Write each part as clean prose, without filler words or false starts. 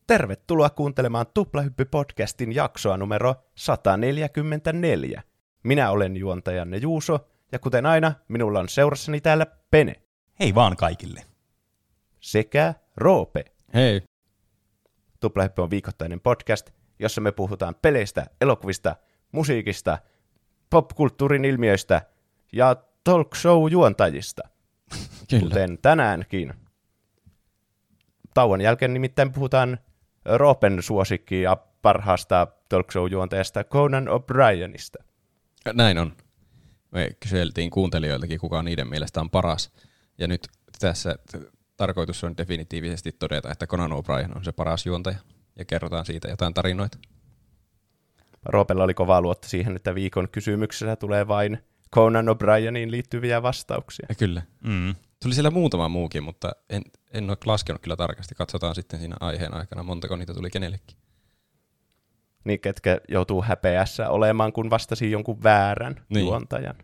Tervetuloa kuuntelemaan Tuplahyppy-podcastin jaksoa numero 144. Minä olen juontajanne Juuso, ja kuten aina, minulla on seurassani täällä Pene. Hei vaan kaikille. Sekä Roope. Hei. Tuplahyppy on viikoittainen podcast, jossa me puhutaan peleistä, elokuvista, musiikista, popkulttuurin ilmiöistä ja talk show-juontajista. Kyllä. Kuten tänäänkin. Tauon jälkeen nimittäin puhutaan Roopen suosikki ja parhaasta talk show-juontajasta Conan O'Brienista. Näin on. Me kyseltiin kuuntelijoiltakin, kuka niiden mielestä on paras. Ja nyt tässä tarkoitus on definitiivisesti todeta, että Conan O'Brien on se paras juontaja. Ja kerrotaan siitä jotain tarinoita. Roopella oli kova luotto siihen, että viikon kysymyksessä tulee vain Conan O'Brieniin liittyviä vastauksia. Ja kyllä. Tuli siellä muutama muukin, mutta en ole laskenut kyllä tarkasti. Katsotaan sitten siinä aiheen aikana, montako niitä tuli kenellekin. Niin, ketkä joutuu häpeässä olemaan, kun vastasi jonkun väärän juontajan.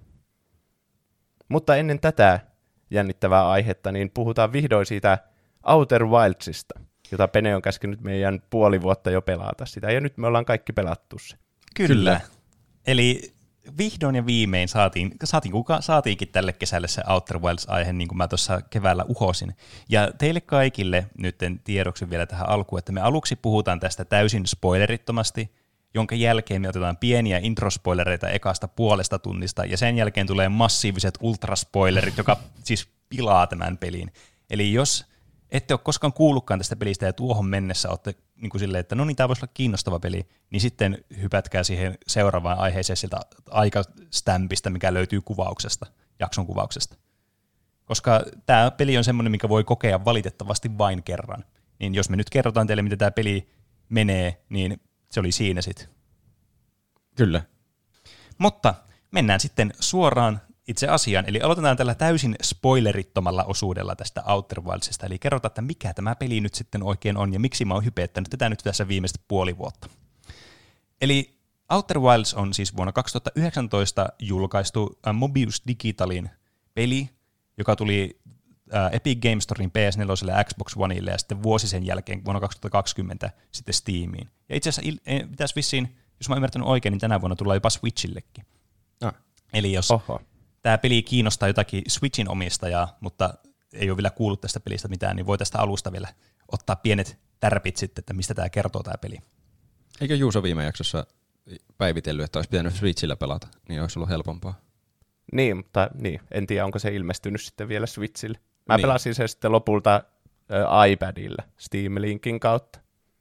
Mutta ennen tätä jännittävää aihetta, niin puhutaan vihdoin siitä Outer Wildsista, jota Pene on käskenyt meidän puoli vuotta jo pelata sitä, ja nyt me ollaan kaikki pelattu se. Kyllä. Eli vihdoin ja viimein saatiinkin tälle kesälle se Outer Wilds-aihe, niin kuin mä tuossa keväällä uhosin. Ja teille kaikille nyt tiedoksi vielä tähän alkuun, että me aluksi puhutaan tästä täysin spoilerittomasti, jonka jälkeen me otetaan pieniä introspoilereita ekasta puolesta tunnista, ja sen jälkeen tulee massiiviset ultraspoilerit, joka siis pilaa tämän pelin. Eli jos ette ole koskaan kuullutkaan tästä pelistä ja tuohon mennessä olette niin kuin silleen, että no niin, tämä voisi olla kiinnostava peli, niin sitten hypätkää siihen seuraavaan aiheeseen sieltä aikastämpistä, mikä löytyy kuvauksesta, jakson kuvauksesta. Koska tämä peli on semmoinen, mikä voi kokea valitettavasti vain kerran. Niin jos me nyt kerrotaan teille, miten tämä peli menee, niin se oli siinä sitten. Kyllä. Mutta mennään sitten suoraan itse asiaan, eli aloitetaan tällä täysin spoilerittomalla osuudella tästä Outer Wildsista, eli kerrotaan, että mikä tämä peli nyt sitten oikein on, ja miksi mä oon hypeettänyt tätä nyt tässä viimeistä puoli vuotta. Eli Outer Wilds on siis vuonna 2019 julkaistu Mobius Digitalin peli, joka tuli Epic Games Storein PS4 ja Xbox Oneille, ja sitten vuosi sen jälkeen vuonna 2020 sitten Steamiin. Ja itse asiassa pitäisi vissiin, jos mä oon ymmärtänyt oikein, niin tänä vuonna tullaan jopa Switchillekin. Eli jos tämä peli kiinnostaa jotakin Switchin omistajaa, mutta ei ole vielä kuullut tästä pelistä mitään, niin voi tästä alusta vielä ottaa pienet tärpit sitten, että mistä tämä kertoo tämä peli. Eikö Juuso viime jaksossa päivitellyt, että olisi pitänyt Switchillä pelata, niin olisi ollut helpompaa? Niin, mutta en tiedä, onko se ilmestynyt sitten vielä Switchille. Mä pelasin se sitten lopulta iPadilla Steam Linkin kautta.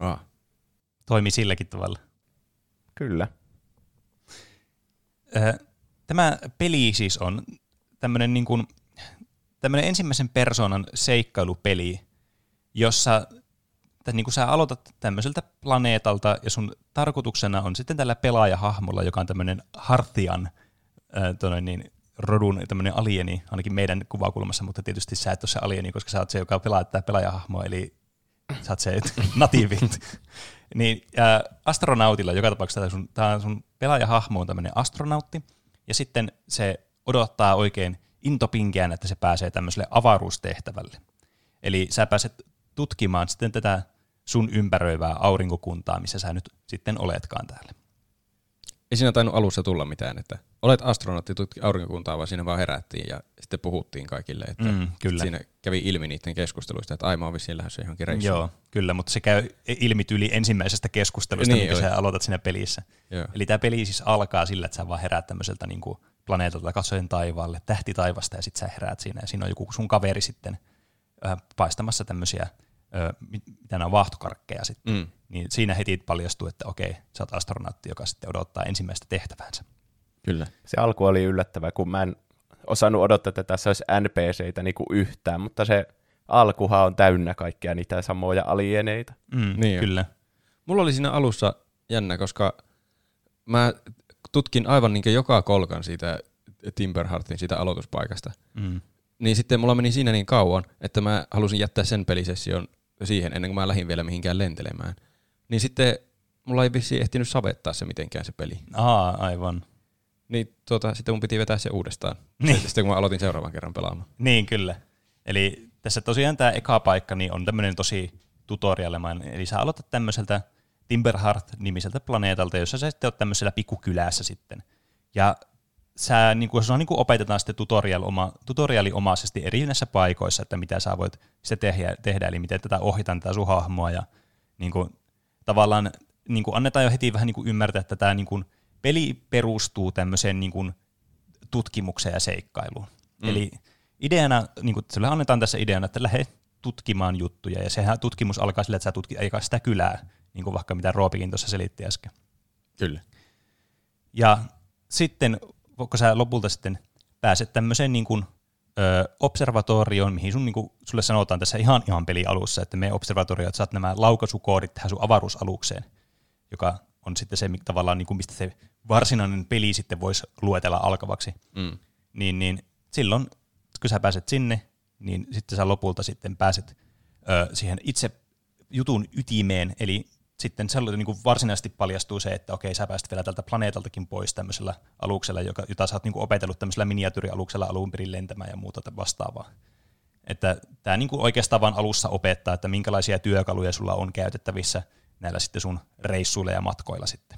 Toimi silläkin tavalla. Kyllä. Tämä peli siis on tämmöinen ensimmäisen persoonan seikkailupeli, jossa niin kuin sä aloitat tämmöiseltä planeetalta, ja sun tarkoituksena on sitten tällä pelaajahahmolla, joka on tämmöinen Harthian rodun tämmöinen alieni, ainakin meidän kuvakulmassa, mutta tietysti sä et ole se alieni, koska sä oot se, joka pelaa tätä pelaajahahmoa, eli sä oot se natiivi. Niin, astronautilla joka tapauksessa tämä sun pelaajahahmo on tämmöinen astronautti, ja sitten se odottaa oikein intopinkeän, että se pääsee tämmöiselle avaruustehtävälle. Eli sä pääset tutkimaan sitten tätä sun ympäröivää aurinkokuntaa, missä sä nyt sitten oletkaan täällä. Ei siinä tainnut alussa tulla mitään, että olet astronautti, tutki aurinkokuntaa, vaan siinä vaan herättiin ja sitten puhuttiin kaikille. Että kyllä. Siinä kävi ilmi niiden keskusteluista, että mä oon vissiin lähdössä johonkin reissuun. Joo, kyllä, mutta se käy ilmi yli ensimmäisestä keskustelusta, niin, minkä sä aloitat siinä pelissä. Joo. Eli tämä peli siis alkaa sillä, että sä vaan heräät tämmöiseltä niin kuin planeetalta katsoen taivaalle, tähti taivasta, ja sitten sä heräät siinä, ja siinä on joku sun kaveri sitten paistamassa tämmöisiä, mitä nämä on, vaahtokarkkeja sitten. Niin siinä heti paljastuu, että okei, sä oot astronautti, joka sitten odottaa ensimmäistä tehtäväänsä. Kyllä. Se alku oli yllättävää, kun mä en osannut odottaa, että tässä olisi NPCitä niinku yhtään, mutta se alkuhan on täynnä kaikkia niitä samoja alieneita. Niin kyllä. Mulla oli siinä alussa jännä, koska mä tutkin aivan niin joka kolkan siitä Timberheartin siitä aloituspaikasta. Niin sitten mulla meni siinä niin kauan, että mä halusin jättää sen pelisession siihen ennen kuin mä lähdin vielä mihinkään lentelemään. Niin sitten mulla ei vissiin ehtinyt savettaa se mitenkään se peli. Aivan. Niin sitten mun piti vetää se uudestaan. Sitten kun mä aloitin seuraavan kerran pelaamaan. Niin kyllä. Eli tässä tosiaan tämä eka paikka niin on tämmöinen tosi tutorialemaan. Eli sä aloitat tämmöiseltä Timberhearth-nimiseltä planeetalta, jossa sä sitten oot tämmöisellä pikkukylässä sitten. Ja sä, se on opetetaan sitten tutorialiomaisesti eri näissä paikoissa, että mitä sä voit sitten tehdä, eli miten tätä ohjataan tätä sun hahmoa, ja tavallaan annetaan jo heti vähän ymmärtää, että tämä peli perustuu tämmöiseen tutkimukseen ja seikkailuun. Eli ideana, sulle annetaan tässä ideana, että lähde tutkimaan juttuja, ja sehän tutkimus alkaa sillä, että sä tutkit eikä sitä kylää, niin kuin vaikka mitä Roopikin tuossa selitti äsken. Kyllä. Ja sitten, kun sä lopulta sitten pääset tämmöiseen observatorioon, mihin sulle sanotaan tässä ihan peli alussa, että me observatorioon, että saat nämä laukaisukoodit tähän sun avaruusalukseen, joka on sitten se tavallaan, mistä se varsinainen peli sitten voisi luetella alkavaksi. Niin silloin, kun sä pääset sinne, niin sitten sä lopulta sitten pääset siihen itse jutun ytimeen, eli sitten se varsinaisesti paljastuu se, että okei, sä pääset vielä tältä planeetaltakin pois tämmöisellä aluksella, jota sä oot opetellut tämmöisellä miniatyyrialuksella alun perin lentämään ja muuta vastaavaa. Että tämä oikeastaan vaan alussa opettaa, että minkälaisia työkaluja sulla on käytettävissä näillä sitten sun reissuilla ja matkoilla sitten.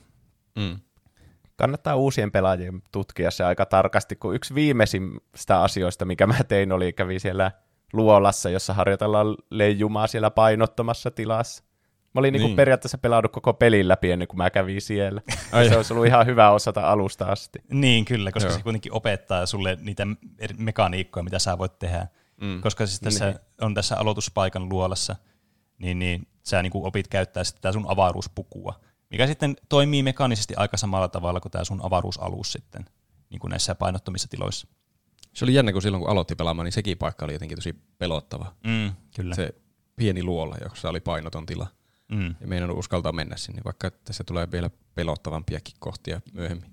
Kannattaa uusien pelaajien tutkia se aika tarkasti, kun yksi viimeisimmistä asioista, mikä mä tein, kävi siellä luolassa, jossa harjoitellaan leijumaa siellä painottomassa tilassa. Mä olin periaatteessa pelannut koko pelin läpi ennen kuin mä kävin siellä. Se olisi ollut ihan hyvä osata alusta asti. Niin, kyllä, koska se kuitenkin opettaa sulle niitä mekaniikkoja, mitä sä voit tehdä. Koska siis tässä on tässä aloituspaikan luolassa, niin sä opit käyttää sitten tää sun avaruuspukua, mikä sitten toimii mekaanisesti aika samalla tavalla kuin tää sun avaruusalus sitten, niin kuin näissä painottomissa tiloissa. Se oli jännä, kun silloin kun aloitti pelaamaan, niin sekin paikka oli jotenkin tosi pelottava. Kyllä. Se pieni luola, jossa oli painoton tila. Ja me ei ollut uskaltaa mennä sinne, vaikka tässä tulee vielä pelottavampiakin kohtia myöhemmin.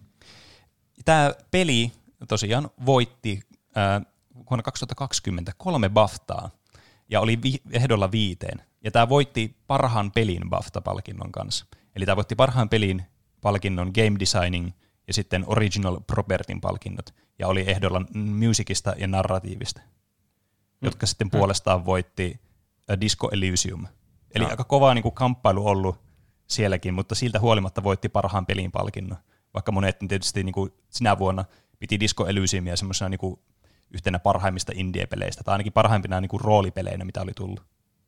Tämä peli tosiaan voitti vuonna 2020 3 BAFTAa ja oli ehdolla 5. Ja tämä voitti parhaan pelin BAFTA-palkinnon kanssa. Eli tämä voitti parhaan pelin palkinnon Game Designing ja sitten Original Propertyn palkinnot. Ja oli ehdolla musicista ja narratiivista, jotka sitten puolestaan voitti Disco Elysium. Eli aika kova kamppailu ollut sielläkin, mutta siltä huolimatta voitti parhaan pelin palkinnon. Vaikka monet tietysti sinä vuonna piti Disco Elysiumia semmoisena yhtenä parhaimmista indie-peleistä, tai ainakin parhaimpina roolipeleinä, mitä oli tullut.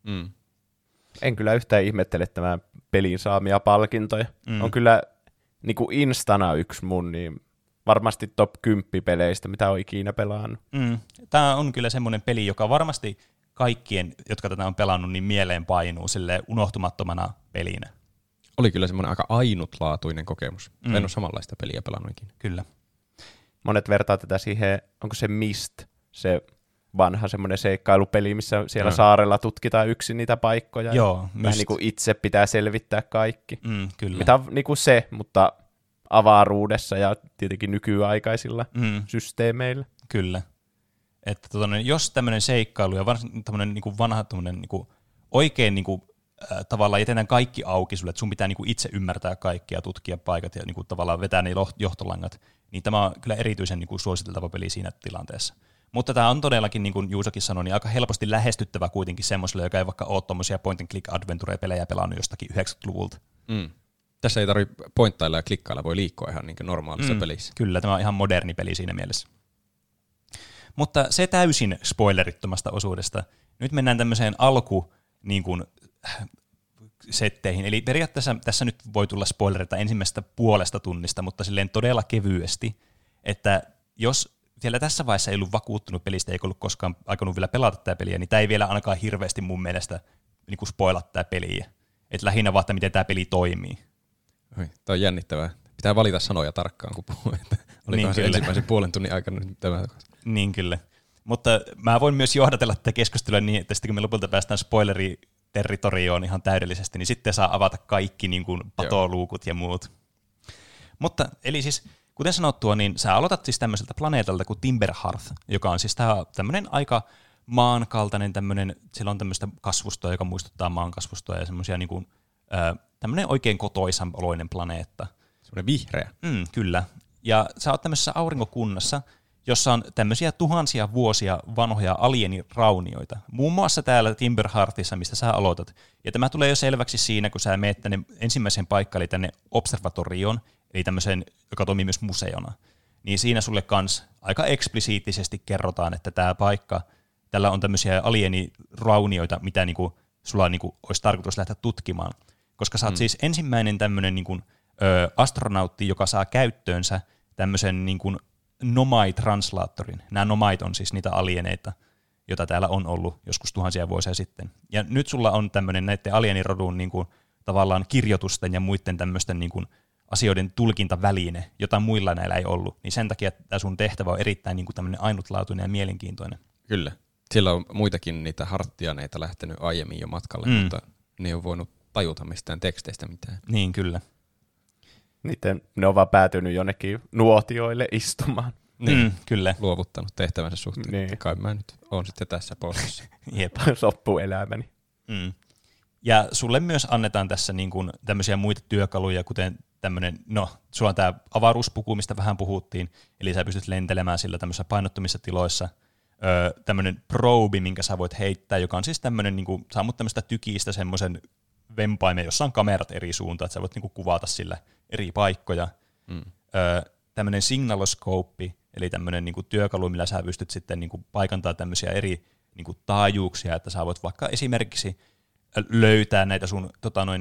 En kyllä yhtään ihmettele tämän pelin saamia palkintoja. On kyllä instana yksi mun, niin varmasti top 10 peleistä, mitä on ikinä pelannut. Tämä on kyllä semmoinen peli, joka varmasti kaikkien, jotka tätä on pelannut, niin mieleen painuu silleen unohtumattomana pelinä. Oli kyllä semmoinen aika ainutlaatuinen kokemus. En ole samanlaista peliä pelannut ikinä. Kyllä. Monet vertaa tätä siihen, onko se Myst, se vanha semmoinen seikkailupeli, missä siellä saarella tutkitaan yksin niitä paikkoja. Joo, vähän niin kuin itse pitää selvittää kaikki. Kyllä. Mitä on niin kuin se, mutta avaruudessa ja tietenkin nykyaikaisilla systeemeillä. Kyllä. Että jos tämmöinen seikkailu ja tämmöinen vanha tämmöinen oikein tavallaan jätetään kaikki auki sulle, että sun pitää itse ymmärtää kaikki ja tutkia paikat ja tavallaan vetää ne johtolangat, niin tämä on kyllä erityisen suositeltava peli siinä tilanteessa. Mutta tämä on todellakin, niin kuin Juusokin sanoi, niin aika helposti lähestyttävä kuitenkin semmoiselle, joka ei vaikka ole tuommoisia point-and-click-adventure-pelejä pelannut jostakin 90-luvulta. Tässä ei tarvitse pointtailla ja klikkailla, voi liikkua ihan niin kuin normaalissa pelissä. Kyllä, tämä on ihan moderni peli siinä mielessä. Mutta se täysin spoilerittomasta osuudesta. Nyt mennään tämmöiseen setteihin. Eli periaatteessa tässä nyt voi tulla spoilerita ensimmäisestä puolesta tunnista, mutta silleen todella kevyesti, että jos vielä tässä vaiheessa ei ollut vakuuttunut pelistä, eikä ollut koskaan aikonut vielä pelata tätä peliä, niin tämä ei vielä ainakaan hirveästi mun mielestä spoilata tätä peliä. Että lähinnä vaan, että miten tämä peli toimii. Tämä on jännittävää. Pitää valita sanoja tarkkaan, kun puhuu. Olikohan se ensimmäisen puolen tunnin aikana nyt tämä. Niin kyllä. Mutta mä voin myös johdatella tätä keskustelua niin, että sitten kun me lopulta päästään spoileriterritorioon ihan täydellisesti, niin sitten saa avata kaikki patoluukut ja muut. Mutta eli siis, kuten sanottua, niin sä aloitat siis tämmöiseltä planeetalta kuin Timberhearth, joka on siis tämmöinen aika maankaltainen tämmöinen, siellä on tämmöistä kasvustoa, joka muistuttaa maan kasvustoa ja semmoisia tämmöinen oikein kotoisan oloinen planeetta. Semmoinen vihreä. Kyllä. Ja sä oot tämmöisessä aurinkokunnassa, jossa on tämmöisiä tuhansia vuosia vanhoja alieniraunioita. Muun muassa täällä Timber Hearthissa, mistä sä aloitat. Ja tämä tulee jo selväksi siinä, kun sä meet tänne ensimmäiseen paikkaan, eli tänne observatorioon, eli tämmöiseen, joka toimii myös museona. Niin siinä sulle kans aika eksplisiittisesti kerrotaan, että tämä paikka, tällä on tämmöisiä alieniraunioita, mitä niinku sulla niinku olisi tarkoitus lähteä tutkimaan. Koska sä oot siis ensimmäinen tämmöinen niinku, astronautti, joka saa käyttöönsä tämmöisen niinku Nomai-translaattorin. Nämä Nomait on siis niitä alieneita, joita täällä on ollut joskus tuhansia vuosia sitten. Ja nyt sulla on tämmöinen näiden alienirodun niinku, tavallaan kirjoitusten ja muiden tämmöisten niinku, asioiden tulkintaväline, jota muilla näillä ei ollut. Niin sen takia tämä sun tehtävä on erittäin niinku, tämmöinen ainutlaatuinen ja mielenkiintoinen. Kyllä. Siellä on muitakin niitä harttianeita lähtenyt aiemmin jo matkalle, mutta ne ei ole voinut tajuta mistään teksteistä mitään. Niin, kyllä. Ne on vaan päätynyt jonnekin nuotioille istumaan. Niin, kyllä. Luovuttanut tehtävänsä suhteen. Niin. Kai mä nyt oon sitten tässä postissa. Jep. Loppuelämäni. Ja sulle myös annetaan tässä niin kuin tämmöisiä muita työkaluja, kuten tämmöinen, sulla on tämä avaruuspuku, mistä vähän puhuttiin, eli sä pystyt lentelemään sillä tämmöisissä painottomissa tiloissa. Tämmöinen probe, minkä sä voit heittää, joka on siis tämmöinen, niin kuin, saamut tämmöistä tykistä semmoisen vempaimen, jossa on kamerat eri suuntaan, että sä voit niin kuin, kuvata sillä eri paikkoja. Tämmöinen signaloskooppi, eli tämmöinen niin kuin, työkalu, millä sä pystyt sitten niin kuin, paikantaa tämmöisiä eri niin kuin, taajuuksia, että sä voit vaikka esimerkiksi löytää näitä sun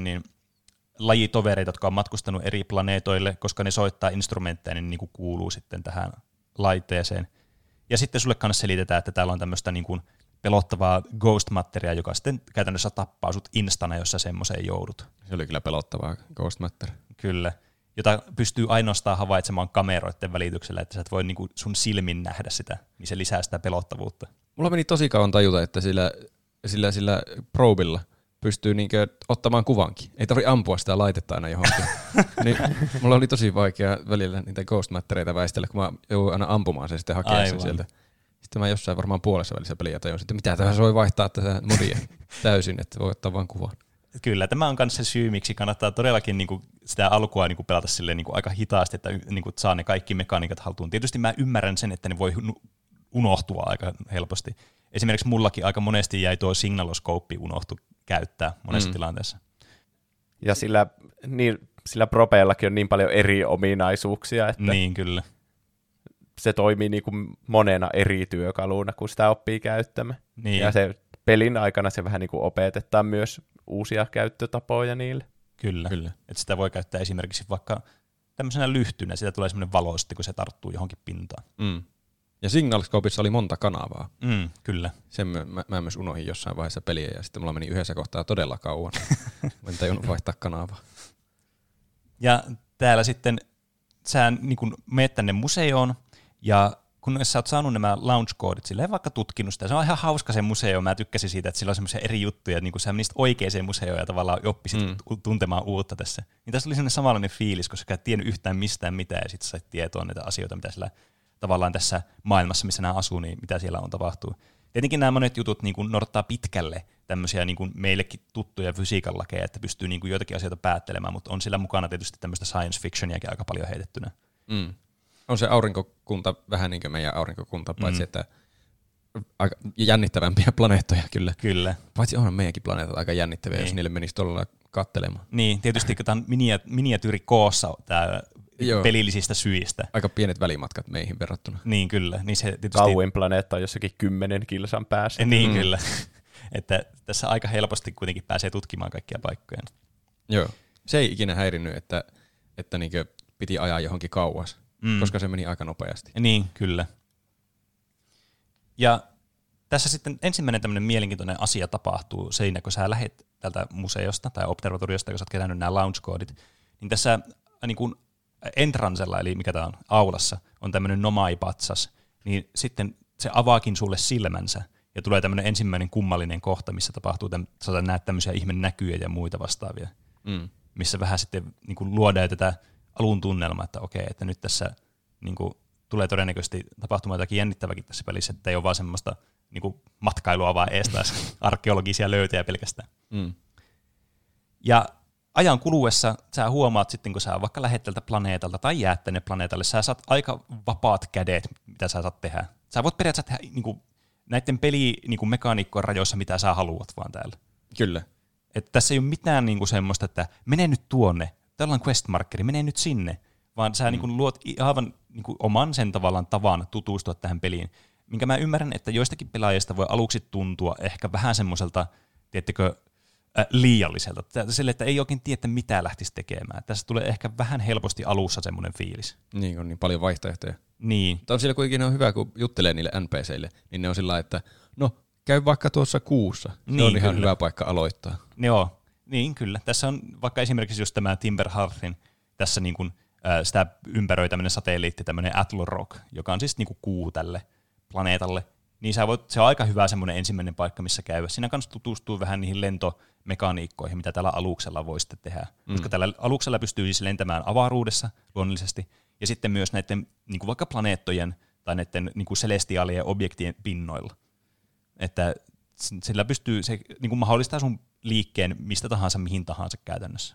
lajitovereita, jotka on matkustanut eri planeetoille, koska ne soittaa instrumentteja, niin, niin kuin, kuuluu sitten tähän laitteeseen. Ja sitten sulle kanssa selitetään, että täällä on tämmöistä niin kuin pelottavaa ghost-matteria, joka sitten käytännössä tappaa sut instana, jos sä semmoiseen joudut. Se oli kyllä pelottavaa ghost matter. Kyllä. Jota pystyy ainoastaan havaitsemaan kameroiden välityksellä, että sä et voi niin kuin sun silmin nähdä sitä, niin se lisää sitä pelottavuutta. Mulla meni tosi kauan tajuta, että sillä probilla pystyy niinkö ottamaan kuvankin. Ei tarvitse ampua sitä laitetta aina johonkin. Niin mulla oli tosi vaikea välillä niitä ghost mattereita väistellä, kun mä joudun aina ampumaan sen sitten hakea sen sieltä. Sitten mä jossain varmaan puolessa välissä peliä tajusin, että mitä tähän voi vaihtaa tätä modia täysin, että voi ottaa vaan kuvan. Kyllä, tämä on myös se syy, miksi kannattaa todellakin niinku sitä alkua niinku pelata silleen niinku aika hitaasti, että niinku saa ne kaikki mekaniikat haltuun. Tietysti mä ymmärrän sen, että ne voi unohtua aika helposti. Esimerkiksi mullakin aika monesti jäi tuo signaloskooppi unohtu käyttää monessa tilanteessa. Ja sillä propeellakin on niin paljon eri ominaisuuksia, että niin, kyllä. Se toimii niin kuin monena eri työkaluna, kun sitä oppii käyttämään. Niin. Ja se pelin aikana se vähän niin kuin opetetaan myös uusia käyttötapoja niille. Kyllä. Että sitä voi käyttää esimerkiksi vaikka tämmöisenä lyhtynä, siitä tulee semmoinen valo sitten, kun se tarttuu johonkin pintaan. Ja Signalscopeissa oli monta kanavaa. Kyllä. Sen mä myös unohdin jossain vaiheessa peliä, ja sitten mulla meni yhdessä kohtaa todella kauan. Mä en tajunnut vaihtaa kanavaa. Ja täällä sitten sä niin kun meet tänne museoon, ja kun sä oot saanut nämä launch-koodit, silleen vaikka tutkinut sitä, se on ihan hauska se museo, mä tykkäsin siitä, että sillä on semmoisia eri juttuja, niin kun sä menisit oikeaan museoon ja tavallaan oppisit tuntemaan uutta tässä. Niin tässä oli sellainen samanlainen fiilis, koska sä et tiennyt yhtään mistään mitään, ja sitten sait tietoa näitä asioita, mitä sillä tavallaan tässä maailmassa, missä nämä asuu, niin mitä siellä on tapahtuu. Tietenkin nämä monet jutut niin kuin noudattaa pitkälle tämmöisiä niin kuin meillekin tuttuja fysiikan lakeja, että pystyy niin kuin joitakin asioita päättelemään, mutta on sillä mukana tietysti tämmöistä science fictioniakin aika paljon heitettynä. On se aurinkokunta vähän niin kuin meidän aurinkokunta, paitsi että aika jännittävämpiä planeettoja kyllä. Kyllä. Paitsi onhan meidänkin planeetat aika jännittäviä, jos niille menisi todella kattelemaan. Niin, tietysti kun tämä on miniatyyri koossa tämä pelillisistä syistä. Aika pienet välimatkat meihin verrattuna. Niin kyllä. Niin se tietysti kauin planeetta on jossakin 10 kilsan päässä. Niin kyllä. Että tässä aika helposti kuitenkin pääsee tutkimaan kaikkia paikkoja. Joo. Se ei ikinä häirinnyt, että niinkö piti ajaa johonkin kauas, koska se meni aika nopeasti. Niin, kyllä. Ja tässä sitten ensimmäinen tämmöinen mielenkiintoinen asia tapahtuu siinä, kun sä lähet tältä museosta tai observatoriosta, kun sä oot kerännyt nämä launch-koodit, niin tässä niin kuin entransella, eli mikä tämä on, aulassa, on tämmöinen Nomai-patsas, niin sitten se avaakin sulle silmänsä, ja tulee tämmöinen ensimmäinen kummallinen kohta, missä tapahtuu, sä näet tämmöisiä ihmeen näkyjä ja muita vastaavia, missä vähän sitten niin kuin luodaan tätä alun tunnelmaa, että okei, että nyt tässä niin kuin tulee todennäköisesti tapahtumaan jotakin jännittäväkin tässä pelissä, että ei ole vaan semmoista niin kuin matkailua vaan ees taas arkeologisia löytöjä pelkästään. Ja ajan kuluessa sä huomaat sitten, kun sä vaikka lähet tältä planeetalta tai jäät tänne planeetalle, sä saat aika vapaat kädet, mitä sä saat tehdä. Sä voit periaatteessa tehdä niinku, näiden pelimekaniikkojen rajoissa, mitä sä haluat vaan täällä. Kyllä. Että tässä ei ole mitään niinku semmoista, että mene nyt tuonne, täällä on quest-markeri, mene nyt sinne, vaan sä niinku luot aivan niinku oman sen tavallaan tavan tutustua tähän peliin, minkä mä ymmärrän, että joistakin pelaajista voi aluksi tuntua ehkä vähän semmoiselta, tiedättekö, liialliselta. Sille, että ei oikein tiedä, mitä lähtisi tekemään. Tässä tulee ehkä vähän helposti alussa semmoinen fiilis. Niin, on niin paljon vaihtoehtoja. Niin. Mutta on siellä kuitenkin on hyvä, kun juttelee niille NPCille, niin ne on sillä että no, käy vaikka tuossa kuussa. Se niin, on ihan hyvä paikka aloittaa. Joo, niin kyllä. Tässä on vaikka esimerkiksi just tämä Timber Hearthin, tässä niin kuin, sitä ympäröi tämmöinen satelliitti, tämmöinen Atlas Rock, joka on siis niin kuin kuu tälle planeetalle. Niin se on aika hyvä semmoinen ensimmäinen paikka, missä käydä. Siinä kanssa tutustuu vähän niihin lentomekaniikkoihin, mitä tällä aluksella voi sitten tehdä. Koska tällä aluksella pystyy siis lentämään avaruudessa luonnollisesti, ja sitten myös näiden niin kuin vaikka planeettojen tai näiden niin kuin celestiaalien objektien pinnoilla. Että sillä pystyy, se niin kuin mahdollistaa sun liikkeen mistä tahansa, mihin tahansa käytännössä.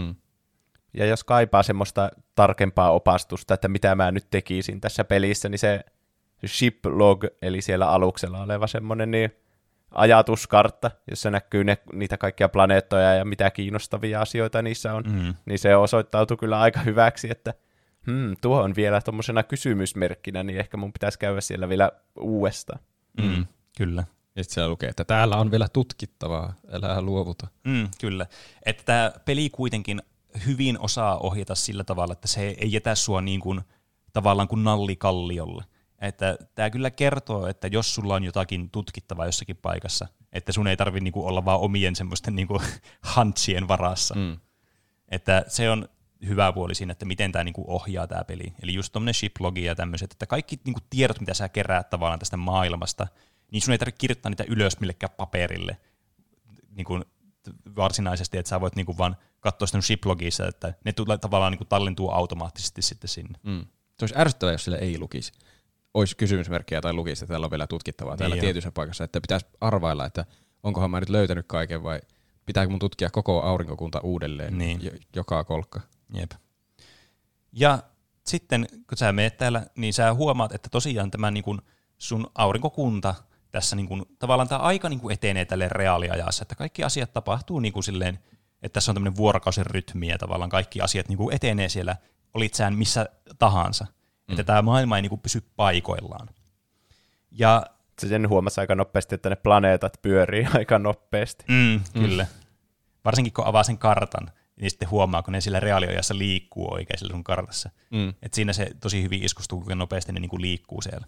Ja jos kaipaa semmoista tarkempaa opastusta, että mitä mä nyt tekisin tässä pelissä, niin se ship log, eli siellä aluksella oleva semmoinen niin ajatuskartta, jossa näkyy niitä kaikkia planeettoja ja mitä kiinnostavia asioita niissä on, niin se osoittautui kyllä aika hyväksi, että tuo on vielä tommosena kysymysmerkkinä, niin ehkä mun pitäisi käydä siellä vielä uudestaan. Kyllä. Ja sitten siellä lukee, että täällä on vielä tutkittavaa, älä luovuta. Kyllä. Että tämä peli kuitenkin hyvin osaa ohjata sillä tavalla, että se ei jätä sua niin kuin, tavallaan kuin nallikalliolle. Että tämä kyllä kertoo, että jos sulla on jotakin tutkittavaa jossakin paikassa, että sun ei tarvitse niinku olla vaan omien semmoisten niinku hantsien varassa. Että se on hyvä puoli siinä, että miten tämä niinku ohjaa tämä peli. Eli just tommoinen shiplogi ja tämmöiset, että kaikki niinku tiedot, mitä sä keräät tavallaan tästä maailmasta, niin sun ei tarvitse kirjoittaa niitä ylös millekään paperille niinku varsinaisesti, että sä voit niinku vaan katsoa sitä shiplogissa, että ne tavallaan niinku tallentuu automaattisesti sitten sinne. Se olisi ärsyttävää, jos sille ei lukisi. Olisi kysymysmerkkiä tai lukisi, että täällä on vielä tutkittavaa täällä tietyssä paikassa, että pitäisi arvailla, että onkohan mä nyt löytänyt kaiken vai pitääkö mun tutkia koko aurinkokunta uudelleen joka kolkka. Jep. Ja sitten kun sä meet täällä, niin sä huomaat, että tosiaan tämä niin kun sun aurinkokunta tässä niin kun, tavallaan tämä aika niin kun etenee tälle reaaliajassa, että kaikki asiat tapahtuu niin kuin silleen, että tässä on tämmöinen vuorokausin rytmi ja tavallaan kaikki asiat niin kun etenee siellä, olit sä missä tahansa. Että tämä maailma ei niinku pysy paikoillaan. Ja sen huomasi aika nopeasti, että ne planeetat pyörii aika nopeasti. Kyllä. Varsinkin kun avaa sen kartan, niin sitten huomaa, kun ne sillä reaaliajassa liikkuu oikein sillä sun kartassa. Et siinä se tosi hyvin iskustuu, kuinka nopeasti ne niinku liikkuu siellä.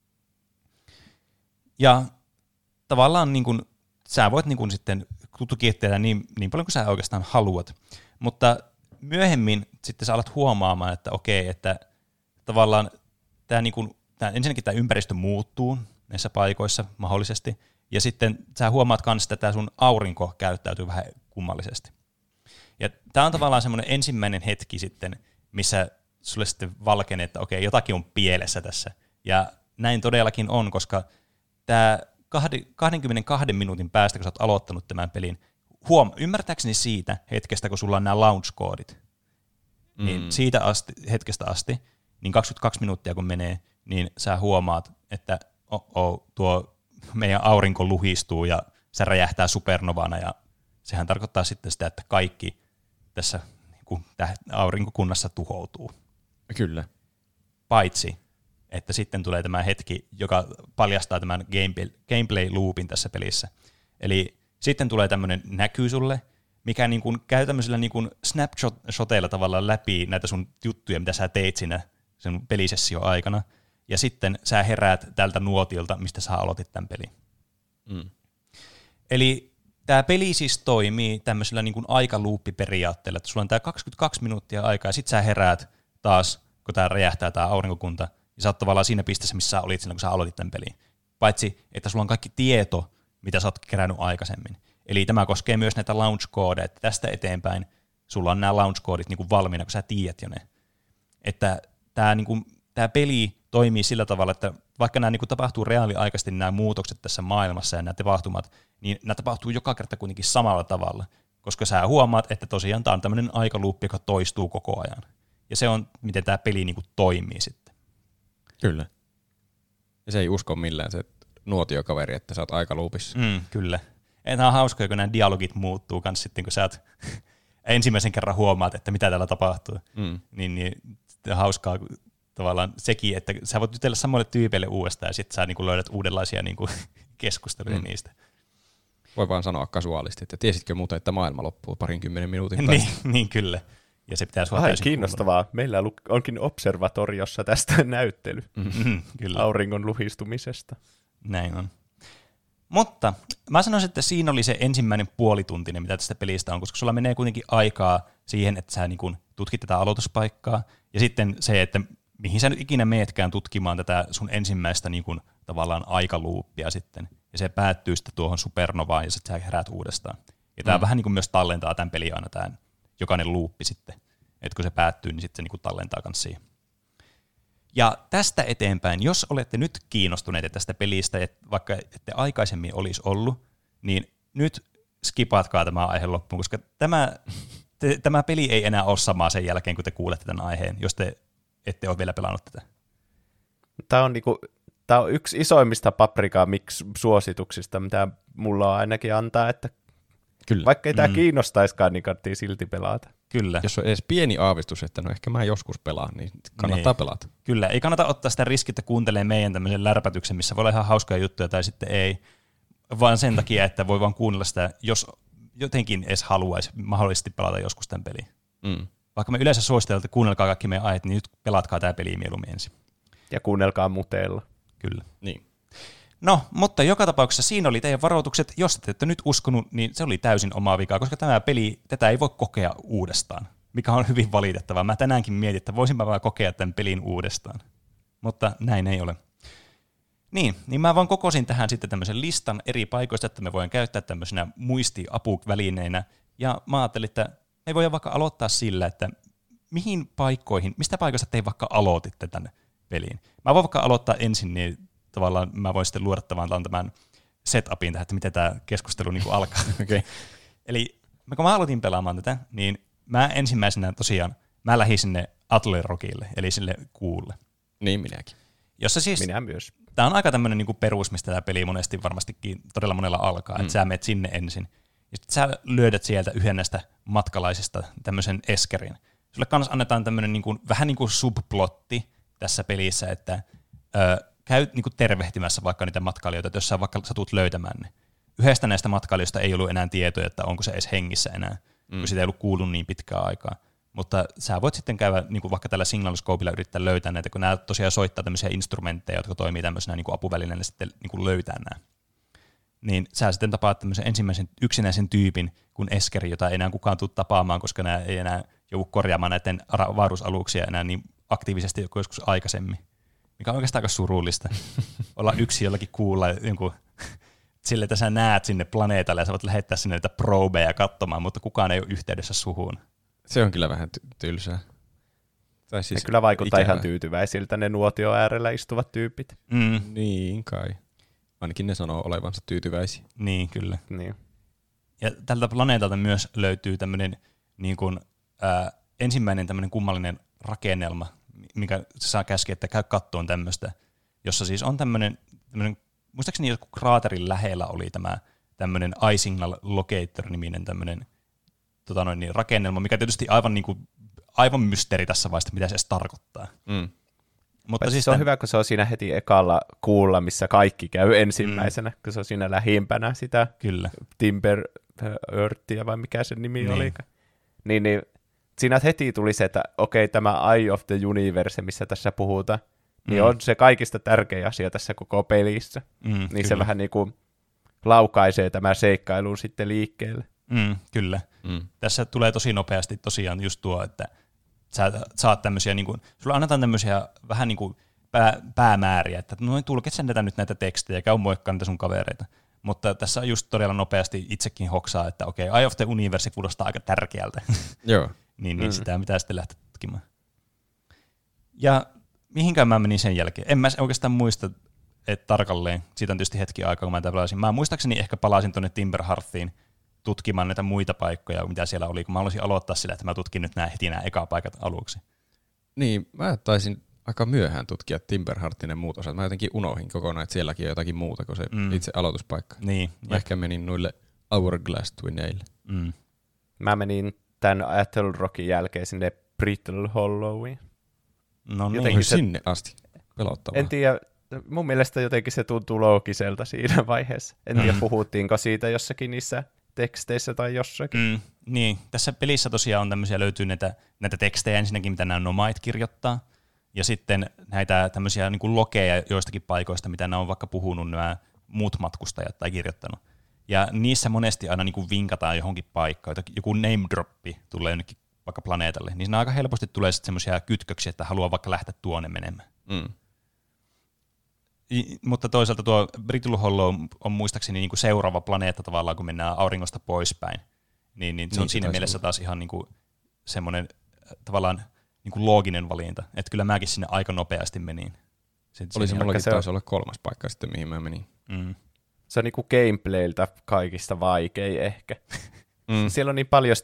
Ja tavallaan niinku, sä voit niinku sitten tutkia niin paljon kuin sä oikeastaan haluat. Mutta myöhemmin sitten sä alat huomaamaan, että okei, että tavallaan ensinnäkin tämä ympäristö muuttuu näissä paikoissa mahdollisesti, ja sitten sä huomaat myös, että tämä sun aurinko käyttäytyy vähän kummallisesti. Ja tämä on tavallaan semmoinen ensimmäinen hetki sitten, missä sulle sitten valkenee, että okei, jotakin on pielessä tässä. Ja näin todellakin on, koska tämä 22 minuutin päästä, kun sä oot aloittanut tämän pelin, ymmärtääkseni siitä hetkestä, kun sulla on nämä launch-koodit, niin siitä hetkestä asti, niin 22 minuuttia kun menee, niin sä huomaat, että tuo meidän aurinko luhistuu ja se räjähtää supernovana, ja sehän tarkoittaa sitten sitä, että kaikki tässä aurinkokunnassa tuhoutuu. Kyllä. Paitsi, että sitten tulee tämä hetki, joka paljastaa tämän gameplay-loopin tässä pelissä. Eli sitten tulee tämmöinen näky sulle, mikä niin kuin käy tämmöisillä niin kuin snapshoteilla tavallaan läpi näitä sun juttuja, mitä sä teit siinä sen pelisessio aikana, ja sitten sä heräät tältä nuotiolta, mistä sä aloitit tämän pelin. Eli tämä peli siis toimii tämmöisellä niin kuin aikaluuppiperiaatteella, että sulla on tämä 22 minuuttia aikaa, ja sitten sä heräät taas, kun tämä räjähtää tämä aurinkokunta, ja sä oot tavallaan siinä pisteessä, missä sä olit siinä, kun sä aloitit tämän pelin. Paitsi, että sulla on kaikki tieto, mitä sä oot kerännyt aikaisemmin. Eli tämä koskee myös näitä launch-koodeja, että tästä eteenpäin sulla on nämä launch-koodit niin kuin valmiina, kun sä tiedät jo ne. Että tämä peli toimii sillä tavalla, että vaikka nämä niin kuin tapahtuu reaaliaikaisesti nämä muutokset tässä maailmassa ja nämä tapahtumat, niin nämä tapahtuu joka kerta kuitenkin samalla tavalla, koska sä huomaat, että tosiaan tämä on tämmöinen aikaluuppi, joka toistuu koko ajan. Ja se on, miten tämä peli niin kuin toimii sitten. Kyllä. Ja se ei usko millään se nuotiokaveri, että sä oot aikaluupissa. Kyllä. Tämä on hauskaa, kun nämä dialogit muuttuu kans sitten, kun sä oot ensimmäisen kerran huomaat, että mitä täällä tapahtuu. Niin hauskaa tavallaan sekin, että sä voit jutella samoille tyypeille uudestaan ja sitten sä niin kuin löydät uudenlaisia niin kuin keskusteluja niistä. Voi vaan sanoa kasuaalisti, että tiesitkö muuten, että maailma loppuu 20 minuutin päästä. niin kyllä. Ja se pitää sua täysin kiinnostavaa. Kuulla. Meillä onkin observatoriossa tästä näyttely. Kyllä. Auringon luhistumisesta. Näin on. Mutta mä sanoisin, että siinä oli se ensimmäinen puolituntinen, mitä tästä pelistä on, koska sulla menee kuitenkin aikaa siihen, että sä niin kun tutkit tätä aloituspaikkaa, ja sitten se, että mihin sä nyt ikinä meetkään tutkimaan tätä sun ensimmäistä niin kun, tavallaan aikaluuppia sitten, ja se päättyy sitten tuohon supernovaan, ja sitten sä heräät uudestaan. Ja tää vähän niin kuin myös tallentaa tämän pelin aina tämä jokainen luuppi sitten, että kun se päättyy, niin sitten se niin kuin tallentaa myös siihen. Ja tästä eteenpäin, jos olette nyt kiinnostuneita tästä pelistä, vaikka ette aikaisemmin olisi ollut, niin nyt skipatkaa tämä aihe loppuun, koska tämä peli ei enää ole samaa sen jälkeen, kun te kuulette tämän aiheen, jos te ette ole vielä pelannut tätä. Tämä on yksi isoimmista Paprika Mix-suosituksista, mitä mulla on ainakin antaa, että kyllä. Vaikka ei tämä kiinnostaiskaan, niin kannattaa silti pelata. Kyllä. Jos on edes pieni aavistus, että no ehkä mä joskus pelaan, niin kannattaa pelata. Kyllä, ei kannata ottaa sitä riskiä, että kuuntelee meidän tämmöisen lärpätyksen, missä voi olla ihan hauskoja juttuja tai sitten ei, vaan sen takia, että voi vaan kuunnella sitä, jos jotenkin edes haluaisi mahdollisesti pelata joskus tämän peliin. Vaikka me yleensä suositellaan, että kuunnelkaa kaikki meidän aiheet, niin nyt pelatkaa tämä peli mieluummin ensin. Ja kuunnelkaa muteella. Kyllä. Niin. No, mutta joka tapauksessa siinä oli teidän varoitukset. Jos et ette nyt uskonut, niin se oli täysin omaa vikaa, koska tämä peli, tätä ei voi kokea uudestaan, mikä on hyvin valitettavaa. Mä tänäänkin mietin, että voisinpa vaan kokea tämän pelin uudestaan, mutta näin ei ole. Niin mä vaan kokosin tähän sitten tämmöisen listan eri paikoista, että me voidaan käyttää tämmöisenä muistiapuvälineinä, ja mä ajattelin, että me voidaan vaikka aloittaa sillä, että mistä paikoista te vaikka aloititte tämän peliin. Mä voin vaikka aloittaa ensin, niin tavallaan mä voin sitten luoda tämän setupin tähän, että miten tämä keskustelu niin kuin alkaa. Okay. Eli kun mä aloitin pelaamaan tätä, niin mä ensimmäisenä tosiaan, mä lähdin sinne Attle-Rockille, eli sille kuulle. Niin minäkin. Jossa siis, minä myös. Tää on aika tämmöinen niin kuin perus, mistä tämä peli monesti varmastikin todella monella alkaa, että sä menet sinne ensin. Ja sitten sä löydät sieltä yhden näistä matkalaisista tämmöisen eskerin. Sulle kanssa annetaan tämmöinen niin kuin, vähän niin kuin subplotti tässä pelissä, että käy niin kuin tervehtimässä vaikka niitä matkailijoita, että jos sä vaikka satut löytämään ne. Yhdestä näistä matkailijoista ei ollut enää tietoja, että onko se edes hengissä enää, kun sitä ei ollut kuullut niin pitkään aikaa. Mutta sä voit sitten käydä niin kuin vaikka tällä signalscoopilla yrittää löytää näitä, kun nämä tosiaan soittaa tämmöisiä instrumentteja, jotka toimii tämmöisenä niin kuin apuvälineenä sitten niin kuin löytää nämä. Niin sä sitten tapaat tämmöisen ensimmäisen yksinäisen tyypin kuin Eskeri, jota ei enää kukaan tule tapaamaan, koska nämä ei enää joudu korjaamaan näiden avaruusaluksia enää niin aktiivisesti kuin joskus aikaisemmin. Mikä on oikeastaan aika surullista. Olla yksi jollakin kuulla jonkun sille, että sä näet sinne planeetalle ja sä voit lähettää sinne niitä probeja katsomaan, mutta kukaan ei ole yhteydessä suhun. Se on kyllä vähän tylsää. Tai siis ne kyllä vaikuttaa ihan tyytyväisiltä ne nuotio äärellä istuvat tyypit. Niin kai. Ainakin ne sanoo olevansa tyytyväisiä. Niin, kyllä. Niin. Ja tältä planeetalta myös löytyy tämmöinen niin kuin, ensimmäinen tämmöinen kummallinen rakennelma, mikä se saa käskeä, että käy kattoon tämmöistä, jossa siis on tämmöinen muistaakseni joku kraaterin lähellä oli tämä tämmöinen iSignal Locator-niminen tämmöinen rakennelma, mikä tietysti aivan mysteeri tässä vaiheessa, mitä se edes tarkoittaa. Mutta siis se on hyvä, kun se on siinä heti ekalla kuulla, missä kaikki käy ensimmäisenä, kun se on siinä lähimpänä sitä kyllä. Timber Earthia, vai mikä se nimi oli. Niin siinä heti tuli se, että okei, tämä Eye of the Universe, missä tässä puhutaan, niin on se kaikista tärkein asia tässä koko pelissä. Niin kyllä. Se vähän niin kuin laukaisee tämä seikkailu sitten liikkeelle. Kyllä. Tässä tulee tosi nopeasti tosiaan just tuo, että sä saat tämmöisiä, niin kuin, sulla annetaan tämmöisiä vähän niin kuin päämääriä, että noin tulkitse nyt näitä tekstejä, käy moikkaa niitä sun kavereita. Mutta tässä just todella nopeasti itsekin hoksaa, että okei, Eye of the Universe kuulostaa aika tärkeältä. Joo. niin sitä pitää sitten lähteä tutkimaan. Ja mihinkään mä menin sen jälkeen? En mä oikeastaan muista tarkalleen. Siitä on tietysti hetki aikaa, kun mä tätä pelasin. Mä muistaakseni ehkä palasin tuonne Timber Hearthiin tutkimaan näitä muita paikkoja, mitä siellä oli, kun mä haluaisin aloittaa sillä, että mä tutkin nyt nämä eka paikat aluksi. Niin, mä taisin aika myöhään tutkia Timberhartin ja muut osat. Mä jotenkin unohdin kokonaan, että sielläkin on jotakin muuta kuin se itse aloituspaikka. Niin. Mä ehkä menin noille Hourglass Twineille. Mä menin tämän Athel Rockin jälkeen sinne Brittle Hollowiin. No niin. Jotenkin sinne asti. Pelottavaa. En tiedä, mun mielestä jotenkin se tuntuu loogiselta siinä vaiheessa. En tiedä, puhuttiinko siitä jossakin niissä teksteissä tai jossakin. Niin, tässä pelissä tosiaan on löytyy näitä tekstejä ensinnäkin, mitä nämä nomait kirjoittaa, ja sitten näitä tämmöisiä niin kuin logeja joistakin paikoista, mitä nämä on vaikka puhunut nämä muut matkustajat tai kirjoittanut. Ja niissä monesti aina niin kuin vinkataan johonkin paikkaan, joku name droppi tulee jonnekin vaikka planeetalle, niin siinä aika helposti tulee sitten semmoisia kytköksiä, että haluaa vaikka lähteä tuonne menemään. Mutta toisaalta tuo Brittle Hollow on muistaakseni niin kuin seuraava planeetta tavallaan, kun mennään auringosta poispäin. Niin se on siinä mielessä taas ihan niin kuin semmoinen tavallaan niin kuin looginen valinta. Että kyllä mäkin sinne aika nopeasti menin. Oli se mullakin taisi olla 3. paikka sitten, mihin mä menin. Se on niin kuin gameplayltä kaikista vaikein ehkä. Siellä on niin paljon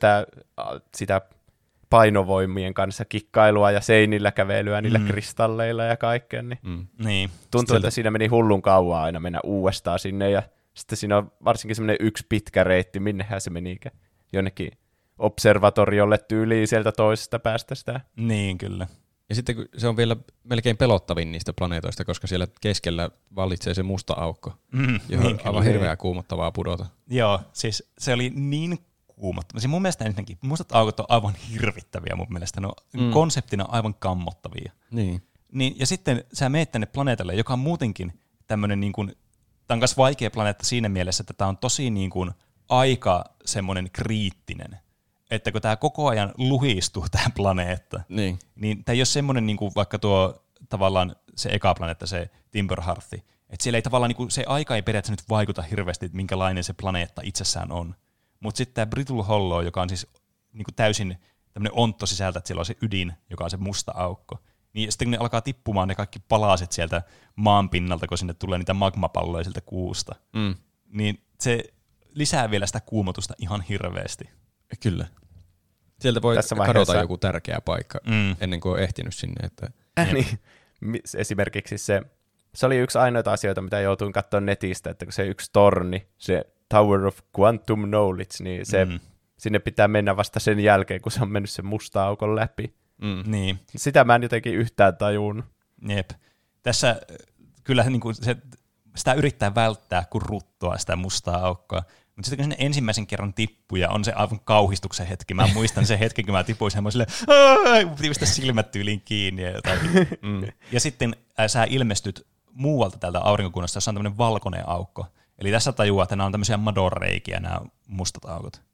sitä painovoimien kanssa kikkailua ja seinillä kävelyä niillä kristalleilla ja kaikkea. Niin. Tuntuu, että siinä meni hullun kauan aina mennä uudestaan sinne ja sitten siinä on varsinkin semmoinen yksi pitkä reitti, minnehän se menikään. Jonnekin observatoriolle tyyliin sieltä toisesta päästä sitä. Niin, kyllä. Ja sitten se on vielä melkein pelottavin niistä planeetoista, koska siellä keskellä vallitsee se musta aukko, johon on aivan hirveän kuumottavaa pudota. Joo, siis se oli niin kuumottavaa. Mun mielestä ensinnäkin mustat aukot on aivan hirvittäviä mun mielestä. Ne on konseptina aivan kammottavia. Niin, ja sitten sä meet tänne planeetalle, joka on muutenkin tämmöinen, niin kuin, tämä on myös vaikea planeetta siinä mielessä, että tämä on tosi niin kuin aika semmoinen kriittinen. Että kun tämä koko ajan luhistuu tämä planeetta, niin tämä ei ole semmoinen niin kuin vaikka tuo tavallaan se eka planeetta, se Timberharthi, että siellä ei tavallaan niin kuin, se aika ei periaatteessa nyt vaikuta hirveästi, että minkälainen se planeetta itsessään on. Mutta sitten tämä Brittle Hollow, joka on siis niin kuin täysin tämmöinen ontto sisältä, että siellä on se ydin, joka on se musta aukko. Niin sitten kun ne alkaa tippumaan ne kaikki palaset sieltä maan pinnalta, kun sinne tulee niitä magmapalloja sieltä kuusta, niin se lisää vielä sitä kuumotusta ihan hirveästi. Kyllä. Sieltä voi kadota joku tärkeä paikka ennen kuin on ehtinyt sinne. Että niin. Esimerkiksi se oli yksi ainoita asioita, mitä joutuin katsoa netistä, että kun se yksi torni, se Tower of Quantum Knowledge, niin sinne pitää mennä vasta sen jälkeen, kun se on mennyt sen musta aukon läpi. Niin. Sitä mä en jotenkin yhtään tajun. Jep. Tässä kyllä niin kuin sitä yrittää välttää, kun ruttoa sitä mustaa aukkoa. Mutta sitten kun sinne ensimmäisen kerran tippuu ja on se aivan kauhistuksen hetki. Mä muistan sen hetken, kun mä tipuin sen, mä silleen, piti pistää silmät tyyliin kiinni ja jotain. Ja sitten sä ilmestyt muualta täältä aurinkokunnasta, jossa on tämmöinen valkoinen aukko. Eli tässä tajuaa, että nämä on tämmöisiä madonreikiä, nämä mustat aukot,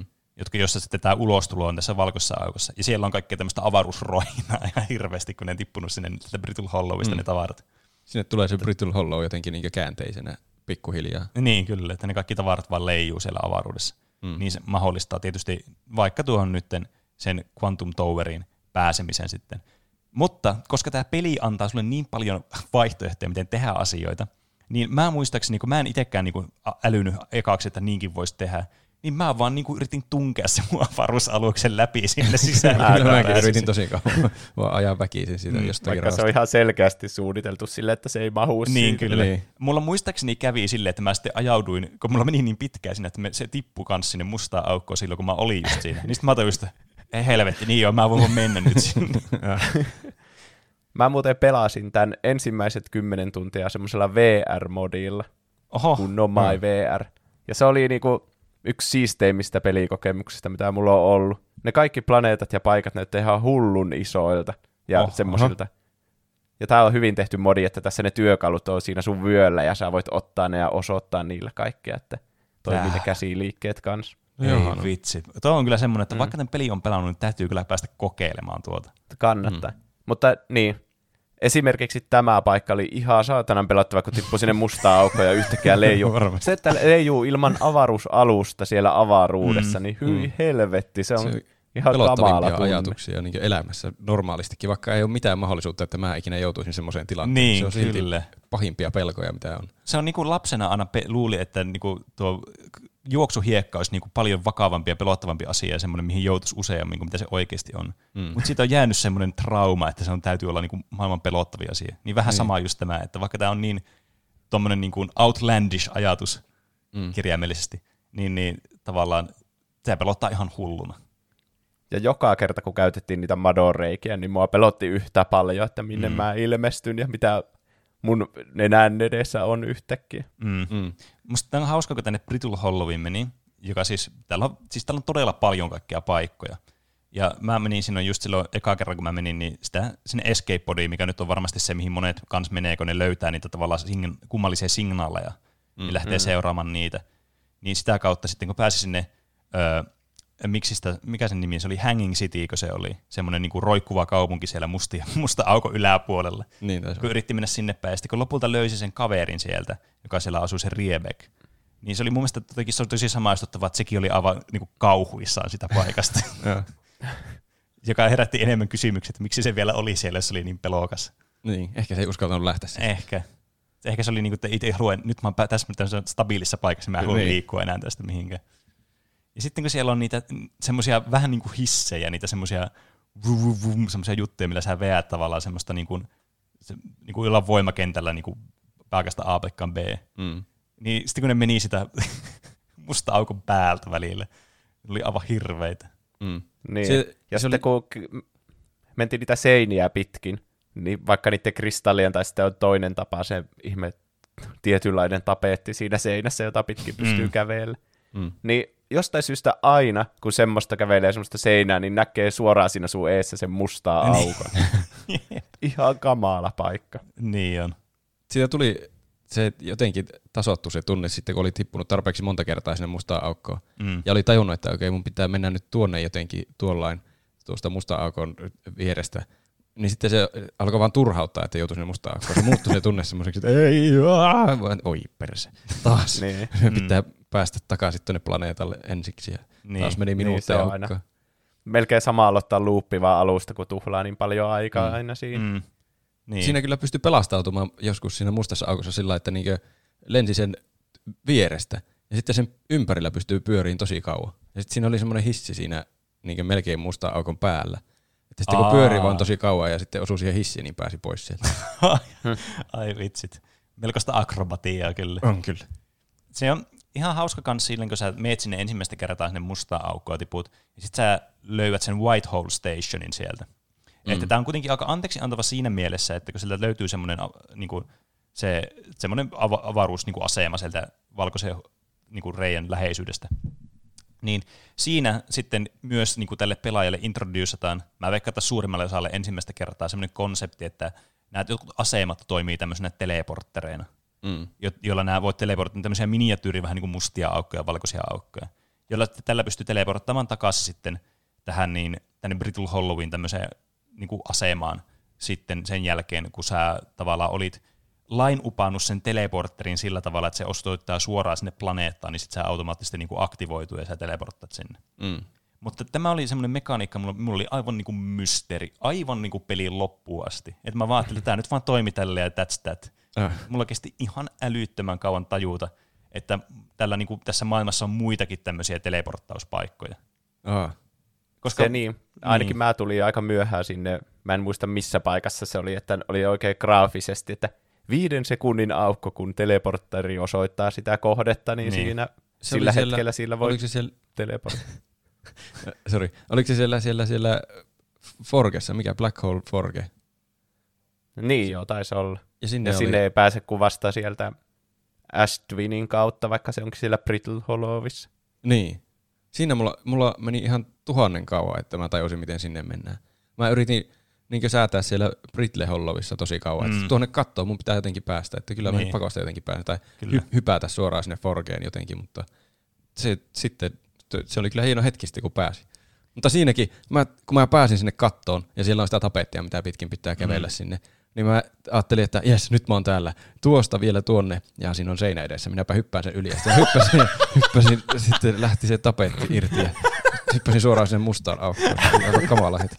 jossa sitten tämä ulostulo on tässä valkoisessa aukossa. Ja siellä on kaikkea tämmöistä avaruusroinaa ihan hirveästi, kun ne on tippunut sinne Brittle Hollowista ne tavarat. Sinne tulee se Brittle Hollow jotenkin niin käänteisenä pikkuhiljaa. Niin, kyllä, että ne kaikki tavarat vaan leijuu siellä avaruudessa. Niin se mahdollistaa tietysti vaikka tuohon nytten sen Quantum Towerin pääsemisen sitten. Mutta koska tämä peli antaa sulle niin paljon vaihtoehtoja, miten tehdä asioita, niin mä muistaakseni, kun mä en itsekään niinku älynyt ekaksi, että niinkin voisi tehdä, niin mä vaan niinku yritin tunkea se mun avaruusaluksen läpi sinne sisään. Mäkin yritin tosi kauan vaan ajaa väkisin siitä jostakin vaikka raasta. Se on ihan selkeästi suunniteltu sille, että se ei mahu niin, siitä. Kyllä. Niin. Mulla muistaakseni kävi silleen, että mä sitten ajauduin, kun mulla meni niin pitkään sinne, että se tippui kans sinne mustaan aukkoon silloin, kun mä olin just siinä. Niin sitten mä tajusin, että ei helvetti, niin joo, mä voin mennä nyt sinne. Mä muuten pelasin tämän ensimmäiset 10 tuntia semmoisella VR-modilla, kun No My VR. Ja se oli niinku yksi siisteimmistä pelikokemuksista, mitä mulla on ollut. Ne kaikki planeetat ja paikat näyttää ihan hullun isoilta ja semmoisilta. Ja tää on hyvin tehty modi, että tässä ne työkalut on siinä sun vyöllä ja sä voit ottaa ne ja osoittaa niillä kaikkea, että toimii ne käsiliikkeet kanssa. Ei vitsi. Tuo on kyllä semmoinen, että vaikka tämän peli on pelannut, niin täytyy kyllä päästä kokeilemaan tuota. Kannattaa. Mutta niin, esimerkiksi tämä paikka oli ihan saatanan pelottava, kun tippui sinne mustaan aukkoon ja yhtäkkiä leijuu. Se, että leijuu ilman avaruusalusta siellä avaruudessa, niin hyi helvetti, se on ihan kamala pelottavimpia ajatuksia niin elämässä normaalistikin, vaikka ei ole mitään mahdollisuutta, että mä ikinä joutuisin semmoiseen tilanteeseen. Niin, se on silti pahimpia pelkoja, mitä on. Se on niin kuin lapsena aina luuli, että niin kuin tuo juoksuhiekka olisi niinku paljon vakavampi ja pelottavampi asia ja semmoinen, mihin joutuisi useammin kuin mitä se oikeasti on. Mutta siitä on jäänyt semmoinen trauma, että se täytyy olla niinku maailman pelottavia asia. Niin vähän sama just tämä, että vaikka tämä on niin tommoinen niinku outlandish ajatus kirjaimellisesti, niin tavallaan se pelottaa ihan hulluna. Ja joka kerta, kun käytettiin niitä madonreikiä, niin mua pelotti yhtä paljon, että minne mä ilmestyn ja mitä mun nenän edessä on yhtäkkiä. Musta tämä on hauska, kun tänne Brittle Hollowin meni, joka siis täällä on todella paljon kaikkia paikkoja. Ja mä menin sinne just silloin eka kerran, kun mä menin, niin sinne escape podiin, mikä nyt on varmasti se, mihin monet kans menee, kun ne löytää niitä tavallaan kummallisia signaaleja, niin lähtee seuraamaan niitä. Niin sitä kautta sitten, kun pääsi sinne, mikä sen nimi, se oli Hanging City, kun se oli semmoinen niinku roikkuva kaupunki siellä musta aukon yläpuolella. Niin, kun yritti mennä sinne päin, ja sitten kun lopulta löysi sen kaverin sieltä, joka siellä asui, se Riebek, niin se oli mun mielestä tosi samaistuttavaa, että sekin oli aivan niinku kauhuissaan sitä paikasta. Joka herätti enemmän kysymyksiä, että miksi se vielä oli siellä, jos se oli niin pelokas. Niin, ehkä se ei uskaltanut lähteä siihen. Ehkä se oli niin kuin, että itse haluan, nyt mä oon tässä stabiilissa paikassa, mä en halua liikkua enää tästä mihinkään. Ja sitten kun siellä on niitä semmoisia vähän niin kuin hissejä, niitä semmoisia juttuja, millä sä veät tavallaan semmoista niin kuin jollain voimakentällä niin kuin paikasta A paikkaan B. Niin sitten kun ne meni sitä musta aukon päältä välillä, ne oli aivan hirveitä. Niin. Ja sitten kun mentiin niitä seiniä pitkin, niin vaikka niiden kristallien tai sitten on toinen tapa, se ihme tietynlainen tapetti siinä seinässä, jota pitkin pystyy kävelemään. Niin jostain syystä aina, kun semmoista kävelee semmoista seinää, niin näkee suoraan siinä sun eessä sen mustaa aukon. Ihan kamala paikka. Niin on. Siitä tuli se jotenkin tasoittu se tunne sitten, kun oli tippunut tarpeeksi monta kertaa sinne mustaan aukkoon. Ja oli tajunnut, että okei, mun pitää mennä nyt tuonne jotenkin tuollain tuosta mustaan aukon vierestä. Niin sitten se alkoi vaan turhauttaa, että joutui sinne mustaan aukkoon. Se muuttui se tunne semmoiseksi, että ei, oi perse, taas. Pitää päästä takaisin tuonne planeetalle ensiksi ja taas meni minuuttia aukkoon. Melkein sama aloittaa luuppi vaan alusta, kun tuhlaa niin paljon aikaa aina siinä. Niin. Siinä kyllä pystyi pelastautumaan joskus siinä mustassa aukossa sillä, että niinkö lensi sen vierestä ja sitten sen ympärillä pystyy pyöriin tosi kauan. Ja sitten siinä oli semmoinen hissi siinä niinkö melkein mustan aukon päällä. Että sitten kun pyörii vaan tosi kauan ja sitten osui siihen hissiin, niin pääsi pois sieltä. Ai vitsit. Melkoista akrobatiaa kyllä. On kyllä. Se on ihan hauska kans silloin, kun sä meet sinne ensimmäistä kertaa sinne mustaan aukkoon tiput, ja sit sä löydät sen Whitehall Stationin sieltä. Että tää on kuitenkin aika anteeksi antava siinä mielessä, että kun sieltä löytyy semmoinen niinku, semmoinen avaruusasema sieltä valkoisen niinku, reijän läheisyydestä, niin siinä sitten myös niin kuin tälle pelaajalle introduceataan, mä veikkaan, että suurimmalle osalle ensimmäistä kertaa semmoinen konsepti, että nämä jotkut asemat toimii tämmöisenä teleporttereina, joilla nämä voit teleporttaa tämmöisiä miniatyyriä, vähän niin kuin mustia aukkoja, valkoisia aukkoja, joilla tällä pystyy teleporttaamaan takaisin sitten tänne Brittle Hollowiin tämmöiseen niin kuin asemaan sitten sen jälkeen, kun sä tavallaan olit line-upannut sen teleportterin sillä tavalla, että se osoittaa suoraan sinne planeettaan, niin sitten se automaattisesti niin kuin aktivoituu ja sä teleporttat sinne. Mutta tämä oli semmoinen mekaniikka, mulla oli aivan niin kuin mysteeri, aivan niin kuin pelin loppuun asti. Että mä vaan ajattelin, että tämä nyt vaan toimi tälleen ja that's that. Mulla kesti ihan älyttömän kauan tajuta, että tällä, niin kuin, tässä maailmassa on muitakin tämmöisiä teleporttauspaikkoja. Koska se niin. Ainakin mä tulin aika myöhään sinne, mä en muista missä paikassa se oli, että oli oikein graafisesti, että 5 sekunnin aukko, kun teleportteri osoittaa sitä kohdetta, niin siinä sillä hetkellä sillä voi teleporttaa. Sori, oliko se siellä Forgessa, mikä Black Hole Forge? Niin joo, taisi olla. Ja sinne ei pääse kuin vasta sieltä Astwinin kautta, vaikka se onkin siellä Brittle Hollowissa. Niin. Siinä mulla meni ihan 1000 kauan, että mä tajusin, miten sinne mennään. Mä yritin säätää siellä Brittle Hollowissa tosi kauan, että tuonne kattoon mun pitää jotenkin päästä, että kyllä mä pakosta jotenkin päästä, tai hypätä suoraan sinne Forgeen jotenkin, mutta se oli kyllä hieno hetki sitten, kun pääsi. Mutta siinäkin, kun mä pääsin sinne kattoon, ja siellä on sitä tapettia, mitä pitkin pitää kävellä sinne, niin mä ajattelin, että jes, nyt mä oon täällä, tuosta vielä tuonne, ja siinä on seinä edessä, minäpä hyppään sen yli, ja sitten hyppäsin sitten lähti se tapetti irti, ja hyppäsin suoraan sen mustaan aukkoon, aivan kamala hetki.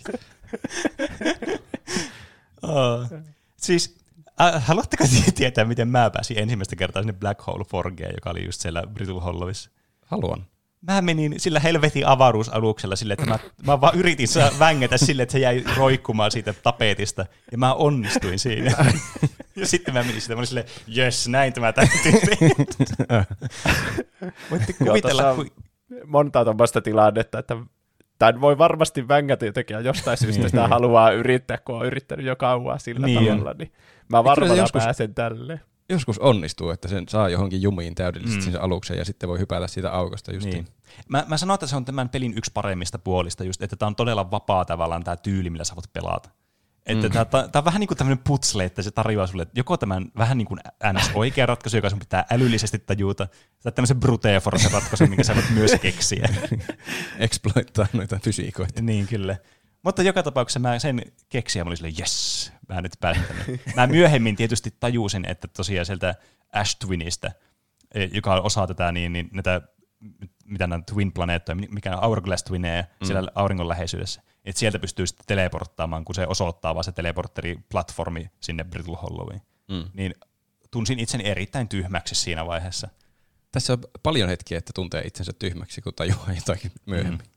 Siis, haluatteko tietää, miten mä pääsin ensimmäistä kertaa sinne Black Hole Forgeen, joka oli just siellä Brittle Hollowissa? Haluan. Mä menin sillä helvetin avaruusaluksella silleen, että mä vaan yritin vängätä silleen, että se jäi roikkumaan siitä tapetista, ja mä onnistuin siinä. Ja sitten mä menin sitä, mä olin silleen, jes, näin tämä täytyy tehdä. Voitte kuvitella, monta tuommoista tilannetta, että tämän voi varmasti vängätä jotenkin, ja jostain syystä sitä haluaa yrittää, kun on yrittänyt jo kauan sillä tavalla, niin mä varmaan pääsen tälleen. Joskus onnistuu, että sen saa johonkin jumiin täydellisesti sen aluksen, ja sitten voi hypätä siitä aukosta justiin. Niin. Mä sanon, että se on tämän pelin yksi paremmista puolista, just, että tämä on todella vapaa tavallaan tämä tyyli, millä sä voit pelata. Että tämä on vähän niin kuin tämmöinen putsle, että se tarjoaa sulle joko tämän vähän niin kuin ns. Oikea ratkaisu, joka sun pitää älyllisesti tajuta, tai tämmöisen brute force ratkaisu, minkä sä voit myös keksiä. Exploittaa noita fysiikoita. Niin, kyllä. Mutta joka tapauksessa mä sen keksin ja mä olin silleen, jes, mä nyt pääsen tänne. Mä myöhemmin tietysti tajusin, että tosiaan sieltä Ash Twinistä, joka on osa tätä, niin näitä, mitä nämä Twin-planeettoja, mikä on Hourglass Twineja siellä auringon läheisyydessä, että sieltä pystyy sitten teleporttaamaan, kun se osoittaa vaan se teleportteri-platformi sinne Brittle Hollowin. Niin tunsin itseni erittäin tyhmäksi siinä vaiheessa. Tässä on paljon hetkiä, että tuntee itsensä tyhmäksi, kun tajuaa jotakin myöhemmin.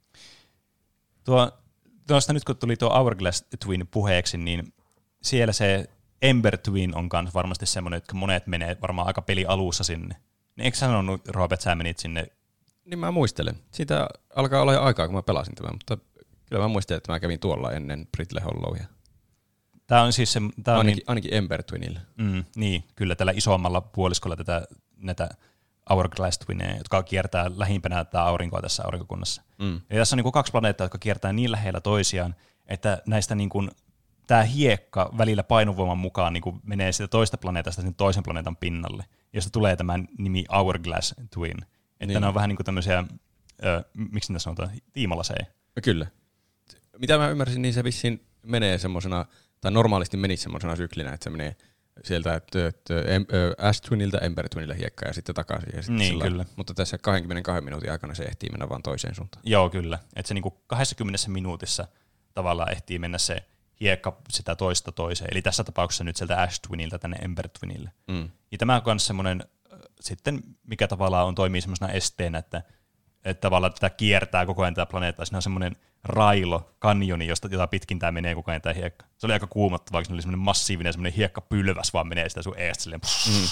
Tuosta nyt kun tuli tuo Hourglass Twin puheeksi, niin siellä se Ember Twin on myös varmasti semmoinen, että monet menee varmaan aika peli alussa sinne. Niin eikö sanonut, Robert, sä menit sinne? Niin mä muistelen. Siitä alkaa olla jo aikaa, kun mä pelasin tämän, mutta kyllä mä muistelen, että mä kävin tuolla ennen Brittle Hollowia. Tämä on siis se... Ainakin Ember Twinillä. Niin, kyllä tällä isommalla puoliskolla näitä Hourglass Twineja, jotka kiertää lähimpänä tätä aurinkoa tässä aurinkokunnassa. Ja tässä on niin kuin 2 planeettaa, jotka kiertää niin lähellä toisiaan, että näistä niin kuin, tämä hiekka välillä painovoiman mukaan niin kuin menee siitä toista planeetasta sen toisen planeetan pinnalle, josta tulee tämä nimi Hourglass Twin. Että ne on vähän niin kuin tämmöisiä, miksi niitä sanotaan, tiimalaseja. Kyllä. Mitä mä ymmärsin, niin se vissiin menee semmosena, tai normaalisti menisi semmosena syklinä, että se menee sieltä Ash Twiniltä Ember Twinille hiekkaa ja sitten takaisin. Ja sitten niin, kyllä. Mutta tässä 22 minuutin aikana se ehtii mennä vaan toiseen suuntaan. Joo, kyllä. Että se niinku 20 minuutissa tavallaan ehtii mennä se hiekka sitä toista toiseen. Eli tässä tapauksessa nyt sieltä Ash Twiniltä tänne Ember Twinille. Ja tämä on myös semmoinen, sitten mikä tavallaan toimii semmoisena esteenä, että tavallaan tätä kiertää koko ajan tätä planeettaa. Siinä on semmoinen railo, kanjoni, jota pitkin tämä menee koko ajan tämä hiekka. Se oli aika kuumottavaa, kun se oli semmoinen massiivinen semmoinen hiekkapylväs, vaan menee sitä sun eestä silleen.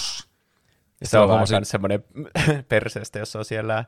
Ja se on vaan semmoinen perseestä, jos on siellä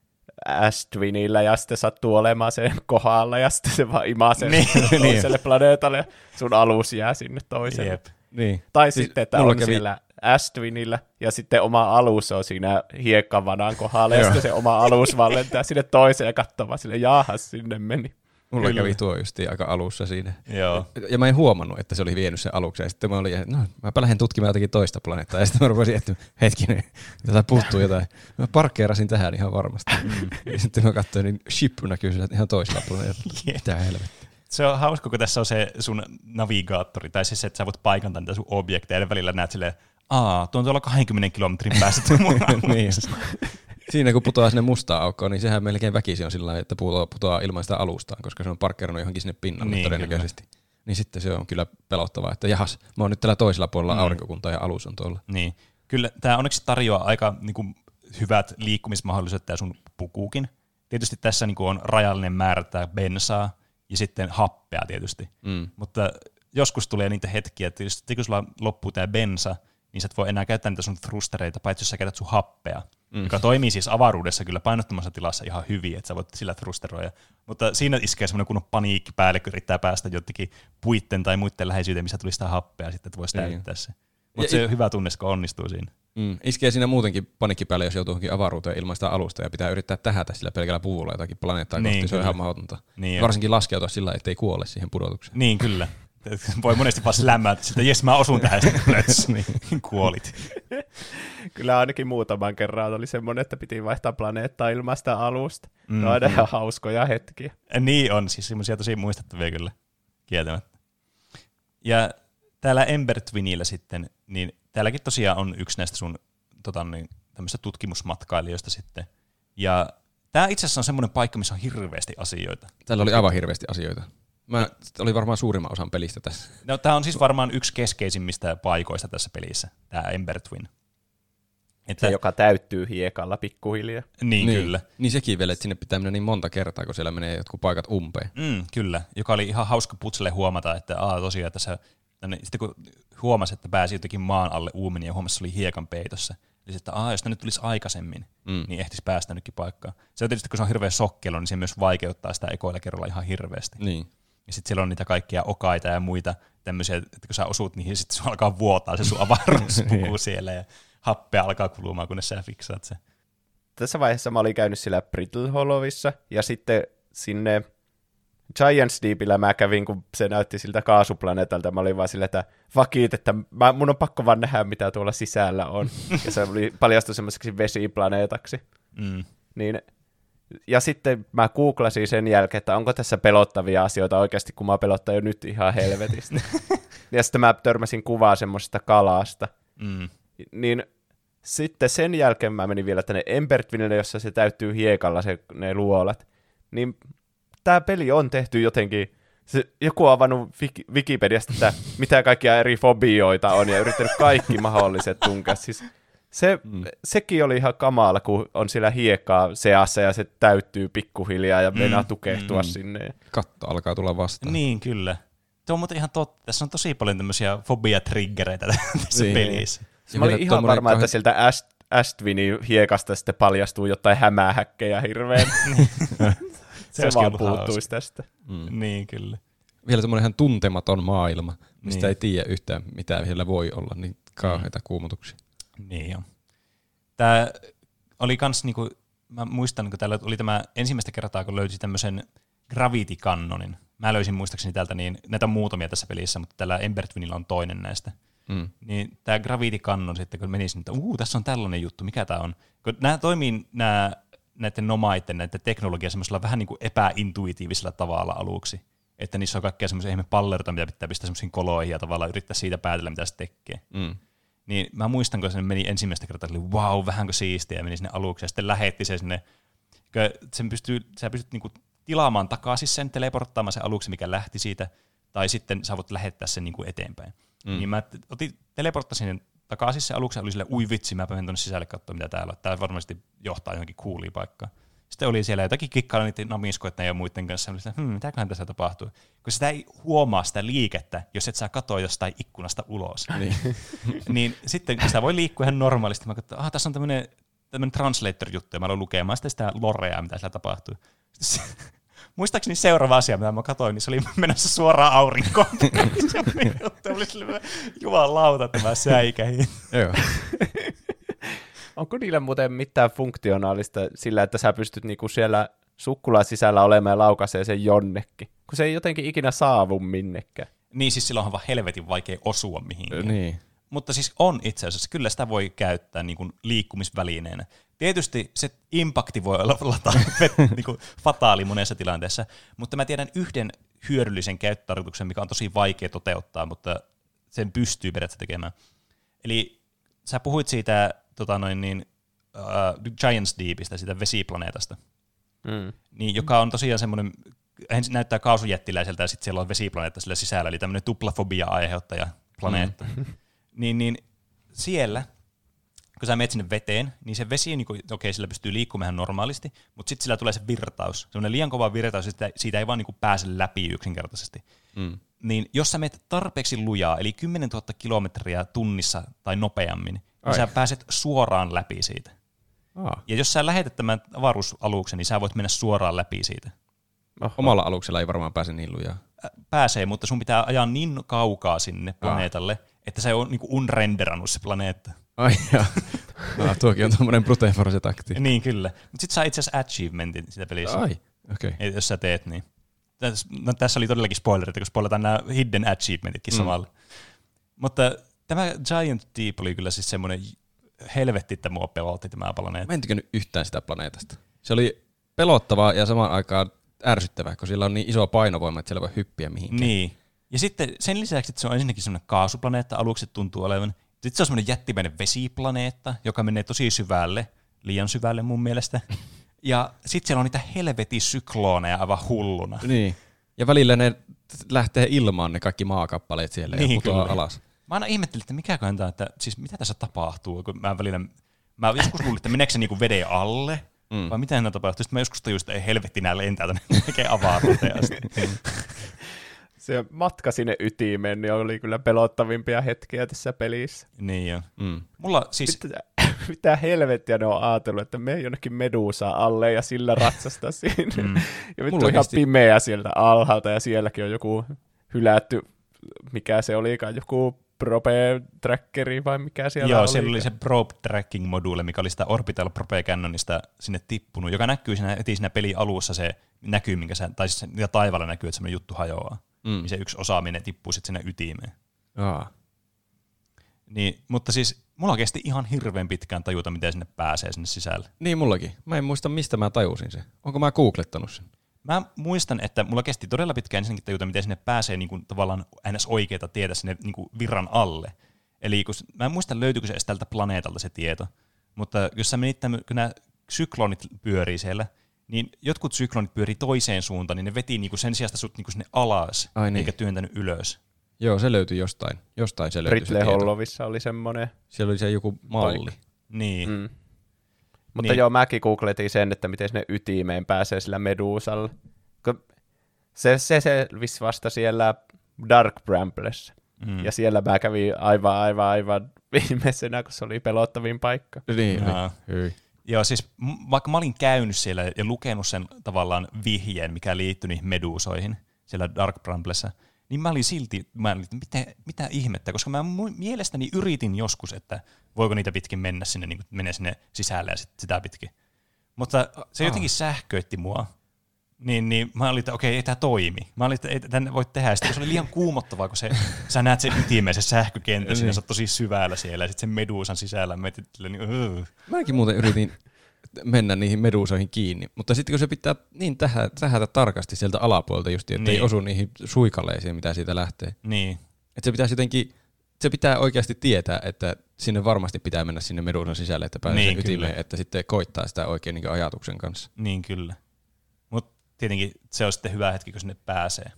Ash Twinillä ja sitten sattuu olemaan sen kohdalla ja sitten se vaan imasee toiselle planeetalle ja sun alus jää sinne toiselle. Niin. Tai siis sitten, että on siellä Ash Twinillä ja sitten oma alus on siinä hiekkavanan kohdalla ja sitten se oma alus vaan lentää sinne toiseen ja katsoo vaan sille, jaahas, sinne meni. Mulla kävi tuo justiin aika alussa siinä. Joo. Ja mä en huomannut, että se oli vienyt sen aluksen. Ja sitten mä olin, no mäpä lähden tutkimaan jotakin toista planeettaa. Ja sitten mä rupesin, että hetkinen, tätä puuttuu jotain. Mä parkkeerasin tähän ihan varmasti. Ja sitten mä katsoin, niin ship näkyy sillä ihan toisella planeetalla. Mitä helvettiä. Se on hauska, kun tässä on se sun navigaattori, tai siis se, että sä voit paikantaa niitä sun objekteja, ja välillä näet silleen, tuon tuolla 20 kilometrin päästä mun niin. Siinä kun putoaa sinne mustaan aukkoon, niin sehän melkein väkisin on sillä lailla, että putoaa ilman sitä alustaan, koska se on parkkeerannut johonkin sinne pinnalle niin, todennäköisesti. Kyllä. Niin sitten se on kyllä pelottavaa, että jahas, mä oon nyt tällä toisella puolella aurinkokuntaa ja alus on tuolla. Niin, kyllä tämä onneksi tarjoaa aika niin kuin, hyvät liikkumismahdollisuudet tää sun pukuukin. Tietysti tässä niin kuin, on rajallinen määrä tää bensaa ja sitten happea tietysti, mutta joskus tulee niitä hetkiä, että kun sulla loppuu tää bensa, niin sä et voi enää käyttää niitä sun thrustereita, paitsi jos sä käytät sun happea, joka toimii siis avaruudessa kyllä painottomassa tilassa ihan hyvin, että sä voit sillä thrusteroida. Mutta siinä iskee semmoinen kunnon paniikki päälle, kun yrittää päästä jotenkin puitten tai muiden läheisyyteen, missä tuli sitä happea sitten, että voisi täyttää se. Mutta se on hyvä tunne, kun onnistuu siinä. Iskee siinä muutenkin paniikki päälle, jos joutuu johonkin avaruuteen ilman sitä alusta ja pitää yrittää tähätä sillä pelkällä puvulla jotakin planeettaa kohti, niin, se on ihan mahdotonta. Niin, varsinkin laskeutua sillä, ettei kuole siihen pudotukseen. Niin, kyllä. Voi monesti vaan slämmää, että jes mä osun tähän sitten niin kuolit. Kyllä ainakin muutaman kerran oli semmoinen, että piti vaihtaa planeettaa ilman sitä alusta. No aina ihan hauskoja hetkiä. Niin on, siis semmoisia tosi muistettavia kyllä, kieltämättä. Ja täällä Ember Twinillä sitten, niin täälläkin tosiaan on yksi näistä sun tämmöistä tutkimusmatkailijoista sitten. Ja tää itse asiassa on semmoinen paikka, missä on hirveästi asioita. Täällä oli aivan hirveästi asioita. Oli varmaan suurimman osan pelistä tässä. No, tämä on siis varmaan yksi keskeisimmistä paikoista tässä pelissä, tämä Ember Twin. Se, joka täyttyy hiekalla pikkuhiljaa. Niin, kyllä. Niin sekin vielä, että sinne pitää mennä niin monta kertaa, kun siellä menee jotkut paikat umpeen. Kyllä, joka oli ihan hauska putselle huomata, että tosiaan tässä, sitten kun huomasi, että pääsi jotenkin maan alle uumeni ja huomasi, että se oli hiekan peitossa. Eli että jos nyt tulisi aikaisemmin, niin ehtisi päästä nytkin paikkaan. Se on tietysti, kun se on hirveä sokkelo, niin se myös vaikeuttaa sitä ekoilla kerralla ihan hirveästi. Niin. Ja sitten siellä on niitä kaikkia okaita ja muita tämmöisiä, että kun sä osut niihin, sitten sun alkaa vuotaa se sun avaruuspuku siellä ja happea alkaa kulumaan, kunnes sä fiksaat se. Tässä vaiheessa mä olin käynyt siellä Brittle Hollowissa ja sitten sinne Giants Deepillä mä kävin, kun se näytti siltä kaasuplaneetalta. Mä olin vaan silleen, että vakit, että mun on pakko vaan nähdä, mitä tuolla sisällä on. Ja se paljastui semmoiseksi vesiplaneetaksi. Niin, ja sitten mä googlasin sen jälkeen, että onko tässä pelottavia asioita oikeasti, kun mä pelottaa jo nyt ihan helvetistä. Ja sitten mä törmäsin kuvaa semmoisesta kalasta. Niin sitten sen jälkeen mä menin vielä tänne Embertvinille, jossa se täyttyy hiekalla ne luolat. Niin tämä peli on tehty jotenkin, joku on avannut Wikipediasta, että mitä kaikkia eri fobioita on ja yrittänyt kaikki mahdolliset tunkea. Siis sekin oli ihan kamala, kun on siellä hiekkaa seassa ja se täyttyy pikkuhiljaa ja meinaa tukehtua sinne. Katto alkaa tulla vastaan. Niin, kyllä. Tuo on muuten ihan totta. Tässä on tosi paljon tämmöisiä fobia-triggereitä tässä pelissä. Mä olin ihan varma, että sieltä Astvinin hiekasta sitten paljastuu jotain hämähäkkejä hirveän. Se vaan puuttuisi tästä. Niin, kyllä. Vielä semmoinen ihan tuntematon maailma, mistä ei tiedä yhtään, mitä siellä voi olla, niin kauheita kuumutuksia. Niin joo. Tämä oli kans niinku, mä muistan, kun täällä oli tämä ensimmäistä kertaa, kun löysi tämmöisen Gravity Cannonin. Mä löysin muistaakseni täältä, niin näitä on muutamia tässä pelissä, mutta tällä Embertwinillä on toinen näistä. Niin tämä Gravity Cannon sitten, kun meni sinne, että tässä on tällainen juttu, mikä tämä on. Kun nämä toimii näiden nomaiden, näiden teknologia semmoisella vähän niin kuin epäintuitiivisella tavalla aluksi. Että niissä on kaikkea semmoisia ihme palleruita, mitä pitää pistää semmoisiin koloihin ja tavallaan yrittää siitä päätellä, mitä se tekee. Niin mä muistan, kun se meni ensimmäistä kertaa, että oli vähänkö siistiä, ja meni sinne aluksi, ja sitten lähetti se sinne. Sä pystyt niinku tilaamaan takaisin sen, teleporttaamaan sen aluksi, mikä lähti siitä, tai sitten sä voit lähettää sen niinku eteenpäin. Niin mä teleporttasin sen takaisin sen aluksi, ja oli silleen, vitsi, mä menen tuonne sisälle katsoa, mitä täällä on. Tää varmasti johtaa johonkin cooliin paikkaan. Sitten oli siellä jotakin kikkailla niiden namiskoita ja muiden kanssa, ja oli mitäköhän tässä tapahtuu. Kun sitä ei huomaa sitä liikettä, jos et saa katoa jostain ikkunasta ulos. Niin sitten sitä voi liikkua ihan normaalisti. Mä katsoin, että tässä on tämmöinen translator-juttu, ja mä aloin lukemaan sitä lorea, mitä siellä tapahtuu. Muistaakseni seuraava asia, mitä mä katsoin, niin se oli menossa suoraan aurinkoon. Se oli silleen, jumalauta, että mä säikähin. Joo. Onko niillä muuten mitään funktionaalista sillä, että sä pystyt niinku siellä sukkulan sisällä olemaan ja laukaisee sen jonnekin? Kun se ei jotenkin ikinä saavu minnekään. Niin, siis silloin on vaan helvetin vaikea osua mihinkään. Niin. Mutta siis on itse asiassa, kyllä sitä voi käyttää niin kuin liikkumisvälineenä. Tietysti se impakti voi olla niin kuin fataali monessa tilanteessa, mutta mä tiedän yhden hyödyllisen käyttötarkoituksen, mikä on tosi vaikea toteuttaa, mutta sen pystyy periaatteessa tekemään. Eli sä puhuit siitä Giants Deepistä, siitä vesiplaneetasta, niin, joka on tosiaan semmoinen, ensin näyttää kaasujättiläiseltä ja sitten siellä on vesiplaneetta sillä sisällä, eli tämmöinen tuplafobia aiheuttaja planeetta. Niin siellä, kun sä menet sinne veteen, niin se vesi, niin okei, sillä pystyy liikkumaan normaalisti, mutta sitten sillä tulee se virtaus, semmoinen liian kova virtaus, että siitä ei vaan niin pääse läpi yksinkertaisesti. Niin jos sä menet tarpeeksi lujaa, eli 10 000 kilometriä tunnissa tai nopeammin, niin sä pääset suoraan läpi siitä. Ja jos sä lähetät tämän avaruusaluksen, niin sä voit mennä suoraan läpi siitä. Omalla aluksella ei varmaan pääse niin lujaa. Pääsee, mutta sun pitää ajaa niin kaukaa sinne planeetalle, että se on niinku unrenderannut se planeetta. Ai joo. Tuokin on tommonen brute force takti. Niin kyllä. Mutta sit saa itse asiassa achievementin sitä pelissä. Ai, okei. Okay. Jos sä teet niin. Tässä oli todellakin spoilerit, kun spoilataan nämä hidden achievementitkin samalla. Mutta tämä Giant Deep oli kyllä siis semmoinen helvetti, että mua pelotti tämä planeetta. Mä en tykännyt yhtään sitä planeetasta. Se oli pelottavaa ja samaan aikaan ärsyttävää, kun sillä on niin iso painovoima, että siellä voi hyppiä mihinkään. Niin. Ja sitten sen lisäksi, että se on ensinnäkin semmoinen kaasuplaneetta, aluksi tuntuu olevan. Sitten se on semmoinen jättimäinen vesiplaneetta, joka menee tosi syvälle, liian syvälle mun mielestä. Ja sitten siellä on niitä helvetin syklooneja aivan hulluna. Niin. Ja välillä ne lähtee ilmaan ne kaikki maakappaleet siellä niin, ja putoaa alas. Mä aina ihmettelin, että mikäköhän tämä, että siis mitä tässä tapahtuu, kun mä välillä Mä joskus luulin, että meneekö se niinku veden alle, vai miten ne tapahtuu. Sitten mä joskus tajusin, että ei helvetti, nää lentää tänne tekee avaruuteen asti. Se matka sinne ytimeen niin oli kyllä pelottavimpia hetkiä tässä pelissä. Niin jo. Mulla siis... Mitä helvettiä ne on ajatellut, että me jonnekin Medusaa alle ja sillä ratsastaa siinä. Ja vittu ihan pimeä sieltä alhaalta ja sielläkin on joku hylätty, mikä se olikaan, joku probe trackeri vai mikä siellä oli. Joo, siellä oli se probe tracking module, mikä oli sitä Orbital Probe Cannonista sinne tippunut, joka näkyy siinä pelin alussa se näkyy, tai siis ja taivaalla näkyy, että semmoinen juttu hajoaa. Niin se yksi osaaminen tippuu sitten sinne ytimeen. Niin, mutta siis mulla kesti ihan hirveän pitkään tajuta, miten sinne pääsee sinne sisälle. Niin mullakin. Mä en muista, mistä mä tajusin sen. Onko mä googlettanut sen? Mä muistan, että mulla kesti todella pitkään ensinnäkin tajuta, miten sinne pääsee niin kuin, tavallaan ns. Oikeita tietä sinne niin kuin virran alle. Eli mä en muista, löytyykö se edes tältä planeetalta se tieto, mutta jos sä menit kun nämä syklonit pyörii siellä, niin jotkut syklonit pyörii toiseen suuntaan, niin ne veti niin kuin sen sijasta sut niin kuin sinne alas, eikä työntänyt ylös. Joo, se löytyi jostain. Jostain se löytyi Britle Hollovissa oli semmoinen. Siellä oli se joku malli. Niin. Mutta joo, mäkin googletin sen, että miten sinne ytimeen pääsee sillä Medusalla. Se selvisi vasta siellä Dark Bramblessa. Ja siellä mä kävin aivan viimeisenä, kun se oli pelottavin paikka. Niin, joo, siis vaikka mä olin käynyt siellä ja lukenut sen tavallaan vihjeen, mikä liittyi niihin meduusoihin siellä Dark Bramblessa, niin mä olin silti, mitä ihmettä, koska mä mielestäni yritin joskus, että voiko niitä pitkin mennä sinne, niin menee sinne sisälle ja sitä pitkin. Mutta se jotenkin sähköitti mua. Niin mä olin, että okei, ei tämä toimi. Mä olin, että ei tänne voi tehdä. Ja sitten se oli liian kuumottavaa, kun sä näet sen ytimeen, se sähkökenttä, siinä sä oot tosi syvällä siellä, ja sitten sen meduusan sisällä Mäkin muuten yritin mennä niihin meduusoihin kiinni, mutta sitten kun se pitää niin tähätä tarkasti sieltä alapuolelta just, että ei osu niihin suikaleisiin, mitä siitä lähtee. Niin. Että se pitäisi jotenkin, se pitää oikeasti tietää, että sinne varmasti pitää mennä sinne meduusan sisälle, että pääsee niin, ytimeen, että sitten koittaa sitä oikein niin ajatuksen kanssa. Niin kyllä. Mutta tietenkin se on sitten hyvä hetki, kun sinne pääsee.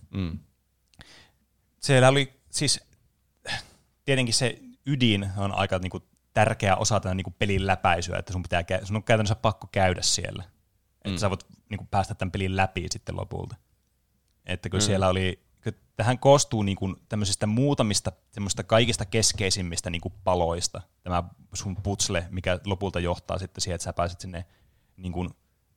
Siellä oli siis, tietenkin se ydin on aika niinku tärkeä osa tätä niinku pelin läpäisyä, että sun on käytännössä pakko käydä siellä. Että sä voit niinku päästä tämän pelin läpi sitten lopulta. Että kun siellä oli, tähän koostuu niinku tämmöisistä muutamista semmoista kaikista keskeisimmistä niinku paloista, tämä sun putsle, mikä lopulta johtaa sitten siihen, että sä pääset sinne, niinku,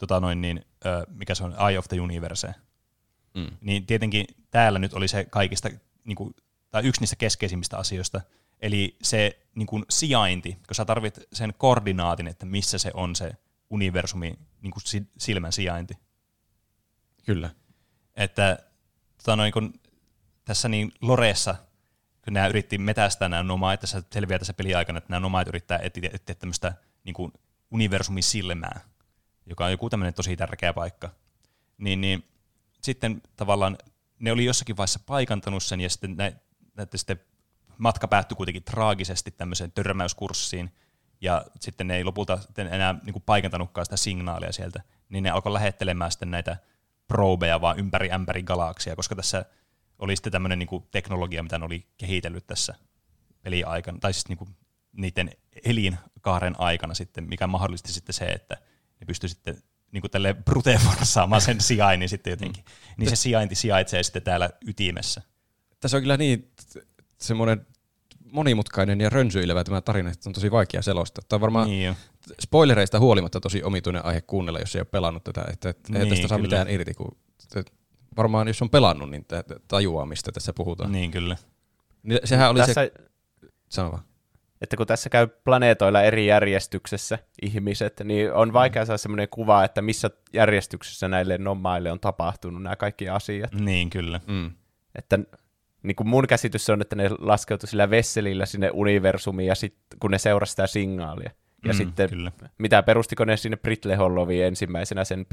mikä se on, Eye of the Universe. Niin tietenkin täällä nyt oli se kaikista, niinku, tai yksi niistä keskeisimmistä asioista, eli se niin kuin sijainti, kun sä tarvit sen koordinaatin, että missä se on se universumin niin kuin silmän sijainti. Kyllä. Että kun tässä niin Loreessa, kun nämä yritti metästää nämä nomaat, tässä selviää tässä peliaikana, että nämä nomaat yrittää etsiä tämmöistä niin kuin universumin silmää, joka on joku tämmöinen tosi tärkeä paikka. Niin sitten tavallaan ne oli jossakin vaiheessa paikantanut sen, ja sitten sitten matka päättyi kuitenkin traagisesti tämmöiseen törmäyskurssiin, ja sitten ne ei lopulta enää niin kuin paikantanutkaan sitä signaalia sieltä, niin ne alkoi lähettelemään sitten näitä probeja vaan ympäri ämpäri galaksia, koska tässä oli sitten tämmöinen niin kuin teknologia, mitä ne oli kehitellyt tässä peliaikana, tai siis niin kuin niiden elinkaaren aikana sitten, mikä mahdollisti sitten se, että ne pystyi sitten niin kuin tälleen brute forssaamaan sen sijainnin sitten jotenkin. Niin se sijainti sijaitsee sitten täällä ytimessä. Tässä on kyllä niin semmoinen monimutkainen ja rönsyilevä tämä tarina, että on tosi vaikea selostaa. Tämä on varmaan spoilereista huolimatta tosi omituinen aihe kuunnella, jos ei ole pelannut tätä. Että ei tästä saa mitään irti, kun varmaan jos on pelannut, niin tajuaa, mistä tässä puhutaan. Niin kyllä. Sehän oli tässä, sano vaan. Että kun tässä käy planeetoilla eri järjestyksessä ihmiset, niin on vaikea saada semmoinen kuva, että missä järjestyksessä näille nomaille on tapahtunut nämä kaikki asiat. Niin kyllä. Että niin kuin mun käsitys on, että ne laskeutui sillä vesselillä sinne universumiin, ja sitten kun ne seurasi sitä signaalia. Ja sitten, kyllä. Mitä perustiko ne sinne Britle Hollowiin ensimmäisenä sen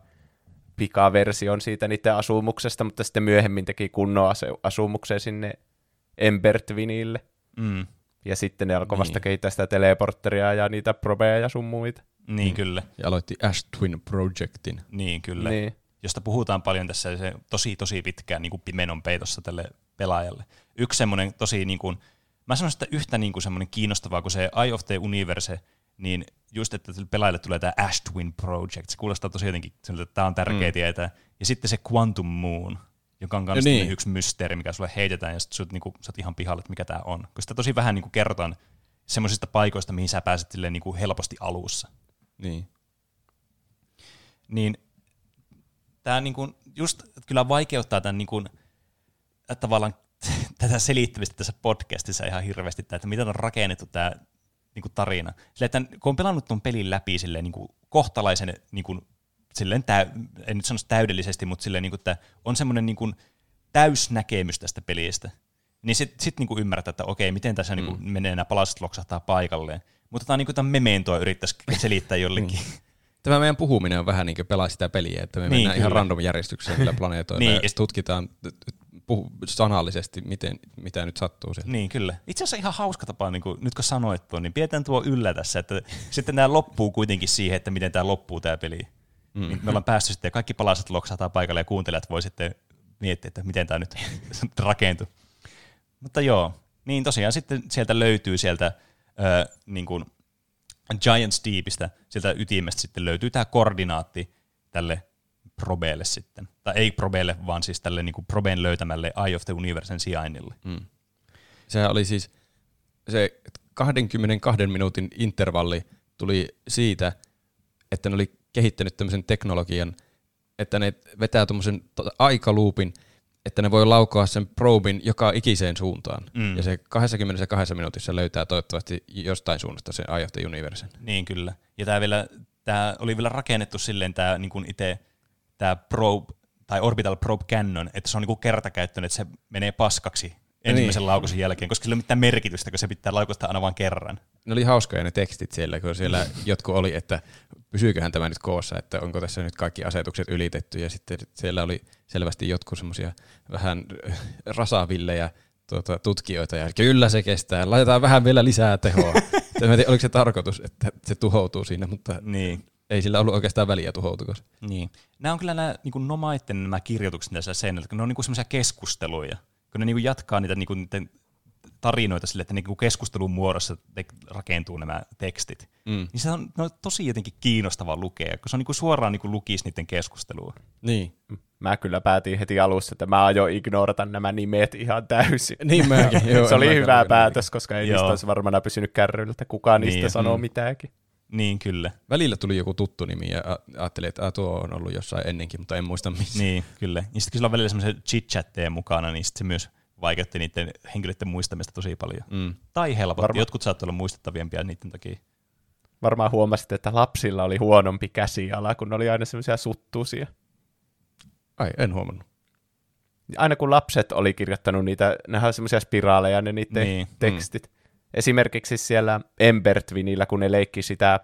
pikaversion siitä niiden asumuksesta, mutta sitten myöhemmin teki kunnon asumuksen sinne Ember Twinille. Ja sitten ne alkoi vasta kehittää sitä teleportteria ja niitä probeja ja sun muita. Niin kyllä. Ja aloitti Ash Twin Projectin. Niin kyllä. Niin. Josta puhutaan paljon tässä se tosi pitkään niin kuin pimenon peitossa tälle pelaajalle. Yksi semmoinen tosi, niin kuin, mä sanoisin, että yhtä niin kuin semmoinen kiinnostavaa kuin se Eye of the Universe, niin just, että pelaajille tulee tämä Ash Twin Project, se kuulostaa tosi jotenkin, että tämä on tärkeä tietää. Ja sitten se Quantum Moon, joka on myös yksi mysteeri, mikä sulle heitetään, ja sitten sä oot ihan pihalla, että mikä tämä on. Koska sitä tosi vähän niin kerrotaan semmoisista paikoista, mihin sä pääset silleen niin helposti alussa. Niin tämä niin just kyllä vaikeuttaa tämän niin tavallaan tätä selittämistä tässä podcastissa ihan hirveästi, että miten on rakennettu tämä niin tarina. Silleen, että kun on pelannut tuon pelin läpi silleen, niin kohtalaisen, niin silleen, en nyt sanoisi täydellisesti, mutta silleen, niin että on semmoinen niin täysnäkemys tästä pelistä, niin sitten niin ymmärtää, että okei, miten tässä niin menee nämä palaset loksahtaa paikalleen. Mutta tämä on niin kuin mementoa yrittäisi selittää jollekin. Tämä meidän puhuminen on vähän niin kuin pelaa sitä peliä, että me mennään ihan random järjestykseen sillä planeetoilla ja tutkitaan sanallisesti, mitä nyt sattuu siellä. Niin, kyllä. Itse asiassa ihan hauska tapa, niin kuin, nyt kun sanoit tuon, niin pidetään tuo yllä tässä, että sitten nämä loppuu kuitenkin siihen, että miten tämä loppuu tämä peli. Niin me ollaan päästy sitten ja kaikki palaset loksahtaa paikalle ja kuuntelijat voi sitten miettiä, että miten tämä nyt rakentuu. Mutta joo, niin tosiaan sitten sieltä löytyy sieltä niin kuin Giant's Deepistä, sieltä ytimestä sitten löytyy tämä koordinaatti tälle probeelle sitten. Tai ei probeelle, vaan siis tälle niin kuin probeen löytämälle Eye of the Universen sijainnille. Sehän oli siis se 22 minuutin intervalli tuli siitä, että ne oli kehittänyt tämmöisen teknologian, että ne vetää tuommoisen aikaluupin, että ne voi laukoa sen probin joka ikiseen suuntaan. Ja se 22 minuutissa löytää toivottavasti jostain suunnasta sen Eye of the Universen. Niin kyllä. Ja tämä oli vielä rakennettu silleen tämä niin kuin itse tämä probe, tai orbital probe cannon, että se on niinku kertakäyttöinen, että se menee paskaksi ensimmäisen laukaisun jälkeen, koska sillä ei ole mitään merkitystä, kun se pitää laukaista aina vain kerran. Ne oli hauskoja ne tekstit siellä, kun siellä jotkut oli, että pysyyköhän tämä nyt koossa, että onko tässä nyt kaikki asetukset ylitetty, ja sitten siellä oli selvästi jotkut semmoisia vähän rasavillejä tutkijoita, ja kyllä se kestää, laitetaan vähän vielä lisää tehoa. En tiedä, oliko se tarkoitus, että se tuhoutuu siinä, mutta ei sillä ollut oikeastaan väliä tuhoutuko. Niin. Nämä on kyllä niin nomaiden nämä kirjoitukset tässä seinällä, ne on niin semmoisia keskusteluja, kun ne niin jatkaa niitä niin niiden tarinoita sille, että ne keskustelun muodossa rakentuu nämä tekstit. Niin se on tosi jotenkin kiinnostava lukea, kun se on niin suoraan niin lukisi niiden keskustelua. Niin. Mä kyllä päätin heti alussa, että mä aion ignorata nämä nimet ihan täysin. Niin mäkin. Se oli hyvä päätös, koska ei niistä olisi varmaan pysynyt kärryillä, että kukaan niistä sanoo mitäänkin. Niin, kyllä. Välillä tuli joku tuttu nimi ja ajattelin, että tuo on ollut jossain ennenkin, mutta en muista missä. Niin, kyllä. Ja sitten kun sillä on välillä semmoisia chit-chatteja mukana, niin sitten se myös vaikeutti niiden henkilöiden muistamista tosi paljon. Tai helpotti. Jotkut saattoi olla muistettaviempia niiden takia. Varmaan huomasit, että lapsilla oli huonompi käsiala, kun ne oli aina semmoisia suttuisia. Ai, en huomannut. Aina kun lapset oli kirjoittanut niitä, nehän on semmoisia spiraaleja, ne niiden tekstit. Esimerkiksi siellä Ember Twinillä, kun ne leikki sitä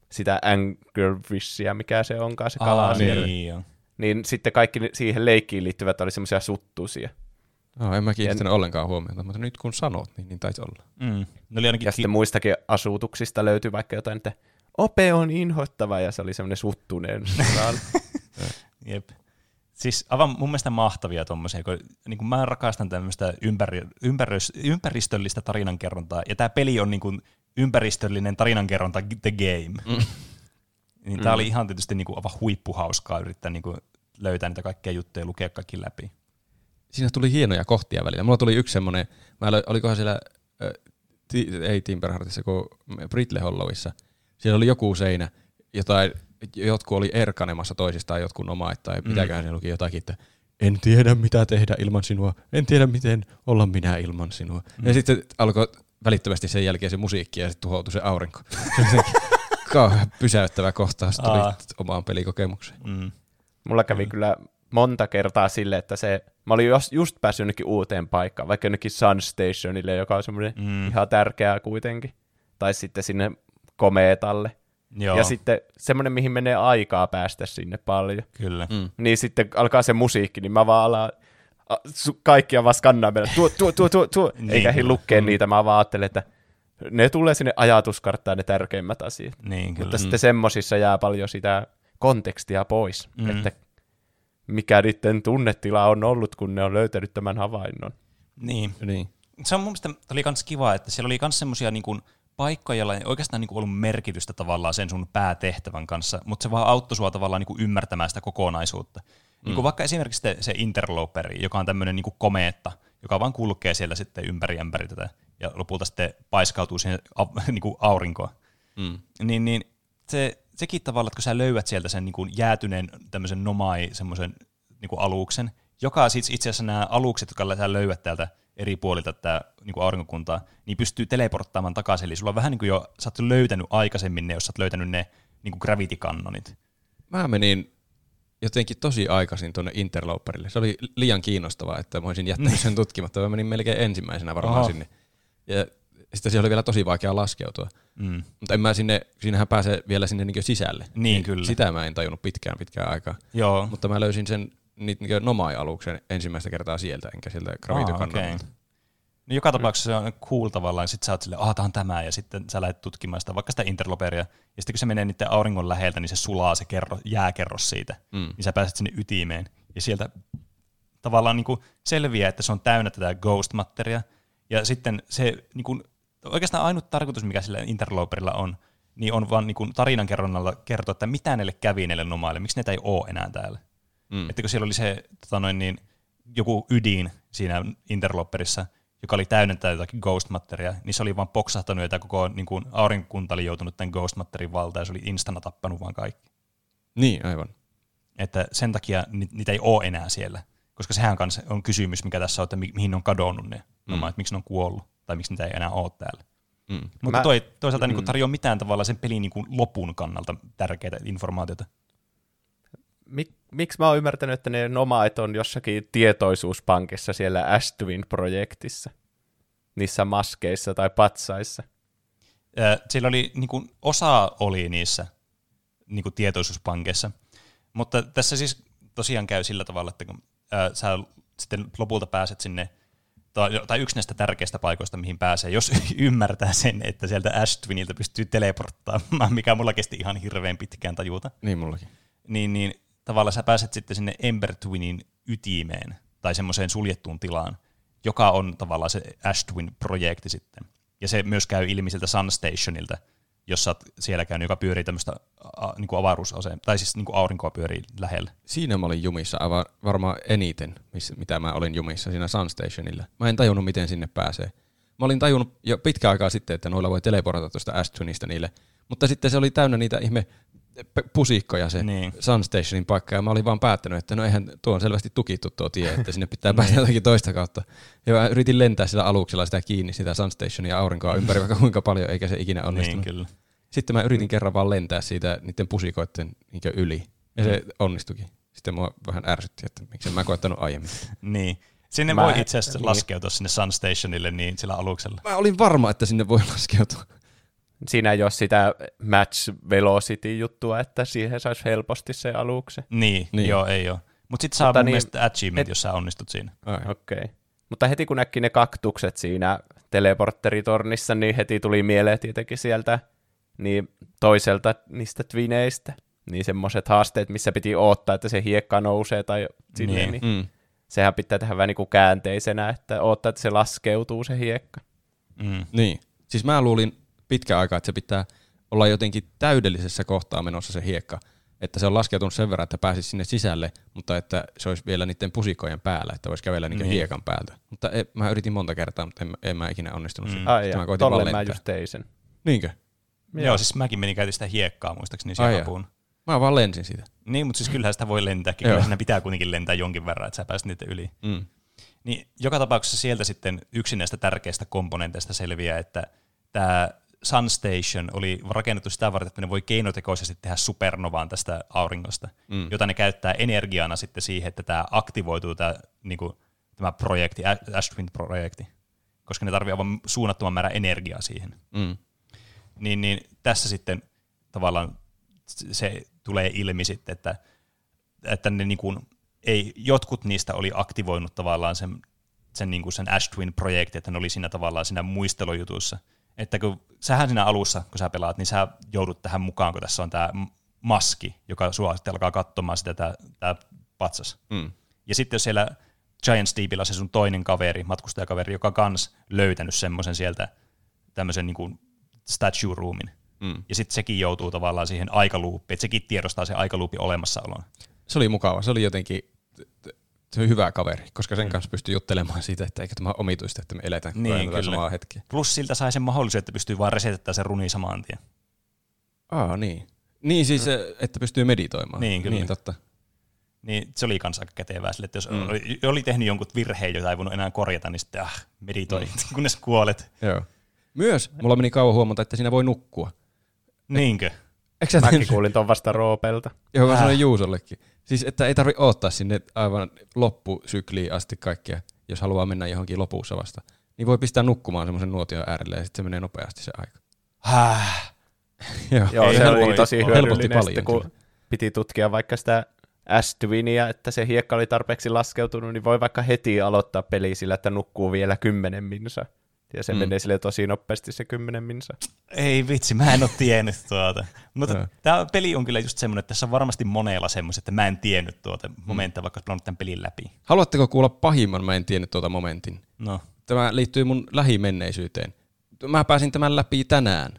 Anglerfishia, mikä se onkaan, se kala siellä. Niin sitten kaikki siihen leikkiin liittyvät oli semmoisia suttuisia. En mä kiinnittänyt ollenkaan huomiota, mutta nyt kun sanot, niin taisi olla. Ja sitten muistakin asutuksista löytyi vaikka jotain, että Ope on inhottava, ja se oli semmoinen suttuneen. Jep. Siis aivan mun mielestä mahtavia tommosia, kun niin mä rakastan tämmöistä ympäristöllistä tarinankerrontaa, ja tää peli on niin kuin ympäristöllinen tarinankerronta The Game. Niin tää oli ihan tietysti niin kuin aivan huippuhauskaa yrittää niin kuin löytää niitä kaikkia juttuja ja lukea kaikki läpi. Siinä tuli hienoja kohtia välillä. Mulla tuli yksi semmoinen, olikohan siellä, ei Timber Heartissa, kun Brittle Hollowissa, siellä oli joku seinä, jotkut oli erkanemassa toisistaan jotkut omaat, tai mitäköhän se luki jotakin, että en tiedä mitä tehdä ilman sinua, en tiedä miten olla minä ilman sinua. Ja sitten alkoi välittömästi sen jälkeen se musiikki ja sitten tuhoutui se aurinko. Kauhean pysäyttävä kohtaus tuli omaan pelikokemukseen. Mulla kävi kyllä monta kertaa sille, että mä olin just päässyt jonnekin uuteen paikkaan, vaikka jonnekin Sun Stationille, joka on semmoinen ihan tärkeää kuitenkin, tai sitten sinne komeetalle. Joo. Ja sitten semmoinen, mihin menee aikaa päästä sinne paljon. Kyllä. Niin sitten alkaa se musiikki, niin mä vaan alan kaikkia vaan skannaa meille, tuo. Eikä lukea niitä, mä vaan ajattelen, että ne tulee sinne ajatuskarttaan ne tärkeimmät asiat. Niin, kyllä. Mutta sitten semmosissa jää paljon sitä kontekstia pois, että mikä niiden tunnetila on ollut, kun ne on löytänyt tämän havainnon. Niin. Se on mun mielestä oli kans kiva, että siellä oli kans semmosia niin kuin paikkoja, joilla ei oikeastaan niinku ollut merkitystä tavallaan sen sun päätehtävän kanssa, mutta se vaan auttoi sua tavallaan niinku ymmärtämään sitä kokonaisuutta. Niinku vaikka esimerkiksi se Interloperi, joka on tämmöinen niinku komeetta, joka vaan kulkee siellä sitten ympäri tätä, ja lopulta sitten paiskautuu siihen niinku aurinkoon. Niin sekin tavallaan, että kun sä löydät sieltä sen niinku jäätyneen tämmöisen nomai semmoisen niinku aluksen, joka siis itse asiassa nämä alukset, jotka sä löydät täältä eri puolilta tätä niinku aurinkokuntaa, niin pystyy teleporttaamaan takaisin. Eli sulla on vähän niin kuin jo, sä oot löytänyt aikaisemmin ne, jos sä oot löytänyt ne niinku gravity cannonit. Mä menin jotenkin tosi aikaisin tuonne Interloperille. Se oli liian kiinnostavaa, että mä olisin jättänyt sen tutkimatta. Mä menin melkein ensimmäisenä varmaan sinne. Ja sitten siellä oli vielä tosi vaikea laskeutua. Mutta en mä siinähän pääsee vielä sinne niin sisälle. Niin, kyllä. Sitä mä en tajunnut pitkään aikaa. Joo. Mutta mä löysin sen niin Nomai-aluksen ensimmäistä kertaa sieltä, enkä sieltä gravitokannalta. Okay. No joka tapauksessa se on cool tavallaan, sit sä oot silleen, tää on tämä, ja sitten sä lähdet tutkimaan sitä, vaikka sitä Interloperia, ja sitten kun se menee niiden auringon läheltä, niin se sulaa se jääkerros siitä, niin sä pääset sinne ytimeen, ja sieltä tavallaan niinku selviää, että se on täynnä tätä ghost materia, ja sitten se niinku, oikeastaan ainut tarkoitus, mikä sillä Interloperilla on, niin on vaan niinku tarinankerronnalla kertoa, että mitä näille kävi näille nomaille, miksi näitä ei ole enää täällä. Että kun siellä oli se joku ydin siinä Interloperissa, joka oli täynnä jotakin ghost materia, niin se oli vaan poksahtanut, että koko niin kuin aurinkokunta oli joutunut tämän ghost materin valtaan, ja se oli instana tappanut vaan kaikki. Niin, aivan. Että sen takia niitä ei ole enää siellä, koska sehän kanssa on kysymys, mikä tässä on, että mihin ne on kadonnut ne, että miksi ne on kuollut, tai miksi niitä ei enää ole täällä. Mutta toisaalta niin tarjoaa mitään tavalla sen pelin niin kuin lopun kannalta tärkeitä informaatiota. Miksi mä oon ymmärtänyt, että ne nomaat on jossakin tietoisuuspankissa siellä Astwin-projektissa? Niissä maskeissa tai patsaissa? Siellä oli, niin kuin, osa oli niissä niin kuin tietoisuuspankeissa, mutta tässä siis tosiaan käy sillä tavalla, että kun sä sitten lopulta pääset sinne, tai yksi näistä tärkeistä paikoista, mihin pääsee, jos ymmärtää sen, että sieltä Astwinilta pystyy teleporttaamaan, mikä mulla kesti ihan hirveän pitkään tajuta. Niin mullakin. Niin tavallaan sä pääset sitten sinne Ember Twinin ytimeen, tai semmoiseen suljettuun tilaan, joka on tavallaan se Astwin-projekti sitten. Ja se myös käy ilmi sieltä Sun Stationilta, jossa siellä käynyt, joka pyörii tämmöistä niin avaruusaseen, tai siis niin aurinkoa pyörii lähellä. Siinä mä olin jumissa aivan varmaan eniten, mitä mä olin jumissa siinä Sun Stationilla. Mä en tajunnut, miten sinne pääsee. Mä olin tajunnut jo pitkään aikaa sitten, että noilla voi teleportata tuosta Astwinista niille, mutta sitten se oli täynnä niitä ihme pusikkoja se Sun Stationin paikka, ja mä olin vaan päättänyt, että no eihän tuo on selvästi tukittu tuo tie, että sinne pitää päästä jotakin toista kautta. Ja mä yritin lentää sillä aluksella sitä kiinni, sitä Sun Stationia aurinkoa ympäri vaikka kuinka paljon, eikä se ikinä onnistunut. Niin, sitten mä yritin kerran vaan lentää siitä niiden pusikoiden yli, ja se onnistukin. Sitten mua vähän ärsytti, että miksi en mä koettanut aiemmin. Niin. Sinne voi itse asiassa laskeutua sinne Sun Stationille niin sillä aluksella. Mä olin varma, että sinne voi laskeutua. Siinä ei ole sitä match velocity-juttua, että siihen saisi helposti se aluksen. Niin. Joo, ei ole. Mutta sitten saa mun mielestä achievement, jos sä onnistut siinä. Okei. Mutta heti kun näki ne kaktukset siinä teleporteritornissa, niin heti tuli mieleen tietenkin sieltä niin toiselta niistä twineistä. Niin semmoiset haasteet, missä piti odottaa, että se hiekka nousee tai silleen. Niin. Sehän pitää tehdä vähän niin kuin käänteisenä, että odottaa, että se laskeutuu se hiekka. Niin. Siis mä luulin pitkän aikaa, että se pitää olla jotenkin täydellisessä kohtaa menossa se hiekka, että se on laskeutunut sen verran, että pääsisi sinne sisälle, mutta että se olisi vielä niiden pusikkojen päällä, että voisi kävellä niiden hiekan päältä. Mutta mä yritin monta kertaa, mutta en mä ikinä onnistunut siinä. Tolle mä just tein sen. Niinkö? Joo, siis mäkin menin käytin sitä hiekkaa muistaakseni siihen apuun. Mä vaan lensin siitä. Niin, mutta siis kyllähän sitä voi lentääkin, kyllä siinä pitää kuitenkin lentää jonkin verran, että sä pääset niiden yli. Niin joka tapauksessa sieltä sitten yksi näistä tärkeistä komponenteista selviää, että tämä Sun Station oli rakennettu sitä varten, että ne voi keinotekoisesti tehdä supernovaan tästä auringosta, jota ne käyttää energiana sitten siihen, että tämä aktivoituu tämä projekti, Astwin-projekti, koska ne tarvitsee aivan suunnattoman määrän energiaa siihen. Niin tässä sitten tavallaan se tulee ilmi sitten, että ne jotkut niistä oli aktivoinut tavallaan sen Astwin-projekti, että ne oli siinä tavallaan siinä muistelujutussa. Että kun sähän siinä alussa, kun sä pelaat, niin sä joudut tähän mukaan, kun tässä on tämä maski, joka sua sitten alkaa katsomaan sitä tämä patsas. Ja sitten jos siellä Giant Steepillä se sun toinen kaveri, matkustajakaveri, joka on kans löytänyt semmoisen sieltä tämmöisen statue roomin. Ja sitten sekin joutuu tavallaan siihen aikaluuppiin, että sekin tiedostaa sen aikaluupin olemassaolon. Se oli mukava, se oli jotenkin se oli hyvä kaveri, koska sen kanssa pystyy juttelemaan siitä, että eikä tämä omituista, että me eletään tätä samaa hetkeä. Plus siltä sai sen mahdollisuuden, että pystyy vaan resetettämään sen runi saman tien. Niin. Niin siis, että pystyy meditoimaan. Niin, kyllä. Niin, totta. Niin se oli kans aika kätevää sille, että jos oli tehnyt jonkun virheen, jota ei voinut enää korjata, niin sitten meditoi, kunnes kuolet. Joo. Myös mulla meni kauan huomata, että siinä voi nukkua. Niinkö? Mäkin kuulin ton vasta Roopelta. Joo, mä sanoin Juusollekin. Siis, että ei tarvitse odottaa sinne aivan loppusykliin asti kaikkea, jos haluaa mennä johonkin lopussa vasta. Niin voi pistää nukkumaan semmoisen nuotion äärelle ja sitten se menee nopeasti se aika. Joo, se oli tosi hyödyllinen, paljon, sitten, kun piti tutkia vaikka sitä Astwinia, että se hiekka oli tarpeeksi laskeutunut, niin voi vaikka heti aloittaa peli sillä, että nukkuu vielä 10 minsa. Ja se menee sille tosi nopeasti se 10 minsa. Ei vitsi, mä en ole tiennyt tuota. Mutta tämä peli on kyllä just semmoinen, että tässä on varmasti monella semmoista, että mä en tiennyt tuota momenttia, vaikka pelannut tämän pelin läpi. Haluatteko kuulla pahimman, mä en tiennyt tuota momentin? No. Tämä liittyy mun lähimenneisyyteen. Mä pääsin tämän läpi tänään.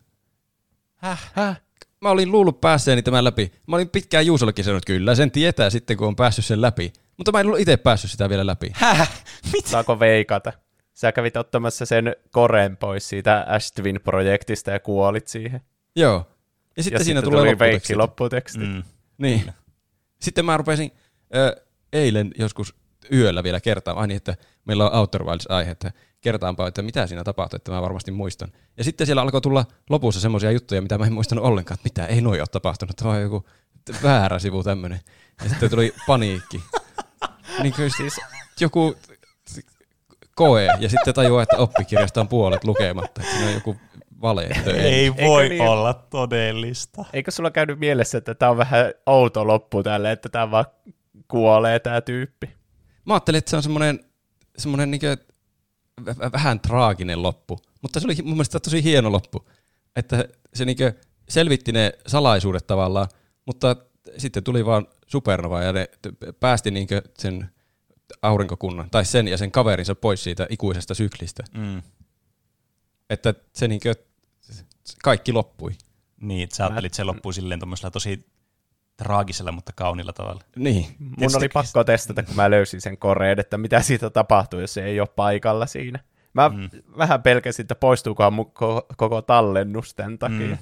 Häh? Mä olin luullut päässeeni tämän läpi. Mä olin pitkään Juusollekin sanonut, että kyllä sen tietää sitten, kun on päässyt sen läpi. Mutta mä en ollut itse päässyt sitä vielä läpi. Mitä? Saako veikata? Sä kävit ottamassa sen koren pois siitä Astwin-projektista ja kuolit siihen. Joo. Ja sitten siinä tulee lopputeksti. Niin. Sitten mä rupesin eilen joskus yöllä vielä kertaamaan, niin että meillä on Outer Wilds-aihe, että kertaanpa, että mitä siinä tapahtui, että mä varmasti muistan. Ja sitten siellä alkoi tulla lopussa semmoisia juttuja, mitä mä en muistanut ollenkaan, että mitä ei noin ole tapahtunut, tämä on joku väärä sivu tämmöinen. Ja sitten tuli paniikki. Niin kuin siis joku koe, ja sitten tajuaa, että oppikirjasta on puolet lukematta, että siinä on joku vale. Ei voi niin olla todellista. Eikö sulla käynyt mielessä, että tämä on vähän outo loppu tälle, että tämä vaan kuolee tämä tyyppi? Mä ajattelin, että se on semmoinen niin vähän traaginen loppu, mutta se oli mun mielestä tosi hieno loppu, että se niin selvitti ne salaisuudet tavallaan, mutta sitten tuli vaan supernova ja ne päästi niin sen aurinkokunnan, tai sen ja sen kaverinsa pois siitä ikuisesta syklistä. Että se niin kaikki loppui. Niin, sä ajattelit, se loppui silleen tommosella tosi traagisella, mutta kaunilla tavalla. Niin. Mun oli pakko testata, kun mä löysin sen koreen, että mitä siitä tapahtuu, jos se ei ole paikalla siinä. Mä vähän pelkäsin, että poistuukohan mun koko tallennus tämän takia.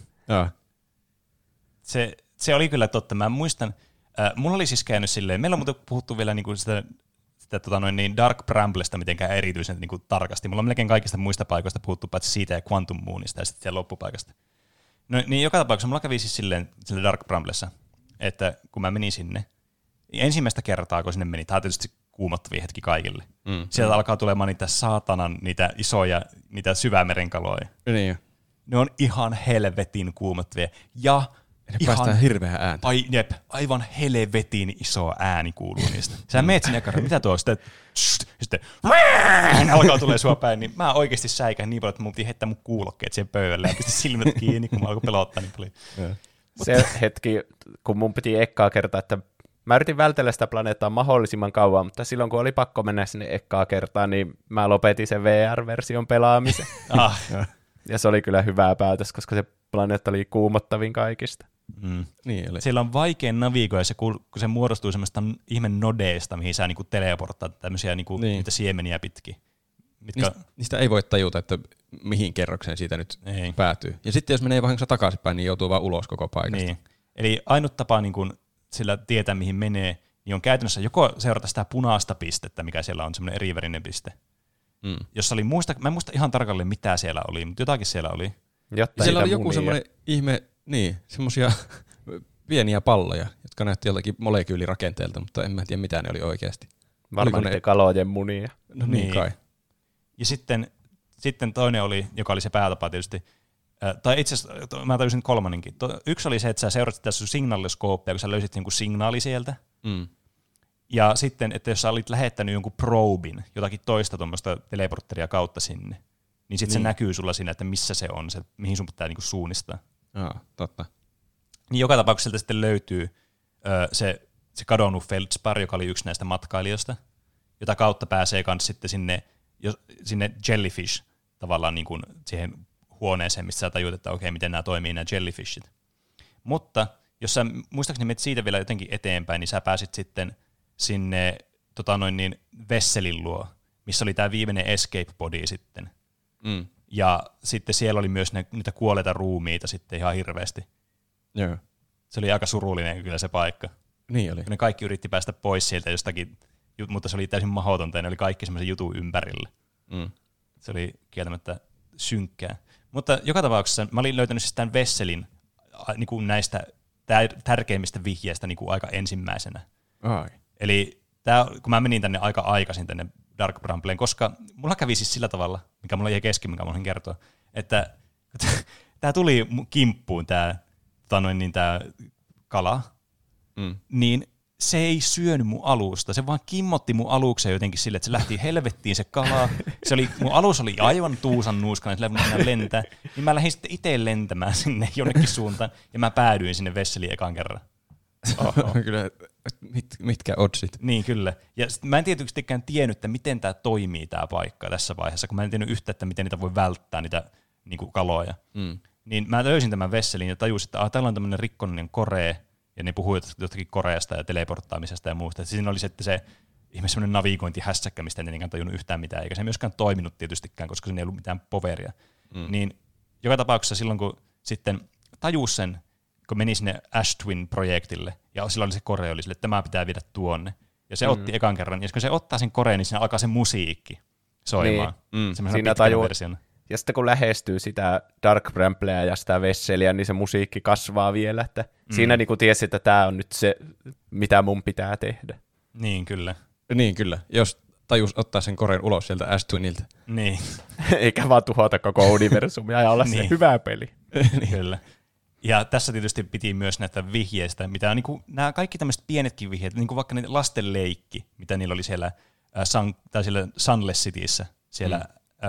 Se oli kyllä totta. Mä muistan, mulla oli siis käynyt silleen, meillä on muuten puhuttu vielä niinku sitä Dark Bramblesta mitenkään erityisen niinku tarkasti. Mulla on melkein kaikista muista paikoista puhuttu, paitsi siitä ja Quantum Moonista ja sitten siellä loppupaikasta. No niin joka tapauksessa mulla kävi siis silleen Dark Bramblessa, että kun mä menin sinne, niin ensimmäistä kertaa kun sinne meni, tämä on tietysti kuumottavia hetki kaikille. Sieltä alkaa tulemaan niitä saatanan, niitä isoja, niitä syvämerenkaloja. Niin. Ne on ihan helvetin kuumottavia. Ja ne päästään hirveä ääntä. Aivan helvetin iso ääni kuuluu niistä. Sä meet sinne ja mitä tuo sitten alkaa tulee sua päin, niin mä oikeasti säikän niin paljon, että mun piti heittää mun kuulokkeet siihen pöydälle ja pisti silmät kiinni, kun mä alkoi pelottaa niin paljon. Se hetki, kun mun piti ekkaa kertaa, että mä yritin vältellä sitä planeettaa mahdollisimman kauan, mutta silloin kun oli pakko mennä sinne ekkaa kertaa, niin mä lopetin sen VR-version pelaamisen. Ja se oli kyllä hyvä päätös, koska se planeetta oli kuumottavin kaikista. Niin, eli siellä on vaikea navigoida se, kun se muodostuu semmoista ihme nodeista, mihin sä niinku teleporttaa tämmöisiä niinku niitä siemeniä pitkin. Niistä ei voi tajuta, että mihin kerrokseen siitä nyt päätyy. Ja sitten jos menee vahingossa takaisinpäin, niin joutuu vaan ulos koko paikasta. Niin. Eli ainut tapa niin kun sillä tietää, mihin menee, niin on käytännössä joko seurata sitä punaista pistettä, mikä siellä on, semmoinen erivärinen piste. Jossa oli mä en muista ihan tarkalleen, mitä siellä oli, mutta jotakin siellä oli. Siellä oli joku semmoinen ihme, semmoisia pieniä palloja, jotka näytti joltakin molekyylirakenteelta, mutta en mä tiedä, mitä ne oli oikeasti. Varmaan ne kalojen munia. No niin kai. Ja sitten toinen oli, joka oli se päätapa tietysti, tai itse asiassa mä tajusin kolmannenkin. Yksi oli se, että sä seurasit tässä signaaliskooppia, kun sä löysit jonkun signaali sieltä. Ja sitten, että jos sä olit lähettänyt jonkun probin, jotakin toista tuommoista teleportteria kautta sinne, niin sitten se näkyy sulla siinä, että missä se on, se, mihin sun pitää niinku suunnistaa. Totta. Niin joka tapauksessa sieltä sitten löytyy se kadonnut Feldspar, joka oli yksi näistä matkailijoista, jota kautta pääsee myös sitten sinne Jellyfish tavallaan niin kuin siihen huoneeseen, missä sä tajut, että okei, miten nämä toimii, nämä jellyfishit. Mutta jos sä muistaakseni menet siitä vielä jotenkin eteenpäin, niin sä pääsit sitten sinne vesselin luo, missä oli tämä viimeinen escape body sitten. Ja sitten siellä oli myös niitä kuolleita ruumiita sitten ihan hirveästi. Joo. Se oli aika surullinen kyllä se paikka. Niin oli. Ne kaikki yritti päästä pois sieltä jostakin, mutta se oli täysin mahdotonta ja ne oli kaikki semmoisen jutun ympärillä. Se oli kieltämättä synkkää. Mutta joka tapauksessa mä olin löytänyt siis tämän vesselin niin kuin näistä tärkeimmistä vihjeistä niin kuin aika ensimmäisenä. Ai. Eli kun mä menin tänne aika aikaisin tänne Dark Brumbleen, koska mulla kävi siis sillä tavalla, mikä mulla jäi kesken, mikä mä voin kertoa, että tää tuli kimppuun tää kala, niin se ei syönyt mun alusta. Se vaan kimmotti mun alukseen jotenkin sille, että se lähti helvettiin se kala. Mun alus oli aivan tuusan nuuskana, että lähdin lentää. Niin mä lähdin sitten itse lentämään sinne jonnekin suuntaan, ja mä päädyin sinne vesseliin ekan kerran. Kyllä, mitkä oddsit. Niin, kyllä. Ja mä en tietystikään tiennyt, että miten tämä toimii tämä paikka tässä vaiheessa, kun mä en tiennyt yhtä, että miten niitä voi välttää, niitä niin kuin kaloja. Niin mä löysin tämän vesselin ja tajusin, että täällä on tämmöinen rikkonainen koree, ja ne puhuivat jostakin koreasta ja teleporttaamisesta ja muusta. Siinä oli sitten se ihme semmoinen navigointihässäkkä, mistä en tietenkään tajunnut yhtään mitään, eikä se myöskään toiminut tietystikään, koska siinä ei ollut mitään poveria. Niin joka tapauksessa silloin, kun sitten tajus sen, kun meni sinne Ashtwin-projektille, ja silloin se kore oli sille, että tämä pitää viedä tuonne. Ja se otti ekan kerran, ja kun se ottaa sen koreen, niin siinä alkaa se musiikki soimaan. Semmoisena pitkänä versiona. Ja sitten kun lähestyy sitä Dark Bramblea ja sitä vesseliä, niin se musiikki kasvaa vielä, että siinä niin kuin tiesi, että tämä on nyt se, mitä mun pitää tehdä. Niin, kyllä. Niin, kyllä. Jos tajus ottaa sen koreen ulos sieltä Ashtwinilta. Niin. Eikä vaan tuhota koko universumia ja olla se hyvä peli. Niin. Kyllä. Ja tässä tietysti piti myös näitä vihjeistä, mitä on niin kuin, nämä kaikki tämmöiset pienetkin vihjeet, niin kuin vaikka ne lasten leikki, mitä niillä oli siellä, siellä Sunless Cityssä, siellä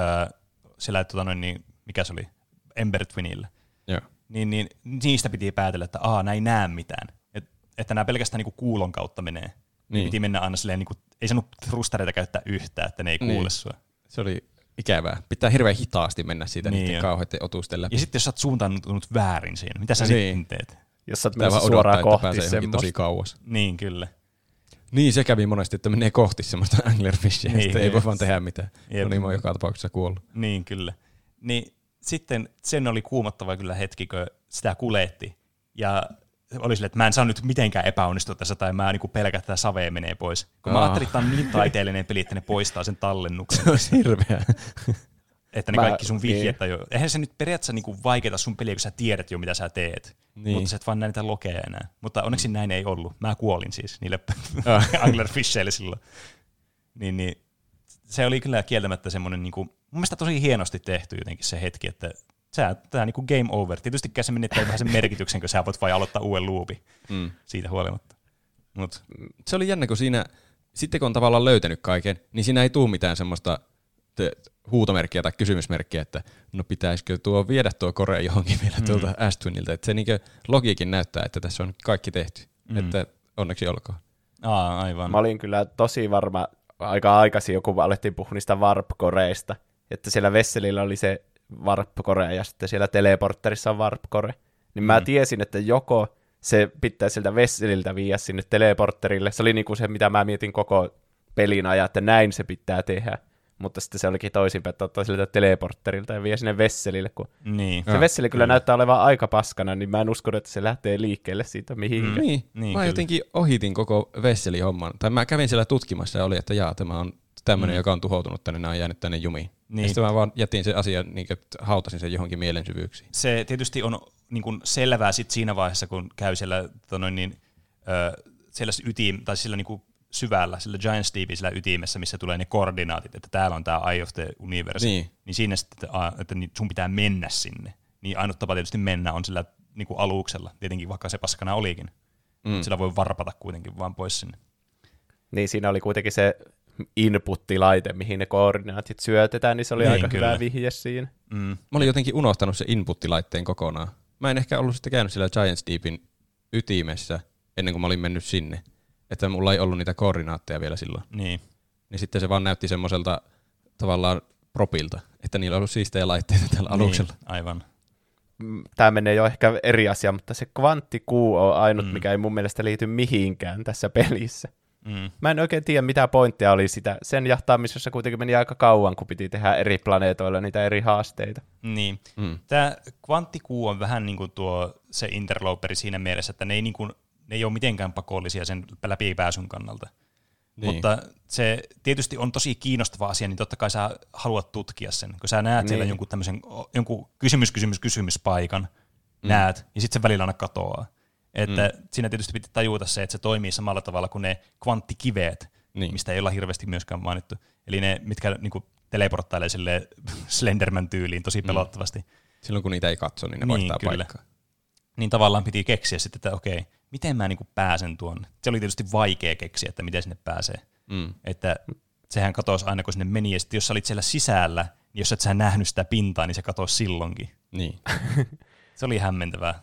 mikä se oli, Ember Twinillä. Joo. Niin niistä piti päätellä, että nämä ei näe mitään. Että nämä pelkästään niin kuin kuulon kautta menee. Niin. Piti mennä aina silleen, niin kuin, ei saanut thrustereita käyttää yhtään, että ne ei kuule sua. Se oli ikävää. Pitää hirveän hitaasti mennä siitä niiden kauheiden otusten läpi. Ja sitten jos sä oot suuntaantunut väärin siinä, mitä sä sitten teet? Jos sä oot menossa suoraan kohti semmoista. Tosi kauas. Niin, kyllä. Niin, se kävi monesti, että menee kohti semmoista anglerfishia, niin, ei voi vaan tehdä mitään. No niin, mä oon joka tapauksessa kuollut. Niin, kyllä. Niin sitten sen oli kuumottava kyllä hetki, kun sitä kuletti. Ja oli silleen, että mä en saa nyt mitenkään epäonnistua tässä, tai mä niinku pelkään, että savea menee pois. Kun mä ajattelin, että tämä on niin taiteellinen peli, että ne poistaa sen tallennuksen. Se olisi hirveä. Että ne kaikki sun vihjeet eihän se nyt periaatteessa niinku vaikeeta sun peliä, kun sä tiedät jo, mitä sä teet. Niin. Mutta sä et vaan näe niitä lokeja enää. Mutta onneksi näin ei ollut. Mä kuolin siis niille anglerfisheille silloin. Niin, se oli kyllä kieltämättä semmoinen, niinku, mun mielestä tosi hienosti tehty jotenkin se hetki, että tämä niinku game over. Tietystikään se menettää vähän sen merkityksen, kun sä voit vain aloittaa uuden loopin siitä huolimatta. Mut. Se oli jännä, kun siinä, sitten kun on tavallaan löytänyt kaiken, niin siinä ei tule mitään semmoista huutomerkkiä tai kysymysmerkkiä, että no pitäisikö viedä tuo kore johonkin vielä tuolta Ashtwinilta. Että se niinkö logiikin näyttää, että tässä on kaikki tehty. Että onneksi olkoon. Aivan. Mä olin kyllä tosi varma aika aikaisin, joku alettiin puhua niistä warp-koreista, että siellä vesselillä oli se warp-kore ja sitten siellä teleporterissa on warp-kore. Niin mä tiesin, että joko se pitää sieltä vesseliltä viiä sinne teleporterille. Se oli niinku se, mitä mä mietin koko pelin ajan, että näin se pitää tehdä. Mutta sitten se olikin toisinpäin, että ottaa sieltä teleporterilta ja vie sinne vesselille. Kun se vesseli kyllä näyttää olevan aika paskana, niin mä en usko, että se lähtee liikkeelle siitä mihinkään. Niin, mä jotenkin ohitin koko vesselihomman. Tai mä kävin siellä tutkimassa ja oli, että tämä on tämmöinen, joka on tuhoutunut tänne, nämä on jäänyt tänne jumiin. Niin. Ja sitten mä vaan jätin sen asian, niin että hautasin sen johonkin mielensyvyyksiin. Se tietysti on niin kuin selvää sit siinä vaiheessa, kun käy siellä, sillä niin kuin syvällä, sillä Giant Steepisellä ytimessä, missä tulee ne koordinaatit, että täällä on tämä Eye of the Universe, niin siinä sitten, että sun pitää mennä sinne. Niin ainut tapa tietysti mennä on sillä niin kuin aluksella, tietenkin vaikka se paskana olikin. Sillä voi varpata kuitenkin vaan pois sinne. Niin, siinä oli kuitenkin se input-laite, mihin ne koordinaatit syötetään, niin se oli aika hyvä vihje siinä. Mä olin jotenkin unohtanut se input-laitteen kokonaan. Mä en ehkä ollut sitten käynyt sillä Giant Steepin ytimessä ennen kuin mä olin mennyt sinne. Että mulla ei ollut niitä koordinaatteja vielä silloin. Niin sitten se vaan näytti semmoiselta tavallaan propilta, että niillä on ollut siistejä laitteita tällä aluksella. Aivan. Tämä menee jo ehkä eri asia, mutta se kvanttikuu on ainut, mikä ei mun mielestä liity mihinkään tässä pelissä. Mä en oikein tiedä, mitä pointtia oli sitä. Sen jahtaamisessa kuitenkin meni aika kauan, kun piti tehdä eri planeetoilla niitä eri haasteita. Niin. Tämä kvanttikuu on vähän niin kuin se interloperi siinä mielessä, että ne ei ole mitenkään pakollisia sen läpipääsyn kannalta. Niin. Mutta se tietysti on tosi kiinnostava asia, niin totta kai sä haluat tutkia sen. Kun sä näet siellä jonkun kysymyspaikan, näet, ja sitten se välillä aina katoaa. Että siinä tietysti pitää tajuta se, että se toimii samalla tavalla kuin ne kvanttikiveet, mistä ei olla hirveästi myöskään mainittu. Eli ne, mitkä niinku teleporttailee silleen Slenderman-tyyliin tosi pelottavasti. Silloin kun niitä ei katso, niin ne vaihtaa paikkaa. Niin tavallaan piti keksiä sitten, että okei, miten mä niinku pääsen tuonne. Se oli tietysti vaikea keksiä, että miten sinne pääsee. Että sehän katosi aina, kun sinne meni, ja sitten jos sä olit siellä sisällä, niin jos et sä nähnyt sitä pintaa, niin se katosi silloinkin. Niin. Se oli hämmentävää.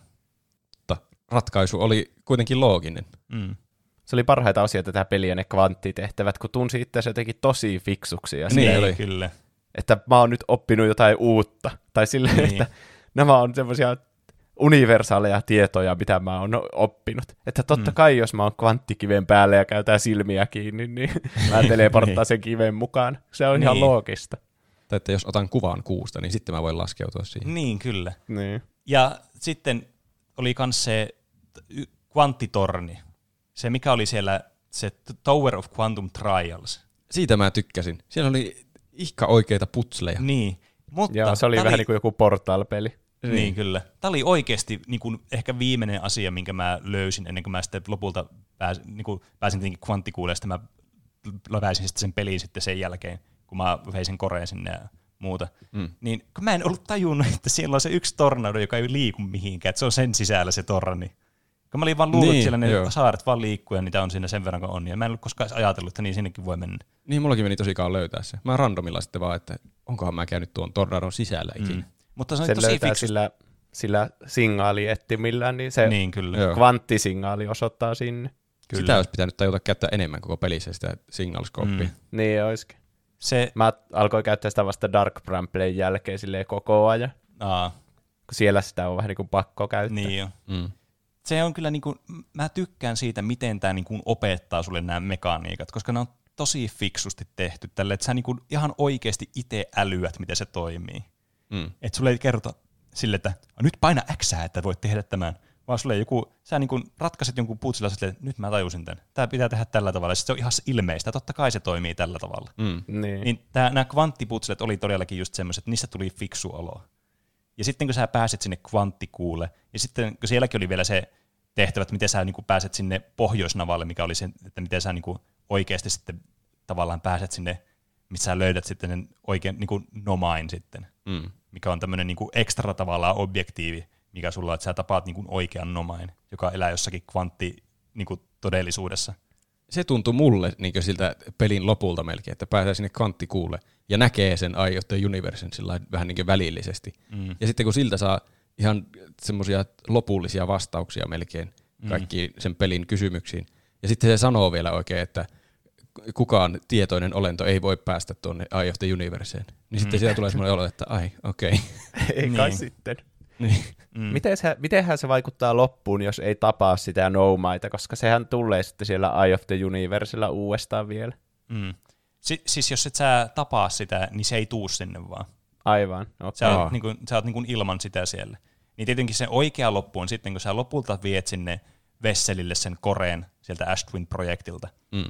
Ratkaisu oli kuitenkin looginen. Se oli parhaita osioita tätä peliä, ne kvanttitehtävät, kun tunsi itseäsi jotenkin tosi fiksuksi. Ja niin oli. Kyllä. Että mä oon nyt oppinut jotain uutta. Tai silleen, että nämä on semmoisia universaaleja tietoja, mitä mä oon oppinut. Että totta kai, jos mä oon kvanttikiven päällä ja käytän silmiä kiinni, niin mä teleporttaan sen kiven mukaan. Se on ihan loogista. Tai että jos otan kuvan kuusta, niin sitten mä voin laskeutua siihen. Niin, kyllä. Niin. Ja sitten oli myös se kvanttitorni. Se, mikä oli siellä, se Tower of Quantum Trials. Siitä mä tykkäsin. Siellä oli ihka oikeita putsleja. Niin. Mutta joo, se oli vähän niin kuin joku Portal-peli. Niin, kyllä. Tämä oli oikeasti niin kuin ehkä viimeinen asia, minkä mä löysin ennen kuin mä sitten lopulta pääsin tietenkin kvanttikuulle, ja sitten mä pääsin sitten sen peliin sitten sen jälkeen, kun mä vein sen koreen sinne ja muuta. Niin kun mä en ollut tajunnut, että siellä on se yksi tornado, joka ei liiku mihinkään, että se on sen sisällä se torni. Kun mä olin vaan luullut, että siellä ne saaret vaan liikkuu ja niitä on siinä sen verran kuin on. Ja mä en ollut koskaan ajatellut, että niin sinnekin voi mennä. Niin, mullakin meni tosi kauan löytää se. Mä randomilla sitten vaan, että onkohan mä käynyt tuon tornadon sisällä ikinä. Mutta se on sen tosi löytää fiksu. sillä signaaliettimillään, niin se kvanttisignaali osoittaa sinne. Kyllä. Sitä olisi pitänyt tajuta käyttää enemmän koko pelissä, sitä signalskooppia. Niin olisikin. Mä alkoin käyttää sitä vasta Dark Bramplayn jälkeen silleen koko ajan. Kun siellä sitä on vähän niin kuin pakko käyttää. Niin jo. Se on kyllä, niin kuin, mä tykkään siitä, miten tämä niin kuin opettaa sulle nämä mekaniikat, koska ne on tosi fiksusti tehty tälle, että sä niin kuin ihan oikeasti itse älyät, miten se toimii. Että sulle ei kerrota sille, että nyt paina Xää, että voit tehdä tämän, vaan sulle sä niin kuin ratkaiset jonkun putsilla sille, että nyt mä tajusin tämän. Tämä pitää tehdä tällä tavalla, ja se on ihan ilmeistä, totta kai se toimii tällä tavalla. Niin nämä kvanttiputsilet oli todellakin just semmoiset, että niistä tuli fiksu olo. Ja sitten kun sä pääset sinne kvanttikuulle, ja sitten kun sielläkin oli vielä se tehtävä, että miten sä niin kuin pääset sinne pohjoisnavalle, mikä oli se, että miten sä niin kuin oikeasti sitten tavallaan pääset sinne, missä sä löydät sitten oikein niin kuin nomain sitten, mikä on tämmöinen niin kuin ekstra tavallaan objektiivi, mikä sulla on, että sä tapaat niin kuin oikean nomain, joka elää jossakin kvanttitodellisuudessa. Se tuntui mulle niin siltä pelin lopulta melkein, että pääsee sinne kvanttikuulle ja näkee sen Eye of the Universen vähän niin välillisesti. Ja sitten kun siltä saa ihan semmoisia lopullisia vastauksia melkein kaikkiin sen pelin kysymyksiin. Ja sitten se sanoo vielä oikein, että kukaan tietoinen olento ei voi päästä tuonne Eye of the Universeen. Niin sitten siellä tulee semmoinen olo, että ai, okei. Ei kai sitten. Niin. Mitenhän se vaikuttaa loppuun, jos ei tapaa sitä Nomaita, koska sehän tulee sitten siellä Eye of the Universella uudestaan vielä. Siis jos et sä tapaa sitä, niin se ei tuu sinne vaan. Aivan, okei. Sä oot niin kuin ilman sitä siellä. Niin tietenkin se oikea loppu on sitten, kun sä lopulta viet sinne Vesselille sen koreen sieltä Ashwin-projektilta.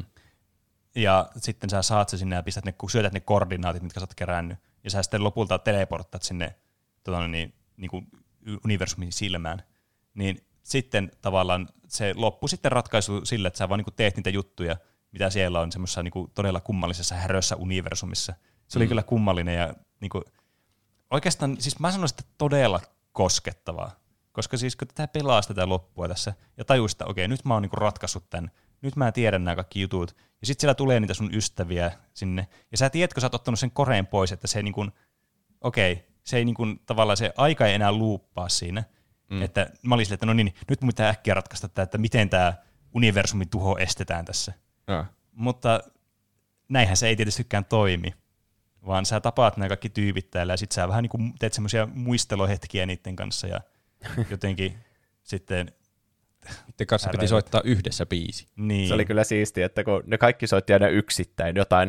Ja sitten sä saat se sinne ja syötät ne koordinaatit, mitkä sä oot kerännyt. Ja sä sitten lopulta teleporttat sinne niin kuin universumin silmään. Niin sitten tavallaan se loppu sitten ratkaisu sille, että sä vaan niin kuin teet niitä juttuja, mitä siellä on semmoisessa niin kuin todella kummallisessa härössä universumissa. Se oli kyllä kummallinen ja niin kuin, oikeastaan, siis mä sanoisin, että todella koskettavaa. Koska siis kun tätä pelaa tätä loppua tässä ja tajuu sitä, okei, nyt mä oon niinku ratkaissut tämän, nyt mä tiedän nämä kaikki jutut, ja sitten siellä tulee niitä sun ystäviä sinne, ja sä tiedät, kun sä oot ottanut sen koreen pois, että se ei niinku, se ei niinku, tavallaan se aika ei enää luuppaa siinä, että mä olin silleen, että no niin, nyt mun pitää äkkiä ratkaista tämä, että miten tämä universumin tuho estetään tässä. Mutta näinhän se ei tietystikään toimi, vaan sä tapaat nämä kaikki tyypit täällä, ja sit sä vähän niinku teet semmoisia muistelohetkiä niiden kanssa, ja jotenkin sitten... Niiden kanssa piti soittaa yhdessä biisi. Niin. Se oli kyllä siistiä, että kun ne kaikki soitti aina yksittäin jotain,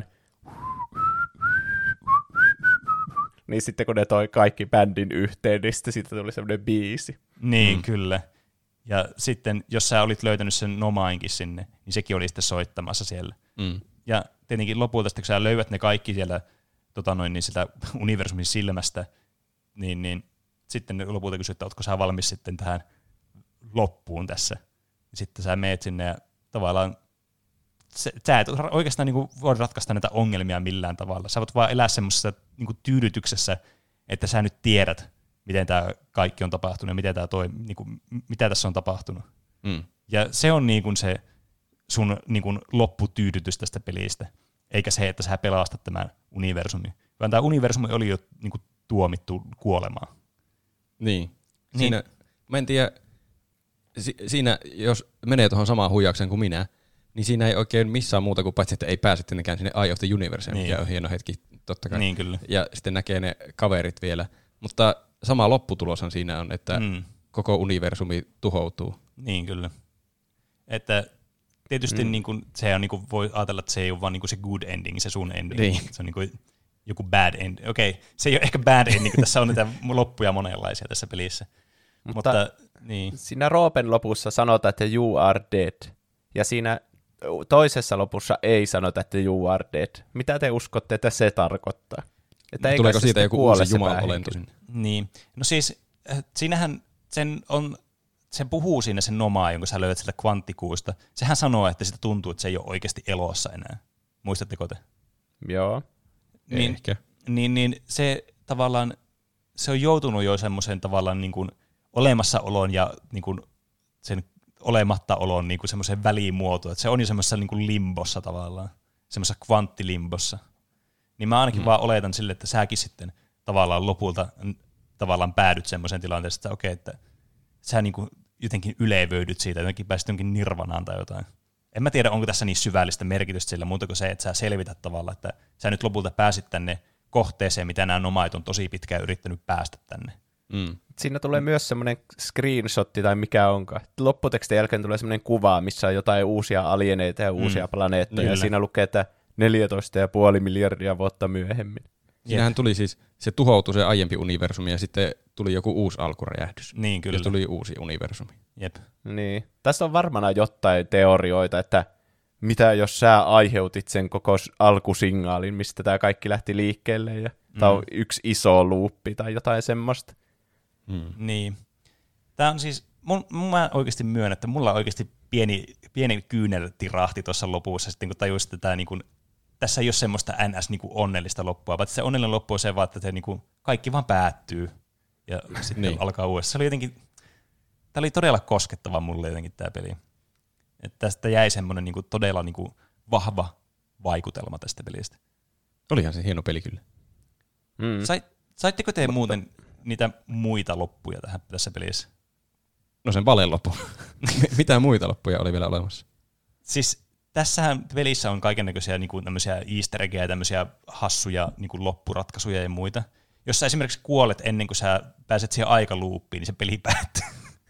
niin sitten kun ne toi kaikki bändin yhteen, niin sitten siitä tuli semmoinen biisi. Niin, kyllä. Ja sitten, jos sä olit löytänyt sen Nomainkin sinne, niin sekin oli sitten soittamassa siellä. Ja tietenkin lopulta, kun sä löydät ne kaikki siellä niin sitä universumin silmästä, niin sitten lopulta kysyt, että ootko sä valmis sitten tähän loppuun tässä. Sitten sä meet sinne ja tavallaan sä et oikeastaan niinku voi ratkaista näitä ongelmia millään tavalla. Sä voit vaan elää semmoisessa niinku tyydytyksessä, että sä nyt tiedät, miten tämä kaikki on tapahtunut ja miten niinku, mitä tässä on tapahtunut. Ja se on niinku se sun niinku lopputyydytys tästä pelistä, eikä se, että sä pelastat tämän universumin. Vaan tämä universumi oli jo niinku tuomittu kuolemaan. Niin. Siinä, mä en tiedä, siinä jos menee tuohon samaan huijaukseen kuin minä, niin siinä ei oikein missään muuta kuin paitsi, että ei pääse tietenkään sinne Eye of the Universe, mikä on hieno hetki totta kai. Niin, kyllä. Ja sitten näkee ne kaverit vielä. Mutta sama lopputuloshan siinä on, että koko universumi tuhoutuu. Niin, kyllä. Että tietysti niin kuin, se on, niin kuin, voi ajatella, että se ei ole vaan niin kuin se good ending, se sun ending. Niin. Se on niin kuin joku bad ending. Okei, se ei ole ehkä bad ending, kun tässä on niitä loppuja monenlaisia tässä pelissä. Mutta niin. Siinä Roopen lopussa sanotaan, että you are dead. Ja siinä toisessa lopussa ei sanota, että you are dead. Mitä te uskotte, että se tarkoittaa? Että tuleeko siitä joku uusi jumala-olento sinne? Niin. No siis, siinähän se puhuu siinä sen Nomaa, jonka sä löydät sieltä kvanttikuusta. Sehän sanoo, että sitä tuntuu, että se ei ole oikeasti elossa enää. Muistatteko te? Joo. Niin, ehkä. Niin se tavallaan, se on joutunut jo semmoisen tavallaan niin kuin olemassaolon ja niin kuin sen olemattaolon niin kuin semmoisen välimuotoon. Että se on jo semmoisessa niin kuin limbossa tavallaan, semmoisessa kvanttilimbossa. Niin mä ainakin vaan oletan sille, että säkin sitten tavallaan lopulta tavallaan päädyt semmoiseen tilanteeseen, että okei, että sä niin kuin jotenkin ylevöidyt siitä, jotenkin pääsit jonkin nirvanaan tai jotain. En mä tiedä, onko tässä niin syvällistä merkitystä sillä muuta kuin se, että sä selvität tavallaan, että sä nyt lopulta pääsit tänne kohteeseen, mitä nämä nomait on tosi pitkään yrittänyt päästä tänne. Siinä tulee myös semmoinen screenshotti tai mikä onkaan. Lopputekstin jälkeen tulee semmoinen kuva, missä on jotain uusia alieneita ja uusia planeettoja, ja siinä lukee, että 14,5 miljardia vuotta myöhemmin. Siinähän tuli siis, se tuhoutui se aiempi universumi ja sitten tuli joku uusi alkuräjähdys. Niin, kyllä. Ja tuli uusi universumi. Jep. Niin. Tässä on varmana jotain teorioita, että mitä jos sä aiheutit sen koko alkusignaalin, mistä tämä kaikki lähti liikkeelle, ja tämä on yksi iso luuppi tai jotain semmoista. Niin. Tämä on siis, mä oikeasti myönnän, että mulla on oikeasti pieni kyynel tirahti tuossa lopussa, sitten kun tajusin, että tämä niin kuin, tässä ei ole semmoista NS niin kuin onnellista loppua, vaan se onnellinen loppu on se vaan, että se niin kuin, kaikki vaan päättyy ja sitten alkaa uudestaan. Se oli jotenkin, tämä oli todella koskettava mulle jotenkin tämä peli. Että tästä jäi semmoinen niin kuin, todella niin kuin, vahva vaikutelma tästä pelistä. Olihan se hieno peli kyllä. Saitteko te muuten niitä muita loppuja tässä pelissä? No sen valen loppu. Mitä muita loppuja oli vielä olemassa? Siis tässähän pelissä on kaikennäköisiä niin kuin tämmöisiä easter eggejä ja tämmöisiä hassuja niin kuin loppuratkaisuja ja muita. Jos sä esimerkiksi kuolet ennen kuin sä pääset siihen aikaluuppiin, niin se peli päättyy.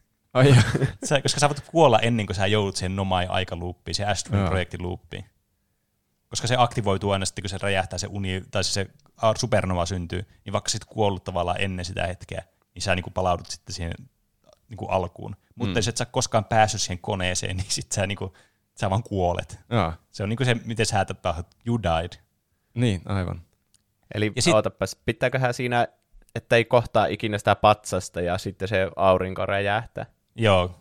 Koska sä voit kuolla ennen kuin sä joudut siihen Nomai aikaluuppiin, siihen Astron-projektin luuppiin. Koska se aktivoituu aina sitten, kun se räjähtää tai se supernova syntyy, niin vaikka sit kuollut tavallaan ennen sitä hetkeä, niin sä niinku palaudut sitten siihen niinku alkuun. Mutta jos et sä koskaan päässyt siihen koneeseen, niin sit sä vaan kuolet. Se on niinku se, miten sä tapahdut, you died. Niin, aivan. Eli ootapas, pitääköhän siinä, että ei kohtaa ikinä sitä patsasta ja sitten se aurinko räjähtää? Joo.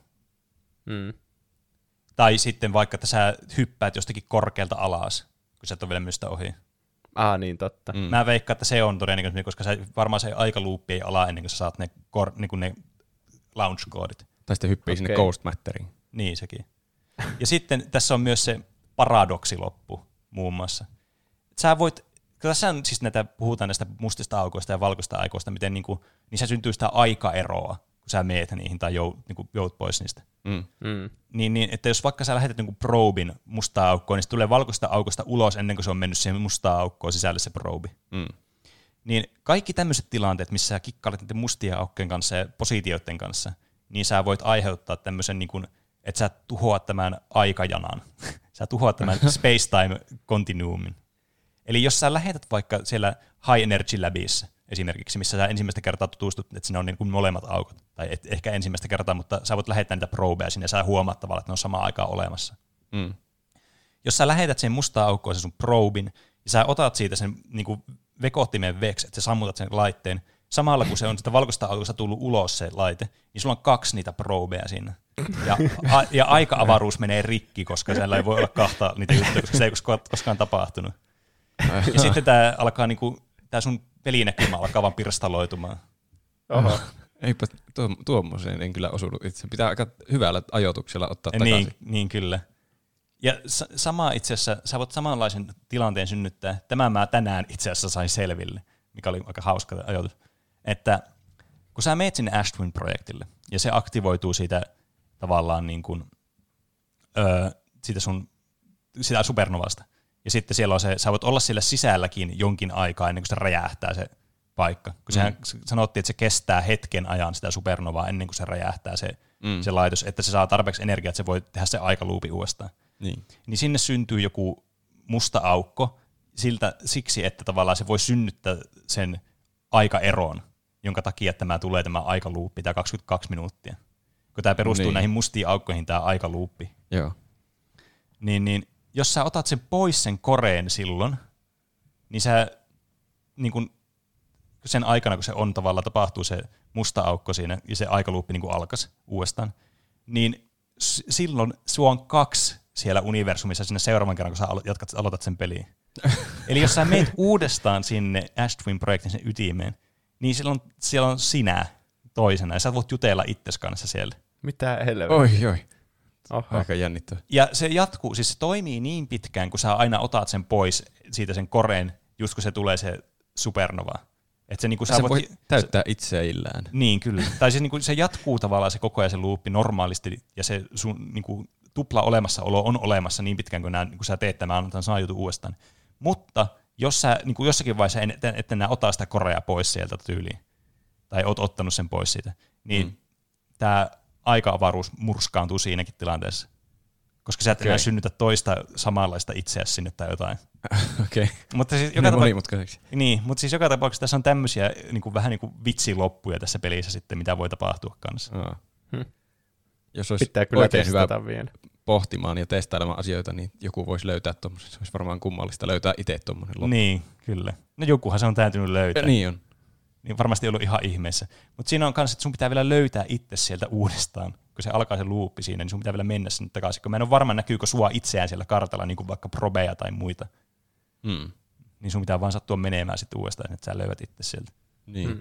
Tai sitten vaikka, että sä hyppäät jostakin korkealta alas, kun sä et ole vielä myös sitä ohi. Niin totta. Mä veikkaan, että se on todennäköisesti, koska varmaan se aikaluuppi ei ala ennen kuin sä saat ne launch-koodit. Tai sitten hyppii sinne Ghost Matteriin. Niin, sekin. Ja sitten tässä on myös se paradoksiloppu muun muassa. Sä voit, tässä on siis puhutaan näistä mustista aukoista ja valkoista aikoista, miten niin se syntyy sitä aikaeroa, kun sä meet niihin tai joudut pois niistä. Niin, että jos vaikka sä lähetät jonkun probin mustaa aukkoon, niin se tulee valkoista aukosta ulos ennen kuin se on mennyt siihen mustaa aukkoon sisälle se probi. Niin kaikki tämmöiset tilanteet, missä sä kikkailet niiden mustien aukkojen kanssa ja positioiden kanssa, niin sä voit aiheuttaa tämmöisen, niin kuin, että sä tuhoat tämän aikajanan. Sä tuhoat tämän space-time continuumin. Eli jos sä lähetät vaikka siellä High Energy Labissa esimerkiksi, missä sä ensimmäistä kertaa tutustut, että siinä on niin kuin molemmat aukot, tai ehkä ensimmäistä kertaa, mutta sä voit lähettää niitä probeja sinne ja sä huomaat tavallaan, että ne on samaan aikaan olemassa. Jos sä lähetät sen mustaan aukkoon sen sun probin, ja sä otat siitä sen niin kuin vekottimen veksi, että sä sammutat sen laitteen, samalla kun se on sitä valkoista aukosta tullut ulos se laite, niin sulla on 2 niitä probeja siinä. Ja aika-avaruus menee rikki, koska siellä ei voi olla 2 niitä juttuja, koska se ei koskaan tapahtunut. Ja sitten tää alkaa niinku, tää sun pelinäkymä alkaa vaan pirstaloitumaan. Oho. Eipä tuommoiseen en kyllä osunut itse. Pitää aika hyvällä ajoituksella ottaa takaisin. Niin kyllä. Ja sama itse asiassa, sä voit samanlaisen tilanteen synnyttää. Tämän mä tänään itse asiassa sain selville, mikä oli aika hauska ajoitus. Että kun sä meet sinne Ash Twin-projektille, ja se aktivoituu siitä tavallaan niin kuin, sitä supernovasta, ja sitten siellä on se, sä voit olla siellä sisälläkin jonkin aikaa ennen kuin se räjähtää se paikka. Kun sehän sanottiin, että se kestää hetken ajan sitä supernovaa ennen kuin se räjähtää se laitos, että se saa tarpeeksi energiaa, että se voi tehdä se aikaluupi uudestaan. Niin sinne syntyy joku musta aukko siksi, että tavallaan se voi synnyttää sen aikaeron, jonka takia tämä aikaluuppi, tämä 22 minuuttia. Kun tämä perustuu näihin mustiin aukkoihin, tämä aikaluuppi. Joo. Niin jos sä otat sen pois sen koreen silloin, niin sä niin kun, sen aikana, kun se on tavallaan tapahtuu se musta aukko siinä ja se aikaluuppi niin alkaisi uudestaan, niin silloin sua on 2 siellä universumissa sinne seuraavan kerran, kun sä aloitat sen peliin. Eli jos sä meet uudestaan sinne Ash Twin-projektin sen ytimeen, niin siellä on sinä toisena, ja sä voit jutella itses kanssa siellä. Mitä helvettiä? Oi. Aika jännittävä. Ja se jatkuu, siis se toimii niin pitkään, kun sä aina otat sen pois siitä sen koreen, just kun se tulee se supernova. Että se, se voi täyttää itseillään. Niin, kyllä. Tai se jatkuu tavallaan se koko ajan se luuppi normaalisti, ja se sun tupla olemassaolo on olemassa niin pitkään, kun sä teet tämän jutun uudestaan. Mutta jos sä jossakin vaiheessa et enää ota sitä korea pois sieltä tyyliin, tai oot ottanut sen pois siitä, niin tämä aika-avaruus murskaantuu siinäkin tilanteessa. Koska sä et enää synnytä toista samanlaista itseäsi sinne tai jotain. Okei. Mutta siis joka tapauksessa tässä on tämmöisiä vähän niin kuin vitsiloppuja tässä pelissä sitten, mitä voi tapahtua kanssa. Jos olisi pitää kyllä oikein hyvä vielä pohtimaan ja testailemaan asioita, niin joku voisi löytää tuommoisen. Se olisi varmaan kummallista löytää itse tuommoinen loppu. Niin, kyllä. No jokuhan se on täytynyt löytää. Ja niin on. Niin varmasti ollut ihan ihmeessä. Mutta siinä on myös, että sun pitää vielä löytää itse sieltä uudestaan. Kun se alkaa se luuppi siinä, niin sun pitää vielä mennä sinne takaisin. Kun mä en ole varma, näkyykö sua itseään siellä kartalla, niin kuin vaikka probeja tai muita. Niin sun pitää vaan sattua menemään sitten uudestaan, että sä löydät itse sieltä. Niin.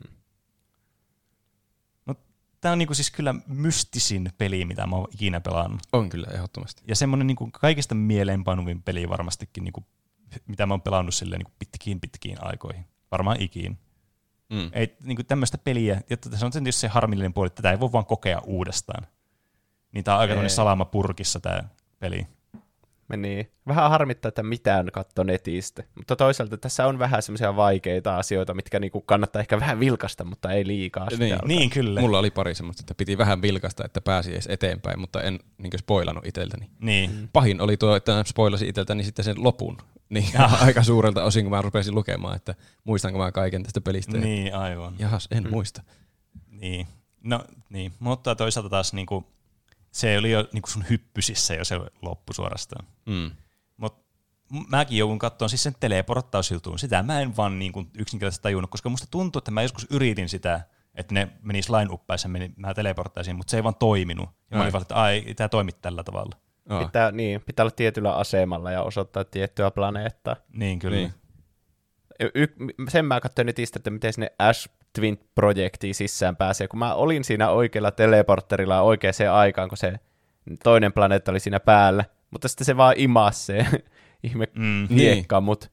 No, tää on siis kyllä mystisin peli, mitä mä oon ikinä pelannut. On kyllä, ehdottomasti. Ja semmoinen kaikista mieleenpainuvin peli varmastikin, mitä mä oon pelannut silleen pitkiin aikoihin. Varmaan ikiin. Ei tämmöistä peliä, että se on tietysti se harmillinen puoli, että tätä ei voi vaan kokea uudestaan. Niin tää on aika tämmöinen salama purkissa tää peli. Niin. Vähän harmittaa, että mitään katso netistä. Mutta toisaalta tässä on vähän semmoisia vaikeita asioita, mitkä kannattaa ehkä vähän vilkasta, mutta ei liikaa. Niin, kyllä. Mulla oli pari semmoista, että piti vähän vilkasta, että pääsi edes eteenpäin, mutta en spoilannut itseltäni. Niin. Pahin oli tuo, että spoilasin itseltäni sitten sen lopun. Niin aika suurelta osin, kun mä rupesin lukemaan, että muistanko mä kaiken tästä pelistä. Niin, aivan. Jahas, en muista. Niin. No niin, mutta toisaalta taas se oli jo sun hyppysissä jo se loppu suorastaan. Mutta mäkin joudun katsomaan siis sen teleporttausjutun. Sitä mä en vaan yksinkertaisesti tajunnut, koska musta tuntuu, että mä joskus yritin sitä, että ne menis line-uppaissa, mä teleporttaisin, mutta se ei vaan toiminut. Ja mä olin vaan, että ei tämä toimi tällä tavalla. Pitää olla tietyllä asemalla ja osoittaa tiettyä planeettaa. Niin, kyllä. Niin. Sen mä katsoin netistä, että miten sinne Ash Twin-projektiin sisään pääsee, kun mä olin siinä oikealla teleporterilla oikeaan aikaan, kun se toinen planeetta oli siinä päällä, mutta sitten se vaan imasi se ihme hiekka, mutta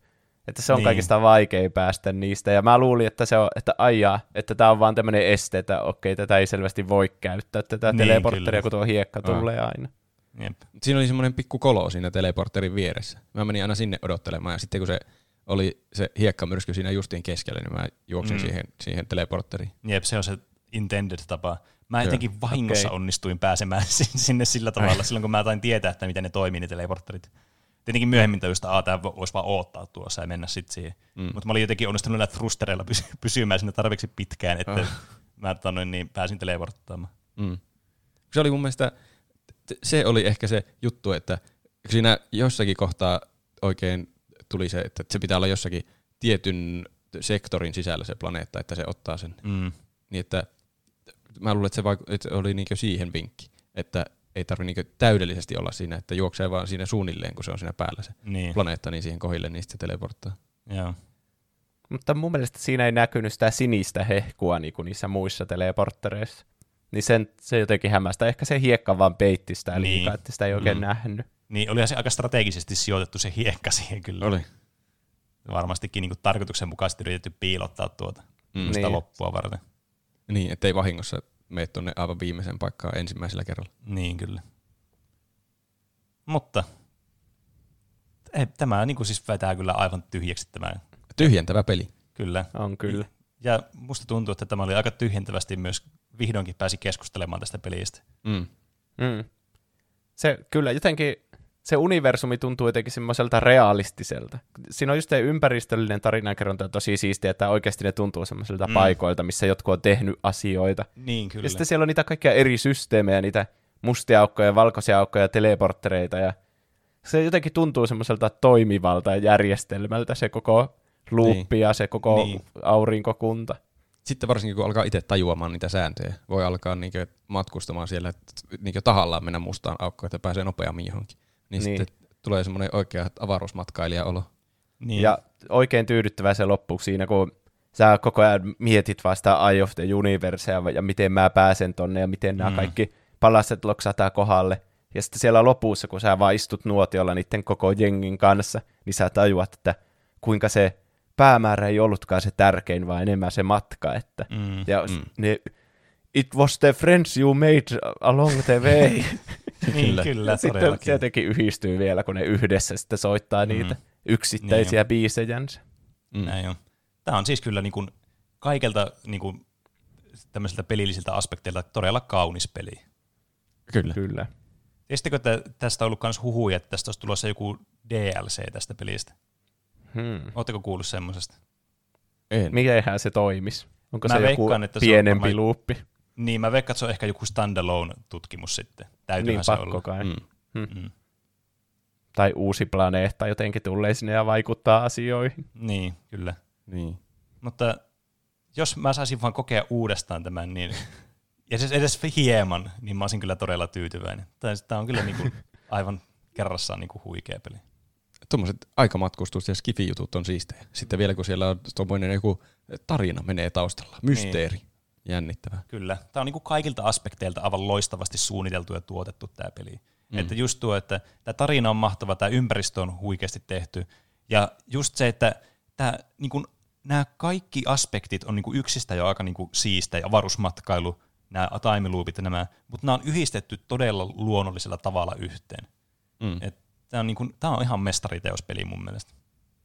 Että se on kaikista vaikein päästä niistä. Ja mä luulin, että se on, että tää on vaan tämmöinen este, että okei, tätä ei selvästi voi käyttää, tätä teleportteria, kun tuo hiekka tulee aina. Jep. Siinä oli semmoinen pikku kolo siinä teleporterin vieressä. Mä menin aina sinne odottelemaan, ja sitten kun se oli se hiekkamyrsky siinä justiin keskellä, niin mä juoksin siihen teleporteriin. Jep, se on se intended tapa. Mä jotenkin vahingossa onnistuin pääsemään sinne sillä tavalla, silloin kun mä tain tietää, että miten ne toimii ne teleporterit. Tietenkin myöhemmin tajusin, että tämä voisi vaan odottaa tuossa ja mennä sitten siihen. Mutta mä olin jotenkin onnistunut näillä thrustereilla pysymään sinne tarpeeksi pitkään, että mä pääsin teleporttaamaan. Se oli mun mielestä, se oli ehkä se juttu, että siinä jossakin kohtaa oikein tuli se, että se pitää olla jossakin tietyn sektorin sisällä se planeetta, että se ottaa sen. Niin että mä luulen, että se oli niinkö siihen vinkki, että ei tarvitse täydellisesti olla siinä, että juoksee vaan siinä suunnilleen, kun se on siinä päällä se planeetta, niin siihen kohdille niin sitten se teleporttaa. Joo. Mutta mun mielestä siinä ei näkynyt sitä sinistä hehkua niin kuin niissä muissa teleporttereissa. Niin se jotenkin hämmästä. Ehkä se hiekka vaan peitti sitä liikaa, että sitä ei oikein nähnyt. Niin, olihan se aika strategisesti sijoitettu se hiekka siihen kyllä. Oli. Varmastikin niin kuin tarkoituksenmukaisesti yritetty piilottaa tuota sitä loppua varten. Niin, ettei vahingossa mene tuonne aivan viimeisen paikkaan ensimmäisellä kerralla. Niin, kyllä. Mutta tämä niin kuin siis vetää kyllä aivan tyhjäksi tämä. Tyhjentävä peli. Kyllä. On kyllä. Ja musta tuntuu, että tämä oli aika tyhjentävästi myös vihdoinkin pääsi keskustelemaan tästä pelistä. Se kyllä jotenkin, se universumi tuntuu jotenkin semmoiselta realistiselta. Siinä on just se ympäristöllinen tarinankerronta tosi siistiä, että oikeasti ne tuntuu semmoiselta paikoilta, missä jotkut on tehnyt asioita. Niin, kyllä. Ja sitten siellä on niitä kaikkia eri systeemejä, niitä mustia aukkoja, valkoisia aukkoja, teleporttereita, ja se jotenkin tuntuu semmoiselta toimivalta ja järjestelmältä se koko luuppi ja se koko aurinkokunta. Sitten varsinkin, kun alkaa itse tajuamaan niitä sääntöjä, voi alkaa niinkö matkustamaan siellä, että niinkö tahallaan mennä mustaan aukkoon, että pääsee nopeammin johonkin. Niin sitten tulee semmoinen oikea avaruusmatkailija-olo. Niin. Ja oikein tyydyttävää se loppu siinä, kun sä koko ajan mietit vaan sitä Eye of the Universea ja miten mä pääsen tonne ja miten nämä kaikki palaset loksataan kohdalle. Ja sitten siellä lopussa, kun sä vaan istut nuotiolla niiden koko jengin kanssa, niin sä tajuat, että kuinka se päämäärä ei ollutkaan se tärkein, vaan enemmän se matka. Että. Ja it was the friends you made along the way. Niin, kyllä, sitten se jotenkin yhdistyy vielä, kun ne yhdessä sitten soittaa niitä yksittäisiä biisejänsä. Näin on. Tämä on siis kyllä niin kuin kaikelta niin kuin tämmöisiltä pelillisiltä aspekteilta todella kaunis peli. Kyllä. Tiesittekö, että tästä on ollut myös huhuja, että tästä olisi tulossa joku DLC tästä pelistä? Oletteko kuullut semmoisesta? Mikähän se toimisi? Onko mä se joku pienempi luuppi? Niin, mä veikkaan, että se on ehkä joku standalone-tutkimus sitten. Täytyyhän niin, se pakko olla. Kai. Tai uusi planeetta jotenkin tulee sinne ja vaikuttaa asioihin. Niin, kyllä. Niin. Mutta jos mä saisin vaan kokea uudestaan tämän, niin, ja siis edes hieman, niin mä olisin kyllä todella tyytyväinen. Tämä on kyllä niinku aivan kerrassaan niinku huikea peli. Tuommoiset aikamatkustus- ja skifi-jutut on siistejä. Sitten vielä kun siellä on tuommoinen joku tarina menee taustalla, mysteeri. Niin. Jännittävää. Kyllä. Tämä on niinku kaikilta aspekteilta aivan loistavasti suunniteltu ja tuotettu tämä peli. Että just tuo, että tämä tarina on mahtava, tämä ympäristö on huikeasti tehty. Ja just se, että tämä, niinku, nämä kaikki aspektit on niinku yksistä jo aika niinku siistejä, avaruusmatkailu, nämä time loopit ja nämä, mutta nämä on yhdistetty todella luonnollisella tavalla yhteen. Tämä on ihan mestariteospeli mun mielestä.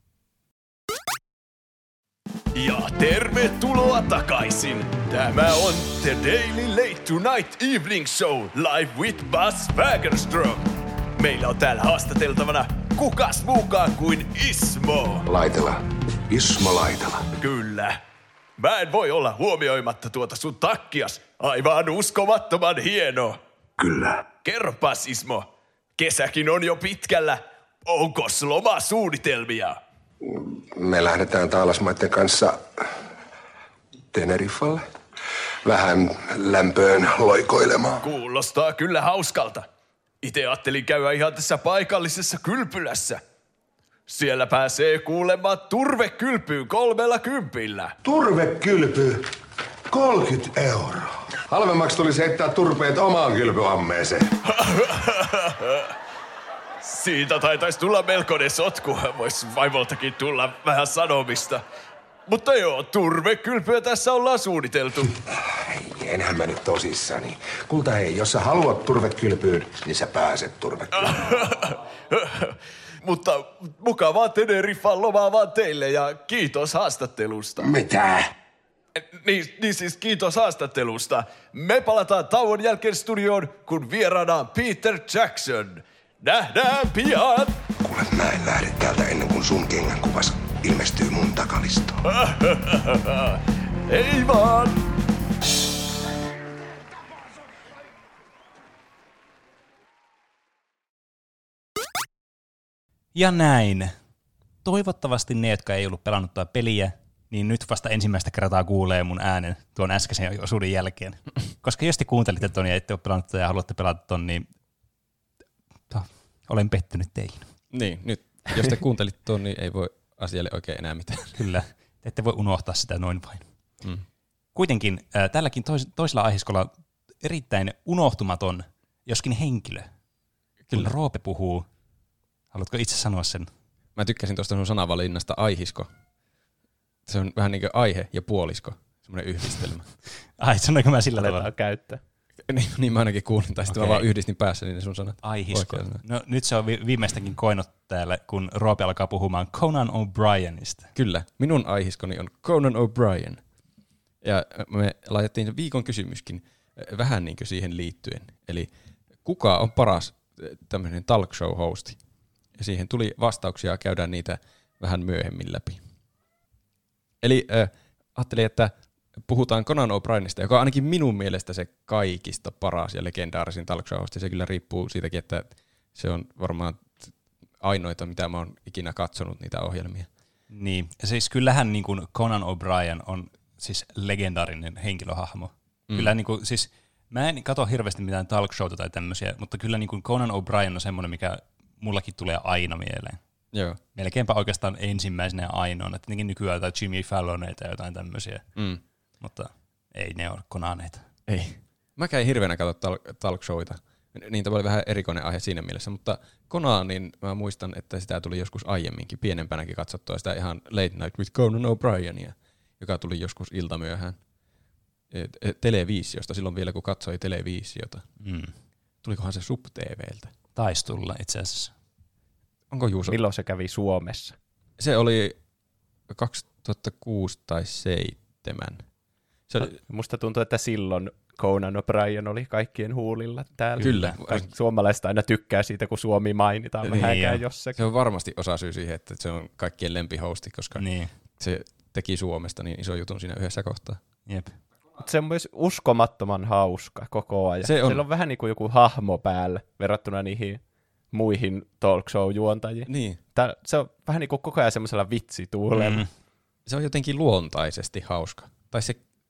Ja tervetuloa takaisin! Tämä on The Daily Late Tonight Evening Show live with Buzz Fagerström. Meillä on täällä haastateltavana kukas muukaan kuin Ismo. Laitela. Ismo Laitela. Kyllä. Mä en voi olla huomioimatta tuota sun takkias. Aivan uskomattoman hieno. Kyllä. Kerropas Ismo, kesäkin on jo pitkällä. Onkos lomasuunnitelmia? Me lähdetään taalasmaiden kanssa Teneriffalle. Vähän lämpöön loikoilemaan. Kuulostaa kyllä hauskalta. Itse ajattelin käydä ihan tässä paikallisessa kylpylässä. Siellä pääsee kuulemaan turvekylpyyn 30. Turvekylpy 30 €. Halvemmaksi tulisi heittää turpeet omaan kylpyammeeseen. Siitä taitaisi tulla melkoinen sotku. Vois vaimoltakin tulla vähän sanomista. Mutta joo, turvekylpyä tässä ollaan suunniteltu. Enhän mä nyt tosissani. Kulta hei, jos sä haluat turvekylpyyn, niin sä pääset turvekylpyyn. Mutta mukavaa Teneriffan lomaa vaan teille ja kiitos haastattelusta. Mitä? Niin siis kiitos haastattelusta. Me palataan tauon jälkeen studioon, kun vieraana on Peter Jackson. Nähdään pian! Kuule, mä en lähde täältä ennen kuin sun kengänkuvas ilmestyy mun takalistoon. Ei vaan! Ja näin. Toivottavasti ne, jotka ei ollut pelannut tuota peliä, niin nyt vasta ensimmäistä kertaa kuulee mun äänen tuon äskeisen osuuden jälkeen. Koska jos te kuuntelitte ton ja ette ole pelannut ja haluatte pelata ton, niin olen pettynyt teihin. Niin, nyt jos te kuuntelit ton, niin ei voi asialle oikein enää mitään. Kyllä, te ette voi unohtaa sitä noin vain. Kuitenkin tälläkin toisella aiheskolla erittäin unohtumaton, joskin henkilö. Kyllä. Kun Roope puhuu, haluatko itse sanoa sen? Mä tykkäsin tuosta sun sanavalinnasta aihisko. Se on vähän niin kuin aihe ja puolisko, semmoinen yhdistelmä. Ai, sanoinko mä sillä tavalla? Käyttää. Niin mä ainakin kuulin, tai sitten mä vaan yhdistin päässäni ne sun sanat. Aihisko. No nyt se on viimeistäkin koinut täällä, kun Roope alkaa puhumaan Conan O'Brienista. Kyllä, minun aihiskoni on Conan O'Brien. Ja me laitettiin viikon kysymyskin vähän niin kuin siihen liittyen. Eli kuka on paras tämmöinen talk show hosti? Ja siihen tuli vastauksia, käydään niitä vähän myöhemmin läpi. Eli ajattelin, että puhutaan Conan O'Brienista, joka on ainakin minun mielestä se kaikista paras ja legendaarisin talk show hosti. Se kyllä riippuu siitäkin, että se on varmaan ainoita, mitä mä oon ikinä katsonut niitä ohjelmia. Niin, siis kyllähän niin kuin Conan O'Brien on siis legendaarinen henkilöhahmo. Kyllä niin kuin, siis mä en katso hirveästi mitään talk showta tai tämmöisiä, mutta kyllä niin kuin Conan O'Brien on semmoinen, mikä mullakin tulee aina mieleen. Joo. Melkeinpä oikeastaan ensimmäisenä ja ainoana. Tietenkin nykyään jotain Jimmy Falloneita ja jotain tämmöisiä. Mutta ei ne ole Conaneita. Ei. Mä käin hirveänä katsoa talk showita. Niin oli vähän erikoinen aihe siinä mielessä, mutta Conan, niin mä muistan, että sitä tuli joskus aiemminkin, pienempänäkin katsottua sitä ihan Late Night with Conan O'Brienia, joka tuli joskus iltamyöhään televisiosta, silloin vielä kun katsoi televisiota. Tulikohan se Sub-TVltä? Taisi tulla itse asiassa. Onko Juuso? Milloin se kävi Suomessa? Se oli 2006 tai 2007. Musta tuntuu, että silloin Conan O'Brien oli kaikkien huulilla täällä. Kyllä. Suomalaiset aina tykkää siitä, kun Suomi mainitaan vähänkään jossakin. Se on varmasti osa syy siihen, että se on kaikkien lempihosti, koska se teki Suomesta niin iso jutun siinä yhdessä kohtaa. Jep. Se on myös uskomattoman hauska koko ajan. Siellä on vähän niin kuin joku hahmo päällä verrattuna niihin muihin talk show-juontajiin. Niin. Se on vähän niin kuin koko ajan semmoisella vitsituulella. Se on jotenkin luontaisesti hauska. Tai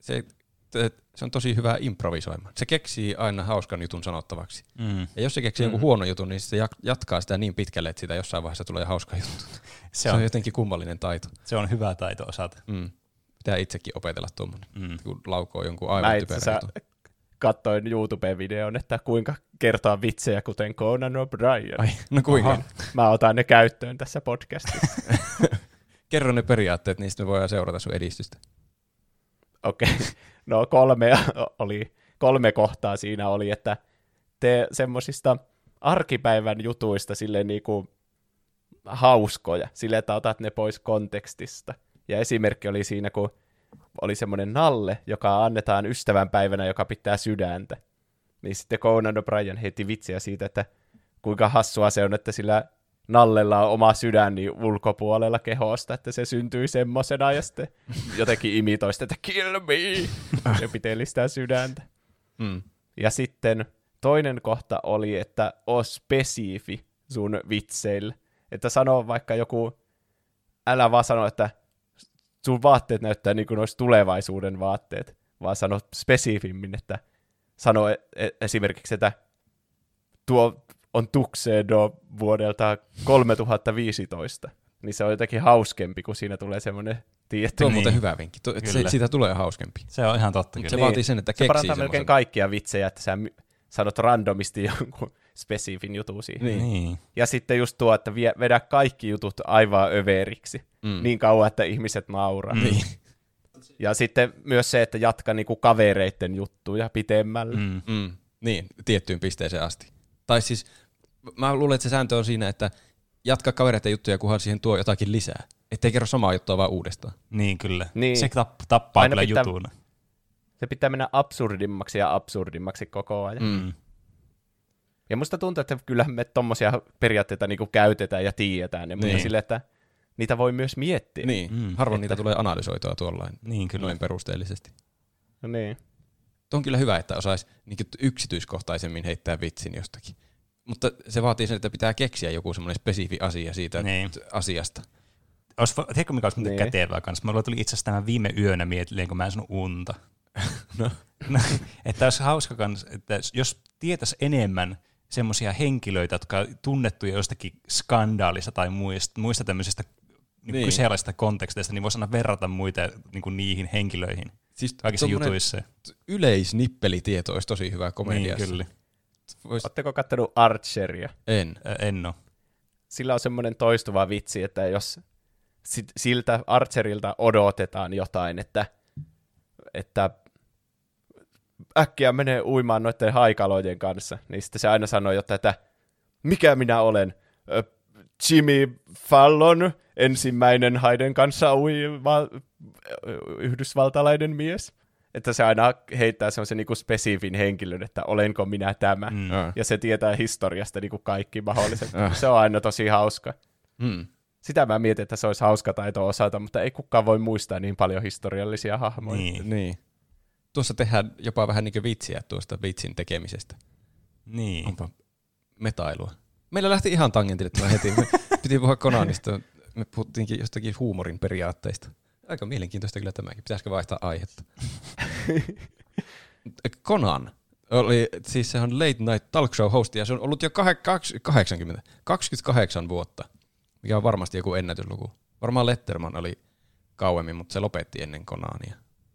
se on tosi hyvä improvisoimaan. Se keksii aina hauskan jutun sanottavaksi. Ja jos se keksii jonkun huonon jutun, niin se jatkaa sitä niin pitkälle, että siitä jossain vaiheessa tulee hauska juttu. Se on jotenkin kummallinen taito. Se on hyvä taito osata. Pitää itsekin opetella tuommoinen, kun laukoo jonkun aivan typerän jutun. Katsoin YouTube-videon, että kuinka kertoa vitsejä kuten Conan O'Brien. Ai, no kuinka? Mä otan ne käyttöön tässä podcastissa. Kerro ne periaatteet, niistä me voidaan seurata sun edistystä. Okei. No 3 kohtaa siinä oli, että te semmosista arkipäivän jutuista silleen niinku hauskoja, silleen, että otat ne pois kontekstista. Ja esimerkki oli siinä, kun oli semmoinen nalle, joka annetaan ystävänpäivänä, joka pitää sydäntä. Niin sitten Conan O'Brien heitti vitsiä siitä, että kuinka hassua se on, että sillä nallella on oma sydän niin ulkopuolella kehosta, että se syntyi semmosena ja sitten jotenkin imitoi sitä, että kill me, ja piteli sitä sydäntä. Ja sitten toinen kohta oli, että oo spesifi sun vitseille. Että sano vaikka joku, älä vaan sano, että sun vaatteet näyttää niin kuin olisi tulevaisuuden vaatteet, vaan sano spesifimmin, että sano esimerkiksi, että tuo on Tuxedo vuodelta 3015, niin se on jotenkin hauskempi, kun siinä tulee semmoinen, tiedätkö? Tuo on muuten hyvä vinkki, siitä tulee hauskempi. Se on ihan totta. Se vaatii sen, että keksii parantaa melkein kaikkia vitsejä, että sä sanot randomisti jonkun spesifin jutun siihen. Niin. Ja sitten just tuo, että vedä kaikki jutut aivan överiksi niin kauan, että ihmiset nauraa. Niin. Ja sitten myös se, että jatka niinku kavereiden juttuja pitemmälle. Niin, tiettyyn pisteeseen asti. Tai siis, mä luulen, että se sääntö on siinä, että jatka kavereiden juttuja, kunhan siihen tuo jotakin lisää. Ettei kerro samaa juttua vaan uudestaan. Niin, kyllä. Niin. Se tappaa Aina kyllä pitää, jutun. Se pitää mennä absurdimmaksi ja absurdimmaksi koko ajan. Ja musta tuntuu, että kyllähän me tommosia periaatteita niinku käytetään ja tiedetään. Ja niin. Sille, että niitä voi myös miettiä. Niin, harvoin niitä tulee analysoitua tuollain niin, kyllä. noin perusteellisesti. No niin. Tuo on kyllä hyvä, että osaisi niin yksityiskohtaisemmin heittää vitsin jostakin. Mutta se vaatii sen, että pitää keksiä joku semmoinen spesifi asia siitä asiasta. Tiedätkö, mikä olisi kätevää kanssa? Mulla tuli itse asiassa tämän viime yönä mietilleen, kun mä en sanonut unta. No. Että olisi hauska kanssa, että jos tietäisi enemmän semmoisia henkilöitä, jotka on tunnettuja jostakin skandaalista tai muista tämmöisistä kyseenalaisista konteksteista, niin voisi aina verrata muita niin niihin henkilöihin. Siis kaikissa jutuissa. Yleisnippelitieto olisi tosi hyvä komediassa. Niin, kyllä. Oletteko kattonut Archeria? En ole. Sillä on semmoinen toistuva vitsi, että jos siltä Archerilta odotetaan jotain, että äkkiä menee uimaan noiden haikaloiden kanssa, niin sitten se aina sanoo jotain, että mikä minä olen? Jimmy Fallon, ensimmäinen haiden kanssa uiva yhdysvaltalainen mies. Että se aina heittää semmoisen niinku spesifin henkilön, että olenko minä tämä. Ja se tietää historiasta niinku kaikki mahdolliset. Se on aina tosi hauska. Sitä mä mietin, että se olisi hauska taito osata, mutta ei kukaan voi muistaa niin paljon historiallisia hahmoja. Niin. Tuossa tehdään jopa vähän niin vitsiä tuosta vitsin tekemisestä. Niin. Onpa metailua. Meillä lähti ihan tangentille tämä heti. Me piti puhua Conanista. Me puhuttiinkin jostakin huumorin periaatteista. Aika mielenkiintoista kyllä tämäkin. Pitäisikö vaihtaa aihetta? Conan oli, siis se on late night talk show host, ja se on ollut jo 28 vuotta, mikä on varmasti joku ennätysluku. Varmaan Letterman oli kauemmin, mutta se lopetti ennen Conania.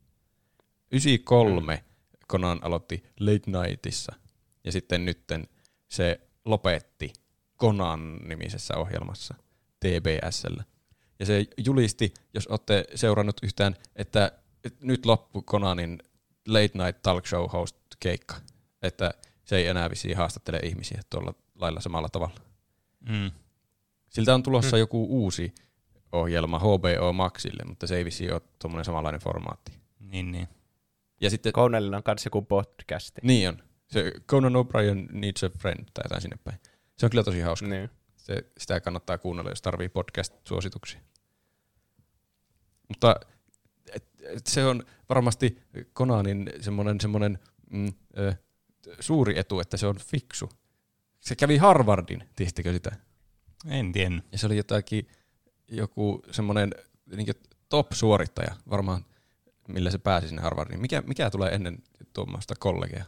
93 Conan aloitti Late Nightissa, ja sitten nytten se lopetti Conan-nimisessä ohjelmassa TBS:llä. Ja se julisti, jos olette seurannut yhtään, että nyt loppu Conanin Late Night Talk Show host keikka. Että se ei enää vissiin haastattele ihmisiä tuolla lailla samalla tavalla. Siltä on tulossa joku uusi ohjelma HBO Maxille, mutta se ei vissiin ole tuommoinen samanlainen formaatti. Niin. Ja sitten Conanilla on kanssa joku podcasti. Niin on. Se Conan O'Brien Needs a Friend tai jotain sinne päin. Se on kyllä tosi hauska. Niin. Sitä kannattaa kuunnella, jos tarvii podcast-suosituksia. Mutta se on varmasti Conanin semmoinen suuri etu, että se on fiksu. Se kävi Harvardin, tiesittekö sitä? En tiedä. Ja se oli joku semmoinen niin top-suorittaja varmaan, millä se pääsi sinne Harvardiin. Mikä tulee ennen tuommoista kollegea?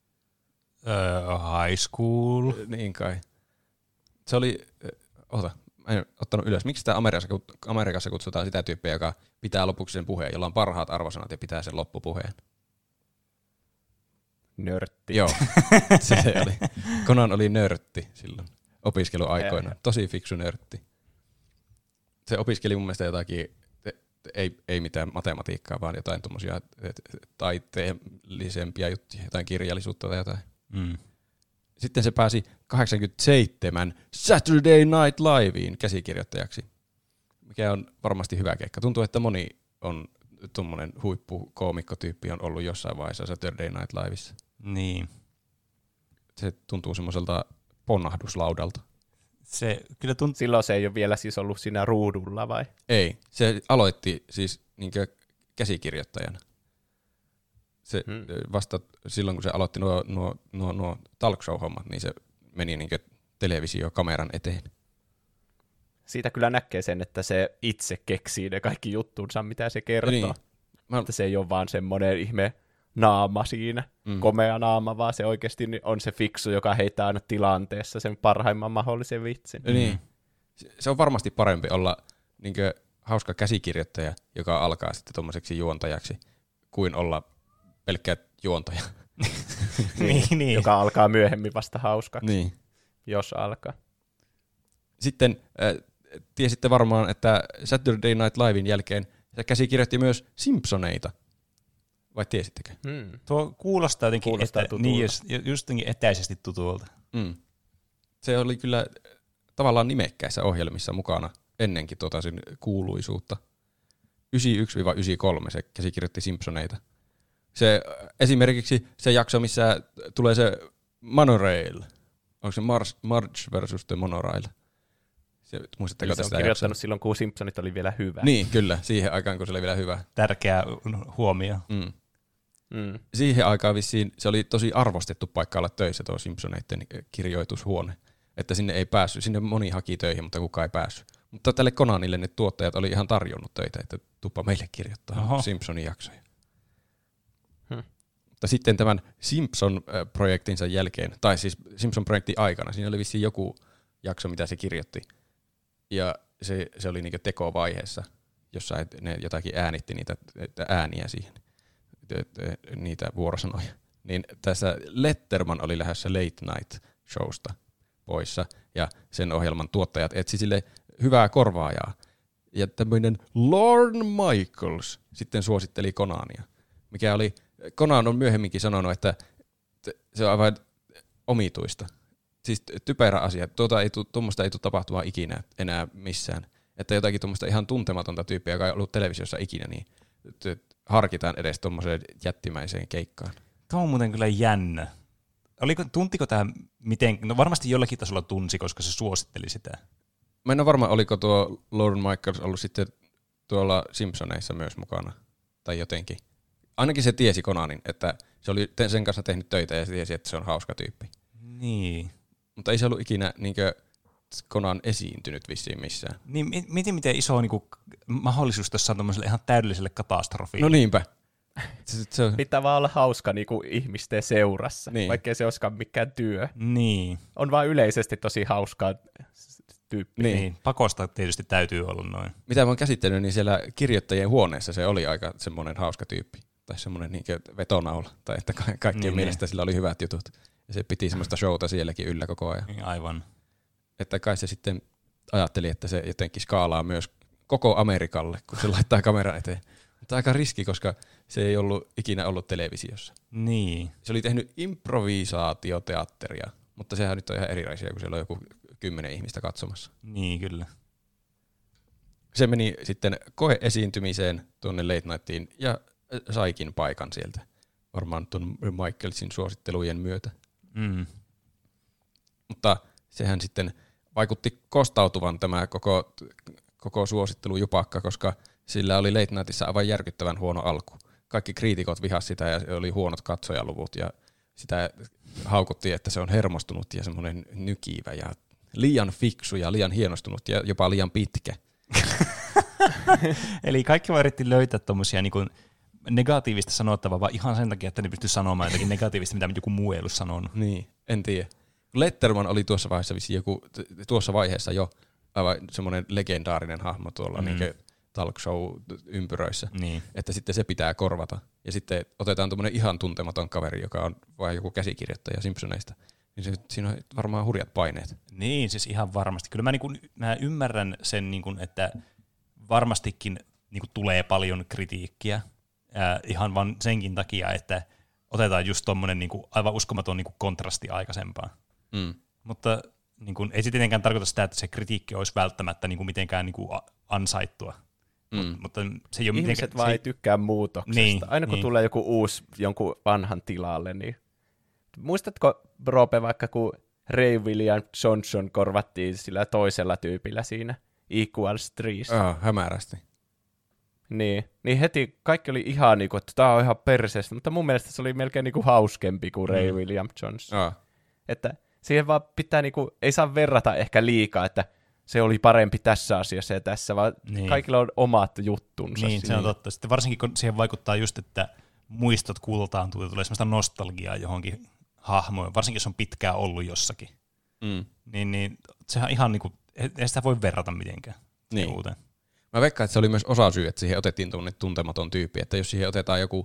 High school. Niin kai. Se oli, en ottanut ylös. Miksi sitä Amerikassa kutsutaan sitä tyyppiä, joka pitää lopuksi sen puheen, jolla on parhaat arvosanat ja pitää sen loppupuheen? Nörtti. Joo, se oli. Conan oli nörtti silloin opiskeluaikoina. Tosi fiksu nörtti. Se opiskeli mun mielestä jotakin, ei mitään matematiikkaa, vaan jotain tommosia taiteellisempia juttuja, jotain kirjallisuutta tai jotain. Sitten se pääsi 87 Saturday Night Liveen käsikirjoittajaksi, mikä on varmasti hyvä keikka. Tuntuu, että moni on tuommoinen huippukoomikko-tyyppi on ollut jossain vaiheessa Saturday Night Livessa. Niin. Se tuntuu semmoiselta ponnahduslaudalta. Se kyllä Silloin se ei ole vielä siis ollut siinä ruudulla, vai? Ei, se aloitti siis niinkö käsikirjoittajana. Se vasta silloin, kun se aloitti nuo talk show-hommat, niin se meni niinkö televisiokameran eteen. Siitä kyllä näkee sen, että se itse keksii ne kaikki juttunsa, mitä se kertoo. Niin. Että se ei ole vaan semmoinen ihme naama siinä, komea naama, vaan se oikeasti on se fiksu, joka heittää aina tilanteessa sen parhaimman mahdollisen vitsin. Niin. Se on varmasti parempi olla niinkö hauska käsikirjoittaja, joka alkaa sitten tommoseksi juontajaksi, kuin olla pelkkä juontaja. niin. Joka alkaa myöhemmin vasta hauskaksi. Niin. jos alkaa. Sitten tiesitte varmaan, että Saturday Night Liven jälkeen se käsikirjoitti myös Simpsoneita. Vai tiesittekö? Tuo kuulostaa jotenkin niin, just etäisesti tutulta. Se oli kyllä tavallaan nimekkäissä ohjelmissa mukana ennenkin sen kuuluisuutta. 91-93 se käsikirjoitti Simpsoneita. Se, esimerkiksi se jakso, missä tulee se monorail. Onko se Marge versus the Monorail? Muistatteko tästä? Se on kirjoittanut silloin, kun Simpsonit oli vielä hyvä. Niin, kyllä. Siihen aikaan, kun se oli vielä hyvä. Tärkeä huomio. Siihen aikaan vissiin se oli tosi arvostettu paikka olla töissä tuo Simpsoneiden kirjoitushuone. Että sinne ei päässyt. Sinne moni haki töihin, mutta kukaan ei päässyt. Mutta tälle Conanille ne tuottajat oli ihan tarjonnut töitä, että tuppa meille kirjoittaa Simpsonin jaksoja. Mutta sitten tämän Simpson-projektinsa jälkeen, tai siis Simpson-projektin aikana, siinä oli vissiin joku jakso, mitä se kirjoitti. Ja se oli niinku tekovaiheessa, jossa ne jotakin äänitti niitä ääniä siihen, niitä vuorosanoja. Niin tässä Letterman oli lähdössä Late Night Showsta poissa, ja sen ohjelman tuottajat etsi sille hyvää korvaajaa. Ja tämmöinen Lorne Michaels sitten suositteli Conania, mikä oli, Conan on myöhemminkin sanonut, että se on aivan omituista. Siis typerä asia, tuommoista ei tule tapahtumaan ikinä enää missään. Että jotakin tuommoista ihan tuntematonta tyyppiä, joka ei ollut televisiossa ikinä, niin harkitaan edes tuommoiseen jättimäiseen keikkaan. Tuo on muuten kyllä jännä. Tuntiko tämä miten? No varmasti jollakin tasolla tunsi, koska se suositteli sitä. Mä en ole varma, oliko tuo Lorne Michaels ollut sitten tuolla Simpsoneissa myös mukana. Tai jotenkin. Ainakin se tiesi Conanin, että se oli sen kanssa tehnyt töitä ja se tiesi, että se on hauska tyyppi. Niin. Mutta ei se ollut ikinä niinkö Conan esiintynyt vissiin missään. Niin, miten iso niinku mahdollisuus tässä on tuommoiselle ihan täydelliselle katastrofille. No niinpä. Pitää vaan olla hauska niinku ihmisten seurassa, niin. Vaikkei se olisikaan mikään työ. Niin. On vaan yleisesti tosi hauskaa tyyppi. Niin, pakosta tietysti täytyy olla noin. Mitä mä oon käsittänyt, niin siellä kirjoittajien huoneessa se oli aika semmoinen hauska tyyppi. Tai semmoinen niinkö vetonaula. Tai että kaikkien mielestä sillä oli hyvät jutut. Ja se piti semmoista showta sielläkin yllä koko ajan. Niin, aivan. Että kai se sitten ajatteli, että se jotenkin skaalaa myös koko Amerikalle, kun se laittaa kameran eteen. Mutta aika riski, koska se ei ikinä ollut televisiossa. Niin. Se oli tehnyt improvisaatioteatteria, mutta sehän nyt on ihan erilaisia, kun siellä on joku 10 ihmistä katsomassa. Niin, kyllä. Se meni sitten koeesiintymiseen tuonne Late Nightiin ja saikin paikan sieltä. Varmaan tuon Michaelsin suosittelujen myötä. Mutta sehän sitten vaikutti kostautuvan tämä koko suosittelujupakka, koska sillä oli Late Nightissa aivan järkyttävän huono alku. Kaikki kriitikot vihasivat sitä ja oli huonot katsojaluvut ja sitä haukuttiin, että se on hermostunut ja semmoinen nykivä ja liian fiksu ja liian hienostunut ja jopa liian pitkä. Eli kaikki vaan yritti löytää tommosia niinku negatiivista sanottavaa vaan ihan sen takia, että ne pystyi sanomaan jotakin negatiivista, mitä joku muu ei ollut sanonut. Niin, en tiedä. Letterman oli tuossa vaiheessa jo aivan semmoinen legendaarinen hahmo tuolla niinkö talk show-ympyröissä, niin. Että sitten se pitää korvata. Ja sitten otetaan tuommoinen ihan tuntematon kaveri, joka on vain joku käsikirjoittaja Simpsoneista. Niin siinä on varmaan hurjat paineet. Niin, siis ihan varmasti. Kyllä mä ymmärrän sen, että varmastikin tulee paljon kritiikkiä. Ihan vaan senkin takia, että otetaan just tommonen aivan uskomaton kontrasti aikaisempaan. Mutta ei se tietenkään tarkoita sitä, että se kritiikki olisi välttämättä mitenkään ansaittua. Mutta se ei ole ihmiset vaan ei tykkää muutoksesta. Niin, aina kun tulee joku uusi jonkun vanhan tilalle, niin muistatko, Roope, vaikka kun Ray William Johnson korvattiin sillä toisella tyypillä siinä Equals Trees? Hämärästi. Niin heti kaikki oli ihan että tämä on ihan perseestä, mutta mun mielestä se oli melkein hauskempi kuin Ray William Johnson. Että siihen vaan pitää, ei saa verrata ehkä liikaa, että se oli parempi tässä asiassa ja tässä, vaan kaikilla on omat juttunsa. Niin, se on totta. Sitten varsinkin, kun siihen vaikuttaa just, että muistot kultaantuu ja tulee semmoista nostalgiaa johonkin hahmoon, varsinkin jos on pitkään ollut jossakin. Niin sehän ihan ei sitä voi verrata mitenkään uuteen. Mä veikkaan, että se oli myös osasyy, että siihen otettiin tuntematon tyyppi, että jos siihen otetaan joku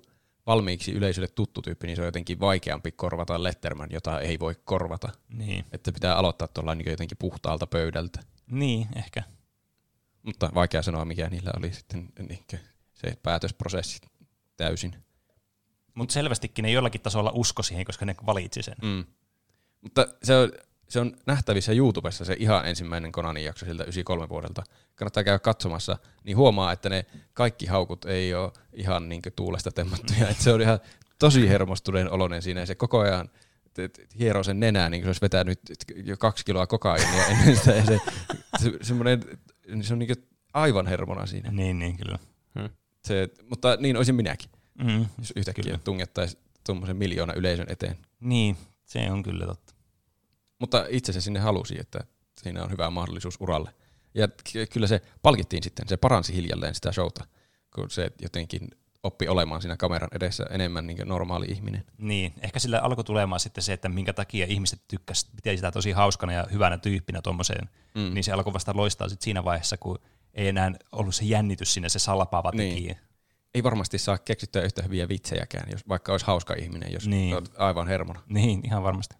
valmiiksi yleisölle tuttu tyyppi, niin se on jotenkin vaikeampi korvata Letterman, jota ei voi korvata. Niin. Että pitää aloittaa tuolla niin jotenkin puhtaalta pöydältä. Niin, ehkä. Mutta vaikea sanoa, mikä niillä oli sitten se päätösprosessi täysin. Mutta selvästikin ne jollakin tasolla usko siihen, koska ne valitsi sen. Mutta se on nähtävissä YouTubessa se ihan ensimmäinen Conanin jakso siltä 93 vuodelta. Kannattaa käydä katsomassa, niin huomaa, että ne kaikki haukut ei ole ihan niin tuulesta temmattuja. Että se on ihan tosi hermostuneen oloinen siinä ja se koko ajan hieroo sen nenää, niin kuin se olisi vetänyt jo 2 kiloa kokaiinia ennen sitä. Ja se on niin aivan hermona siinä. Niin, kyllä. Mutta niin olisin minäkin, jos yhtäkkiä tungettaisiin tuommoisen 1 miljoona yleisön eteen. Niin, se on kyllä totta. Mutta itse se sinne halusi, että siinä on hyvä mahdollisuus uralle. Ja kyllä se palkittiin sitten, se paransi hiljalleen sitä showta, kun se jotenkin oppi olemaan siinä kameran edessä enemmän niin kuin normaali ihminen. Niin, ehkä sillä alkoi tulemaan sitten se, että minkä takia ihmiset tykkäsivät, pitää sitä tosi hauskana ja hyvänä tyyppinä tuommoiseen, niin se alkoi vasta loistaa sitten siinä vaiheessa, kun ei enää ollut se jännitys siinä, se salpaava tekijä. Niin. Ei varmasti saa keksittyä yhtä hyviä vitsejäkään, jos vaikka olisi hauska ihminen, jos olet aivan hermona. Niin, ihan varmasti.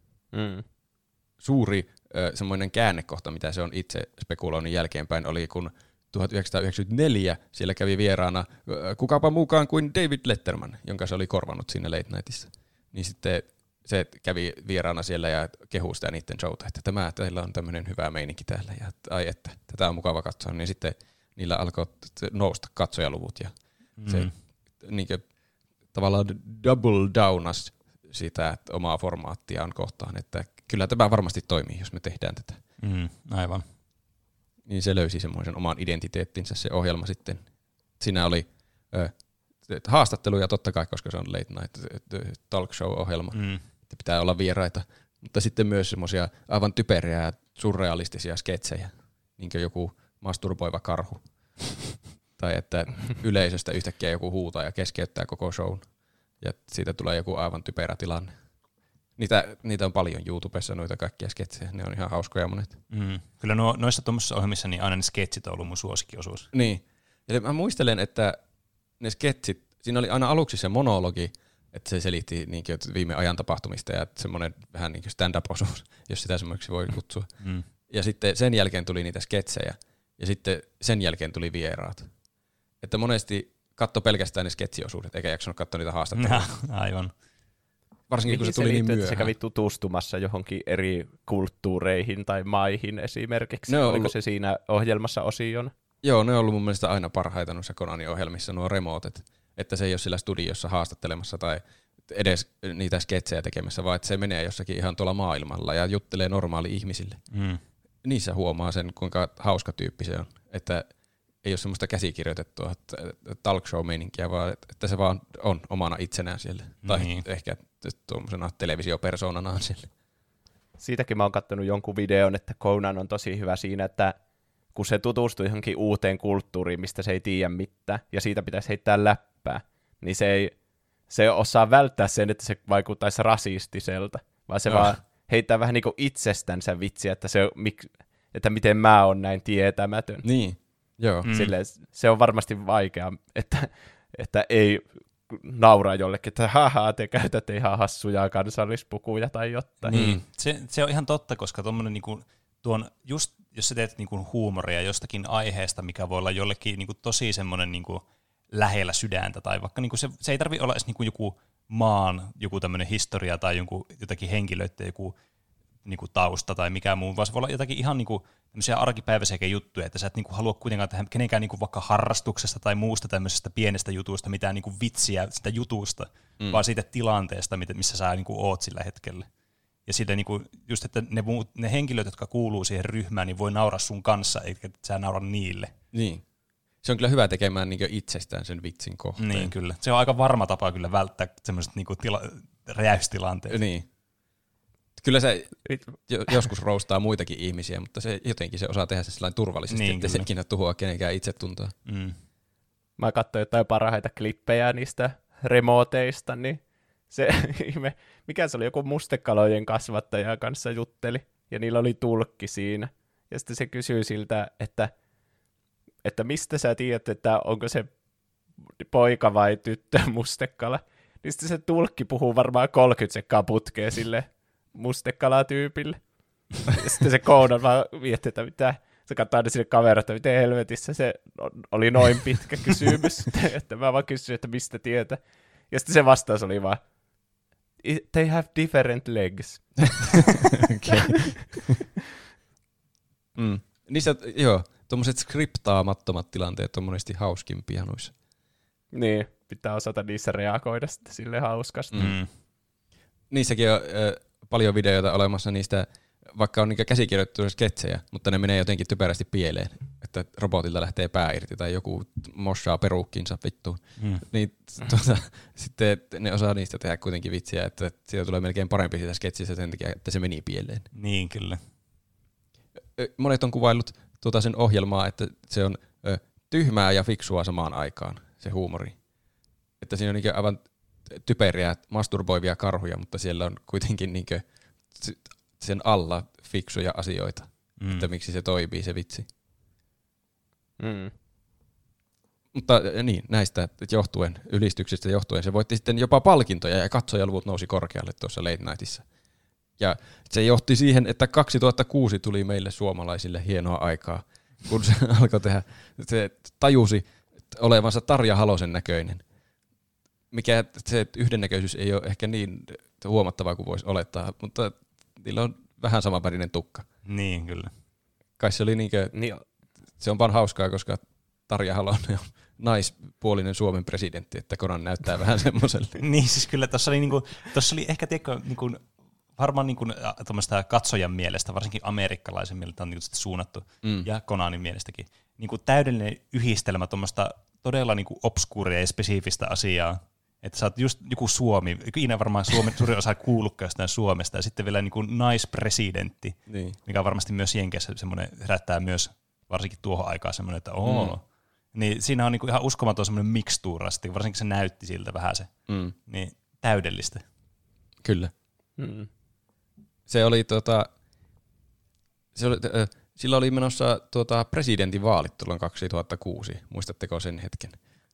Suuri semmoinen käännekohta, mitä se on itse spekuloinut jälkeenpäin, oli kun 1994 siellä kävi vieraana kukapa mukaan kuin David Letterman, jonka se oli korvannut siinä Late Nightissa. Niin sitten se kävi vieraana siellä ja kehuu sitä niiden showta, että teillä on tämmöinen hyvä meininki täällä ja ai että tätä on mukava katsoa. Niin sitten niillä alkoi nousta katsojaluvut ja se niin kuin, tavallaan double downas sitä omaa formaattiaan kohtaan, että kyllä tämä varmasti toimii, jos me tehdään tätä. Aivan. Niin se löysi semmoisen oman identiteettinsä se ohjelma sitten. Siinä oli haastatteluja totta kai, koska se on late night talk show-ohjelma, että pitää olla vieraita, mutta sitten myös semmoisia aivan typeriä ja surrealistisia sketsejä, niin kuin joku masturboiva karhu. Tai että yleisöstä yhtäkkiä joku huutaa ja keskeyttää koko shown. Ja siitä tulee joku aivan typerä tilanne. Niitä on paljon YouTubessa, noita kaikkia sketsejä. Ne on ihan hauskoja monet. Kyllä noissa tuommoisissa ohjelmissa niin aina ne sketsit on ollut mun suosikkiosuus. Niin. Ja mä muistelen, että ne sketsit, siinä oli aina aluksi se monologi, että se selitti niin kuin, viime ajan tapahtumista ja semmoinen vähän niin kuin stand-up-osuus, jos sitä semmoiksi voi kutsua. Ja sitten sen jälkeen tuli niitä sketsejä ja sitten sen jälkeen tuli vieraat. Että monesti katso pelkästään ne sketsiosuudet, eikä jaksanut katsoa niitä haastatteluja. Aivan. Varsinkin kun se tuli niin myöhään. Se kävi tutustumassa johonkin eri kulttuureihin tai maihin esimerkiksi. Oliko se siinä ohjelmassa osion? Joo, ne on ollut mun mielestä aina parhaita noissa Conanin ohjelmissa, nuo remotet. Että se ei ole sillä studiossa haastattelemassa tai edes niitä sketsejä tekemässä, vaan että se menee jossakin ihan tuolla maailmalla ja juttelee normaali ihmisille. Niissä huomaa sen, kuinka hauska tyyppi se on. Että ei ole semmoista käsikirjoitettua talk show-meininkiä, vaan että se vaan on omana itsenään siellä. Tai ehkä tuommoisena televisiopersoonanaan siellä. Siitäkin mä oon katsonut jonkun videon, että Conan on tosi hyvä siinä, että kun se tutustuu johonkin uuteen kulttuuriin, mistä se ei tiedä mitään, ja siitä pitäisi heittää läppää, niin se osaa välttää sen, että se vaikuttaisi rasistiselta, vaan se vaan heittää vähän niin kuin itsestänsä vitsiä, että miten mä oon näin tietämätön. Niin. Joo. Silleen, se on varmasti vaikea, että ei nauraa jollekin, että haha, te käytätte ihan hassuja kansallispukuja tai jotain. Niin. Se on ihan totta, koska tuommoinen niinku, just jos sä teet niinku huumoria jostakin aiheesta, mikä voi olla jollekin niinku tosi semmoinen niinku lähellä sydäntä, tai vaikka niinku se ei tarvitse olla edes niinku joku maan joku tämmöinen historia tai jotakin henkilöiden joku niinku tausta tai mikä muu, vaan se voi olla jotakin ihan niinku tämmöisiä arkipäiväisiäkin juttuja, että sä et niinku halua kuitenkaan tehdä kenenkään niinku vaikka harrastuksesta tai muusta tämmöisestä pienestä jutusta mitään niinku vitsiä sitä jutusta, vaan siitä tilanteesta, missä sä niinku oot sillä hetkellä. Ja siitä niinku, just, että ne henkilöt, jotka kuuluu siihen ryhmään, niin voi nauraa sun kanssa, eikä sä naura niille. Niin. Se on kyllä hyvä tekemään niinku itsestään sen vitsin kohteen. Niin, kyllä. Se on aika varma tapa kyllä välttää semmoiset niinku räjäystilanteet. Niin. Kyllä se joskus roustaa muitakin ihmisiä, mutta se jotenkin se osaa tehdä se sellainen turvallisesti, niin, ettei se ikinä tuhoa kenenkään itsetuntoa. Mä katsoin jotain parhaita klippejä niistä remoteista, niin se mikä se oli, joku mustekalojen kasvattaja kanssa jutteli, ja niillä oli tulkki siinä. Ja sitten se kysyi siltä, että mistä sä tiedät, että onko se poika vai tyttö Mustekala. Niin sitten se tulkki puhuu varmaan 30 sekkaa putkeen sille Mustekala-tyypille. Ja sitten se Conan vaan miettii, että mitä. Se katsoo aina sinne kameraan, että miten helvetissä se oli noin pitkä kysymys. Että mä vaan kysyin, että mistä tietää. Ja sitten se vastaus oli vaan, they have different legs. Okei. Niissä, joo, tuommoiset skriptaamattomat tilanteet on monesti hauskimpia noissa. Niin, pitää osata niissä reagoida sitten silleen hauskasti. Niissäkin on paljon videoita olemassa niistä, vaikka on niitä käsikirjoitettuja sketsejä, mutta ne menee jotenkin typerästi pieleen, että robotilta lähtee pää irti tai joku mossaa peruukkinsa vittuun. Niin sitten ne osaa niistä tehdä kuitenkin vitsiä, että siitä tulee melkein parempi siitä sketsissä sen takia, että se meni pieleen. Niin, kyllä. Monet on kuvaillut sen ohjelmaa, että se on tyhmää ja fiksua samaan aikaan, se huumori. Että siinä on niinkö aivan typeriä, masturboivia karhuja, mutta siellä on kuitenkin niinkö sen alla fiksuja asioita, että miksi se toimii se vitsi. Mutta niin, näistä johtuen, ylistyksistä johtuen, se voitti sitten jopa palkintoja ja katsojaluvut nousi korkealle tuossa Late Nightissa. Ja se johti siihen, että 2006 tuli meille suomalaisille hienoa aikaa, kun se alkoi tehdä, se tajusi olevansa Tarja Halosen näköinen. Mikä se yhdennäköisyys ei ole ehkä niin huomattavaa kuin voisi olettaa, mutta niillä on vähän samanvärinen tukka. Niin, kyllä. Kai se oli se on vaan hauskaa, koska Tarja Halonen on naispuolinen Suomen presidentti, että Conan näyttää vähän semmoiselle. Niin, siis kyllä tuossa oli ehkä varmaan tuommoista katsojan mielestä, varsinkin amerikkalaisen mielestä on suunnattu, ja Conanin mielestäkin, täydellinen yhdistelmä tuommoista todella obskuuria ja spesifistä asiaa, että sä oot just joku Suomi, ikinä varmaan suurin osa kuullutkaan jostain Suomesta, ja sitten vielä naispresidentti, mikä on varmasti myös Jenkeissä semmoinen, herättää myös varsinkin tuohon aikaan semmoinen, että niin siinä on ihan uskomaton semmoinen mikstuura, varsinkin se näytti siltä vähän se, niin täydellistä. Kyllä. Se oli sillä oli menossa presidentinvaalit tuolloin 2006. Muistatteko sen hetken?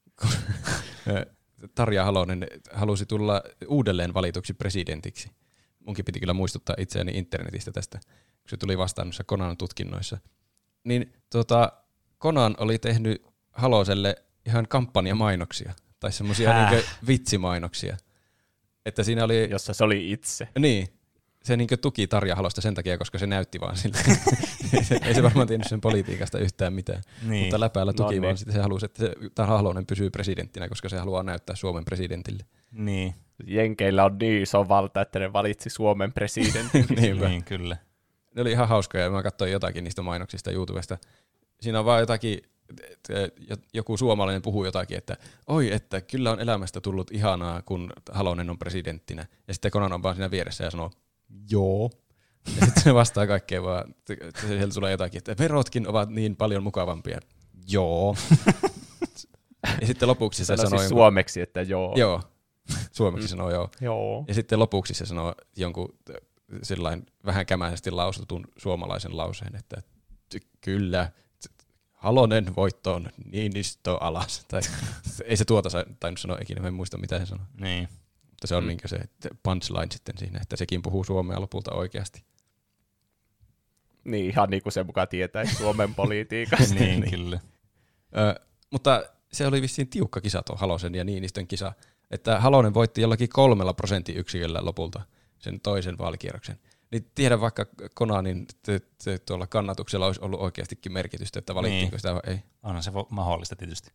Tarja Halonen halusi tulla uudelleen valituksi presidentiksi. Munkin piti kyllä muistuttaa itseäni internetistä tästä, kun se tuli vastaan noissa Conan tutkinnoissa. Niin Conan oli tehnyt Haloselle ihan kampanjamainoksia, tai semmoisia vitsimainoksia. Että siinä oli, jossa se oli itse. Niin. Se tuki Tarja Halosta sen takia, koska se näytti vaan sille. Ei se varmaan tiennyt sen politiikasta yhtään mitään. Niin. Mutta läpäällä tuki vaan sitten se halusi, että Tarja Halonen pysyy presidenttinä, koska se haluaa näyttää Suomen presidentille. Niin. Jenkeillä on niin iso valta, että ne valitsi Suomen presidentin. Niin, kyllä. Ne oli ihan hauskoja ja mä katsoin jotakin niistä mainoksista YouTubesta. Siinä on vaan jotakin, joku suomalainen puhuu jotakin, että oi, että kyllä on elämästä tullut ihanaa, kun Halonen on presidenttinä. Ja sitten Conan on vaan siinä vieressä ja sanoo, joo. Ja sitten se vastaa kaikkeen vaan, sieltä tulee jotakin, että verotkin ovat niin paljon mukavampia. Joo. Ja sitten lopuksi se sanoo siis suomeksi, että joo. Joo. Suomeksi sanoo joo. Joo. Ja sitten lopuksi se sanoo jonkun sillain vähän kämäisesti lausutun suomalaisen lauseen, että kyllä, Halonen voittoon, Niinistö alas. Tai ei se tainnut sanoa ikinä, mä en muista mitä se sanoi. Niin. Mutta se on se punchline sitten siinä, että sekin puhuu suomea lopulta oikeasti. Niin, ihan niin kuin se mukaan tietäisi Suomen politiikasta. niin, kyllä. Mutta se oli vissiin tiukka kisa tuo Halosen ja Niinistön kisa, että Halonen voitti jollakin 3% lopulta sen toisen vaalikierroksen. Niin tiedä vaikka Conanin tuolla kannatuksella olisi ollut oikeastikin merkitystä, että valittiinko sitä vai ei. Onhan se mahdollista tietysti.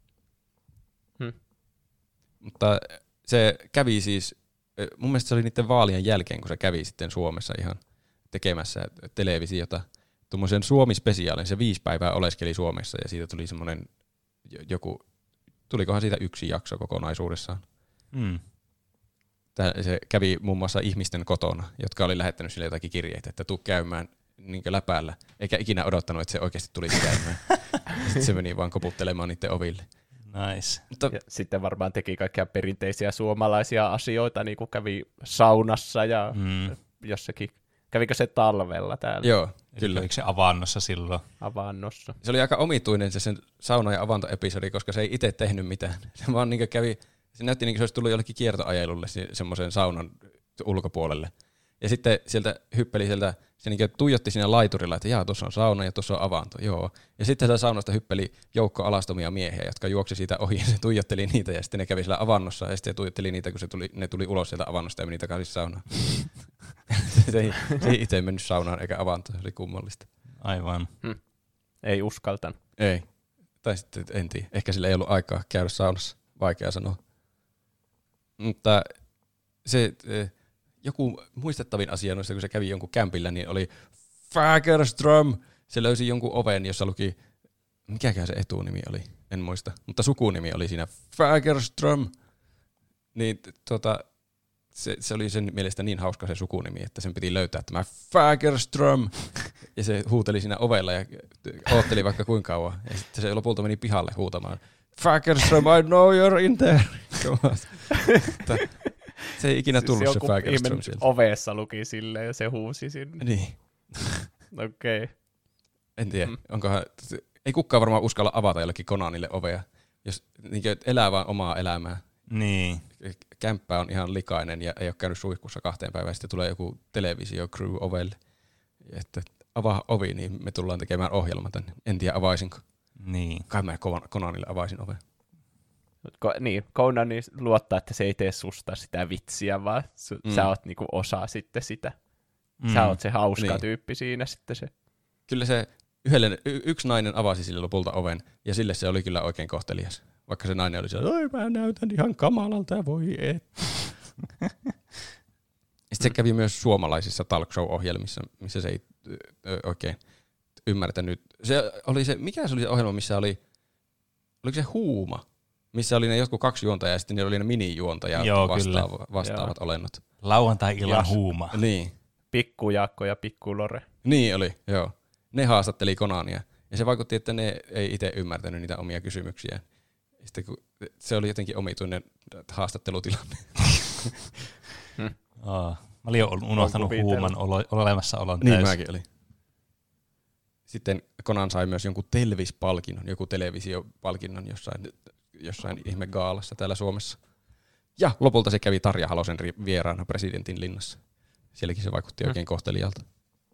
Mutta se kävi siis, mun mielestä se oli niiden vaalien jälkeen, kun se kävi sitten Suomessa ihan tekemässä televisiota. Tuommoisen Suomi-spesiaalin, se 5 päivää oleskeli Suomessa ja siitä tuli semmoinen tulikohan siitä yksi jakso kokonaisuudessaan. Se kävi muun muassa ihmisten kotona, jotka oli lähettänyt sille jotakin kirjeitä, että tuu käymään niin läpäällä, eikä ikinä odottanut, että se oikeasti tulisi käymään. Sitten se meni vaan koputtelemaan niiden oville. Nice. Mutta sitten varmaan teki kaikkia perinteisiä suomalaisia asioita, niin kuin kävi saunassa ja jossakin Kävikö se talvella täällä? Joo, kyllä. Kävikö se avannossa silloin? Avannossa. Se oli aika omituinen se sen sauna- ja avantoepisodi, koska se ei itse tehnyt mitään. Se vaan niin kävi, se näytti niin kuin se olisi tullut jollekin kiertoajelulle semmoisen saunan ulkopuolelle. Ja sitten sieltä hyppeli sieltä, se niin tuijotti siinä laiturilla, että jaa, tuossa on sauna ja tuossa on avanto, joo. Ja sitten sieltä saunasta hyppeli joukko alastomia miehiä, jotka juoksi siitä ohi ja se tuijotteli niitä ja sitten ne kävi siellä avannossa ja sitten se tuijotteli niitä, kun ne tuli ulos sieltä avannosta ja meni takaisin saunaan. se ei itse mennyt saunaan eikä avantoon, se oli kummallista. Aivan. Ei uskaltanut. Ei. Tai sitten en tiedä, ehkä sillä ei ollut aikaa käydä saunassa, vaikea sanoa. Mutta se joku muistettavin asia noista, kun se kävi jonkun kämpillä, niin oli Fagerström. Se löysi jonkun oven, jossa luki, mikäkään se etunimi oli, en muista, mutta sukunimi oli siinä Fagerström. Niin se oli sen mielestä niin hauska se sukunimi, että sen piti löytää tämä Fagerström. Ja se huuteli siinä ovella ja ootteli vaikka kuinka kauan. Ja sitten se lopulta meni pihalle huutamaan, Fagerström, I know you're in there. Se ei ikinä tullut se Fagerström sieltä. Ovessa luki silleen ja se huusi sinne. Niin. Okei. En tiedä, onkohan, ei kukaan varmaan uskalla avata jollekin Conanille ovea, jos niin elää vaan omaa elämää. Niin. Kämppä on ihan likainen ja ei ole käynyt suihkussa 2 päivään, sitten tulee joku televisio-crew ovelle. Ja että avaa ovi, niin me tullaan tekemään ohjelman tänne. En tiedä, avaisinko. Niin. Kai mä Conanille avaisin oven. Niin, Conan luottaa, että se ei tee susta sitä vitsiä, vaan sä oot niinku osa sitten sitä. Sä oot se hauska tyyppi siinä sitten se. Kyllä se yksi nainen avasi sille lopulta oven, ja sille se oli kyllä oikein kohtelias. Vaikka se nainen oli siellä, oi mä näytän ihan kamalalta ja voi et. Sitten se kävi myös suomalaisissa talk show-ohjelmissa, missä se ei oikein ymmärtänyt. Mikä se oli se ohjelma, missä oli, oliko se Huuma? Missä oli ne jotkut 2 juontajaa ja sitten niillä oli ne mini-juontajat vastaavat olennot. Lauantai-illan Huuma. Niin. Pikku Jaakko ja Pikku Lore. Niin oli, joo. Ne haastatteli Conania. Ja se vaikutti, että ne ei itse ymmärtänyt niitä omia kysymyksiä. Sitten kun se oli jotenkin omituinen haastattelutilanne. Mä olin jo unohtanut Huuman olemassaolon täysin. Niin mäkin olin. Sitten Conan sai myös jonkun Telvis-palkinnon, joku televisiopalkinnon jossain ihme gaalassa täällä Suomessa. Ja lopulta se kävi Tarja Halosen vieraana presidentin linnassa. Sielläkin se vaikutti oikein kohtelijalta.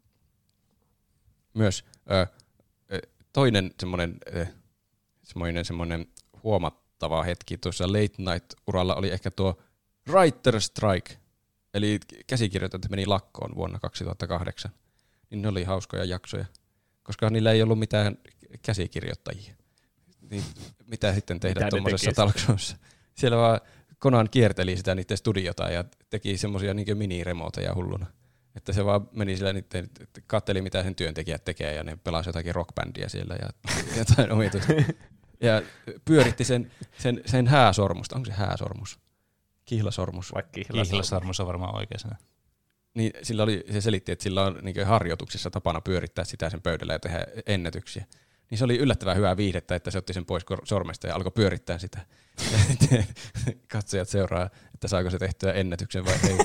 Myös toinen semmoinen huomattava hetki tuossa late night-uralla oli ehkä tuo Writer Strike, eli käsikirjoittajat meni lakkoon vuonna 2008. Niin ne oli hauskoja jaksoja, koska niillä ei ollut mitään käsikirjoittajia. Niin mitä sitten tehdä tuommoisessa talkshowssa? Siellä vaan Conan kierteli sitä niiden studiota ja teki semmoisia niin mini-remoteja hulluna. Että se vaan meni sillä niiden, katteli mitä sen työntekijät tekee ja ne pelasi jotakin rockbändiä siellä ja jotain omituista. Ja pyöritti sen hääsormusta. Onko se hääsormus? Kihlasormus. Kihlasormus on varmaan oikea sana. Niin se selitti, että sillä on niin harjoituksissa tapana pyörittää sitä sen pöydällä ja tehdä ennätyksiä. Niin se oli yllättävän hyvää viihdettä, että se otti sen pois sormesta ja alkoi pyörittää sitä. Katsojat seuraa, että saako se tehtyä ennätyksen vai ei.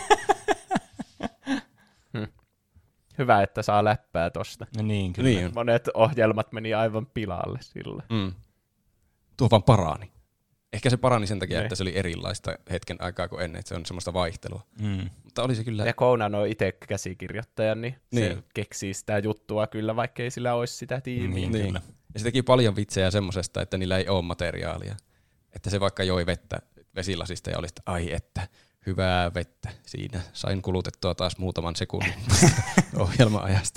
Hyvä, että saa läppää tosta. No niin, kyllä. Niin. Monet ohjelmat meni aivan pilalle sillä. Tuo vaan parani. Ehkä se parani sen takia, että se oli erilaista hetken aikaa kuin ennen, että se on semmoista vaihtelua. Mutta oli se kyllä. Ja Conan on itse käsikirjoittaja, niin se keksii sitä juttua kyllä, vaikka ei sillä olisi sitä tiimiä. Niin. Ja se teki paljon vitsejä semmosesta, että niillä ei ole materiaalia. Että se vaikka joi vettä vesilasista ja oli sitä, ai että, hyvää vettä. Siinä sain kulutettua taas muutaman sekunnin ohjelma-ajasta.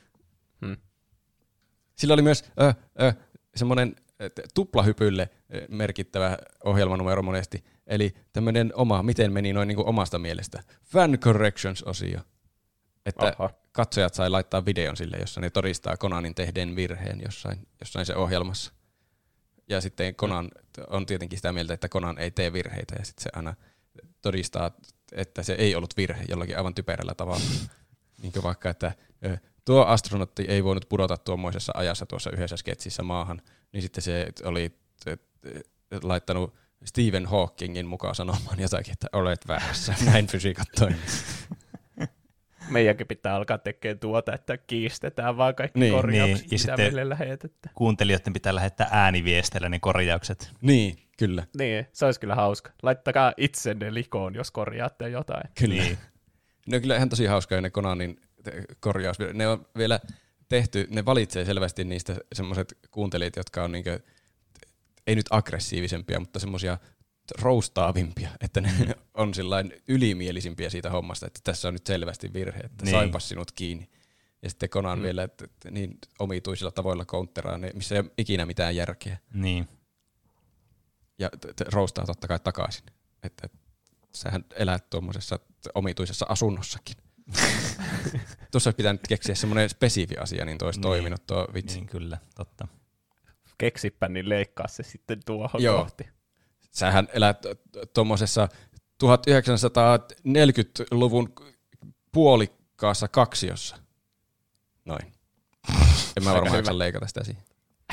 Sillä oli myös semmoinen tuplahypylle merkittävä ohjelmanumero monesti. Eli tämmöinen miten meni noin niin kuin omasta mielestä. Fan Corrections-osio. Että katsojat sai laittaa videon sille, jossa ne todistaa Conanin tehdeen virheen jossain se ohjelmassa. Ja sitten Conan on tietenkin sitä mieltä, että Conan ei tee virheitä, ja sitten se aina todistaa, että se ei ollut virhe jollakin aivan typerällä tavalla. Niin kuin vaikka, että tuo astronautti ei voinut pudota tuommoisessa ajassa tuossa yhdessä sketsissä maahan, niin sitten se oli laittanut Stephen Hawkingin mukaan sanomaan jotakin, että olet väärässä, näin fysiikat toimii. Meidänkin pitää alkaa tekemään tuota, että kiistetään vaan kaikki korjaukset, ja mitä meille lähetetään. Kuuntelijoiden pitää lähettää ääniviesteillä ne korjaukset. Niin, kyllä. Niin, se olisi kyllä hauska. Laittakaa itsenne likoon, jos korjaatte jotain. Kyllä. Niin. Ne on kyllä ihan tosi hauskaa ne Konanin korjaus. Ne on vielä tehty, ne valitsee selvästi niistä semmoiset kuuntelijat, jotka on niinkö, ei nyt aggressiivisempia, mutta semmoisia roustaavimpia, että ne on sillain ylimielisimpiä siitä hommasta, että tässä on nyt selvästi virhe, että sainpas sinut kiinni. Ja sitten Conan vielä, että niin omituisilla tavoilla counteraa ne, missä ei ole ikinä mitään järkeä. Niin. Ja roustaa totta kai takaisin. Että sähän elät tuommoisessa omituisessa asunnossakin. Tuossa olisi pitänyt keksiä semmoinen spesifi asia, niin olisi toiminut tuo vitsi. Niin, kyllä, totta. Keksipä, niin leikkaa se sitten tuohon kohti. Sähän elät tuommoisessa 1940-luvun puolikkaassa kaksiossa. Noin. En mä varmaan jaksa leikata sitä siihen.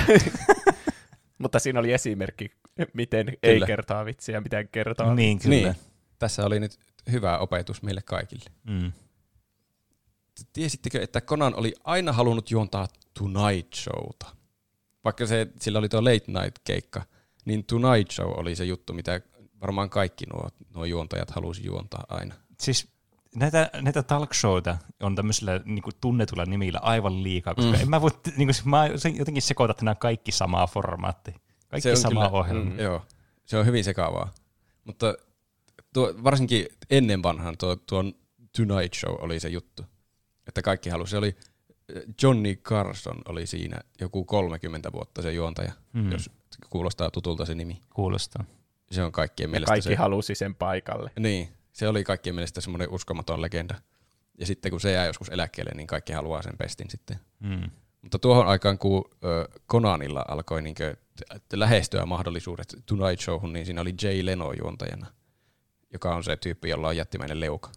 Mutta siinä oli esimerkki, miten kyllä. Ei kertaa vitsiä, miten kertaa. Niin, kyllä. Niin. Tässä oli nyt hyvä opetus meille kaikille. Tiesittekö, että Conan oli aina halunnut juontaa Tonight Showta? Vaikka sillä oli tuo Late Night-keikka, niin Tonight Show oli se juttu, mitä varmaan kaikki nuo juontajat halusi juontaa aina. Siis näitä talk showta on tämmöisillä niinku tunnetuilla nimillä aivan liikaa, koska en mä voi, niinku, mä jotenkin sekoitan, että nämä kaikki samaa formaatti. Kaikki sama ohjelma. Joo, se on hyvin sekaavaa. Mutta varsinkin ennen vanhan tuon Tonight Show oli se juttu, että kaikki halusi. Se oli Johnny Carson oli siinä joku 30 vuotta se juontaja, jos kuulostaa tutulta se nimi. Kuulostaa. Se on kaikkien mielestä kaikki halusi sen paikalle. Niin, se oli kaikkien mielestä semmoinen uskomaton legenda. Ja sitten kun se jää joskus eläkkeelle, niin kaikki haluaa sen pestin sitten. Mutta tuohon aikaan, kun Conanilla alkoi niinkö lähestyä mahdollisuudet Tonight Showhun, niin siinä oli Jay Leno juontajana, joka on se tyyppi, jolla on jättimäinen leuka.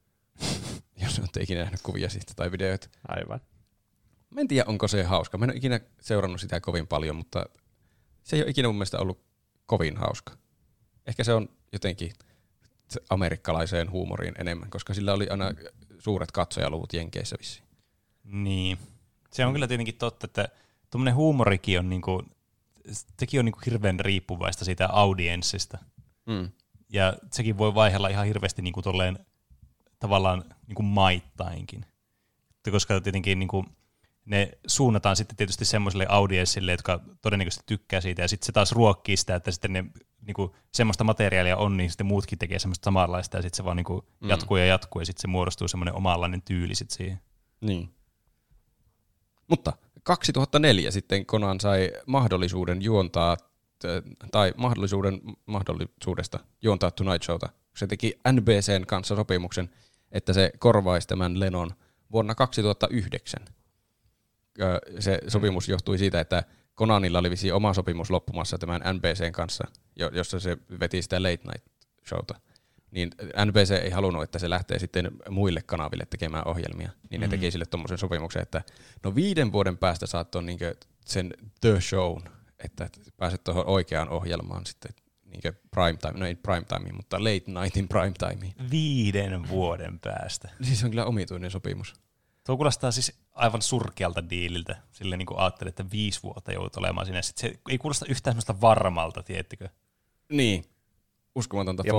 Jos olette ikinä nähnyt kuvia siitä tai videoita. Aivan. Mä en tiedä, onko se hauska. Mä en ole ikinä seurannut sitä kovin paljon, mutta se ei ole ikinä mun mielestä ollut kovin hauska. Ehkä se on jotenkin amerikkalaiseen huumoriin enemmän, koska sillä oli aina suuret katsojaluvut Jenkeissä vissiin. Niin. Se on kyllä tietenkin totta, että tuommoinen huumorikin on niinku, sekin on niinku hirveän riippuvaista siitä audienssista. Ja sekin voi vaihella ihan hirveästi niinku tolleen tavallaan niinku maittainkin. Koska tietenkin niinku ne suunnataan sitten tietysti semmoiselle audienssille, jotka todennäköisesti tykkää siitä, ja sitten se taas ruokkii sitä, että sitten ne niinku, semmoista materiaalia on, niin sitten muutkin tekee semmoista samanlaista, ja sitten se vaan niinku jatkuu, ja sitten se muodostuu semmoinen omanlainen tyyli sitten siihen. Niin. Mutta 2004 sitten Conan sai mahdollisuuden juontaa, tai mahdollisuudesta juontaa Tonight Showta. Se teki NBCn kanssa sopimuksen, että se korvaisi tämän Lenon vuonna 2009. Se sopimus johtui siitä, että Conanilla oli vissiin oma sopimus loppumassa tämän NBCn kanssa, jossa se veti sitä Late Night Showta. Niin NBC ei halunnut, että se lähtee sitten muille kanaville tekemään ohjelmia. Niin ne teki sille tommosen sopimuksen, että no 5 vuoden päästä saat ton niinkö sen The Shown, että pääset tuohon oikeaan ohjelmaan sitten niinkö primetime, no ei primetime, mutta late nightin primetimeen. 5 vuoden päästä. Siis on kyllä omituinen sopimus. Tuo kuulostaa siis aivan surkealta diililtä. Silleen niin kuin ajattelin, että 5 vuotta joudut olemaan siinä. Sitten se ei kuulosta yhtään semmoista varmalta, tiedättekö? Niin. Uskomatonta ja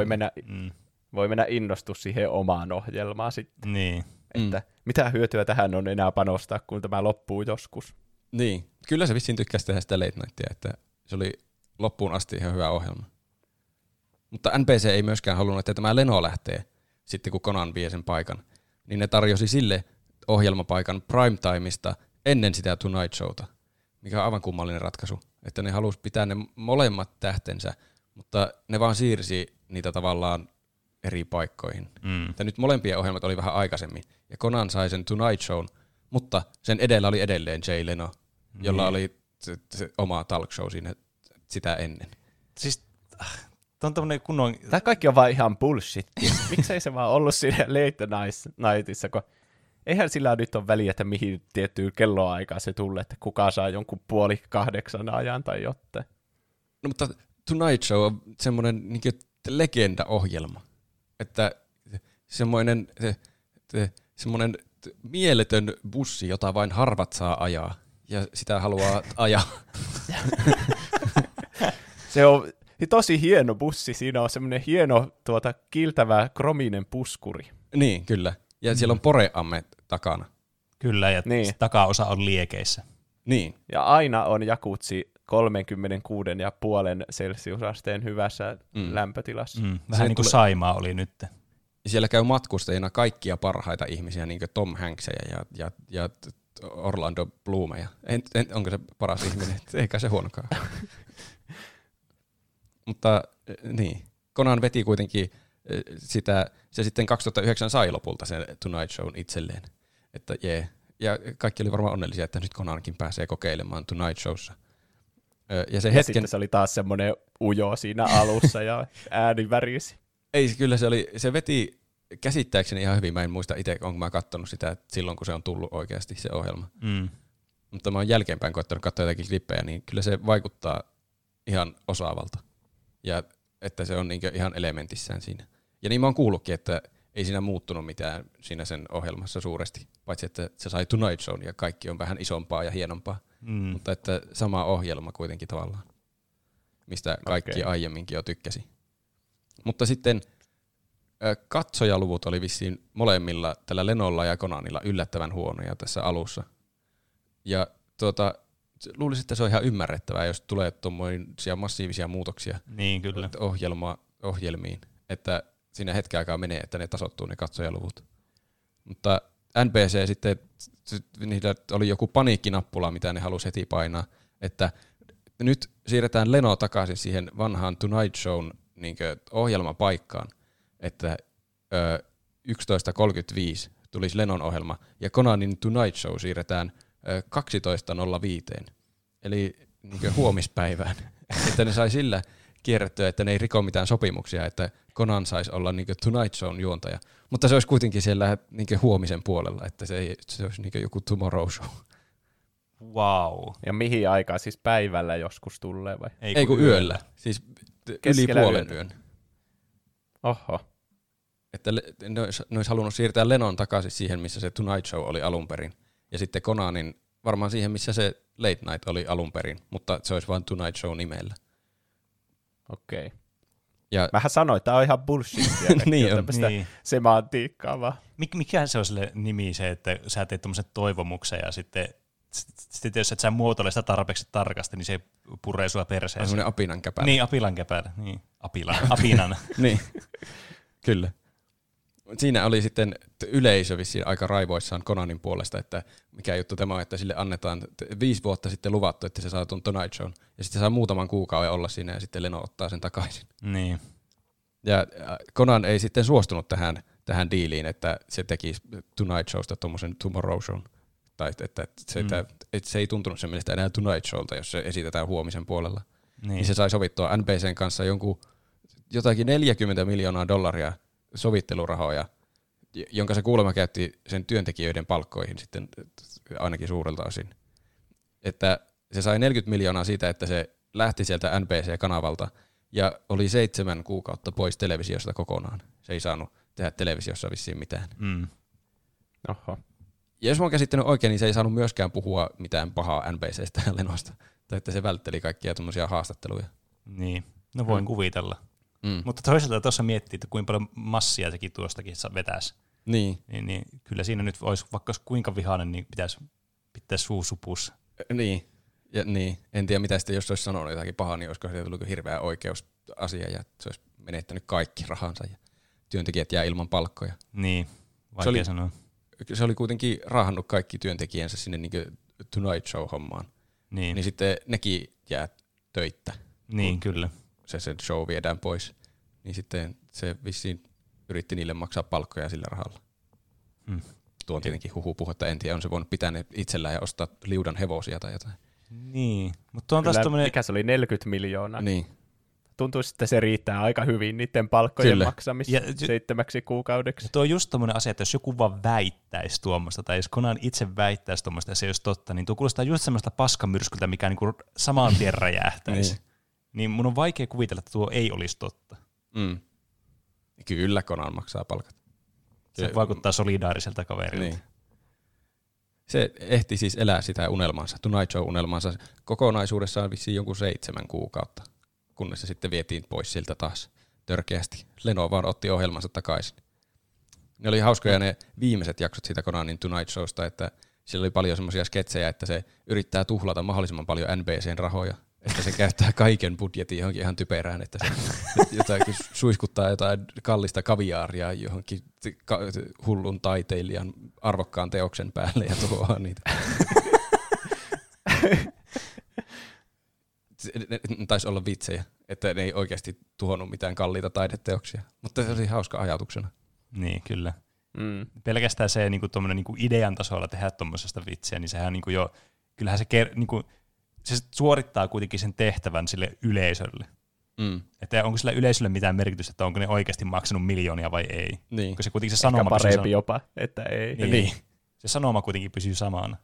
voi mennä innostus siihen omaan ohjelmaan sitten. Niin. Että mitä hyötyä tähän on enää panostaa, kun tämä loppuu joskus. Niin. Kyllä se vissiin tykkäsi tehdä sitä late nightia, että se oli loppuun asti ihan hyvä ohjelma. Mutta NBC ei myöskään halunnut, että tämä Leno lähtee sitten, kun Conan vie sen paikan. Niin ne tarjosi sille ohjelmapaikan primetimeista ennen sitä Tonight Showta, mikä on aivan kummallinen ratkaisu. Että ne halusi pitää ne molemmat tähtensä, mutta ne vaan siirsi niitä tavallaan eri paikkoihin. Että nyt molempien ohjelmat oli vähän aikaisemmin. Ja Conan sai sen Tonight Shown, mutta sen edellä oli edelleen Jay Leno, jolla oli se oma talk show siinä sitä ennen. Siis on tämmöinen kunnon... Tämä kaikki on vaan ihan bullshit. Miksei se vaan ollut siinä Late Nightissa, kun eihän sillä nyt ole väliä, että mihin tiettyyn kelloaikaan se tulee, että kuka saa jonkun 7:30 ajan tai jotain. No mutta Tonight Show on semmoinen niin legenda-ohjelma, että semmoinen semmoinen mieletön bussi, jota vain harvat saa ajaa. Ja sitä haluaa ajaa. Se on tosi hieno bussi. Siinä on semmoinen hieno kiiltävä krominen puskuri. Niin, kyllä. Ja siellä on poreamme takana. Kyllä, ja niin. takaosa on liekeissä. Niin. Ja aina on jakutsi 36,5 celsiusasteen hyvässä lämpötilassa. Vähän niin kuin Saimaa oli nyt. Siellä käy matkustajina kaikkia parhaita ihmisiä, niin kuin Tom Hanksejä ja Orlando Bloomeja. Onko se paras ihminen? Eikä se huonokaan. Mutta niin, Conan veti kuitenkin sitä, se sitten 2009 sai lopulta sen Tonight Shown itselleen. Että jee. Ja kaikki oli varmaan onnellisia, että nyt Conankin pääsee kokeilemaan Tonight Showssa. Ja sitten se oli taas semmoinen ujo siinä alussa ja ääni värisi. Ei, kyllä se veti käsittääkseni ihan hyvin. Mä en muista itse, onko mä katsonut sitä silloin, kun se on tullut oikeasti se ohjelma. Mutta mä oon jälkeenpäin koettanut katsoa jotakin klippejä, niin kyllä se vaikuttaa ihan osaavalta. Ja että se on niin ihan elementissään siinä. Ja niin mä oon kuullutkin, että ei siinä muuttunut mitään siinä sen ohjelmassa suuresti, paitsi että se sai Tonight Shown ja kaikki on vähän isompaa ja hienompaa. Mutta että sama ohjelma kuitenkin tavallaan, mistä kaikki aiemminkin jo tykkäsi. Mutta sitten katsojaluvut oli vissiin molemmilla tällä Lenolla ja Conanilla yllättävän huonoja tässä alussa. Ja luulisin, että se on ihan ymmärrettävää, jos tulee tuommoisia massiivisia muutoksia niin, kyllä. ohjelmiin, että siinä hetken aikaa menee, että ne tasoittuu ne katsojaluvut. Mutta NBC sitten, niillä oli joku paniikkinappula, mitä ne halusi heti painaa, että nyt siirretään Leno takaisin siihen vanhaan Tonight Shown ohjelmapaikkaan, että 11.35 tulisi Lenon ohjelma, ja Conanin Tonight Show siirretään 12.05, eli huomispäivään, että ne sai sillä kierrettyä, että ne ei riko mitään sopimuksia, että Conan saisi olla Tonight Shown juontaja, mutta se olisi kuitenkin siellä huomisen puolella, että se olisi joku Tomorrow Show. Wow. Ja mihin aikaan, siis päivällä joskus tulee vai? Ei kun yöllä, siis yli puolen yön. Oho. Että ne olisi halunnut siirtää Lenon takaisin siihen, missä se Tonight Show oli alun perin, ja sitten Conanin varmaan siihen, missä se Late Night oli alun perin, mutta se olisi vain Tonight Show nimellä. Okei. Ja mähän sanoin, että tämä on ihan bullshittia. Niin on. Niin. Semantiikkaa vaan. Mikä se on sille nimi se, että sä teet tommosen toivomuksen ja sitten jos et sä muotoile sitä tarpeeksi tarkasti, niin se puree sua perseeseen. On semmoinen apinan käpälä. Niin, apilan käpälä. Niin, apinan. Niin, kyllä. Siinä oli sitten yleisö vissiin aika raivoissaan Conanin puolesta, että mikä juttu tämä on, että sille annetaan 5 vuotta sitten luvattu, että se saa tuon Tonight Shown, ja sitten saa muutaman kuukauden olla siinä, ja sitten Leno ottaa sen takaisin. Niin. Ja Conan ei sitten suostunut tähän diiliin, että se teki Tonight Showsta tuommoisen Tomorrow Shown, tai että se ei tuntunut sen mielestä enää Tonight Showlta, jos se esitetään huomisen puolella. Niin se sai sovittua NBCn kanssa jotakin $40 miljoonaa sovittelurahoja, jonka se kuulemma käytti sen työntekijöiden palkkoihin sitten ainakin suurelta osin. Että se sai 40 miljoonaa siitä, että se lähti sieltä NBC-kanavalta ja oli 7 kuukautta pois televisiosta kokonaan. Se ei saanut tehdä televisiossa vissiin mitään. Oho. Ja jos mä oon käsittänyt oikein, niin se ei saanut myöskään puhua mitään pahaa NBCstä ja Lenosta. Tai että se vältteli kaikkia tuommoisia haastatteluja. Niin, no voin kuvitella. Mutta toisaalta tuossa miettii, että kuinka paljon massia sekin tuostakin vetäisi. Niin kyllä siinä nyt olisi, vaikka kuinka vihainen, niin pitäisi pitää suu supussa. Niin. Ja niin. En tiedä mitä sitten, jos olisi sanonut jotakin pahaa, niin olisiko siitä tullut hirveä oikeusasia ja se olisi menettänyt kaikki rahansa ja työntekijät jää ilman palkkoja. Niin, vaikea sanoa. Se oli kuitenkin raahannut kaikki työntekijänsä sinne Tonight Show-hommaan. Niin sitten nekin jää töittä. Niin, kyllä. Se show viedään pois, niin sitten se vissiin yritti niille maksaa palkkoja sillä rahalla. Tuo on tietenkin huhupuhetta, en tiedä, on se voinut pitää ne itsellään ja ostaa liudan hevosia tai jotain. Niin, mutta on taas tommoinen... Mikä se oli, 40 miljoonaa? Niin. Tuntuu, että se riittää aika hyvin niiden palkkojen maksamista 7 kuukaudeksi. Tuo on just tommoinen asia, että jos joku vaan väittäisi tuommoista, tai jos Conan itse väittäisi tuommoista ja se ei olisi totta, niin tuo kuulostaa just semmoista paskamyrskyltä, mikä niinku samaan tien räjähtäisi. Niin mun on vaikea kuvitella, että tuo ei olisi totta. Kyllä Conan maksaa palkat. Se vaikuttaa solidaariselta kaverilta. Niin. Se ehti siis elää sitä unelmaansa, Tonight Show-unelmaansa kokonaisuudessaan vissiin jonkun 7 kuukautta, kunnes se sitten vietiin pois siltä taas törkeästi. Leno vaan otti ohjelmansa takaisin. Ne oli hauskoja ne viimeiset jaksot siitä Conanin Tonight Showsta, että siellä oli paljon semmoisia sketsejä, että se yrittää tuhlata mahdollisimman paljon NBCn rahoja, että se käyttää kaiken budjetin johonkin ihan typerään, että se jotakin suiskuttaa jotain kallista kaviaaria johonkin hullun taiteilijan arvokkaan teoksen päälle ja tuhoaa niitä. Taisi olla vitsejä, että ne ei oikeasti tuhonnut mitään kalliita taideteoksia, mutta se oli hauska ajatuksena. Niin, kyllä. Pelkästään se niinku idean tasolla tehdä tuommoisesta vitsiä, niin sehän niinku jo, kyllähän se, se suorittaa kuitenkin sen tehtävän sille yleisölle. Että onko sillä yleisölle mitään merkitystä, että onko ne oikeasti maksanut miljoonia vai ei. Niin. Onko se kuitenkin se sanoma parempi jopa, että ei. Niin. Se sanoma kuitenkin pysyy samana.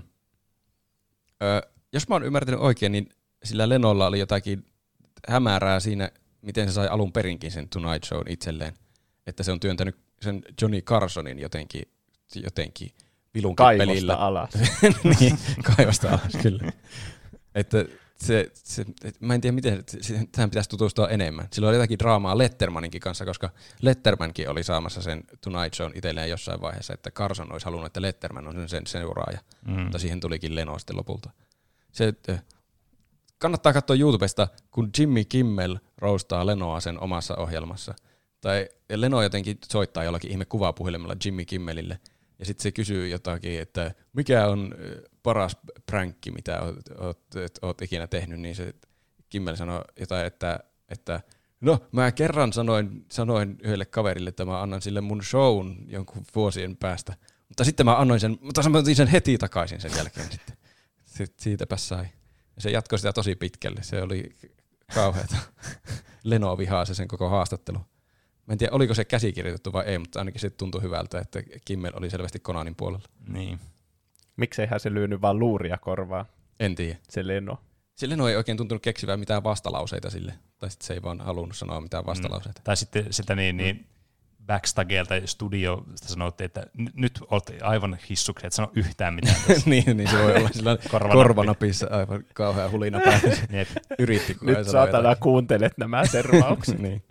Jos mä oon ymmärtänyt oikein, niin sillä Lenolla oli jotakin hämärää siinä, miten se sai alun perinkin sen Tonight Shown itselleen. Että se on työntänyt sen Johnny Carsonin jotenkin vilunkipelillä. Kaivosta alas. Niin, kaivosta alas, kyllä. Että mä en tiedä miten, tähän pitäisi tutustua enemmän. Sillä oli jotakin draamaa Lettermaninkin kanssa, koska Lettermankin oli saamassa sen Tonight Shown itselleen jossain vaiheessa, että Carson olisi halunnut, että Letterman on sen seuraaja, mutta siihen tulikin Leno sitten lopulta. Kannattaa katsoa YouTubesta, kun Jimmy Kimmel roustaa Lenoa sen omassa ohjelmassa. Tai Leno jotenkin soittaa jollakin ihme kuvapuhelimella Jimmy Kimmelille, ja sitten se kysyy jotakin, että mikä on paras pränkki, mitä oot ikinä tehnyt, niin se Kimmel sanoi jotain, että no mä kerran sanoin yhdelle kaverille, että mä annan sille mun shown jonkun vuosien päästä, mutta sitten mä annoin sen, mutta mä otin sen heti takaisin sen jälkeen sitten. Siitäpä sai. Ja se jatkoi sitä tosi pitkälle, se oli kauheata. Leno vihaa sen koko haastattelu. Mä en tiedä, oliko se käsikirjoitettu vai ei, mutta ainakin se tuntui hyvältä, että Kimmel oli selvästi Conanin puolella. Niin. Mikseihän se lyönyt vaan luuria korvaa? En tiedä. Se Leno. Se Leno ei oikein tuntunut keksivää mitään vastalauseita sille. Tai sitten se ei vaan halunnut sanoa mitään vastalauseita. Tai sitten sitä niin backstageelta studiosta sanottiin, että nyt olette aivan hissuksia, et sano yhtään mitään. niin se voi olla sillä korvanapissa aivan kauhean hulina päällä. Yritti, kun nyt saatana kuuntelet nämä servaukset. Niin.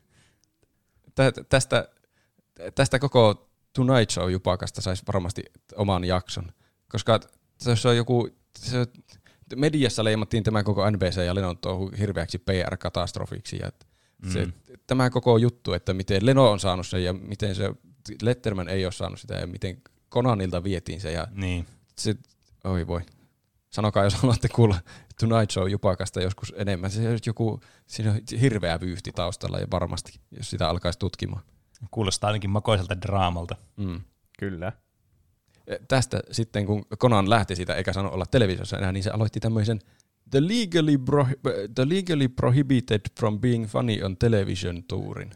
Tästä koko Tonight Show-jupakasta saisi varmasti oman jakson, koska se on joku, mediassa leimattiin tämä koko NBC ja Lenon touhu hirveäksi PR-katastrofiksi. Ja tämä koko juttu, että miten Leno on saanut sen ja miten se Letterman ei ole saanut sitä ja miten Conanilta vietiin se. Ja niin. Oi voi. Sanokaa, jos haluatte kuulla Tonight Show-jupakasta joskus enemmän. Siinä on hirveä vyyhti taustalla ja varmasti, jos sitä alkaisi tutkimaan. Kuulostaa ainakin makoiselta draamalta. Kyllä. Tästä sitten, kun Conan lähti siitä eikä saanut olla televisiossa enää, niin se aloitti tämmöisen The legally prohibited from being funny on television tourin.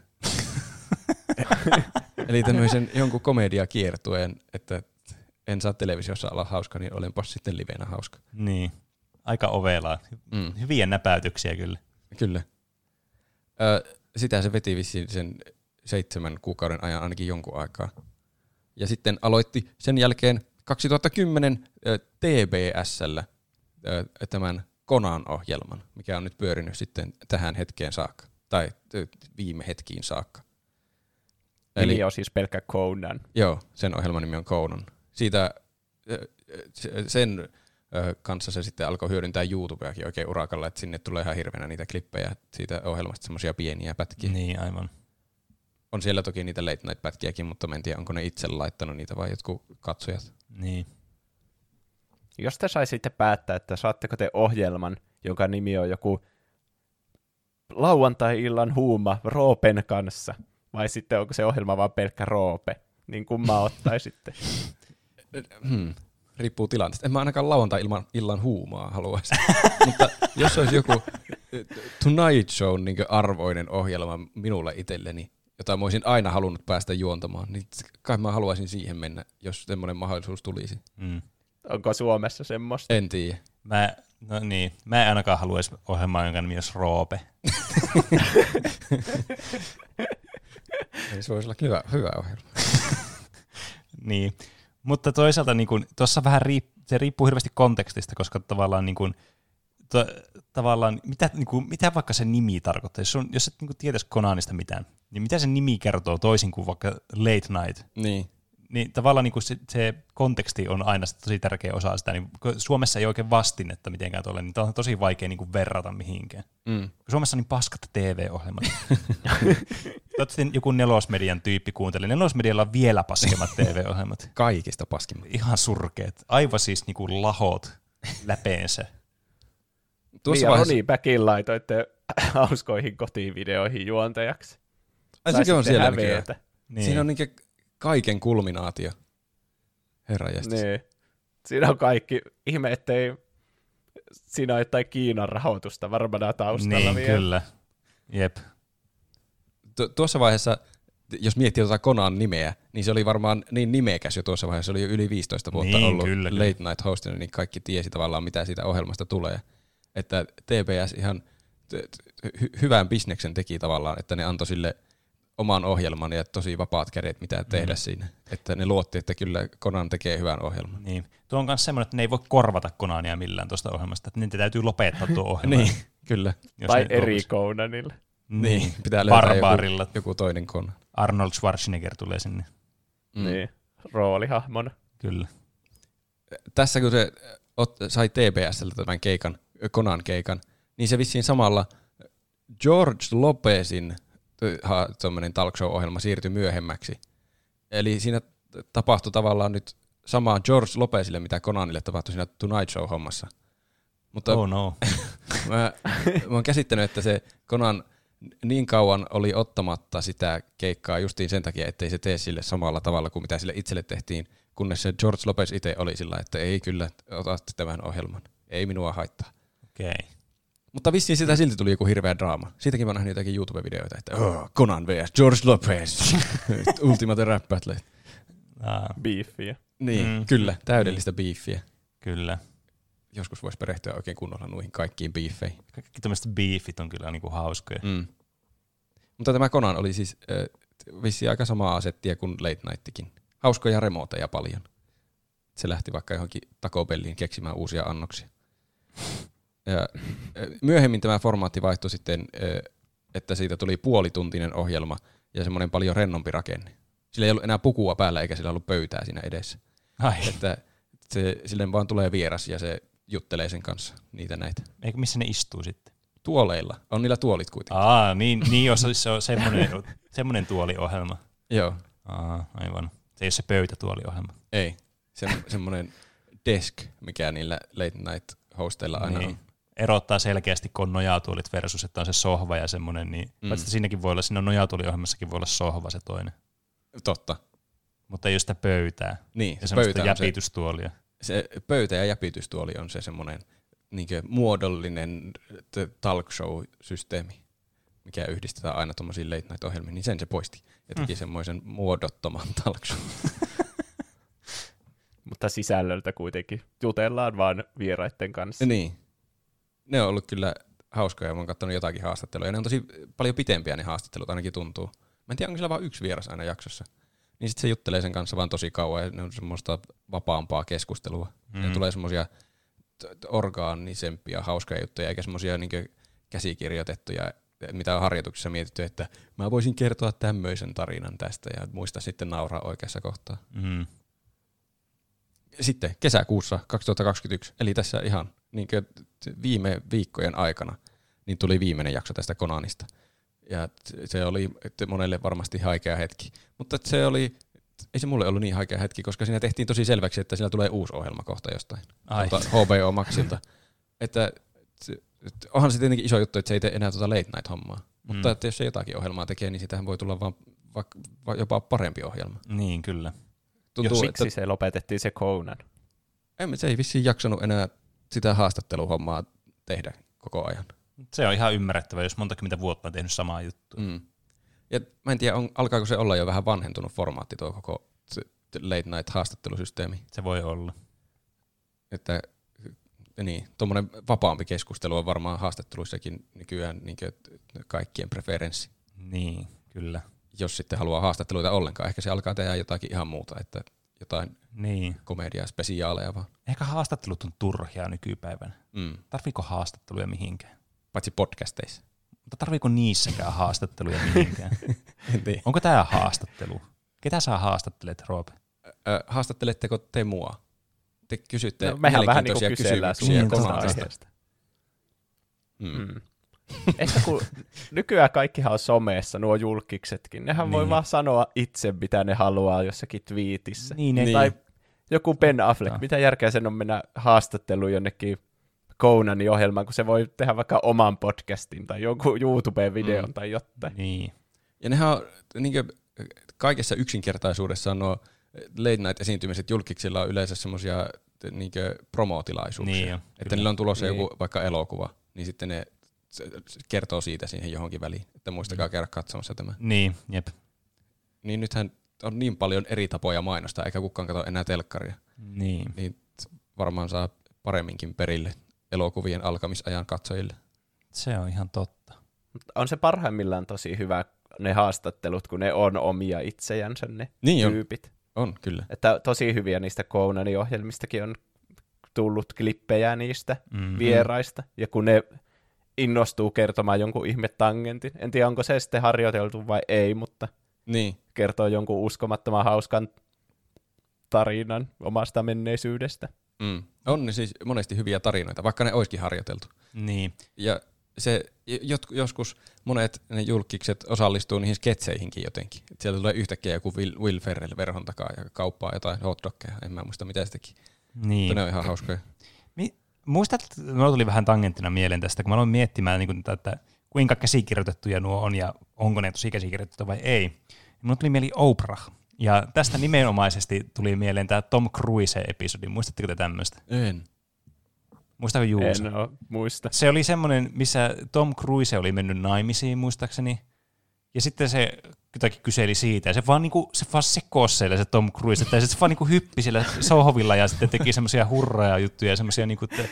Eli tämmöisen jonkun komediakiertueen, että en saa televisiossa olla hauska, niin olenpas sitten livenä hauska. Niin, aika ovelaa. Hyviä näpäytyksiä kyllä. Kyllä. Sitä se veti vissiin sen 7 kuukauden ajan ainakin jonkun aikaa. Ja sitten aloitti sen jälkeen 2010 TBS:llä tämän Conan-ohjelman, mikä on nyt pyörinyt sitten tähän hetkeen saakka, tai viime hetkiin saakka. Eli on siis pelkkä Conan. Joo, sen ohjelman nimi on Conan. Siitä sen kanssa se sitten alkoi hyödyntää YouTubeakin oikein urakalla, että sinne tulee ihan hirveänä niitä klippejä siitä ohjelmasta, semmoisia pieniä pätkiä. Niin, aivan. On siellä toki niitä late night pätkiäkin, mutta mä en tiedä, onko ne itse laittanut niitä vai jotkut katsojat. Niin. Jos te saisitte päättää, että saatteko te ohjelman, jonka nimi on joku lauantai-illan huuma Roopen kanssa, vai sitten onko se ohjelma vaan pelkkä Roope, niin kummaa ottaisitte? Riippuu tilanteesta. En mä ainakaan lauantai-illan huumaa haluaisi. Mutta jos olisi joku Tonight Show niin arvoinen ohjelma minulle itselleni, jota mä olisin aina halunnut päästä juontamaan, niin kai mä haluaisin siihen mennä, jos semmoinen mahdollisuus tulisi. Onko Suomessa semmoista? En tiedä. Mä en ainakaan haluaisi ohjelmaa, jonka nimi olisi Roope. Se voisi olla hyvä ohjelma. Niin, mutta toisaalta niin tuossa vähän se riippuu hirveästi kontekstista, koska tavallaan, niin kuin, tavallaan mitä vaikka se nimi tarkoittaa. Jos et niin tietäisi Conanista mitään, niin mitä se nimi kertoo toisin kuin vaikka Late Night? Niin tavallaan niin se konteksti on aina tosi tärkeä osa sitä. Niin Suomessa ei oikein vastinetta mitenkään tuolle, niin on tosi vaikea niin verrata mihinkään. Suomessa on niin paskat TV-ohjelmat. Toivottavasti joku Nelosmedian tyyppi kuuntelee. Nelosmedialla on vielä paskemmat TV-ohjelmat. Kaikista paskimmat. Ihan surkeet. Aivan siis niin lahot läpeensä. Tuossa vaiheessa Ronnie Backin laitoitte hauskoihin kotivideoihin juontajaksi. Sekin on siellä niin. Siinä on niin kaiken kulminaatio. Herranjestas. Niin. Siinä on kaikki. Ihme, ettei siinä ole jotain Kiinan rahoitusta varmaan taustalla niin, vielä. Kyllä. Jep. Tuossa vaiheessa, jos miettii tuota Conan nimeä, niin se oli varmaan niin nimekäs jo tuossa vaiheessa. Se oli jo yli 15 vuotta niin, ollut kyllä. Late Night hostina, niin kaikki tiesi tavallaan, mitä siitä ohjelmasta tulee. Että TBS ihan hyvän bisneksen teki tavallaan, että ne antoi sille oman ohjelman ja tosi vapaat kädet, mitä tehdä siinä. Että ne luotti, että kyllä Conan tekee hyvän ohjelman. Niin. Tuo on myös semmoinen, että ne ei voi korvata Conania millään tuosta ohjelmasta, että niitä täytyy lopettaa tuo ohjelma. Niin, kyllä. Tai eri Conanille. Niin, pitää löytää joku toinen Conan. Arnold Schwarzenegger tulee sinne. Niin, roolihahmona. Kyllä. Tässä kun se sai TBS:ltä tämän keikan, Conan-keikan, niin se vissiin samalla George Lopezin tuommoinen talk show-ohjelma siirtyi myöhemmäksi. Eli siinä tapahtui tavallaan nyt sama George Lopezille, mitä Conanille tapahtui siinä Tonight Show-hommassa. Mutta oh no. mä oon käsittänyt, että se Conan niin kauan oli ottamatta sitä keikkaa justiin sen takia, ettei se tee sille samalla tavalla kuin mitä sille itselle tehtiin, kunnes se George Lopez itse oli sillä, että ei kyllä, otatte tämän ohjelman. Ei minua haittaa. Okei. Okay. Mutta vissiin sitä silti tuli joku hirveä draama. Siitäkin mä oon nähnyt jotakin YouTube-videoita, että Conan vs. George Lopez. Ultimate Rap Battle. Beefiä. Niin, kyllä. Täydellistä beefiä. Kyllä. Joskus voisi perehtyä oikein kunnolla noihin kaikkiin beefeihin. Kaikki tämmöiset beefit on kyllä niinku hauskoja. Mutta tämä Conan oli siis vissiin aika samaa asettia kuin Late Nighttikin. Hauskoja remoteja paljon. Se lähti vaikka johonkin Taco Belliin keksimään uusia annoksia. Ja myöhemmin tämä formaatti vaihtui sitten, että siitä tuli puolituntinen ohjelma ja semmoinen paljon rennompi rakenne. Sillä ei ollut enää pukua päällä eikä sillä ollut pöytää siinä edessä. Ai. Että sille vaan tulee vieras ja se juttelee sen kanssa niitä näitä. Eikö missä ne istuu sitten? Tuoleilla. On niillä tuolit kuitenkin. Niin se on semmoinen tuoliohjelma. Joo. Aivan. Se ei ole se pöytätuoliohjelma. Ei. Semmoinen desk, mikä niillä late night hosteilla aina on. Erottaa selkeästi, kun on nojatuolit versus, että on se sohva ja semmoinen, niin siinäkin voi olla, siinä on nojatuoliohjelmassakin voi olla sohva se toinen. Totta. Mutta ei ole sitä pöytää. Niin, ja semmoista jäpitystuolia. Se pöytä ja jäpitystuoli on se semmoinen niinkö muodollinen talk show-systeemi, mikä yhdistetään aina tuommoisiin late night-ohjelmiin, niin sen se poisti. Ja teki semmoisen muodottoman talk show. Mutta sisällöltä kuitenkin jutellaan vaan vieraiden kanssa. Niin. Ne on ollut kyllä hauskoja, mä oon katsonut jotakin haastatteluja. Ne on tosi paljon pitempiä ne haastattelut, ainakin tuntuu. Mä en tiedä, onko siellä vaan yksi vieras aina jaksossa. Niin sit se juttelee sen kanssa vaan tosi kauan ja ne on semmoista vapaampaa keskustelua. Ja tulee semmosia orgaanisempia, hauskoja juttuja, eikä semmosia niinkö käsikirjoitettuja, mitä on harjoituksissa mietitty, että mä voisin kertoa tämmöisen tarinan tästä ja muista sitten nauraa oikeassa kohtaa. Sitten kesäkuussa 2021, eli tässä ihan niinkö viime viikkojen aikana, niin tuli viimeinen jakso tästä Conanista. Ja se oli monelle varmasti haikea hetki. Mutta ei se mulle ollut niin haikea hetki, koska siinä tehtiin tosi selväksi, että siellä tulee uusi ohjelma kohta jostain. HBO Maxilta. Että onhan se tietenkin iso juttu, että se ei tee enää late night-hommaa. Mutta että jos se jotakin ohjelmaa tekee, niin sitähän voi tulla vaan jopa parempi ohjelma. Niin, kyllä. Tuntuu, siksi se lopetettiin se Conan. Se ei vissiin jaksanut enää sitä haastatteluhommaa tehdä koko ajan. Se on ihan ymmärrettävä, jos monta kymmentä vuotta on tehnyt samaa juttua. Ja mä en tiedä, alkaako se olla jo vähän vanhentunut formaatti tuo koko late night haastattelusysteemi. Se voi olla. Että niin, tuommoinen vapaampi keskustelu on varmaan haastatteluissakin nykyään niin kaikkien preferenssi. Niin, kyllä. Jos sitten haluaa haastatteluita ollenkaan, ehkä se alkaa tehdä jotakin ihan muuta, että jotain komediaa, spesiaaleja vaan. Ehkä haastattelut on turhia nykypäivänä. Tarviiko haastatteluja mihinkään? Paitsi podcasteissa. Mutta tarviiko niissäkään haastatteluja mihinkään? Onko tämä haastattelu? Ketä sä haastattelet, Roope? Haastatteletteko te mua? Te kysytte mehän vähän niin kuin kysymyksiä Konanista. Ehkä kun nykyään kaikkihan on somessa, nuo julkiksetkin. Nehän voi vaan sanoa itse, mitä ne haluaa jossakin twiitissä. Tai joku Ben Affleck. Mitä järkeä sen on mennä haastatteluun jonnekin Conanin ohjelmaan, kun se voi tehdä vaikka oman podcastin tai jonkun YouTube-videon tai jotain. Niin. Ja nehän on niin kaikessa yksinkertaisuudessaan nuo late night-esiintymiset julkiksilla on yleensä semmoisia niin promootilaisuuksia. Niin että niillä on tulossa joku vaikka elokuva, niin sitten ne kertoo siitä siihen johonkin väliin, että muistakaa käydä katsomassa tämä. Niin, jep. Niin nythän on niin paljon eri tapoja mainostaa, eikä kukaan katso enää telkkaria. Niin varmaan saa paremminkin perille elokuvien alkamisajan katsojille. Se on ihan totta. On se parhaimmillaan tosi hyvä ne haastattelut, kun ne on omia itsejänsä ne tyypit. On, kyllä. Että tosi hyviä niistä Conanin ohjelmistakin on tullut klippejä niistä vieraista, ja kun ne innostuu kertomaan jonkun ihme tangentin. En tiedä, onko se sitten harjoiteltu vai ei, mutta kertoo jonkun uskomattoman hauskan tarinan omasta menneisyydestä. On ne siis monesti hyviä tarinoita, vaikka ne olisikin harjoiteltu. Niin. Ja se, joskus monet ne julkikset osallistuu niihin sketseihinkin jotenkin. Et sieltä tulee yhtäkkiä joku Will Ferrell verhon takaa ja kauppaa jotain hotdogkeja. En mä muista mitä se teki. Niin. Mutta ne on ihan hauskoja. Muistat, että minulla tuli vähän tangenttina mieleen tästä, kun mä aloin miettimään, että kuinka käsikirjoitettuja nuo on ja onko ne tosi käsikirjoitettuja vai ei. Minulla tuli mieli Oprah. Ja tästä nimenomaisesti tuli mieleen tämä Tom Cruise-episodi. Muistatteko te tämmöistä? En. Muistatko Juuso? En ole muista. Se oli semmoinen, missä Tom Cruise oli mennyt naimisiin muistaakseni. Ja sitten se jotakin kyseli siitä, ja se vaan sekosi siellä se Tom Cruise, että se vaan niinku hyppi siellä sohvilla ja sitten teki semmoisia hurraa juttuja ja semmoisia, niinku, että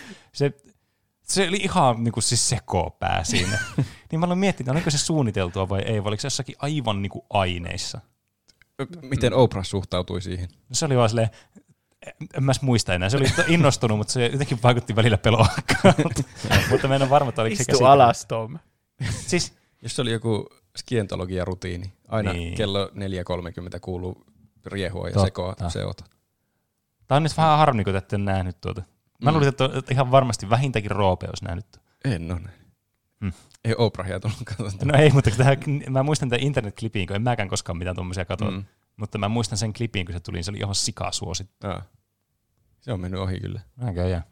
se oli ihan niinku siis sekopää siinä. Niin mä aloin miettiä, oliko se suunniteltua vai ei, vai oliko se jossakin aivan niinku aineissa. Miten Oprah suhtautui siihen? Se oli vaan silleen, en mä muista enää, se oli innostunut, mutta se jotenkin vaikutti välillä peloakkaalta. Mutta mä en ole varma, että oliko se istu alas, Tom. Siis, jos se oli joku skientologia-rutiini, aina kello 4.30 kuuluu riehua ja seota. Tämä on nyt vähän harmi, kun te ette nähnyt tuota. Mä luulen, että ihan varmasti vähintäänkin Roope olisi nähnyt. En ole. Ei Oprahia tullut katsottua. No ei, mutta mä muistan tämän internet-klipiin, kun en mäkään koskaan mitään tuommoisia katsoa. Mutta mä muistan sen klipiin, kun se tuli, niin se oli ihan sikasuosittu. Se on mennyt ohi kyllä. Näköjään.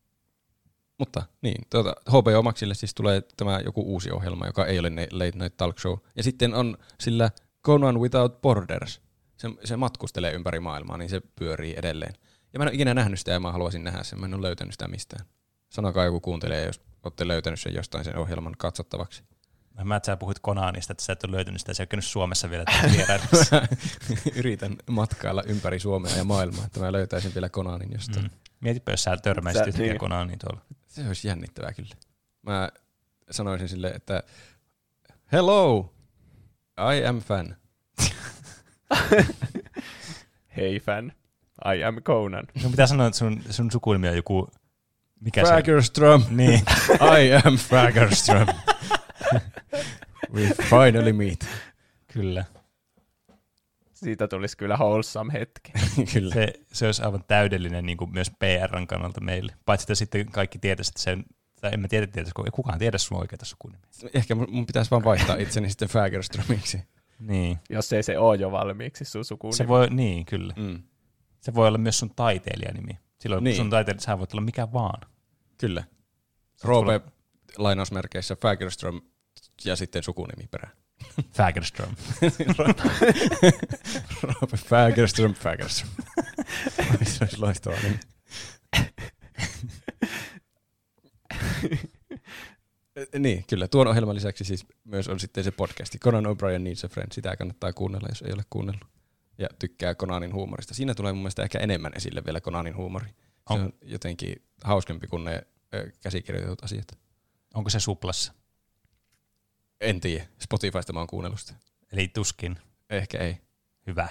Mutta niin, HBO Maxille siis tulee tämä joku uusi ohjelma, joka ei ole Late Night Talk Show. Ja sitten on sillä Conan Without Borders. Se matkustelee ympäri maailmaa, niin se pyörii edelleen. Ja mä en ole ikinä nähnyt sitä ja mä haluaisin nähdä sen. Mä en ole löytänyt sitä mistään. Sanokaa joku kuuntelee, jos olette löytänyt sen jostain sen ohjelman katsottavaksi. Mä et sä puhuit Conanista, että sä et ole löytänyt sitä, se ei ole käynyt Suomessa vielä. Yritän matkailla ympäri Suomea ja maailmaa, että mä löytäisin vielä Conanin jostain. Mietipä, jos sä törmäisit yhtäkkiä Conaniin tuolla. Se olisi jännittävää kyllä. Mä sanoisin sille, että hello, I am fan. Hey fan, I am Conan. No pitää sanoa, että sun sukunimi on joku... Fagerström. Niin. I am Fagerström. We finally meet. Kyllä. Siitä tulisi kyllä wholesome hetki. Kyllä. Se olisi aivan täydellinen niin kuin myös PR:n kannalta meille. Paitsi että sitten kaikki tietäisi, että tai en mä tiedä, kun kukaan tiedä sun oikeata sukunimeä. Ehkä mun pitäisi vaan vaihtaa itseni sitten Fagerströmiksi. Niin. Jos ei se ole jo valmiiksi sun sukunimi. Se voi, niin kyllä. Se voi olla myös sun taiteilijanimi. Silloin sun taiteilija, sä voit olla mikä vaan. Kyllä. Roope lainausmerkeissä Fagerström ja sitten sukunimi perään. Fagerström. Roope Fagerström. Se olisi loistavaa. Niin, kyllä. Tuon ohjelman lisäksi siis myös on sitten se podcasti Conan O'Brien Needs a Friend. Sitä kannattaa kuunnella, jos ei ole kuunnellut. Ja tykkää Conanin huumorista. Siinä tulee mun mielestä ehkä enemmän esille vielä Conanin huumori. Se on jotenkin hauskempi kuin ne käsikirjoitut asiat. Onko se Suplassa? En tiedä. Spotifysta mä oon kuunnellut sitä. Eli tuskin. Ehkä ei. Hyvä.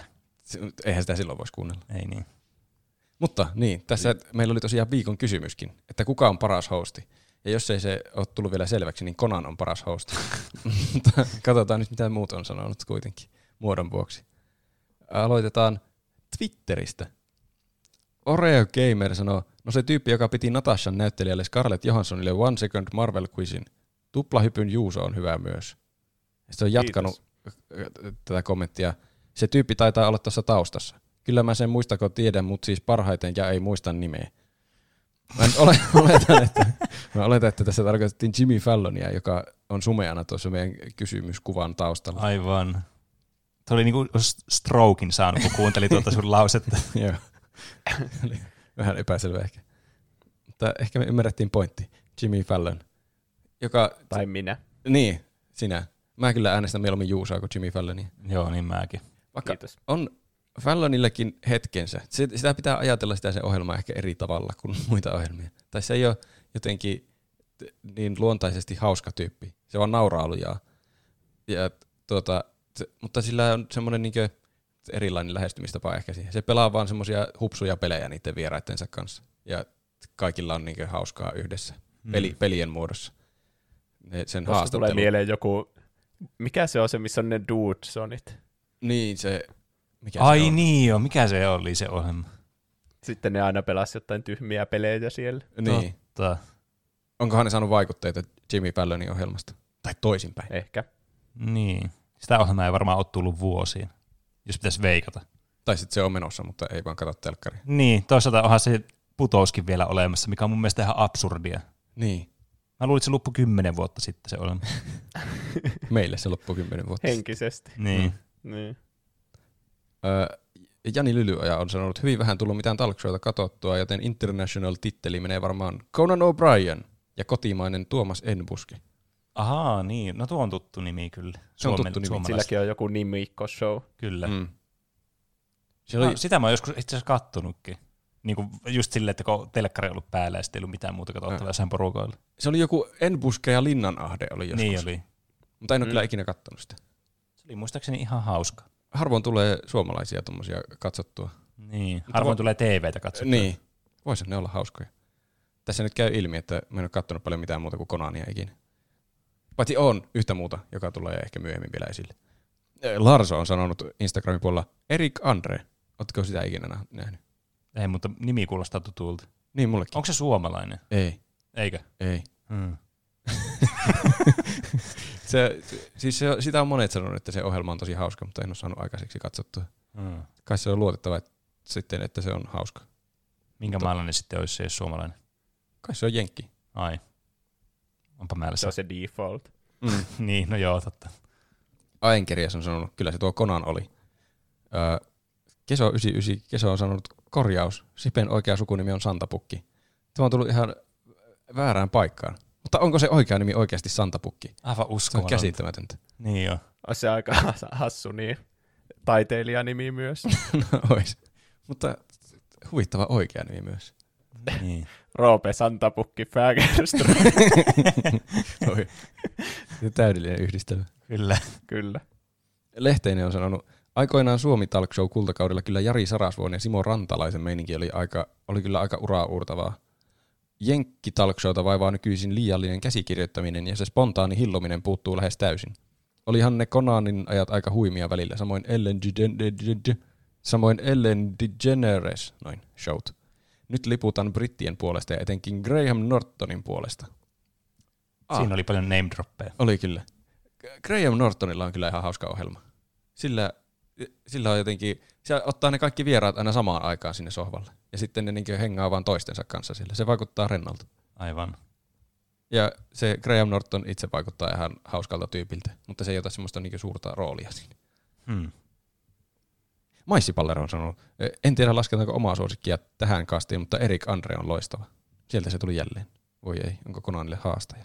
Eihän sitä silloin voisi kuunnella. Ei niin. Mutta niin, tässä meillä oli tosiaan viikon kysymyskin, että kuka on paras hosti. Ja jos ei se ole tullut vielä selväksi, niin Conan on paras hosti. Mutta katsotaan nyt, mitä muut on sanonut kuitenkin muodon vuoksi. Aloitetaan Twitteristä. Oreo Gamer sanoo, no se tyyppi, joka piti Natashan näyttelijälle Scarlett Johanssonille One Second Marvel Quizin. Tuplahypyn Juuso on hyvä myös. Ja se on jatkanut tätä kommenttia. Se tyyppi taitaa olla tuossa taustassa. Kyllä mä sen muistako tiedän, mutta siis parhaiten ja ei muista nimeä. Mä oletan, että tässä tarkoitettiin Jimmy Fallonia, joka on sumeana tuossa meidän kysymyskuvan taustalla. Aivan. Tuo oli niinku strokein saanut, kun kuuntelin tuota sun lausetta. Joo. Vähän epäselvä ehkä. Mutta ehkä me ymmärrettiin pointti. Jimmy Fallon. Joka... Tai minä. Niin, sinä. Mä kyllä äänestän mieluummin Juusaa kuin Jimmy Fallonia. Joo, niin mäkin. Vaikka on Fallonillekin hetkensä. Sitä pitää ajatella sitä se ohjelma ehkä eri tavalla kuin muita ohjelmia. Tai se ei ole jotenkin niin luontaisesti hauska tyyppi. Se vaan nauraa lujaa. Ja mutta sillä on semmoinen niinkö erilainen lähestymistapa ehkä siihen. Se pelaa vaan semmoisia hupsuja pelejä niiden vieraittensa kanssa. Ja kaikilla on niinkö hauskaa yhdessä. Pelien muodossa. Sen haastattelu. Tulee mieleen joku, mikä se on se, missä on ne Dudesonit? Niin se... Ai niin joo, mikä se oli se ohjelma? Sitten ne aina pelasi jotain tyhmiä pelejä siellä. Niin. Totta. Onkohan ne saanut vaikutteita Jimmy Fallonin ohjelmasta? Tai toisinpäin. Ehkä. Niin. Sitä ohjelmaa ei varmaan ole tullut vuosiin, jos pitäisi veikata. Tai sitten se on menossa, mutta ei vaan katso telkkaria. Niin, toisaalta onhan se putouskin vielä olemassa, mikä on mun mielestä ihan absurdia. Niin. Mä luulin, että se loppui 10 vuotta sitten se ohjelma. Meille se loppui 10 vuotta. Henkisesti. Niin. Niin. Jani Lylyoja on sanonut, hyvin vähän tullut mitään talkshowta katsottua, joten international-titteli menee varmaan Conan O'Brien ja kotimainen Tuomas Enbuski. Ahaa, niin. No tuo on tuttu nimi kyllä. Se on tuttu nimi. Silläkin on joku nimikko-show. Kyllä. Sitä mä oon joskus itse asiassa kattonutkin. Niin kuin just silleen, että kun telkkari on ollut päällä ja sitten ei ollut mitään muuta katsottavaa jossain porukoilla. Se oli joku Enbuske ja Linnanahde oli joskus. Niin oli. Mutta en ole kyllä ikinä kattonut sitä. Se oli muistaakseni ihan hauska. Harvoin tulee suomalaisia tommosia katsottua. Niin, harvoin tulee TVtä katsottua. Niin, voisi ne olla hauskoja. Tässä nyt käy ilmi, että mä en ole kattonut paljon mitään muuta kuin Conania ikinä. Paitsi on yhtä muuta, joka tulee ehkä myöhemmin vielä esille. Larso on sanonut Instagramin puolella Erik Andre. Ootko sitä ikinä nähnyt? Ei, mutta nimi kuulostaa tutulta. Niin, mullekin. Onko se suomalainen? Ei. Eikö? Ei. Sitä on monet sanonut, että se ohjelma on tosi hauska, mutta en ole saanut aikaiseksi katsottua. Kai se on luotettava sitten, että se on hauska. Minkä maalainen sitten olisi se suomalainen? Kai se on jenkki. Ai. Onpa määrässä. Se on se default. Niin, no joo, totta. Aenkerias on sanonut, kyllä se tuo Conan oli. Keso99, Keso on sanonut korjaus. Sipen oikea sukunimi on Santapukki. Tämä on tullut ihan väärään paikkaan. Mutta onko se oikea nimi oikeasti Santapukki? Aivan uskomatonta. Se on käsittämätöntä. Niin joo. Olisi se aika hassu niin taiteilijanimi myös. No ois. Mutta huvittava oikea nimi myös. Niin. Roope Santapukki Fägerström. Täydellinen yhdistelmä. Kyllä. Lehteinen on sanonut, aikoinaan Suomi Talk Show kultakaudella kyllä Jari Sarasvuon ja Simo Rantalaisen meininki oli kyllä aika uraa uurtavaa. Jenkki Talk Showta vaivaa nykyisin liiallinen käsikirjoittaminen ja se spontaani hillominen puuttuu lähes täysin. Olihan ne Conanin ajat aika huimia välillä, samoin Ellen DeGeneres, noin, showt. Nyt liputan brittien puolesta ja etenkin Graham Nortonin puolesta. Siinä oli paljon name droppeja. Oli kyllä. Graham Nortonilla on kyllä ihan hauska ohjelma. Sillä on jotenkin, se ottaa ne kaikki vieraat aina samaan aikaan sinne sohvalle. Ja sitten ne niinkö hengaa vaan toistensa kanssa sillä. Se vaikuttaa rennalta. Aivan. Ja se Graham Norton itse vaikuttaa ihan hauskalta tyypiltä, mutta se ei ota semmoista niinkö suurta roolia siinä. Maissipallero on sanonut, en tiedä lasketaanko omaa suosikkia tähän kastiin, mutta Erik Andre on loistava. Sieltä se tuli jälleen. Voi ei, onko Conanille haastaja?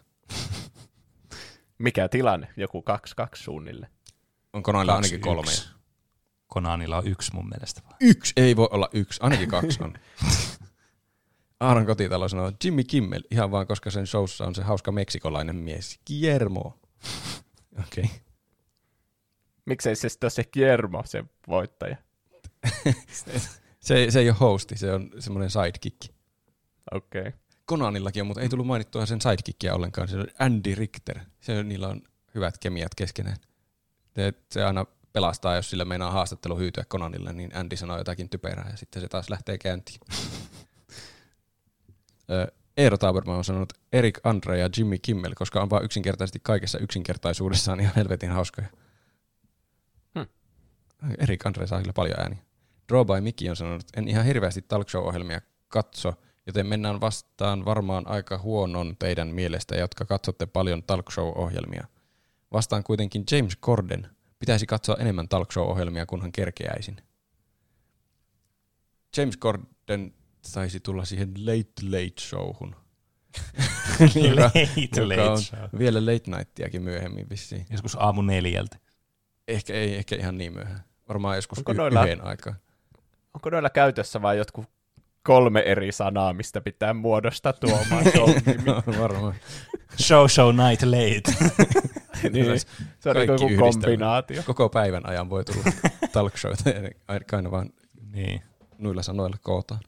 Mikä tilanne? Joku 2-2 suunnilleen. On Conanilla ainakin 3. Conanilla on 1 mun mielestä. 1 ei voi olla 1, ainakin 2 on. Aaron Kotitalo sanoo, Jimmy Kimmel, ihan vaan koska sen showssa on se hauska meksikolainen mies. Guillermo. Okei. Miksei se sitten ole se Guillermo, se voittaja? se ei ole hosti, se on semmoinen sidekick. Okei. Okay. Conanillakin on, mutta ei tullut mainittua sen sidekickia ollenkaan. Se on Andy Richter. Niillä on hyvät kemiat keskenään. Se aina pelastaa, jos sillä meinaa haastattelu hyytyä Conanille, niin Andy sanoo jotakin typerää ja sitten se taas lähtee käyntiin. Eero Taberman on sanonut Erik Andre ja Jimmy Kimmel, koska on vaan yksinkertaisesti kaikessa yksinkertaisuudessaan ihan helvetin hauskoja. Erik Andre saa kyllä paljon ääniä. Draw by Mickey on sanonut, en ihan hirveästi talk show-ohjelmia katso, joten mennään vastaan varmaan aika huonon teidän mielestä, jotka katsotte paljon talk show-ohjelmia. Vastaan kuitenkin James Corden. Pitäisi katsoa enemmän talk show-ohjelmia, kunhan kerkeäisin. James Corden taisi tulla siihen Late Late Showhun. joka on vielä Late Nightiakin myöhemmin vissiin. Joskus aamu 4. Ehkä ihan niin myöhään. Varmaan joskus yhden aikaa. Onko noilla käytössä vai jotkut 3 eri sanaa, mistä pitää muodostaa tuo oman show-nimi? No, varmaan. Show, night, late. Niin, se on joku kombinaatio. Koko päivän ajan voi tulla talk showta, aina vaan niin. Noilla sanoilla kootaan.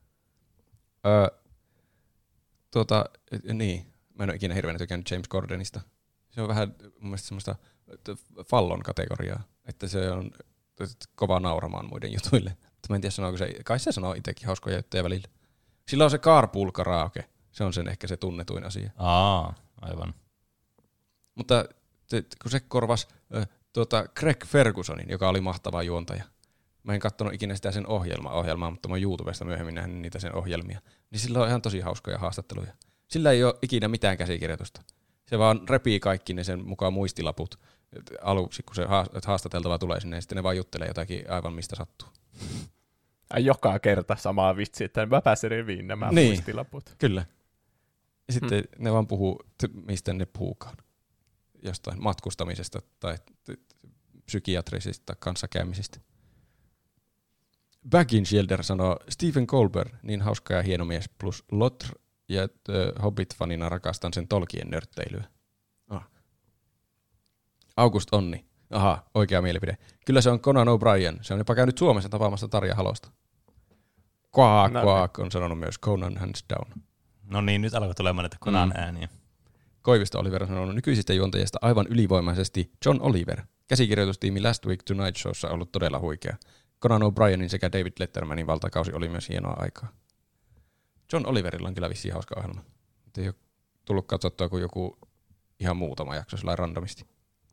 Niin, mä en ole ikinä hirveänä tykännyt James Cordenista. Se on vähän mun mielestä semmoista fallon kategoriaa, että se on kova nauramaan muiden jutuille. Mutta mä en tiedä sanooko se, kai se sanoo itsekin hauskoja juttuja välillä. Sillä on se carpool karaoke, se on sen ehkä se tunnetuin asia. Aivan. Mutta kun se korvasi Greg Fergusonin, joka oli mahtava juontaja. Mä en katsonut ikinä sitä sen ohjelmaa, mutta mä oon YouTubesta myöhemmin nähnyt niitä sen ohjelmia. Niin sillä on ihan tosi hauskoja haastatteluja. Sillä ei ole ikinä mitään käsikirjoitusta. Se vaan repii kaikki ne sen mukaan muistilaput aluksi, kun se haastateltava tulee sinne, ja sitten ne vaan juttelee jotakin aivan mistä sattuu. Joka kerta samaa vitsi, että mä pääsen reviin nämä muistilaput. Kyllä. Ja sitten ne vaan puhuu, mistä ne puhukaan. Jostain matkustamisesta tai psykiatrisista kanssakäymisistä. Baggin-Shielder sanoo, Stephen Colbert, niin hauska ja hieno mies, plus Lotr ja Hobbit-fanina rakastan sen Tolkien nörtteilyä. August Onni. Aha, oikea mielipide. Kyllä se on Conan O'Brien. Se on jopa käynyt Suomessa tapaamassa Tarja Halosta. Quack on sanonut myös Conan hands down. No niin, nyt alkoi tulemaan näitä Conan ääniä. Koivisto Oliver on sanonut nykyisistä juontajista aivan ylivoimaisesti John Oliver. Käsikirjoitustiimi Last Week Tonight Showssa on ollut todella huikea. Conan O'Brienin sekä David Lettermanin valtakausi oli myös hienoa aikaa. John Oliverilla on kyllä vissiin hauska ohjelma. Ei ole tullut katsottua kuin joku ihan muutama jakso sellainen randomisti.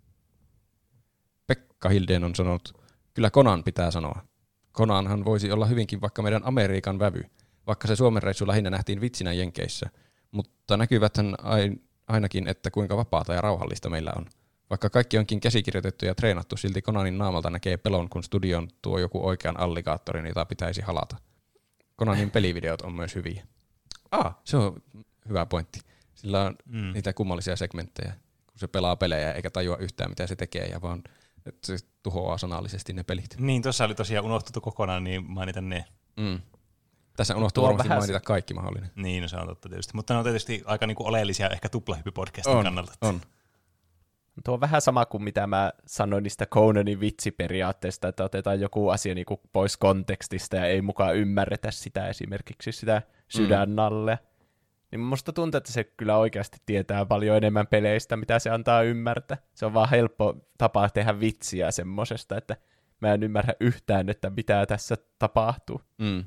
Pekka Hildeen on sanonut, kyllä Conan pitää sanoa. Conanhan voisi olla hyvinkin vaikka meidän Amerikan vävy, vaikka se Suomen reissu lähinnä nähtiin vitsinä Jenkeissä, mutta näkyväthän ainakin, että kuinka vapaata ja rauhallista meillä on. Vaikka kaikki onkin käsikirjoitettu ja treenattu, silti Conanin naamalta näkee pelon, kun studioon tuo joku oikean alligaattorin, jota pitäisi halata. Conanin pelivideot on myös hyviä. Se on hyvä pointti. Sillä on niitä kummallisia segmenttejä, kun se pelaa pelejä eikä tajua yhtään, mitä se tekee, ja vaan se tuhoaa sanallisesti ne pelit. Niin, tuossa oli tosiaan unohtuttu kokonaan, niin mainita ne. Tässä unohtuu varmasti mainita kaikki mahdollinen. Niin, no se on totta tietysti. Mutta ne on tietysti aika niinku oleellisia ehkä tuplahyppy-podcastin kannalta. On. Tuo on vähän sama kuin mitä mä sanoin niistä Conanin vitsiperiaatteesta, että otetaan joku asia niinku pois kontekstista ja ei mukaan ymmärretä sitä, esimerkiksi sitä sydännallea. Niin musta tuntuu, että se kyllä oikeasti tietää paljon enemmän peleistä, mitä se antaa ymmärtää. Se on vaan helppo tapa tehdä vitsiä semmosesta, että mä en ymmärrä yhtään, että mitä tässä tapahtuu.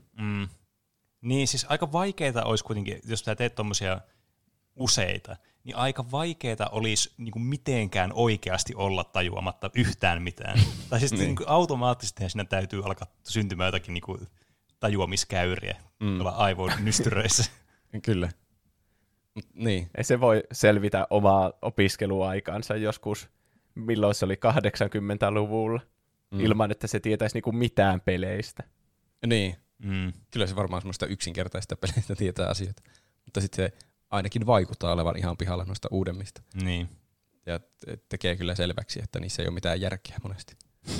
Niin, siis aika vaikeeta olisi kuitenkin, jos sä teet tommosia useita, niin aika vaikeeta olisi niinku mitenkään oikeasti olla tajuamatta yhtään mitään. Tai siis niinku automaattisesti siinä täytyy alkaa syntymään jotakin niinku tajuamiskäyriä tuolla aivonystyröissä. Kyllä. Niin. Ei se voi selvitä omaa opiskeluaikaansa joskus, milloin se oli 80-luvulla, ilman että se tietäisi niinku mitään peleistä. Niin. Kyllä se varmaan semmoista yksinkertaista peleistä tietää asioita. Mutta sitten se ainakin vaikuttaa olevan ihan pihalla noista uudemmista. Niin. Ja tekee kyllä selväksi, että niissä ei ole mitään järkeä monesti.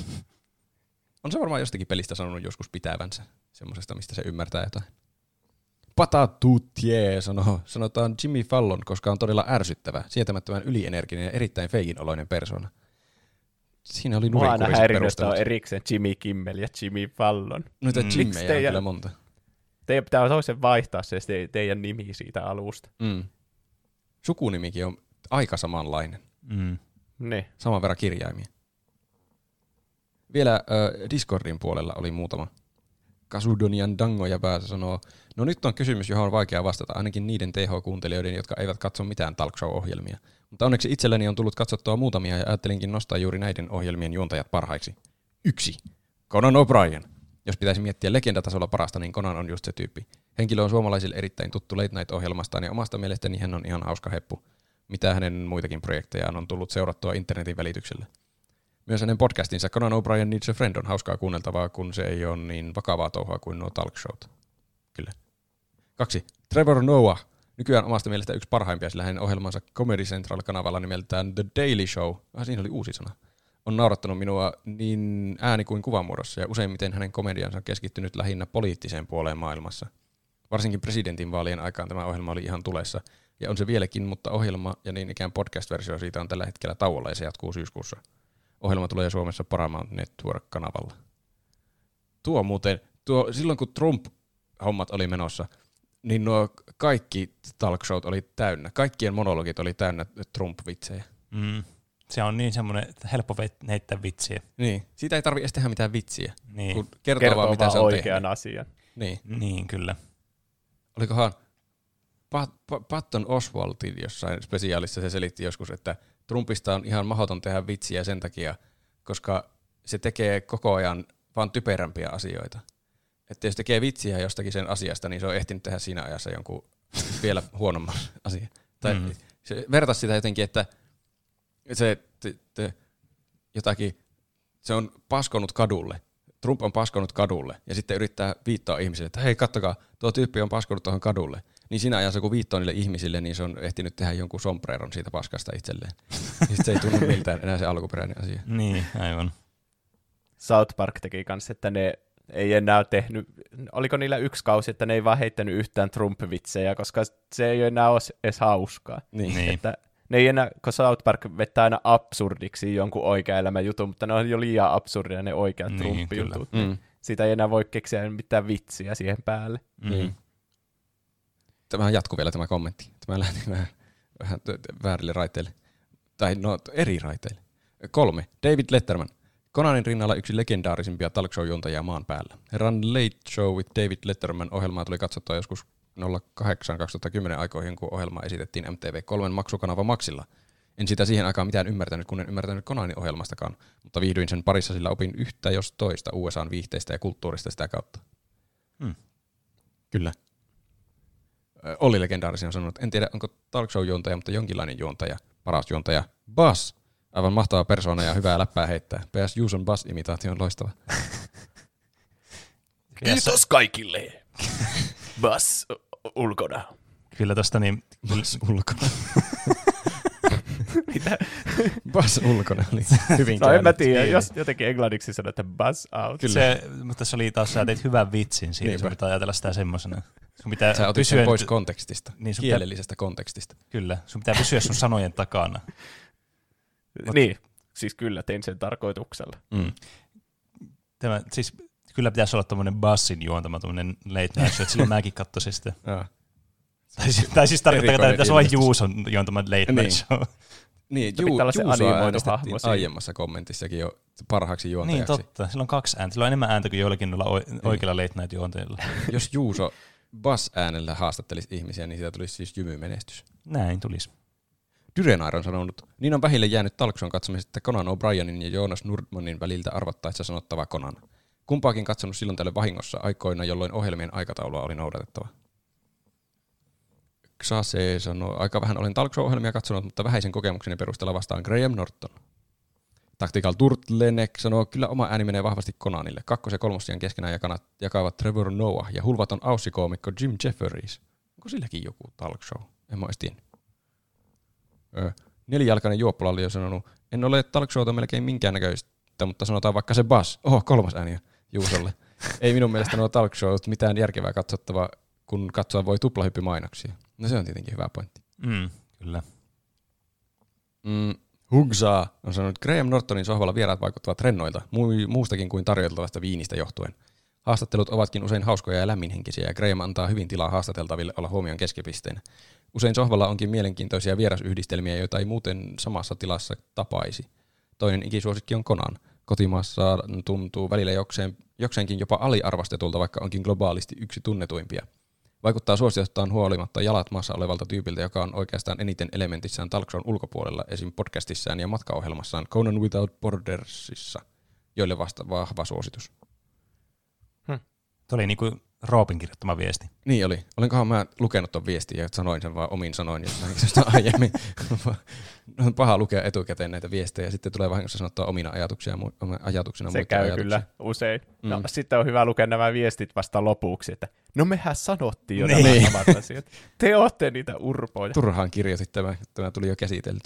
On se varmaan jostakin pelistä sanonut joskus pitävänsä semmoisesta, mistä se ymmärtää jotain. Patatuttie sanotaan Jimmy Fallon, koska on todella ärsyttävä, sietämättömän ylienerginen ja erittäin feiginoloinen persona. siinä oli Mua aina nurinkuriset häirinyt, perustelut. on erikseen Jimmy Kimmel ja Jimmy Fallon. Noita Jimmejä on kyllä monta. Teidän pitää toisen vaihtaa se teidän nimi siitä alusta. Sukunimikin on aika samanlainen. Ne. Saman verran kirjaimia. Vielä Discordin puolella oli muutama. Kasudonian Dango ja päässä sanoo, no nyt on kysymys, johon on vaikea vastata, ainakin niiden TH-kuuntelijoiden, jotka eivät katso mitään talk show-ohjelmia. Mutta onneksi itselleni on tullut katsottua muutamia ja ajattelinkin nostaa juuri näiden ohjelmien juontajat parhaiksi. 1. Conan O'Brien. Jos pitäisi miettiä legendatasolla parasta, niin Conan on just se tyyppi. Henkilö on suomalaisille erittäin tuttu Late Night-ohjelmastaan ja omasta mielestäni hän on ihan hauska heppu. Mitä hänen muitakin projektejaan on tullut seurattua internetin välityksellä. Myös hänen podcastinsa Conan O'Brien Needs a Friend on hauskaa kuunneltavaa, kun se ei ole niin vakavaa touhua kuin nuo talk showt. Kyllä. 2. Trevor Noah. Nykyään omasta mielestä yksi parhaimpia, sillä hänen ohjelmansa Comedy Central-kanavalla nimeltään The Daily Show. Siinä oli uusi sana. On naurattanut minua niin ääni- kuin kuvamuodossa ja useimmiten hänen komediansa on keskittynyt lähinnä poliittiseen puoleen maailmassa. Varsinkin presidentinvaalien aikaan tämä ohjelma oli ihan tulessa. Ja on se vieläkin, mutta ohjelma ja niin ikään podcast-versio siitä on tällä hetkellä tauolla ja se jatkuu syyskuussa. Ohjelma tulee Suomessa Paramount Network-kanavalla. Silloin kun Trump-hommat oli menossa, niin nuo kaikki talk showt oli täynnä. Kaikkien monologit oli täynnä Trump-vitsejä. Se on niin semmoinen, että helppo heittää vitsiä. Niin. Siitä ei tarvitse edes tehdä mitään vitsiä. Niin. Kun kertoo vaan, mitä se on oikean tehnyt. asian. Niin, kyllä. Olikohan Patton Oswaltin jossain spesiaalissa se selitti joskus, että Trumpista on ihan mahdoton tehdä vitsiä sen takia, koska se tekee koko ajan vaan typerämpiä asioita. Että jos tekee vitsiä jostakin sen asiasta, niin se on ehtinyt tehdä siinä ajassa jonkun vielä huonomman asian. Tai se vertaisi sitä jotenkin, että se on paskonut kadulle. Trump on paskonut kadulle ja sitten yrittää viittoa ihmisille, että hei kattokaa, tuo tyyppi on paskonut tuohon kadulle. Niin siinä ajassa kun viittoo niille ihmisille, niin se on ehtinyt tehdä jonkun sombreron siitä paskasta itselleen. Sitten se ei tunnu miltään enää se alkuperäinen asia. Niin, aivan. South Park teki kanssa, että ne ei enää tehnyt, oliko niillä yksi kausi, että ne ei vaan heittänyt yhtään Trump-vitsejä, koska se ei enää ole edes hauskaa. Niin. Että ne ei enää, kun South Park vetää aina absurdiksi jonkun oikea elämän jutun, mutta ne on jo liian absurdia ne oikeat Trump-jutut. Siitä ei enää voi keksiä mitään vitsiä siihen päälle. Tämähän jatkuu vielä tämä kommentti. Tämä lähti vähän väärille raiteille. Tai no eri raiteille. 3. David Letterman. Conanin rinnalla yksi legendaarisimpia talk show-juontajia maan päällä. Herran Late Show with David Letterman -ohjelmaa tuli katsottua joskus 2008-2010 aikoihin, kun ohjelma esitettiin MTV3 maksukanava Maxilla. En sitä siihen aikaan mitään ymmärtänyt, kun en ymmärtänyt Conanin ohjelmastakaan, mutta viihdyin sen parissa, sillä opin yhtä jos toista USA:n viihteistä ja kulttuurista sitä kautta. Kyllä. Olli legendaarisia on sanonut, en tiedä onko talk show-juontaja, mutta jonkinlainen juontaja, paras juontaja, Buzz. Aivan mahtava persoona ja hyvää läppää heittää. PS Juuson Buzz-imitaatio on loistava. Kiitos kaikille. Buzz ulkona. Kyllä tosta niin... Buzz ulkona. Mitä? Buzz ulkona oli hyvin no en mä tiedä, jos jotenkin englanniksi sanoo, että Buzz out. Kyllä. Mutta se oli taas, sä teit hyvän vitsin siitä, sun pitää ajatella sitä semmosena. Sä otit sen pois kontekstista, niin kielellisestä kontekstista. Kyllä, sun pitää pysyä sun sanojen takana. Niin, siis kyllä tein sen tarkoituksella. Tämä, siis kyllä pitäisi olla tommonen Buzzin juontama, tommonen late night show, että silloin mäkin katsoisin sitä. Tai siis tarkoittaa, että pitäisi olla Juuson juontama late night show. Niin, Juusoa äänestettiin aiemmassa kommentissakin jo parhaaksi juontajaksi. Niin, totta. Sillä on 2 ääntä. Sillä on enemmän ääntä kuin joillakin noilla oikeilla late night juontajilla. Jos Juuso Buzz-äänellä haastattelisi ihmisiä, niin siitä tulisi siis jymymenestys. Näin tulisi. Dyrenair on sanonut, niin on vähille jäänyt talk shown katsomisesta Conan O'Brienin ja Jonas Nordmanin väliltä arvattaessa sanottava Conan. Kumpaakin katsonut silloin tälle vahingossa aikoina, jolloin ohjelmien aikataulua oli noudatettava. Xase sanoo, aika vähän olen talk show-ohjelmia katsonut, mutta vähäisen kokemukseni perusteella vastaan Graham Norton. Tactical Turtleneck sanoo, kyllä oma ääni menee vahvasti Conanille. 2. ja 3. sijan keskenään jakavat Trevor Noah ja hulvaton aussikoomikko Jim Jefferies. Onko silläkin joku talk show? En mä ois tiennyt. 4-jalkainen juoppola oli jo sanonut, en ole talk showta melkein minkäännäköistä, mutta sanotaan vaikka se Buzz. 3. ääni Juusolle. Ei minun mielestä nuo talk showt mitään järkevää katsottavaa, kun katsoa voi tuplahyppymainoksia. No se on tietenkin hyvä pointti. Kyllä. Hugsaa on sanonut, että Graham Nortonin sohvalla vieraat vaikuttavat rennoilta, muustakin kuin tarjoltavasta viinistä johtuen. Haastattelut ovatkin usein hauskoja ja lämminhenkisiä, ja Graham antaa hyvin tilaa haastateltaville olla huomion keskipisteenä. Usein sohvalla onkin mielenkiintoisia vierasyhdistelmiä, joita ei muuten samassa tilassa tapaisi. Toinen ikisuosikki on Conan. Kotimaassa tuntuu välillä jokseenkin jopa aliarvostetulta, vaikka onkin globaalisti yksi tunnetuimpia. Vaikuttaa suosiostaan huolimatta jalat maassa olevalta tyypiltä, joka on oikeastaan eniten elementissään talkshown ulkopuolella, esim. Podcastissaan ja matkaohjelmassaan Conan Without Bordersissa, joille vasta vahva suositus. Tuo oli niinku Roopin kirjoittama viesti. Niin oli. Olenkohan mä lukenut ton viestin ja sanoin sen vaan omin sanoin jostain aiemmin. On paha lukea etukäteen näitä viestejä ja sitten tulee vahingossa sanottua omina ajatuksina. Se käy ajatuksia. Kyllä usein. No, sitten on hyvä lukea nämä viestit vasta lopuksi, että no mehän sanottiin jo nämä samat asiat. Te ootte niitä urpoja. Turhaan kirjoitit tämä tuli jo käsitelty.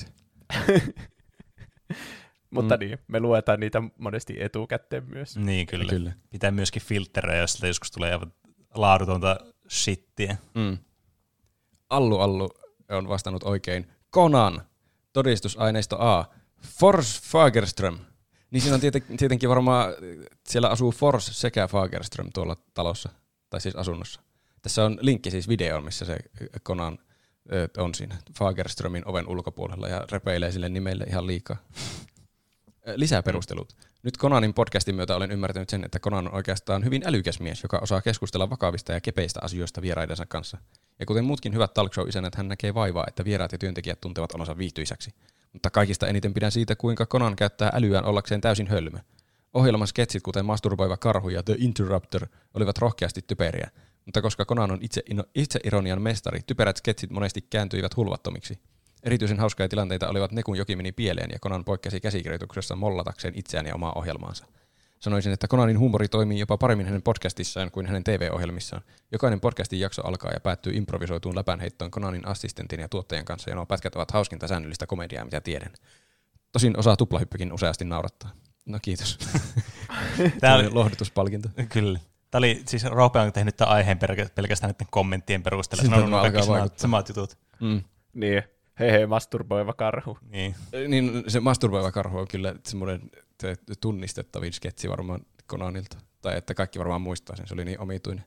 Mutta niin, me luetaan niitä monesti etukäteen myös. Niin, kyllä. Pitää myöskin filtteröidä, jos joskus tulee aivan laadutonta shittiä. Allu on vastannut oikein. Conan, todistusaineisto A. Fors Fagerström. Niin siinä on tietenkin varmaan, siellä asuu Fors sekä Fagerström tuolla talossa, tai siis asunnossa. Tässä on linkki siis videoon, missä se Conan on siinä Fagerströmin oven ulkopuolella ja repeilee sille nimelle ihan liikaa. Lisää perustelut. Nyt Conanin podcastin myötä olen ymmärtänyt sen, että Conan on oikeastaan hyvin älykäs mies, joka osaa keskustella vakavista ja kepeistä asioista vieraidensa kanssa. Ja kuten muutkin hyvät talk show-isännät, hän näkee vaivaa, että vieraat ja työntekijät tuntevat olonsa viihtyisäksi. Mutta kaikista eniten pidän siitä, kuinka Conan käyttää älyään ollakseen täysin hölmö. Ohjelman sketsit, kuten Masturboiva karhu ja The Interrupter, olivat rohkeasti typeriä. Mutta koska Conan on itseironian mestari, typerät sketsit monesti kääntyivät hulvattomiksi. Erityisen hauskoja tilanteita olivat ne, kun jokin meni pieleen ja Conan poikkesi käsikirjoituksessa mollatakseen itseään ja omaa ohjelmaansa. Sanoisin, että Conanin huumori toimii jopa paremmin hänen podcastissaan kuin hänen TV-ohjelmissaan. Jokainen podcastin jakso alkaa ja päättyy improvisoituun läpänheittoon Conanin assistentin ja tuottajan kanssa, ja nuo pätkät ovat hauskinta säännöllistä komediaa, mitä tiedän. Tosin osaa tuplahyppykin useasti naurattaa. No kiitos. Tämä oli lohdutuspalkinto. Kyllä. Tämä oli, siis Roope on tehnyt tämän aiheen pelkästään näiden kommenttien perusteella. Siltä tämä alkaa vaikuttaa. Samat jutut. Niin. Hei, masturboiva karhu. Niin, se masturboiva karhu on kyllä semmoinen tunnistettavin sketsi varmaan Conanilta. Tai että kaikki varmaan muistaa sen, se oli niin omituinen.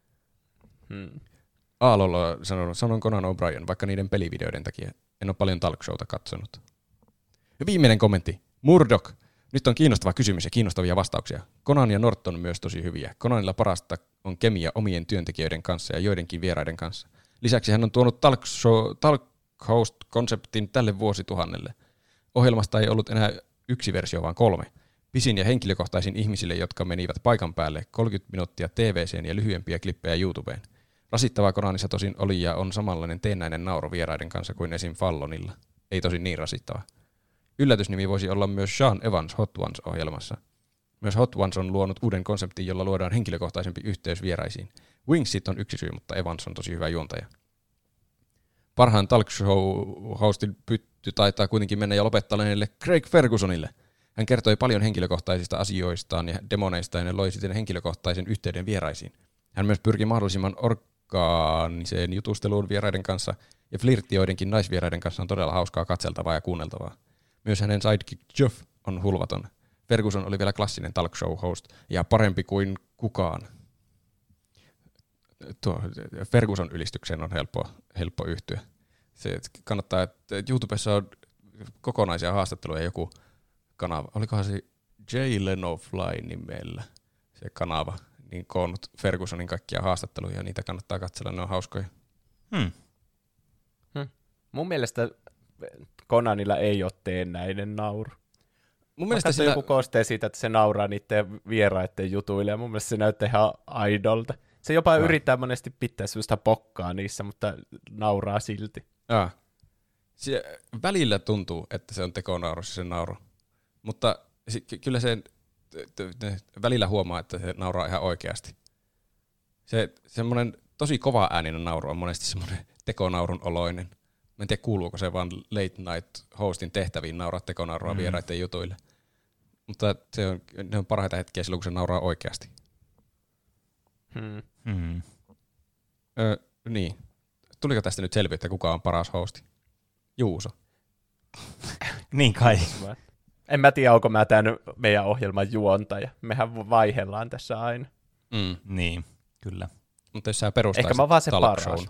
Aallolla on sanon Conan O'Brien, vaikka niiden pelivideoiden takia. En ole paljon talk showta katsonut. Ja viimeinen kommentti. Murdoch. Nyt on kiinnostava kysymys ja kiinnostavia vastauksia. Conan ja Norton on myös tosi hyviä. Conanilla parasta on kemia omien työntekijöiden kanssa ja joidenkin vieraiden kanssa. Lisäksi hän on tuonut talk host-konseptin tälle vuosituhannelle. Ohjelmasta ei ollut enää yksi versio, vaan 3. Pisin ja henkilökohtaisin ihmisille, jotka menivät paikan päälle, 30 minuuttia TV:seen ja lyhyempiä klippejä YouTubeen. Rasittavaa Conanissa tosin oli ja on samanlainen teennäinen nauru vieraiden kanssa kuin esim. Fallonilla. Ei tosin niin rasittava. Yllätysnimi voisi olla myös Sean Evans Hot Ones-ohjelmassa. Myös Hot Ones on luonut uuden konseptin, jolla luodaan henkilökohtaisempi yhteys vieraisiin. Wingsit on yksi syy, mutta Evans on tosi hyvä juontaja. Parhaan talk show-hostin pytty taitaa kuitenkin mennä jo lopettaneelle Craig Fergusonille. Hän kertoi paljon henkilökohtaisista asioistaan ja demoneistaan ja loi siten henkilökohtaisen yhteyden vieraisiin. Hän myös pyrki mahdollisimman orgaaniseen jutusteluun vieraiden kanssa, ja flirtti joidenkin naisvieraiden kanssa on todella hauskaa katseltavaa ja kuunneltavaa. Myös hänen sidekick Jeff on hulvaton. Ferguson oli vielä klassinen talk show host ja parempi kuin kukaan. Tuo Ferguson ylistykseen on helppo yhtyä. Se kannattaa, että YouTubessa on kokonaisia haastatteluja joku kanava. Olikohan se Jay Leno Fly nimellä se kanava, niin koonnut Fergusonin kaikkia haastatteluja ja niitä kannattaa katsella, ne on hauskoja. Mun mielestä Conanilla ei ole teennäinen nauru. Mun mielestä sillä joku kostee siitä, että se nauraa niiden vieraiden jutuille, ja mun mielestä se näyttää ihan aidolta. Se jopa yrittää monesti pitää sellaista pokkaa niissä, mutta nauraa silti. Se välillä tuntuu, että se on tekonauru se nauru, mutta kyllä se välillä huomaa, että se nauraa ihan oikeasti. Se semmoinen tosi kova ääninen nauru on monesti semmoinen tekonaurun oloinen. Mä en tiedä, kuuluuko se vaan late night hostin tehtäviin nauraa tekonaurua vieraiden jutuille. Mutta ne on parhaita hetkiä silloin, kun se nauraa oikeasti. Niin. Tuliko tästä nyt selvyyttä, kuka on paras hosti? Juuso. Niin kai. En mä tiedä, onko mä tämän meidän ohjelman juontaja. Mehän vaihellaan tässä aina. Niin, kyllä. Mutta jos sä perustaisit ehkä mä vaan se talk paras. shown.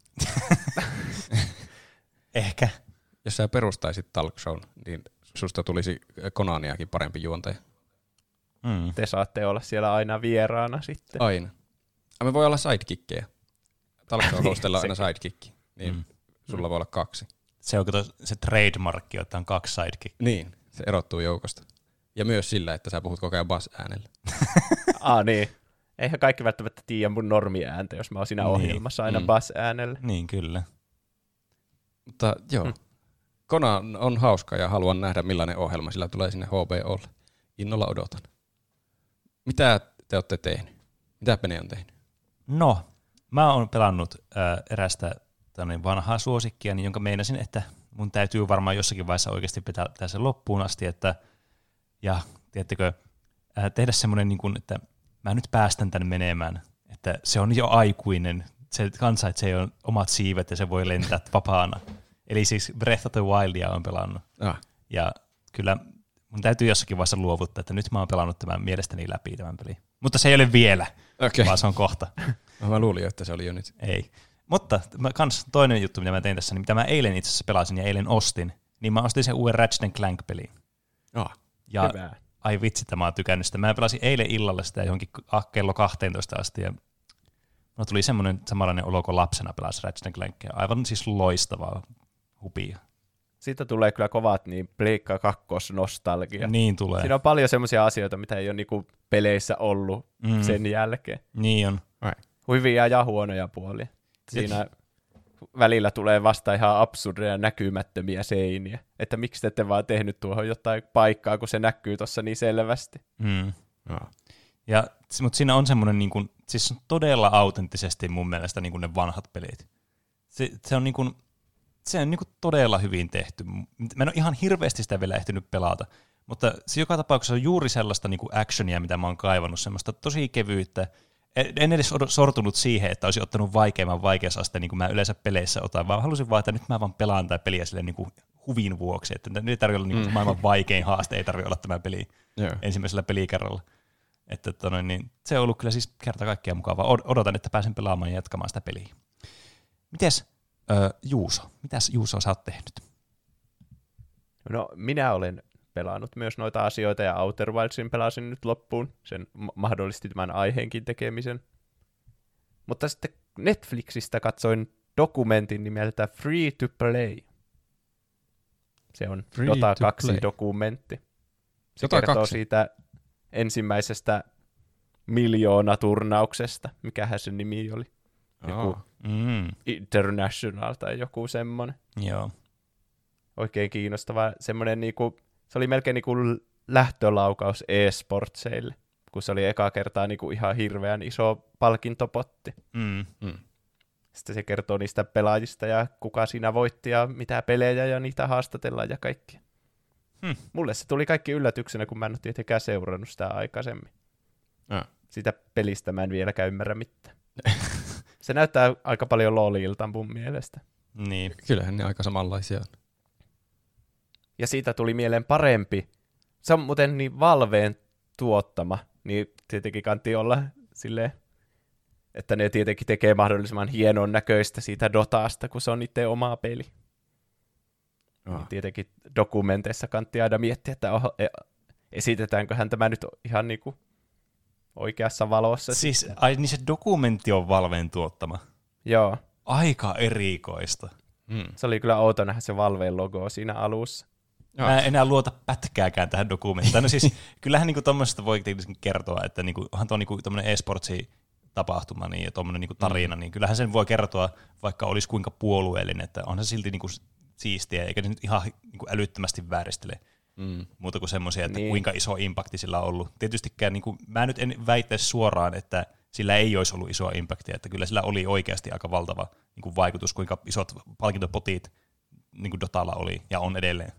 Ehkä. Jos sä perustaisit talk shown, niin susta tulisi Konaniakin parempi juontaja. Te saatte olla siellä aina vieraana sitten. Aina. Me voi olla sidekickejä. Talk show hostella aina sidekick. Niin sulla voi olla 2. Se on se trademarkki, että on 2 sidekick. Niin, se erottuu joukosta. Ja myös sillä, että sä puhut koko ajan bass-äänellä. Niin. Eihän kaikki välttämättä tiedä mun normiääntä, jos mä oon siinä ohjelmassa aina bass-äänellä. Niin, kyllä. Mutta joo, Conan on hauska ja haluan nähdä millainen ohjelma sillä tulee sinne HBOlle. Innolla odotan. Mitä te olette tehnyt? Mitä Pene on tehnyt? No, mä oon pelannut erästä vanhaa suosikkia, niin jonka meinasin, että mun täytyy varmaan jossakin vaiheessa oikeasti pitää sen loppuun asti, ja tiedättekö, tehdä semmoinen, niin kuin, että mä nyt päästän tän menemään, että se on jo aikuinen, se ansaitsee jo omat siivet ja se voi lentää vapaana. Eli siis Breath of the Wildia on pelannut. Ja kyllä mun täytyy jossakin vaiheessa luovuttaa, että nyt mä oon pelannut tämän mielestäni läpi tämän pelin. Mutta se ei ole vielä, vaan se on kohta. Mä luulin, että se oli jo nyt. Ei. Mutta kans toinen juttu, mitä mä tein tässä, niin mitä mä eilen itse asiassa pelasin ja eilen ostin, niin mä ostin sen uuden Ratchet & Clank-pelin. Ja hyvä. Ai vitsi, että mä oon tykännyt sitä. Mä pelasin eilen illalla sitä johonkin kello 12 asti, ja no tuli samanlainen olo kuin lapsena pelasi Ratchet & Clankia. Aivan siis loistavaa hupia. Siitä tulee kyllä kovat Pleikka 2-nostalgia. Niin tulee. Siinä on paljon semmoisia asioita, mitä ei ole niinku peleissä ollut sen jälkeen. Niin on. Hyviä ja huonoja puolia. Siinä välillä tulee vasta ihan absurdeja näkymättömiä seiniä. Että miksi te ette vaan tehnyt tuohon jotain paikkaa, kun se näkyy tuossa niin selvästi. Mutta siinä on semmoinen, siis todella autenttisesti mun mielestä ne vanhat pelit. Se on todella hyvin tehty. Mä en ole ihan hirveästi sitä vielä ehtinyt pelata, mutta se joka tapauksessa on juuri sellaista actionia, mitä mä oon kaivannut, semmoista tosi kevyyttä. En edes sortunut siihen, että olisi ottanut vaikeimman vaikeusasteen, niin kuin mä yleensä peleissä otan, vaan halusin vaan, että nyt mä vaan pelaan tätä peliä silleen huvin vuoksi, että nyt ei tarvitse olla maailman vaikein haaste, ei tarvitse olla tämä peli ensimmäisellä pelikerralla. Että niin se on ollut kyllä siis kerta kaikkiaan mukavaa. Odotan, että pääsen pelaamaan ja jatkamaan sitä peliä. Mites Juuso? Mitäs Juuso sä oot tehnyt? No minä olen pelannut myös noita asioita ja Outer Wildsin pelasin nyt loppuun. Sen mahdollisti tämän aiheenkin tekemisen. Mutta sitten Netflixistä katsoin dokumentin nimeltä Free to Play. Se on Dota 2-dokumentti. Se kertoo siitä ensimmäisestä miljoonaturnauksesta. Mikähän sen nimi oli? Joku International tai joku semmoinen. Joo. Oikein kiinnostava. Semmoinen se oli melkein lähtölaukaus e-sportseille, kun se oli eka kertaa ihan hirveän iso palkintopotti. Sitten se kertoo niistä pelaajista ja kuka siinä voitti ja mitä pelejä ja niitä haastatellaan ja kaikki. Mulle se tuli kaikki yllätyksenä, kun mä en ole tietenkään seurannut sitä aikaisemmin. Sitä pelistä mä en vieläkään ymmärrä mitään. Se näyttää aika paljon LOLilta mun mielestä. Niin. Kyllähän ne aika samanlaisia on. Ja siitä tuli mieleen parempi. Se on muuten niin Valveen tuottama, niin tietenkin kantti olla silleen, että ne tietenkin tekee mahdollisimman hienon näköistä siitä Dotasta, kun se on itse oma peli. Niin tietenkin dokumenteissa kantti aina miettiä, että esitetäänköhän tämä nyt ihan oikeassa valossa. Siis niin se dokumentti on Valveen tuottama? Joo. Aika erikoista. Se oli kyllä outo nähdä se Valveen logo siinä alussa. Mä en enää luota pätkääkään tähän dokumenttiin. No siis, kyllähän tuommoisesta voi kertoa, että onhan tuo tuommoinen e-sportsi-tapahtuma niin, ja tuommoinen tarina, niin kyllähän sen voi kertoa, vaikka olisi kuinka puolueellinen, että onhan se silti siistiä, eikä se nyt ihan älyttömästi vääristele muuta kuin semmoisia, että kuinka iso impakti sillä on ollut. Tietystikään mä nyt en väittäisi suoraan, että sillä ei olisi ollut isoa impaktia, että kyllä sillä oli oikeasti aika valtava vaikutus, kuinka isot palkintopotit Dotalla oli ja on edelleen.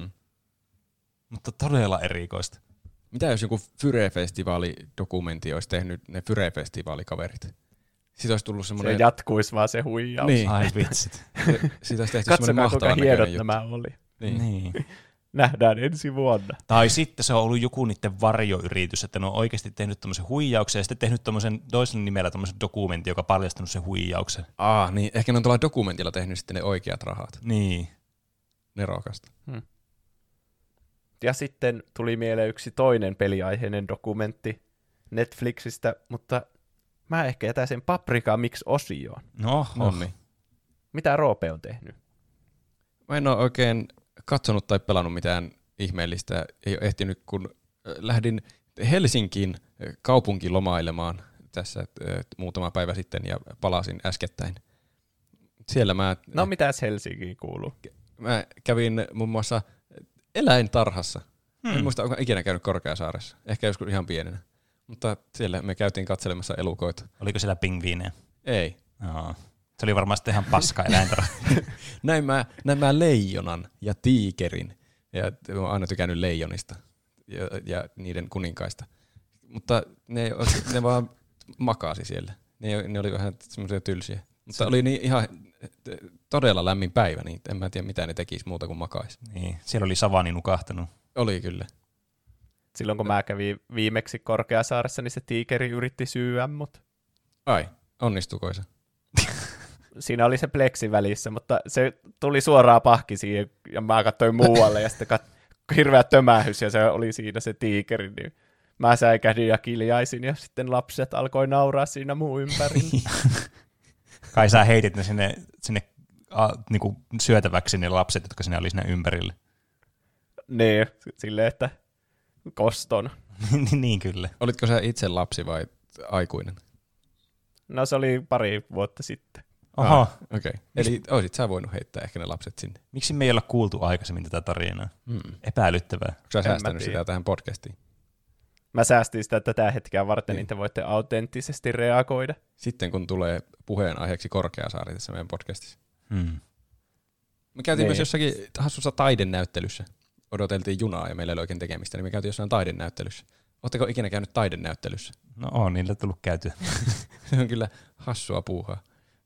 Mutta todella erikoista. Mitä jos joku Fyre-festivaali-dokumentti olisi tehnyt ne Fyre-festivaalikaverit? Siitä olisi tullut semmoinen... Se jatkuisi vaan se huijaus. Niin. Ai vitsit. Siitä olisi tehty semmoinen mahtava näköinen juttu. nämä oli. Niin. nähdään ensi vuonna. Tai sitten se on ollut joku niiden varjoyritys, että ne on oikeasti tehnyt tämmöisen huijauksen ja sitten tehnyt tämmöisen toisen nimellä tämmöisen dokumentin, joka on paljastanut sen huijauksen. Niin ehkä ne on tuolla dokumentilla tehnyt sitten ne oikeat rahat. Niin. Nerokasta. Ja sitten tuli mieleen yksi toinen peliaiheinen dokumentti Netflixistä, mutta mä ehkä jätän sen Paprika Mix-osioon. No niin. Mitä Roope on tehnyt? Mä en ole oikein katsonut tai pelannut mitään ihmeellistä. Ei ole ehtinyt, kun lähdin Helsinkiin kaupunkilomailemaan tässä muutama päivä sitten ja palasin äskettäin. Siellä No mitäs Helsinkiin kuuluu? Mä kävin muun muassa eläintarhassa. En muista, onko ikinä käynyt Korkeasaaressa. Ehkä joskus ihan pienenä. Mutta siellä me käytiin katselemassa elukoita. Oliko siellä pingviinejä? Ei. Joo. Se oli varmasti ihan paska eläintarha. näin mä leijonan ja tiikerin. Ja mä oon aina tykännyt leijonista ja niiden kuninkaista. Mutta ne vaan makasi siellä. Ne oli vähän semmoisia tylsiä. Mutta oli niin ihan todella lämmin päivä, niin en mä tiedä mitä ne tekisi muuta kuin makaisi. Niin, siellä oli savani nukahtanut. Oli kyllä. Silloin kun mä kävin viimeksi Korkeasaaressa, niin se tiikeri yritti syyä mut. Ai, onnistuko se? Siinä oli se pleksi välissä, mutta se tuli suoraan pahki siihen, ja mä katsoin muualle, ja sitten hirveä tömähys, ja se oli siinä se tiikeri, niin mä säikähdin ja kiljaisin, ja sitten lapset alkoi nauraa siinä muu ympärillä. Kai sä heitit ne sinne niinku syötäväksi ne lapset, jotka siinä oli siinä ympärillä. Niin, silleen, että koston. Niin kyllä. Olitko sä itse lapsi vai aikuinen? No se oli pari vuotta sitten. Oho. Okei. Eli olisit sä voinut heittää ehkä ne lapset sinne. Miksi me ei olla kuultu aikaisemmin tätä tarinaa? Epäilyttävää. Onko sä säästänyt sitä tähän podcastiin? Mä säästin sitä tätä hetkeä varten, niin te voitte autenttisesti reagoida. Sitten kun tulee puheenaiheeksi Korkeasaari tässä meidän podcastissa. Me käytiin myös jossakin hassussa taidenäyttelyssä. Odoteltiin junaa ja meillä ei ole oikein tekemistä, niin me käytiin jossain taidenäyttelyssä. Oletteko ikinä käynyt taidenäyttelyssä? No on niillä tullut käytyä. Se on kyllä hassua puuhaa.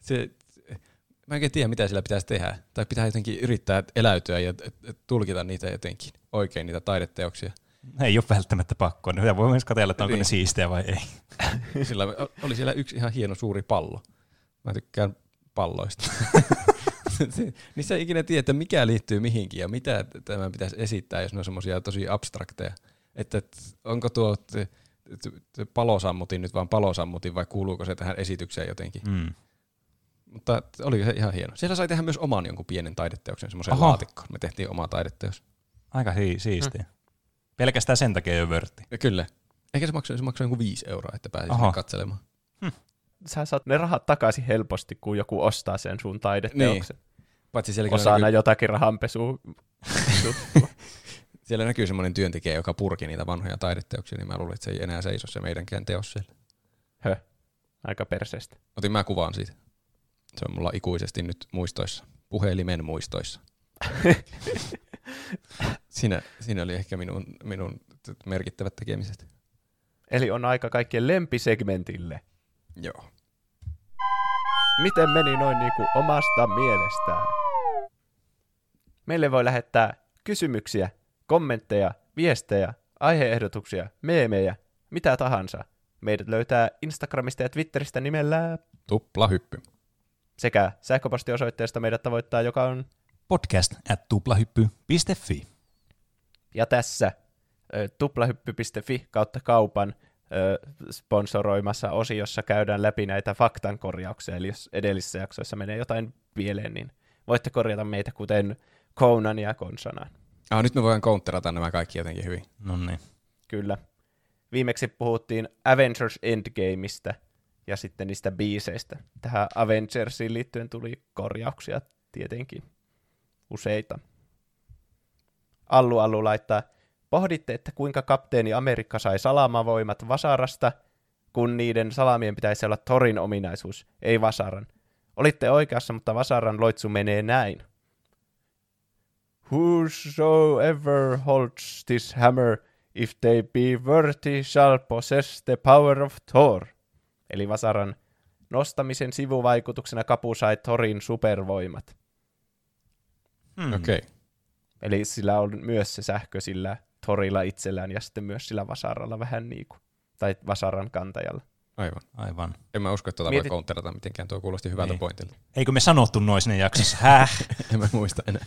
Mä en tiedä, mitä sillä pitäisi tehdä. Tai pitää jotenkin yrittää eläytyä ja tulkita niitä jotenkin oikein, niitä taideteoksia. Ei ole välttämättä pakkoa. Ne voi myös katsella, että onko ne siistejä vai ei. Sillä oli siellä yksi ihan hieno suuri pallo. Mä tykkään palloista. Niissä ei ikinä tiedä, että mikä liittyy mihinkin ja mitä tämän pitäisi esittää, jos ne on semmoisia tosi abstrakteja. Että onko tuo palosammutin nyt vaan palosammutin vai kuuluuko se tähän esitykseen jotenkin. Mutta oli se ihan hieno. Siellä sai tehdä myös oman jonkun pienen taideteoksen, semmoisen laatikkoon. Me tehtiin oma taideteos. Aika siistiä. Pelkästään sen takia jo vörtti. Kyllä. Eikä se maksoi joku 5 €, että pääsi sinne katselemaan. Sä saat ne rahat takaisin helposti, kun joku ostaa sen sun taideteoksen. Niin. Paitsi siellä osana jotakin rahanpesua. Siellä näkyy semmoinen työntekijä, joka purki niitä vanhoja taideteoksia, niin mä luulin, että se ei enää seiso se meidänkään teos siellä. Aika perseestä. Otin mä kuvaan siitä. Se on mulla ikuisesti nyt muistoissa. Puhelimen muistoissa. Siinä oli ehkä minun merkittävät tekemiset. Eli on aika kaikkien lempisegmentille. Joo. Miten meni noin niin kuin omasta mielestään? Meille voi lähettää kysymyksiä, kommentteja, viestejä, aiheehdotuksia, meemejä, mitä tahansa. Meidät löytää Instagramista ja Twitteristä nimellä Tuplahyppy. Sekä sähköpostiosoitteesta meidät tavoittaa, joka on podcast@tuplahyppy.fi. Ja tässä tuplahyppy.fi kautta kaupan sponsoroimassa osiossa käydään läpi näitä faktankorjauksia, eli jos edellisissä jaksoissa menee jotain pieleen, niin voitte korjata meitä kuten Conan ja Konsonan. Nyt me voidaan counterata nämä kaikki jotenkin hyvin. No niin. Kyllä. Viimeksi puhuttiin Avengers Endgameista ja sitten niistä biiseistä. Tähän Avengersiin liittyen tuli korjauksia tietenkin useita. Allu laittaa: pohditte, että kuinka kapteeni Amerikka sai salamavoimat Vasarasta, kun niiden salamien pitäisi olla Thorin ominaisuus, ei Vasaran. Olitte oikeassa, mutta Vasaran loitsu menee näin. Whosoever holds this hammer, if they be worthy, shall possess the power of Thor. Eli Vasaran nostamisen sivuvaikutuksena Kapu sai Thorin supervoimat. Okei. Eli sillä on myös se sähkö sillä Thorilla itsellään ja sitten myös sillä vasaralla vähän niin kuin, tai vasaran kantajalla. Aivan. En mä usko, että voi counterata mitenkään. Tuo kuulosti hyvältä pointilta. Eikö me sanottu noin sinne jaksossa? En mä muista enää.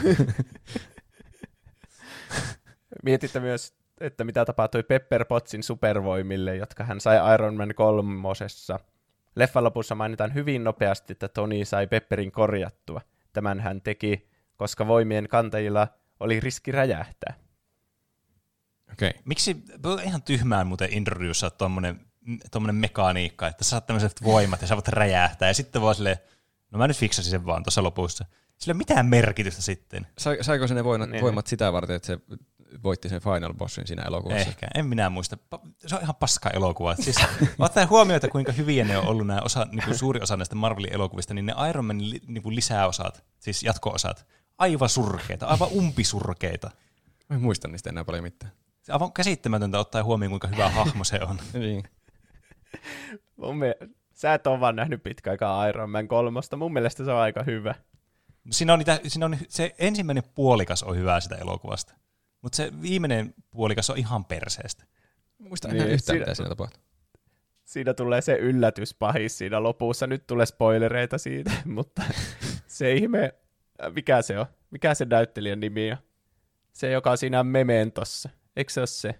Mietitte myös, että mitä tapahtui Pepper Pottsin supervoimille, jotka hän sai Iron Man 3. Leffan lopussa mainitaan hyvin nopeasti, että Tony sai Pepperin korjattua. Tämän hän teki, koska voimien kantajilla oli riski räjähtää. Okay. Miksi, ihan tyhmään muuten introducea tommonen mekaniikka, että sä saat tämmöiset voimat ja sä voit räjähtää, ja sitten vaan silleen, no mä nyt fiksasin sen vaan tuossa lopussa. Sillä ei ole mitään merkitystä sitten. Saiko se ne voimat sitä varten, että se voitti sen final bossin siinä elokuvassa? Ehkä, en minä muista. Se on ihan paska elokuva. Siis, ottaen huomioon, että kuinka hyviä ne on ollut nämä niin suuri osa näistä Marvelin elokuvista, niin ne Iron Manin niin lisäosat, siis jatko-osat, aivan surkeita, aivan umpisurkeita. Mä en muista niistä enää paljon mitään. Se aivan käsittämätöntä ottaen huomioon, kuinka hyvä hahmo se on. Niin. Sä et ole vaan nähnyt pitkä aikaa Iron Man 3. Mun mielestä se on aika hyvä. Siinä on se ensimmäinen puolikas on hyvä sitä elokuvasta, mutta se viimeinen puolikas on ihan perseestä. Muista enää yhtään, mitä siinä tapahtuu. Siinä tulee se yllätyspahis siinä lopussa. Nyt tulee spoilereita siitä, mutta se ihme, mikä se on? Mikä se näyttelijän nimi on? Se, joka on siinä Mementossa. Eikö se ole se?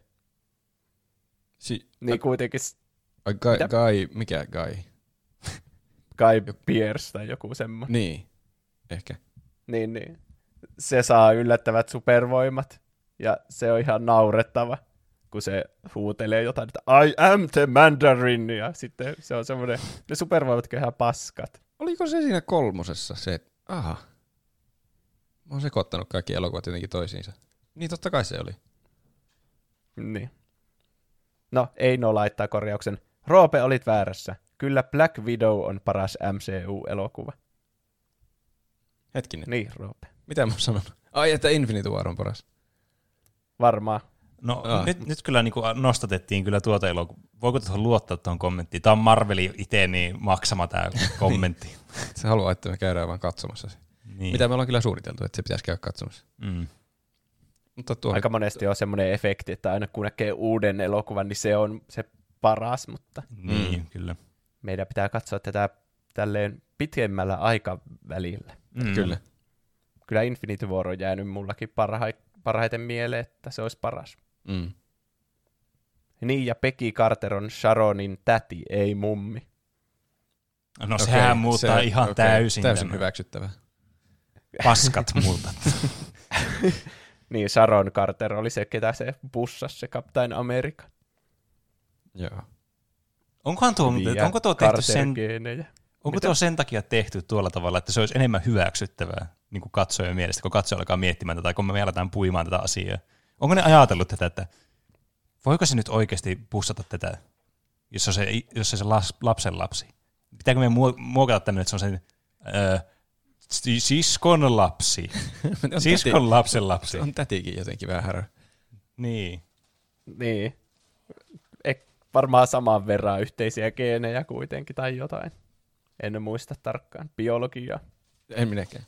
Niin kuitenkin... Mikä Guy? Guy Pearce tai joku semmoinen. Niin, ehkä. Niin. Se saa yllättävät supervoimat, ja se on ihan naurettava, kun se huutelee jotain, että I am the Mandarin, ja sitten se on semmoinen, ne supervoimat ihan paskat. Oliko se siinä 3. se, aha, mä oon sekoittanut kaikki elokuvat jotenkin toisiinsa. Niin totta kai se oli. Niin. No, Eino laittaa korjauksen. Roope, olit väärässä. Kyllä Black Widow on paras MCU-elokuva. Hetkinen. Niin, Roope. Mitä mä sanon? Ai, että Infinity War on paras. Varmaan. No, nyt kyllä niin nostatettiin kyllä tuota elokuvaa. Voiko tuohon luottaa tuohon kommenttiin? Tämä on Marvelin itse niin maksama tämä kommentti. Se haluaa, että me käydään vaan katsomassa se. Niin. Mitä me ollaan kyllä suunniteltu, että se pitäisi käydä katsomassa. Mutta aika monesti on semmoinen efekti, että aina kun näkee uuden elokuvan, niin se on se paras, mutta kyllä. Meidän pitää katsoa tätä tälleen pitemmällä aikavälillä. Kyllä Infinity War on jäänyt mullakin parhaiten mieleen, että se olisi paras. Niin, ja Peggy Carter on Sharonin täti, ei mummi. No sehän muuttaa ihan täysin. Täysin hyväksyttävää. Paskat muutat. Niin, Sharon Carter oli se, ketä se bussasi, se Captain America. Joo. Onko tuo tehty sen takia tehty tuolla tavalla, että se olisi enemmän hyväksyttävää niin kuin katsojan mielestä, kun katsoja alkaa miettimään tätä, tai kun me aletaan puimaan tätä asiaa? Onko ne ajatellut tätä, että voiko se nyt oikeasti bussata tätä, jos se lapsen lapsi? Pitääkö me muokata tämmöinen, että se on sen siskon lapsi? Siskon lapsen lapsi. On tätikin jotenkin vähän härä. Niin. Varmaan saman verran yhteisiä geenejä kuitenkin tai jotain. En muista tarkkaan. Biologiaa. En minäkään.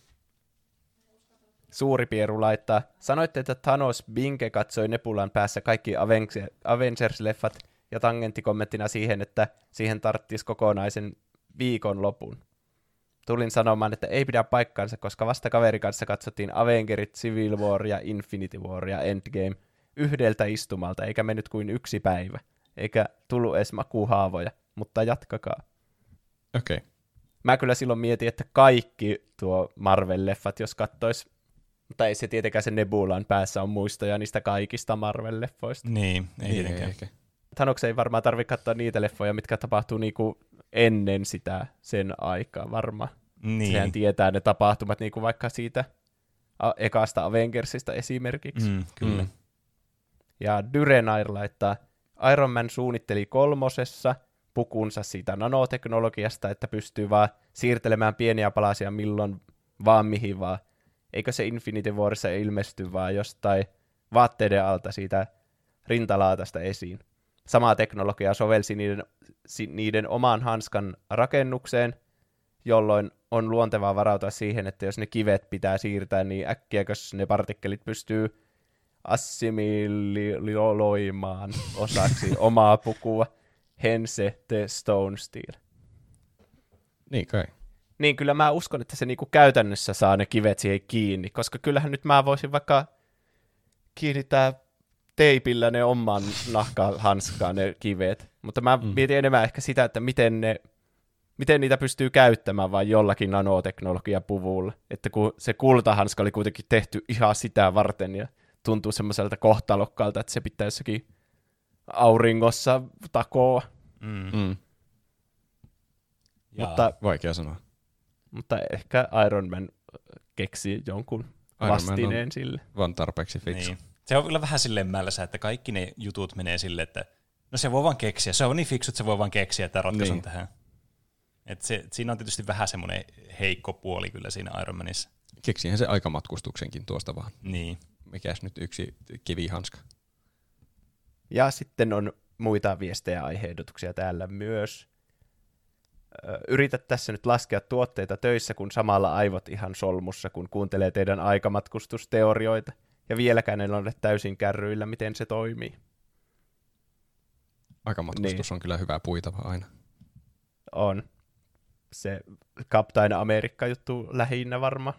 Suuri Pieru laittaa. Sanoitte, että Thanos Binke katsoi Nebulan päässä kaikki Avengers-leffat ja tangenttikommenttina siihen, että siihen tarttisi kokonaisen viikonlopun. Tulin sanomaan, että ei pidä paikkaansa, koska vasta kaverin kanssa katsottiin Avengerit, Civil War ja Infinity War ja Endgame yhdeltä istumalta, eikä mennyt kuin 1 päivä. Eikä tullut edes makuhaavoja, mutta jatkakaa. Okei. Mä kyllä silloin mietin, että kaikki tuo Marvel-leffat, jos kattois, mutta ei se tietenkään se Nebulan päässä on muistoja niistä kaikista Marvel-leffoista. Niin, ei tietenkään. Thanos ei varmaan tarvitse katsoa niitä leffoja, mitkä tapahtuu niinku ennen sitä sen aikaa varmaan. Niin. Sehän tietää ne tapahtumat niinku vaikka siitä ekasta Avengersista esimerkiksi. Kyllä. Ja Dyrenair laittaa, Iron Man suunnitteli 3. pukunsa siitä nanoteknologiasta, että pystyy vaan siirtelemään pieniä palasia milloin vaan mihin vaan. Eikö se Infinity Warissa ilmesty vaan jostain vaatteiden alta siitä rintalaatasta esiin. Samaa teknologiaa sovelsi niiden oman hanskan rakennukseen, jolloin on luontevaa varautua siihen, että jos ne kivet pitää siirtää, niin äkkiäkös ne partikkelit pystyy assimiloimaan osaksi omaa pukua. Hence the stone steel. Niin kai. Niin kyllä mä uskon, että se niinku käytännössä saa ne kivet siihen kiinni, koska kyllähän nyt mä voisin vaikka kiinnittää teipillä ne oman nahkahanskaan ne kivet, mutta mä mietin enemmän ehkä sitä, että miten niitä pystyy käyttämään vain jollakin nanoteknologiapuvulla, että kun se kultahanska oli kuitenkin tehty ihan sitä varten ja tuntuu semmoiselta kohtalokkaalta, että se pitää jossakin auringossa takoa. Mutta, vaikea sanoa. Mutta ehkä Iron Man keksii jonkun vastineen sille. Vaan tarpeeksi fiksu. Niin. Se on kyllä vähän silleen mälsä, että kaikki ne jutut menee silleen, että no se voi vaan keksiä. Se on niin fiksu, että se voi vaan keksiä tämä ratkaisun tähän. Siinä on tietysti vähän semmoinen heikko puoli kyllä siinä Iron Manissa. Keksihän se aikamatkustuksenkin tuosta vaan. Niin. Mikäs nyt yksi kivihanska. Ja sitten on muita viestejä ja aiheehdotuksia täällä myös. Yritä tässä nyt laskea tuotteita töissä, kun samalla aivot ihan solmussa, kun kuuntelee teidän aikamatkustusteorioita. Ja vieläkään en ole täysin kärryillä, miten se toimii. Aikamatkustus on kyllä hyvä puitava aina. On. Se Captain Amerikka-juttu lähinnä varmaan.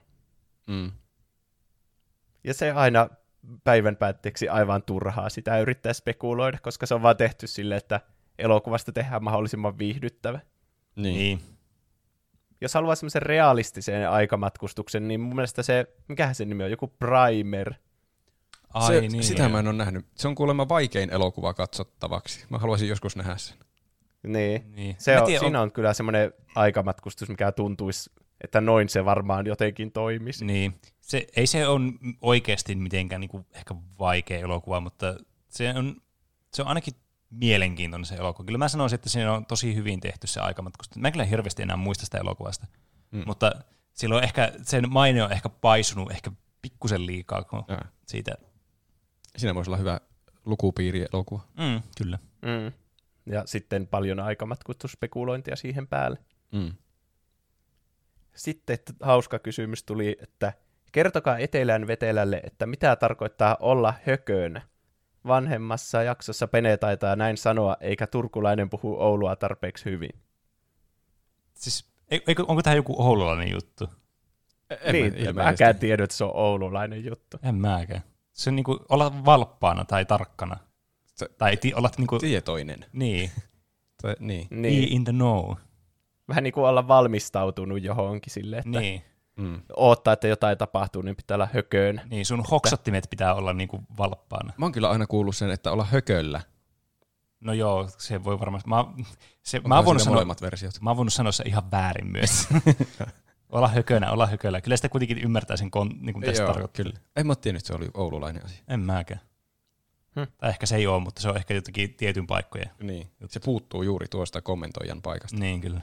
Ja se aina päivän päätteeksi aivan turhaa sitä yrittää spekuloida, koska se on vaan tehty silleen, että elokuvasta tehdään mahdollisimman viihdyttävä. Niin. Jos haluaa semmoisen realistisen aikamatkustuksen, niin mun mielestä se, mikähän se nimi on, joku Primer. Sitä mä en ole nähnyt. Se on kuulemma vaikein elokuva katsottavaksi. Mä haluaisin joskus nähdä sen. Niin. Siinä on kyllä semmoinen aikamatkustus, mikä tuntuisi, että noin se varmaan jotenkin toimisi. Niin. Ei se ole oikeasti mitenkään niinku ehkä vaikea elokuva, mutta se on ainakin mielenkiintoinen se elokuva. Kyllä mä sanoisin, että siinä on tosi hyvin tehty se aikamatkustus. Mä en kyllä hirveästi enää muista sitä elokuvasta, mutta silloin ehkä sen maine on ehkä paisunut ehkä pikkusen liikaa kuin siitä. Siinä voisi olla hyvä lukupiiri-elokuva. Kyllä. Ja sitten paljon aikamatkustusspekulointia siihen päälle. Sitten hauska kysymys tuli, että kertokaa Etelän Vetelälle, että mitä tarkoittaa olla hökönä. Vanhemmassa jaksossa Pene taitaa näin sanoa, eikä turkulainen puhu Oulua tarpeeksi hyvin. Siis, onko tämä joku oululainen juttu? En mäkään tiedä, että se on oululainen juttu. En mäkään. Se on niinku olla valppaana tai tarkkana. Tai olla niinku tietoinen. Niin. Niin. Be in the know. Vähän niin kuin olla valmistautunut johonkin silleen, että odottaa, että jotain tapahtuu, niin pitää olla hököön. Niin, sun hoksottimet pitää olla niinku valppaana. Mä oon kyllä aina kuullut sen, että olla hököllä. No joo, se voi varmasti. Mä oon voinut sanoa se ihan väärin myös. Olla hököllä. Kyllä sitä kuitenkin ymmärtää sen, niin tästä tarkoittaa. Kyllä. En mä tiennyt, että se oli oululainen asia. En mäkään. Tai ehkä se ei ole, mutta se on ehkä jotenkin tietyn paikkojen. Niin, se puuttuu juuri tuosta kommentoijan paikasta. Niin, kyllä.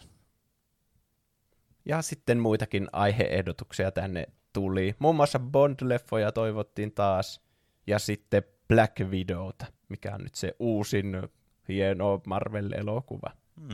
Ja sitten muitakin aiheehdotuksia tänne tuli. Muun muassa Bond-leffoja toivottiin taas. Ja sitten Black Widowta, mikä on nyt se uusin hieno Marvel-elokuva.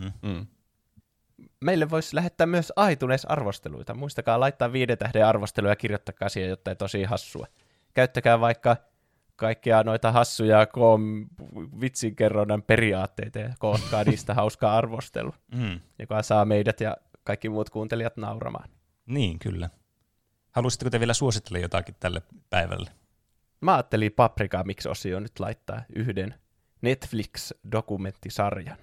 Meille voisi lähettää myös iTunes-arvosteluita. Muistakaa laittaa 5 tähden arvosteluja ja kirjoittakaa siihen jotain tosi hassua. Käyttäkää vaikka kaikkia noita hassuja vitsinkerronnan periaatteita ja kootkaa niistä hauskaa arvostelu, joka saa meidät ja kaikki muut kuuntelijat nauramaan. Niin, kyllä. Haluaisitteko te vielä suositella jotakin tälle päivälle? Mä ajattelin Paprika Mix-osio nyt laittaa yhden Netflix-dokumenttisarjan.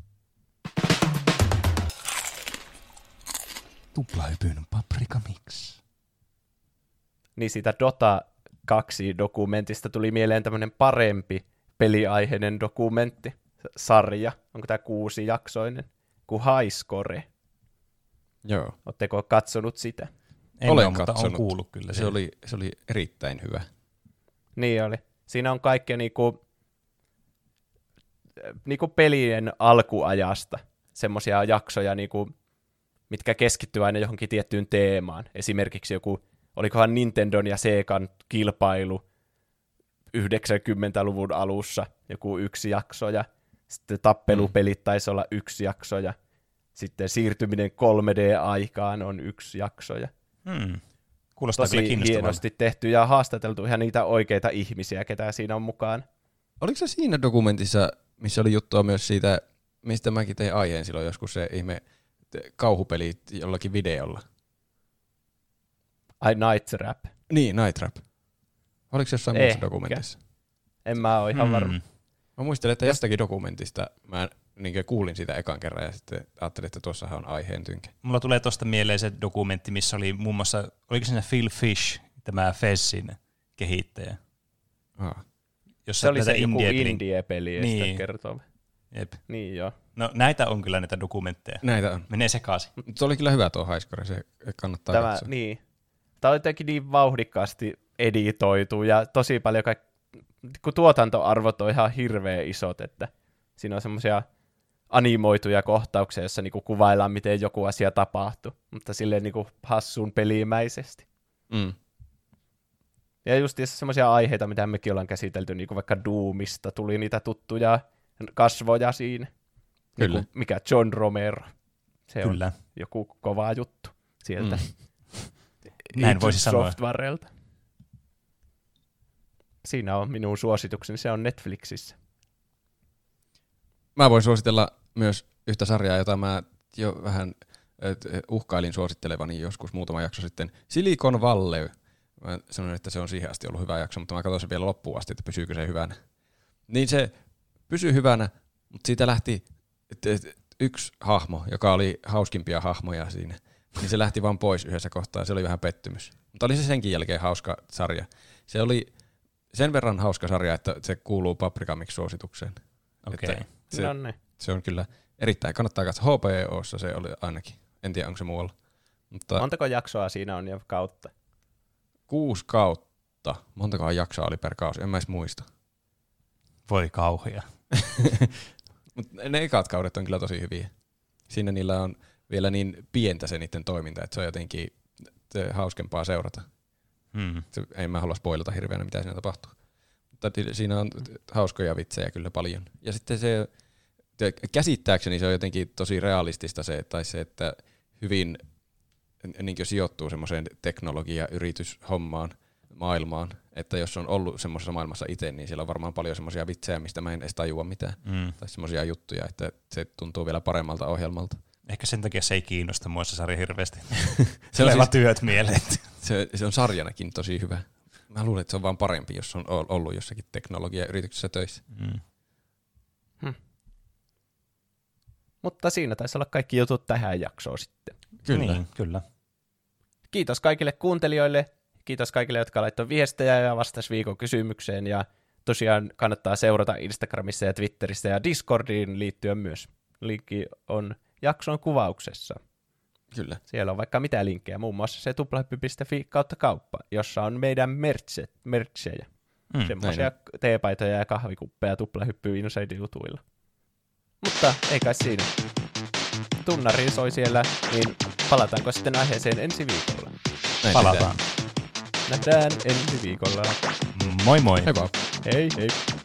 Tuplahypyn Paprika Mix. Niin siitä Dota 2-dokumentista tuli mieleen tämmöinen parempi peliaiheinen dokumenttisarja. Onko tämä 6-jaksoinen? Kuin High Score. Joo. Oletteko katsonut sitä? Olen katsonut. Mutta on kuullut kyllä. Se oli erittäin hyvä. Niin oli. Siinä on kaikkea niinku pelien alkuajasta semmoisia jaksoja, mitkä keskittyy aina johonkin tiettyyn teemaan. Esimerkiksi joku, olikohan Nintendon ja Segan kilpailu 90-luvun alussa, joku 1 jakso, ja sitten tappelupelit taisi olla 1 jakso, ja sitten siirtyminen 3D-aikaan on yksi jakso. Ja kuulostaa kyllä tosi kiinnostavaa. hienosti tehty ja haastateltu ihan niitä oikeita ihmisiä, ketä siinä on mukaan. Oliko se siinä dokumentissa, missä oli juttua myös siitä, mistä mäkin tein aiheen silloin joskus, se ihme kauhupeli jollakin videolla? Ai Night Trap. Niin, Night Trap. Oliko se jossain muussa dokumentissa? En mä ole ihan varma. Mä muistelen, että jostakin dokumentista mä niin kuulin sitä ekan kerran ja sitten ajattelin, että tuossahan on aiheen tynkä. Mulla tulee tuosta mieleen se dokumentti, missä oli muun muassa, oliko siinä Phil Fish, tämä Fezin kehittäjä? Se oli se joku indie-peli, niin. Kertoo. Jep. Niin joo. No näitä on kyllä näitä dokumentteja. Näitä on. Menee sekaisin. Se oli kyllä hyvä tuo haiskari, se kannattaa katsoa. Niin. Tämä on jotenkin niin vauhdikkaasti editoitu ja tosi paljon kun tuotantoarvot on ihan hirveän isot, että siinä on semmoisia animoituja kohtauksia, joissa niinku kuvaillaan, miten joku asia tapahtuu, mutta silleen niinku hassun pelimäisesti. Ja just semmoisia aiheita, mitä mekin ollaan käsitelty, niin kuin vaikka Doomista, tuli niitä tuttuja kasvoja siinä. Kyllä. Niin mikä John Romero. Se kyllä. On joku kova juttu sieltä. Näin voisi sanoa. Softwarelta. Siinä on minun suositukseni, se on Netflixissä. Mä voin suositella myös yhtä sarjaa, jota mä jo vähän uhkailin suosittelevani joskus muutama jakso sitten. Silicon Valley. Mä sanoin, että se on siihen asti ollut hyvä jakso, mutta mä katsoin sen vielä loppuun asti, että pysyykö se hyvänä. Niin se pysyy hyvänä, mutta siitä lähti yksi hahmo, joka oli hauskimpia hahmoja siinä. Niin se lähti vaan pois yhdessä kohtaa ja se oli vähän pettymys. Mutta oli se senkin jälkeen hauska sarja. Se oli sen verran hauska sarja, että se kuuluu Paprika Mix-suositukseen. Okei. Se on kyllä erittäin, kannattaa katsoa. HBOssa se oli ainakin. En tiedä, onko se muualla. Mutta montako jaksoa siinä on ja kautta? 6 kautta. Montakohan jaksoa oli per kausi, en mä edes muista. Voi kauhia. Mutta ne ekat kaudet on kyllä tosi hyviä. Siinä niillä on vielä niin pientä se niiden toiminta, että se on jotenkin hauskempaa seurata. En mä halua spoilata hirveänä, mitä siinä tapahtuu. Mutta siinä on hauskoja vitsejä kyllä paljon. Ja sitten se, käsittääkseni se on jotenkin tosi realistista se, että hyvin niin sijoittuu semmoiseen teknologia-yrityshommaan, maailmaan, että jos on ollut semmoisessa maailmassa itse, niin siellä on varmaan paljon semmoisia vitsejä, mistä mä en edes tajua mitään. Tai semmoisia juttuja, että se tuntuu vielä paremmalta ohjelmalta. Ehkä sen takia se ei kiinnosta mua se sarja hirveästi. Se on siis työt mieleen. Se on sarjanakin tosi hyvä. Mä luulen, että se on vaan parempi, jos on ollut jossakin teknologiayrityksessä töissä. Mutta siinä taisi olla kaikki jutut tähän jaksoon sitten. Kyllä. Niin, kyllä. Kiitos kaikille kuuntelijoille. Kiitos kaikille, jotka laittoi viestejä ja vastasi viikon kysymykseen. Ja tosiaan kannattaa seurata Instagramissa ja Twitterissä ja Discordiin liittyen myös. Linkki on jakson kuvauksessa. Kyllä. Siellä on vaikka mitä linkkejä, muun muassa se tuplahyppy.fi/kauppa, jossa on meidän merchejä. Semmoisia teepaitoja ja kahvikuppeja Tuplahyppy Inside-jutuilla. Mutta ei kai siinä. Tunnari soi siellä, niin palataanko sitten aiheeseen ensi viikolla? Palataan. Nähdään ensi viikolla. Moi moi. Hei vaan. Hei hei.